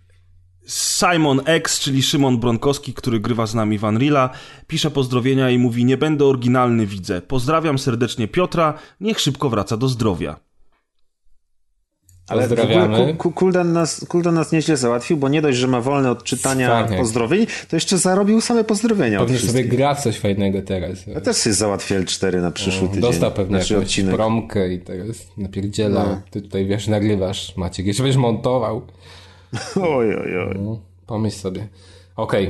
Simon X, czyli Szymon Bronkowski, który grywa z nami w Unreala, pisze pozdrowienia i mówi: nie będę oryginalny, widzę. Pozdrawiam serdecznie Piotra, niech szybko wraca do zdrowia. Ale w Pozdrawiamy. ogóle Ku- Ku- Kuldan nas, Kuldan nas nieźle załatwił, bo nie dość, że ma wolne od czytania Fajnie. pozdrowień, to jeszcze zarobił same pozdrowienia od Pewnie sobie wszystkich. gra w coś fajnego teraz. Ja też sobie załatwię L cztery na przyszły tydzień. Dostał pewnie znaczy jakąś odcinek. promkę i teraz napierdziela. No. Ty tutaj wiesz, nagrywasz, Maciek. Jeszcze będziesz montował. Oj, oj, oj. No, pomyśl sobie. Okej.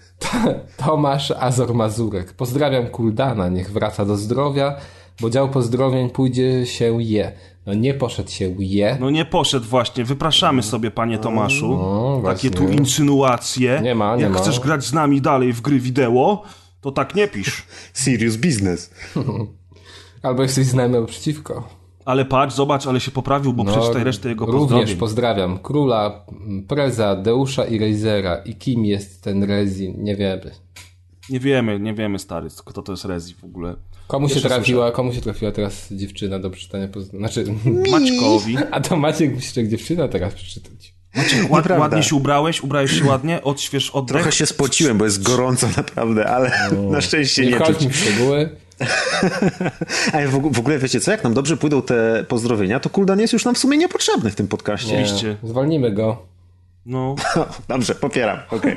Tomasz Azor Mazurek. Pozdrawiam Kuldana, niech wraca do zdrowia, bo dział pozdrowień pójdzie się je. No nie poszedł się je. No nie poszedł właśnie, wypraszamy sobie, panie Tomaszu. No, Takie tu właśnie. insynuacje. Nie ma, nie Jak ma. chcesz grać z nami dalej w gry wideo, to tak nie pisz. Serious business. Albo jesteś z nami albo przeciwko. Ale patrz, zobacz, ale się poprawił, bo przeczytaj resztę jego Również pozdrowień. pozdrawiam Króla, Preza, Deusza i Razera. I kim jest ten Rezi? Nie wiemy. Nie wiemy, nie wiemy, stary, kto to jest Rezi w ogóle. Komu się Jeszcze trafiła, komu się trafiła teraz dziewczyna do przeczytania pozdrowień? Znaczy, Maćkowi. a to Maciek musi tak dziewczyna teraz przeczytać. Maciek, ład, Nieprawda. ładnie się ubrałeś, ubrałeś się ładnie, odśwież oddech. Trochę się spociłem, bo jest gorąco naprawdę, ale na szczęście nie, Nie czuć. chodźmy w szczegóły. Ale w ogóle, w ogóle wiecie co, jak nam dobrze pójdą te pozdrowienia, to Kuldan jest już nam w sumie niepotrzebny w tym podcaście. Nie, Oczywiście. zwolnimy go. No, Dobrze, popieram, okej.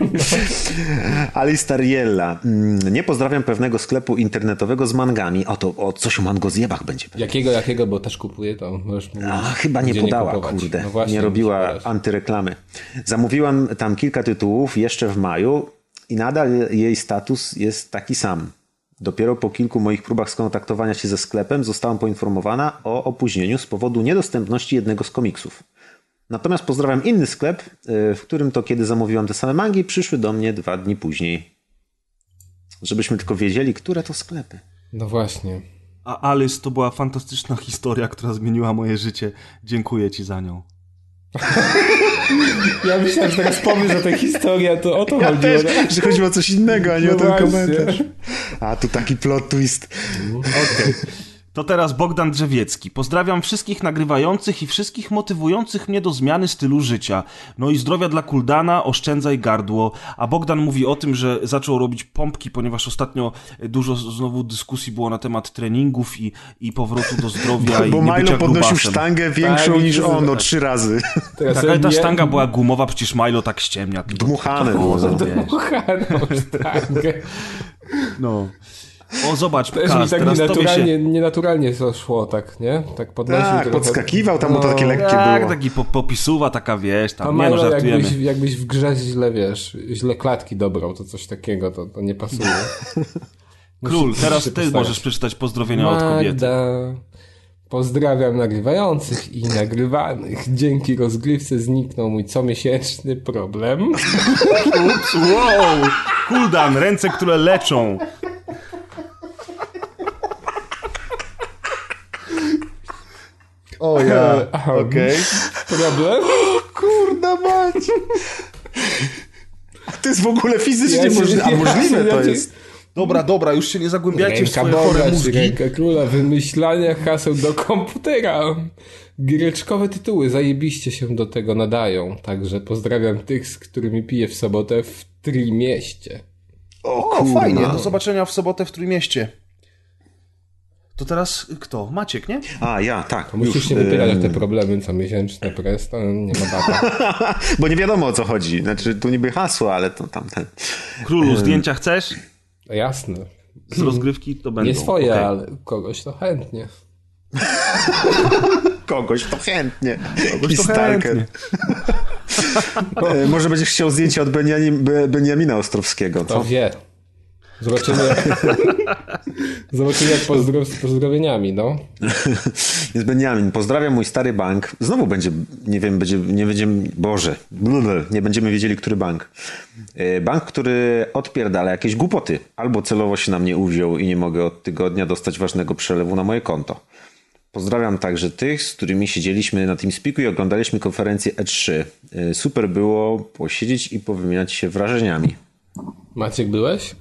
Alistariella. Mm, Nie pozdrawiam pewnego sklepu internetowego z mangami. O, to o coś o mangozjebach będzie. Jakiego, jakiego, bo też kupuję, to możesz mówić. A, chyba nie gdzie podała, kupować. kurde. No właśnie, nie robiła musi podać. antyreklamy. Zamówiłam tam kilka tytułów jeszcze w maju i nadal jej status jest taki sam. Dopiero po kilku moich próbach skontaktowania się ze sklepem zostałam poinformowana o opóźnieniu z powodu niedostępności jednego z komiksów. Natomiast pozdrawiam inny sklep, w którym to kiedy zamówiłam te same mangi, przyszły do mnie dwa dni później. Żebyśmy tylko wiedzieli, które to sklepy. No właśnie. A Alice to była fantastyczna historia, która zmieniła moje życie. Dziękuję ci za nią. Ja myślałem, że teraz powiesz o tej historii, a to o to ja chodziło. Też, że chodziło o coś innego, a nie no o ten właśnie. komentarz. A tu taki plot twist. Okej. Okay. To teraz Bogdan Drzewiecki. Pozdrawiam wszystkich nagrywających i wszystkich motywujących mnie do zmiany stylu życia. No i zdrowia dla Kuldana, oszczędzaj gardło. A Bogdan mówi o tym, że zaczął robić pompki, ponieważ ostatnio dużo znowu dyskusji było na temat treningów i, i powrotu do zdrowia. Bo, i bo nie Milo bycia podnosił grubasem. sztangę większą tak, niż to on o tak. trzy razy. Teraz Tak, ale ta nie- sztanga była gumowa, przecież Milo tak ściemnia. Dmuchane To- to- było. to- no. to- wiesz. Dmuchaną sztangę. No. O, zobacz, Też mi Kaz, tak teraz tobie nienaturalnie, się... nienaturalnie to szło, tak, nie? Tak podnosił Tak, trochę. podskakiwał, tam mu to No. takie lekkie Tak, było. taki po, popisuwa taka, wiesz, A tam, nie no, Milo, żartujemy. jakbyś, jakbyś w grze źle, wiesz, źle klatki dobrał, to coś takiego, to, to nie pasuje. Król, Musisz teraz się ty postarać. możesz przeczytać pozdrowienia od kobiety. Magda, pozdrawiam nagrywających i nagrywanych. Dzięki rozgrywce zniknął mój comiesięczny problem. Ups, wow! Kuldan, ręce, które leczą. O ja, Aha. okej. Problem? Kurda mać. A to jest w ogóle fizycznie Ja się- możliwe, a ja możliwe się- to ja się- jest. Dobra, dobra, już się nie zagłębiajcie w Ręka swoje chore Boga czy mózgi. ręka króla, wymyślania haseł do komputera. Giereczkowe tytuły zajebiście się do tego nadają. Także pozdrawiam tych, z którymi piję w sobotę w Trójmieście. O, O, kurna. fajnie, do zobaczenia w sobotę w Trójmieście. To teraz kto? Maciek, nie? A, ja, tak. To musisz już, się wypytać em, o te problemy comiesięczne, pres, to nie ma bata. Bo nie wiadomo o co chodzi. Znaczy, tu niby hasło, ale to tamten. Królu, zdjęcia chcesz? No jasne. Z rozgrywki to będą. Nie swoje, Okej. ale kogoś to chętnie. Kogoś to chętnie. Kogoś I to stalker. chętnie. E, Może będziesz chciał zdjęcie od Beniamin, Be- Beniamina Ostrowskiego, To co? wie. Zobaczymy jak... Zobaczymy jak pozdro... z pozdrowieniami, no. Jest Beniamin. Pozdrawiam mój stary bank. Znowu będzie, nie wiem, będzie, nie będziemy, Boże, blubl, nie będziemy wiedzieli, który bank. E, Bank, który odpierdala jakieś głupoty. Albo celowo się na mnie uwziął i nie mogę od tygodnia dostać ważnego przelewu na moje konto. Pozdrawiam także tych, z którymi siedzieliśmy na TeamSpeaku i oglądaliśmy konferencję E trzy. E, Super było posiedzieć i powymieniać się wrażeniami. Maciek, byłeś?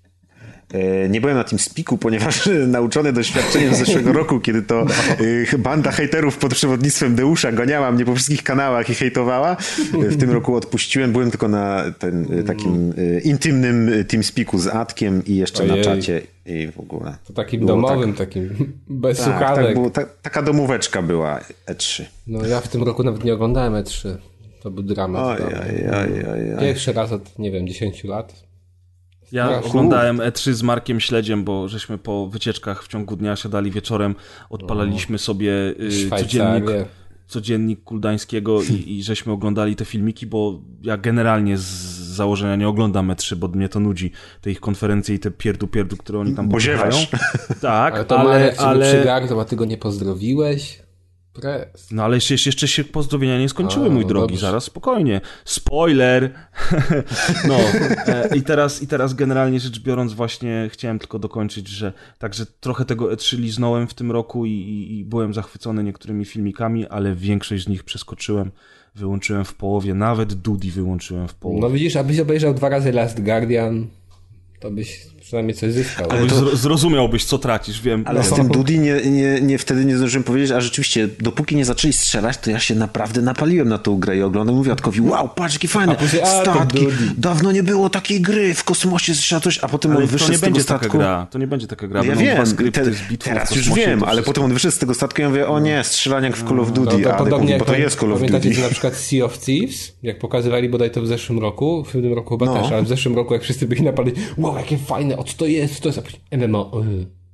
E, Nie byłem na TeamSpeaku, ponieważ nauczony doświadczeniem z zeszłego roku, kiedy to e, banda hejterów pod przewodnictwem Deusza goniała mnie po wszystkich kanałach i hejtowała. E, W tym roku odpuściłem, byłem tylko na ten, e, takim e, intymnym TeamSpeaku z Adkiem i jeszcze Ojej. na czacie i w ogóle. To takim Było domowym, takim bez Tak, słuchawek. tak było, ta, taka domóweczka była E trzy. No ja w tym roku nawet nie oglądałem E trzy. To był dramat. Oj, to- oj, oj, oj, oj. Pierwszy raz od, nie wiem, dziesięciu lat. Ja Strasznie. oglądałem E trzy z Markiem Śledziem, bo żeśmy po wycieczkach w ciągu dnia siadali wieczorem, odpalaliśmy sobie y, codziennik, Szwajcarię. codziennik Kuldańskiego i, i żeśmy oglądali te filmiki, bo ja generalnie z założenia nie oglądam E trzy, bo mnie to nudzi, te ich konferencje i te pierdu pierdu, które oni tam Bo popychają. ziewasz. Tak, Ale to ale, Marek cię ale, przygarnął, a ty go nie pozdrowiłeś? Pres. no ale jeszcze, jeszcze się pozdrowienia nie skończyły, A, mój no drogi, dobrze. zaraz spokojnie. Spoiler! No e, i teraz, i teraz generalnie rzecz biorąc właśnie chciałem tylko dokończyć, że także trochę tego E trzy liznąłem w tym roku i, i, i byłem zachwycony niektórymi filmikami, ale większość z nich przeskoczyłem, wyłączyłem w połowie, nawet Dudi wyłączyłem w połowie. No widzisz, abyś obejrzał dwa razy Last Guardian, to byś przynajmniej coś zyskał. Ale to... zro- zrozumiałbyś, co tracisz, wiem. Ale no. z tym Dudi nie, nie, nie, wtedy nie zdążyłem powiedzieć, a rzeczywiście, dopóki nie zaczęli strzelać, to ja się naprawdę napaliłem na tą grę i oglądam i mówię Atkowi, wow, patrz, jakie fajne A później, a, to statki, Dudi. dawno nie było takiej gry, w kosmosie strzela coś, a potem Ale on to wyszedł nie z tego będzie statku. taka gra, to nie będzie taka gra, No ja będą dwa wiem, skrypty te, z bitwą teraz w już kosmosie, wiem, to ale wszystko. potem on wyszedł z tego statku i ja mówię, o nie, strzelanie jak w Call of Duty, No to ale podobnie bo to jak jest Call of pamiętacie, Duty. że na przykład Sea of Thieves, jak pokazywali bodaj to w zeszłym roku, w tym roku chyba No. też, ale w zeszłym roku jak wszyscy byli napali, wow, jakie fajne, o co to jest, co to jest, a później M M O. y.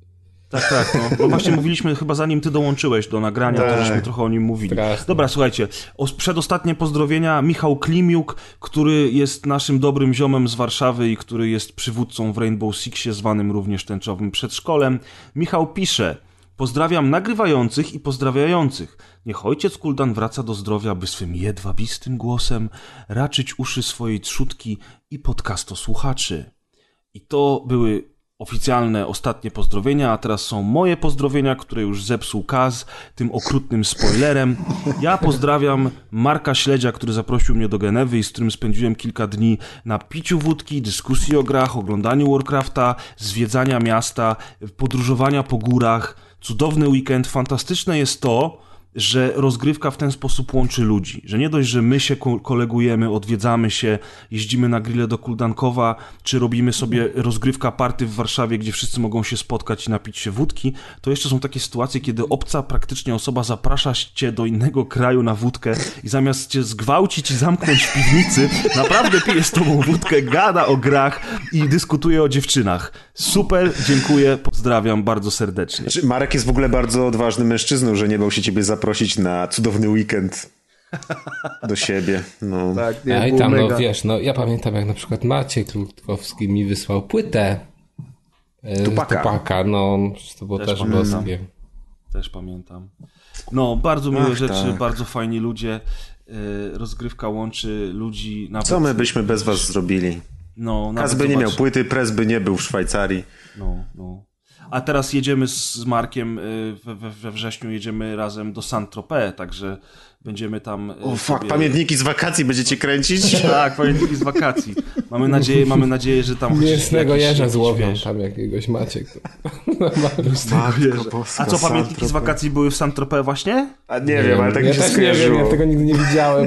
Tak, tak. No, no właśnie mówiliśmy chyba zanim ty dołączyłeś do nagrania, tak. to żeśmy trochę o nim mówili. Straszne. Dobra, słuchajcie, o, przedostatnie pozdrowienia. Michał Klimiuk, który jest naszym dobrym ziomem z Warszawy i który jest przywódcą w Rainbow Sixie, zwanym również tęczowym przedszkolem. Michał pisze: pozdrawiam nagrywających i pozdrawiających. Niech ojciec Kuldan wraca do zdrowia, by swym jedwabistym głosem raczyć uszy swojej trzutki i podcastosłuchaczy. I to były oficjalne, ostatnie pozdrowienia, a teraz są moje pozdrowienia, które już zepsuł Kaz tym okrutnym spoilerem. Ja pozdrawiam Marka Śledzia, który zaprosił mnie do Genewy i z którym spędziłem kilka dni na piciu wódki, dyskusji o grach, oglądaniu Warcrafta, zwiedzania miasta, podróżowania po górach. Cudowny weekend. Fantastyczne jest to, że rozgrywka w ten sposób łączy ludzi. Że nie dość, że my się kolegujemy, odwiedzamy się, jeździmy na grille do Kuldankowa, czy robimy sobie rozgrywka party w Warszawie, gdzie wszyscy mogą się spotkać i napić się wódki, to jeszcze są takie sytuacje, kiedy obca praktycznie osoba zaprasza cię do innego kraju na wódkę i zamiast cię zgwałcić i zamknąć w piwnicy, naprawdę pije z tobą wódkę, gada o grach i dyskutuje o dziewczynach. Super, dziękuję, pozdrawiam bardzo serdecznie. Znaczy, Marek jest w ogóle bardzo odważnym mężczyzną, że nie bał się ciebie zaprosić zaprosić na cudowny weekend do siebie. No. Tak, nie, A i tam, mega. no wiesz, no ja pamiętam, jak na przykład Maciej Klutkowski mi wysłał płytę e, Tupaka. Tupaka, no to było Też też pamiętam. boskie. Też pamiętam. No, bardzo miłe Ach, rzeczy, tak. bardzo fajni ludzie. Yy, rozgrywka łączy ludzi. Nawet, Co my byśmy bez was zrobili? No, Kaz nawet by nie zobacz- miał płyty, Prez by nie był w Szwajcarii. No, no. A teraz jedziemy z, z Markiem yy, we, we, we wrześniu, jedziemy razem do Saint-Tropez, także będziemy tam... Yy, O fuck, sobie- pamiętniki z wakacji będziecie kręcić? Tak, pamiętniki z wakacji. Mamy nadzieję, mamy nadzieję, że tam... chociaż Mięsnego jakiś- jeża jakiś, złowią wiesz, tam jakiegoś Maciek. To... Matko boska, A co, pamiętniki z Saint-Tropez. wakacji były w Saint-Tropez właśnie? A nie wiem, ale tak ja mi się też nie wiem, skojarzyło. ja tego nigdy nie widziałem.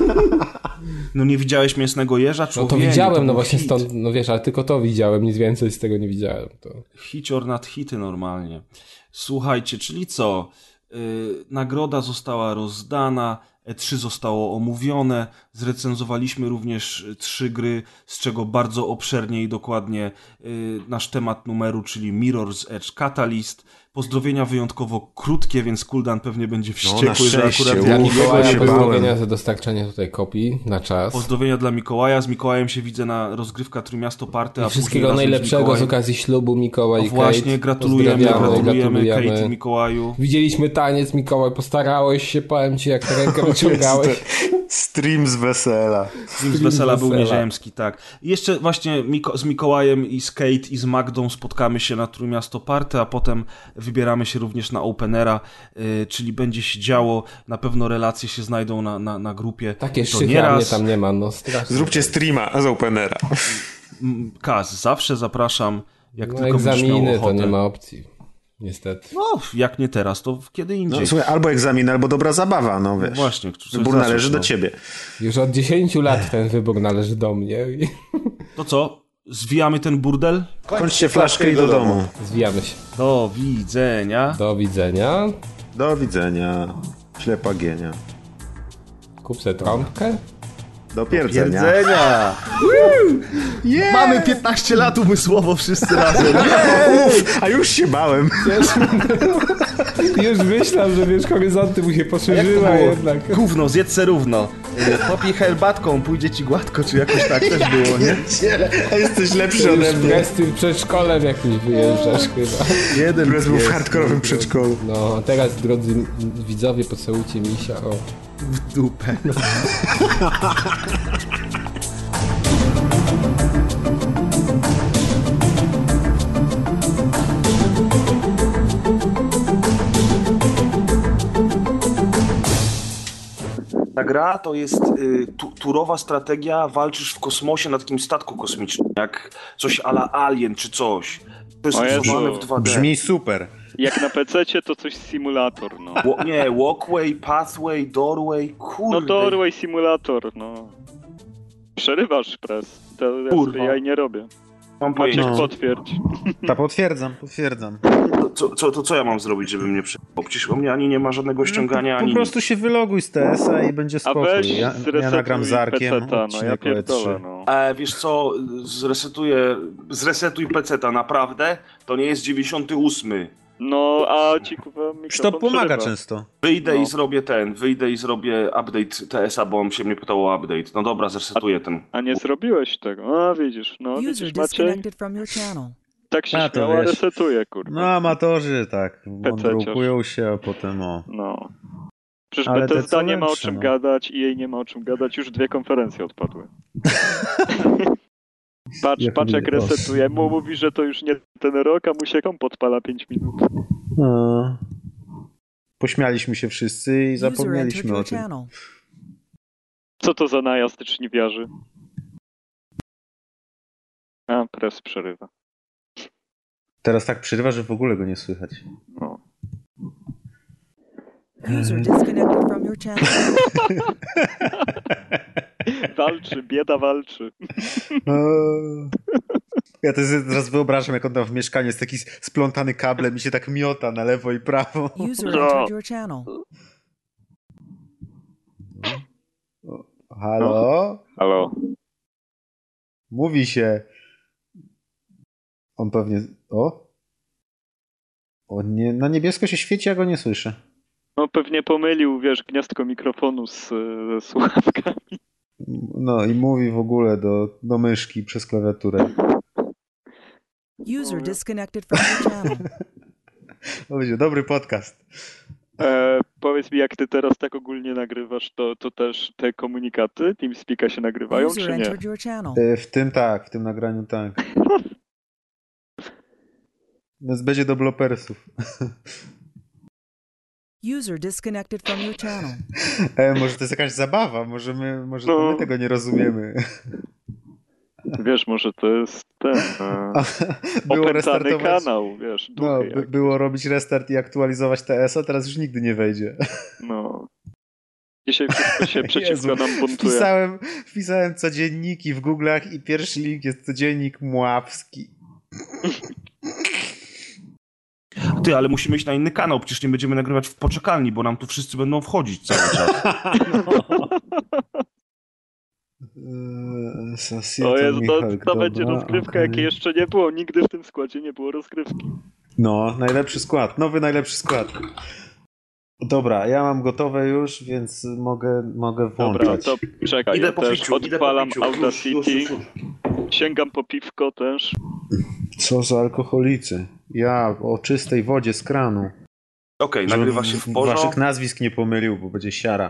No nie widziałeś mięsnego jeża? No Człowieku, to widziałem, to no był właśnie hit. stąd, no wiesz, ale tylko to widziałem, nic więcej z tego nie widziałem. To... Hicior nad hity normalnie. Słuchajcie, czyli co? Yy, nagroda została rozdana, E trzy zostało omówione, zrecenzowaliśmy również trzy gry, z czego bardzo obszernie i dokładnie yy, nasz temat numeru, czyli Mirror's Edge Catalyst. Pozdrowienia wyjątkowo krótkie, więc Kuldan pewnie będzie wściekły, że szczęście, akurat uff, ja Ja nie Mikołaja się pozdrowienia bałem. za dostarczenie tutaj kopii na czas. Pozdrowienia dla Mikołaja. Z Mikołajem się widzę na rozgrywka Trójmiasto Party. a I wszystkiego później razem najlepszego z Mikołajem- okazji ślubu Mikołaj i O, właśnie, Kate. gratulujemy, Pozdrawiamy, gratulujemy, gratulujemy. Kate i Mikołaju. Widzieliśmy taniec, Mikołaj, postarałeś się, powiem ci, jak tę rękę wyciągałeś. Stream z wesela. Z wesela był wesela. nieziemski, tak. I jeszcze właśnie Miko- z Mikołajem i z Kate i z Magdą spotkamy się na Trójmiasto Party, a potem wybieramy się również na Openera, yy, czyli będzie się działo, na pewno relacje się znajdą na, na, na grupie. Takie To szychy, a mnie nieraz. tam nie ma, no strasznie. Zróbcie streama z Openera. M, Kaz, zawsze zapraszam, jak No, tylko będziesz miał egzaminy to ochotę. nie ma opcji, niestety. No, jak nie teraz, to kiedy indziej. No, słuchaj, albo egzamin, albo dobra zabawa, no wiesz. Właśnie, coś Wybór zacząć, należy no. do ciebie. Już od dziesięciu lat ten wybór należy do mnie. I To co? Zwijamy ten burdel? Kończcie flaszkę i do domu. zwijamy się. Do widzenia. Do widzenia. Do widzenia. Ślepa gienia. Kup se trąbkę. Do pierdzenia. Pierdzenia! Mamy piętnaście lat umysłowo wszyscy razem. Uf, a już się bałem. Już myślałem, że wiesz, horyzonty mu się poszerzyły, a jednak. Gówno, zjedz se równo. Popij herbatką, pójdzie ci gładko, czy jakoś tak też było, nie? A jesteś lepszy Już ode mnie. z tym przedszkolem jakimś wyjeżdżasz chyba. Jeden Prez był w jest. hardkorowym przedszkolu. No, teraz drodzy widzowie, pocałujcie misia. O. W dupę. Ta gra to jest y, tu, turowa strategia, walczysz w kosmosie na takim statku kosmicznym, jak coś a la Alien czy coś. To jest O Jezu. rysowane w dwa D. Brzmi super. Jak na pececie to coś simulator, no. Wo- nie, walkway, pathway, doorway, kurde. No doorway simulator, no. Przerywasz pres. To ja Kurwa. sobie jaj nie robię. Mam Maciek, pojęcie. No. potwierdź. Ta potwierdzam, potwierdzam. To, co, co, to co ja mam zrobić, żeby mnie przyjechał? Przecież u mnie ani nie ma żadnego ściągania, Po ani prostu się wyloguj z T S a i będzie A spokój. weź Ja, ja nagram z Arkiem peceta, no ja odcinek o E pierdolę, trzy. no. E, wiesz co, zresetuję, zresetuj peceta, naprawdę? To nie jest dziewięćdziesiąty ósmy. No, a ci kurwa mikrofon To pomaga przerywa. często. Wyjdę No. i zrobię ten, wyjdę i zrobię update T S a, bo on się mnie pytał o update. No dobra, zresetuję ten. A nie zrobiłeś tego. A widzisz, no User widzisz Maciej, disconnected from your channel. tak się A, to śmiała wiesz. resetuje, kurwa. No amatorzy tak, Pececiarz. mądrukują się, a potem o. No. Przecież Ale te Bethesda co nie ma o lepsze, czym no. gadać i jej nie ma o czym gadać, już dwie konferencje odpadły. Patrz, Jak patrz jak widać, o. resetuje, mu mówi, że to już nie ten rok, a mu się komp odpala pięć minut. No. Pośmialiśmy się wszyscy i User entered zapomnieliśmy o your tym. channel. Co to za najazd czniwiarzy? A, pres przerywa. Teraz tak przerywa, że w ogóle go nie słychać. No. User disconnected from your channel. Walczy, bieda walczy. Eee. Ja to sobie teraz wyobrażam, jak on tam w mieszkaniu jest taki splątany kablem i się tak miota na lewo i prawo. User No. entered your channel. Halo? Halo? Mówi się. On pewnie... O? O nie, na niebiesko się świeci, ja go nie słyszę. No pewnie pomylił, wiesz, gniazdko mikrofonu z, ze słuchawkami. No i mówi w ogóle do, do myszki przez klawiaturę. User disconnected from your channel. To będzie dobry podcast. E, powiedz mi, jak ty teraz tak ogólnie nagrywasz, to, to też te komunikaty TeamSpeaka się nagrywają, User czy nie? entered your channel. E, W tym tak, w tym nagraniu tak. Więc będzie do blopersów. User disconnected from your channel. E, może to jest jakaś zabawa, może my, może to No. my tego nie rozumiemy. Wiesz, może to jest ten e, Było opętany restartować. kanał, wiesz, duchy No, jak, by, było robić restart i aktualizować T S a, teraz już nigdy nie wejdzie. no. Dzisiaj wszystko się przeciwko Jezu, nam buntuje. Wpisałem, wpisałem codzienniki w Google'ach i pierwszy link jest codziennik Mławski. Ty, ale musimy iść na inny kanał, przecież nie będziemy nagrywać w poczekalni, bo nam tu wszyscy będą wchodzić cały czas. Eee, To jest, to, Michalk, to będzie dobra, rozgrywka, okej. jakiej jeszcze nie było. Nigdy w tym składzie nie było rozgrywki. No, najlepszy skład, nowy najlepszy skład. Dobra, ja mam gotowe już, więc mogę, mogę Dobra, włączać. to czekaj, Idę ja po też piciu, idę po odpalam piciu. Już, Audacity, już, już, już. sięgam po piwko też. Co za alkoholicy? Ja o czystej wodzie z kranu. Okej, Żebym nagrywa się w w- porządku. Waszych nazwisk nie pomylił, bo będzie siara.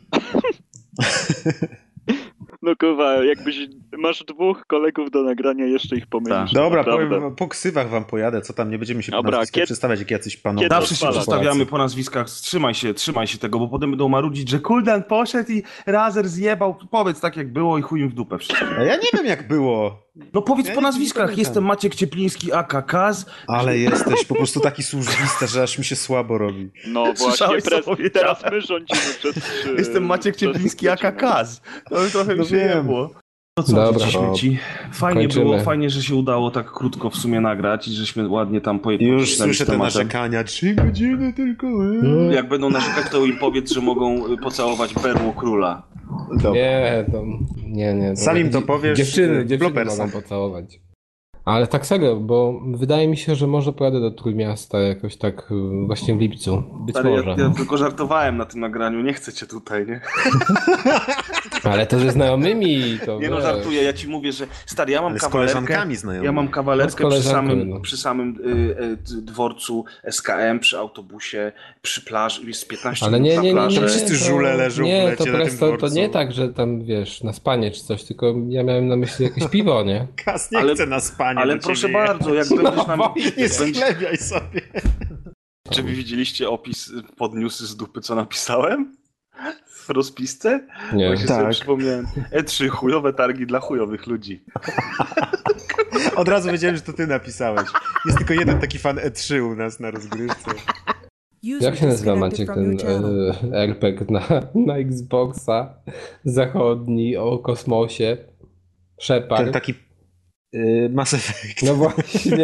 No kurwa, jakbyś masz dwóch kolegów do nagrania, jeszcze ich pomylisz. Dobra, naprawdę. powiem, po ksywach wam pojadę, co tam, nie będziemy się po Dobra, nazwiskach kiedy- przedstawiać jak jacyś panowie. kiedy- Zawsze się Odpala. przedstawiamy po nazwiskach. Trzymaj się, trzymaj się tego, bo potem będą marudzić, że Kuldan poszedł i Razer zjebał. Powiedz tak jak było i chuj im w dupę wszystko. A ja nie wiem jak było, No powiedz Ja po nie nazwiskach. pamiętam. Jestem Maciek Ciepliński, aka Kaz. ale jesteś po prostu taki służbista, że aż mi się słabo robi. No właśnie, Słyszałeś, co pres, powiedziałem? teraz my rządzimy przez trzy... Jestem Maciek przez Ciepliński, aka godzinę. Kaz. To trochę No mi się wiem. jebło. No co, Dobra, dzieci no, śmieci? Fajnie kończymy. było, fajnie, że się udało tak krótko w sumie nagrać i żeśmy ładnie tam Już pojednaliśmy słyszę te tematem. narzekania, trzy godziny tylko. Jak będą narzekać, to im powiedz, że mogą pocałować berło króla. Dobra. Nie, to, nie, nie. To, Zanim to powiesz, Dziewczyny, w dziewczyny blopersach. mogą pocałować. Ale tak serio, bo wydaje mi się, że może pojadę do Trójmiasta jakoś tak y, właśnie w lipcu. Być Stary, może. ja, ja tylko żartowałem na tym nagraniu, nie chcę cię tutaj, nie? Ale to ze znajomymi to Nie no, wiesz. żartuję, ja ci mówię, że stary, ja mam Ale z kawalerkę, koleżankami znajomymi. ja mam No, kawalerkę z przy koleżanką samym, jedną. przy samym y, y, dworcu S K M, przy autobusie, przy plaży, jest piętnaście Ale minut nie, na nie, nie, plaży. nie. Wszyscy to- żule leżą w Nie, lecie to na tym prosto, to dworcu. nie tak, że tam wiesz, na spanie czy coś, tylko ja miałem na myśli jakieś piwo, nie? Kas nie Ale- chce na spanie Ale do proszę ciebie. bardzo, jak będziesz nam... Nie będzie, sklepiaj sobie. czy wy widzieliście opis pod newsy z dupy, co napisałem? W rozpisce? Nie. Właśnie Tak. sobie przypomniałem. E trzy, chujowe targi dla chujowych ludzi. Od razu wiedziałem, że to ty napisałeś. Jest tylko jeden taki fan E trzy u nas na rozgrywce. User Jak się nazywa disconnected Maciek from ten your channel. e, R P G na, na Xboxa zachodni o kosmosie? Shepard. Ten taki yy, Mass Effect. No właśnie.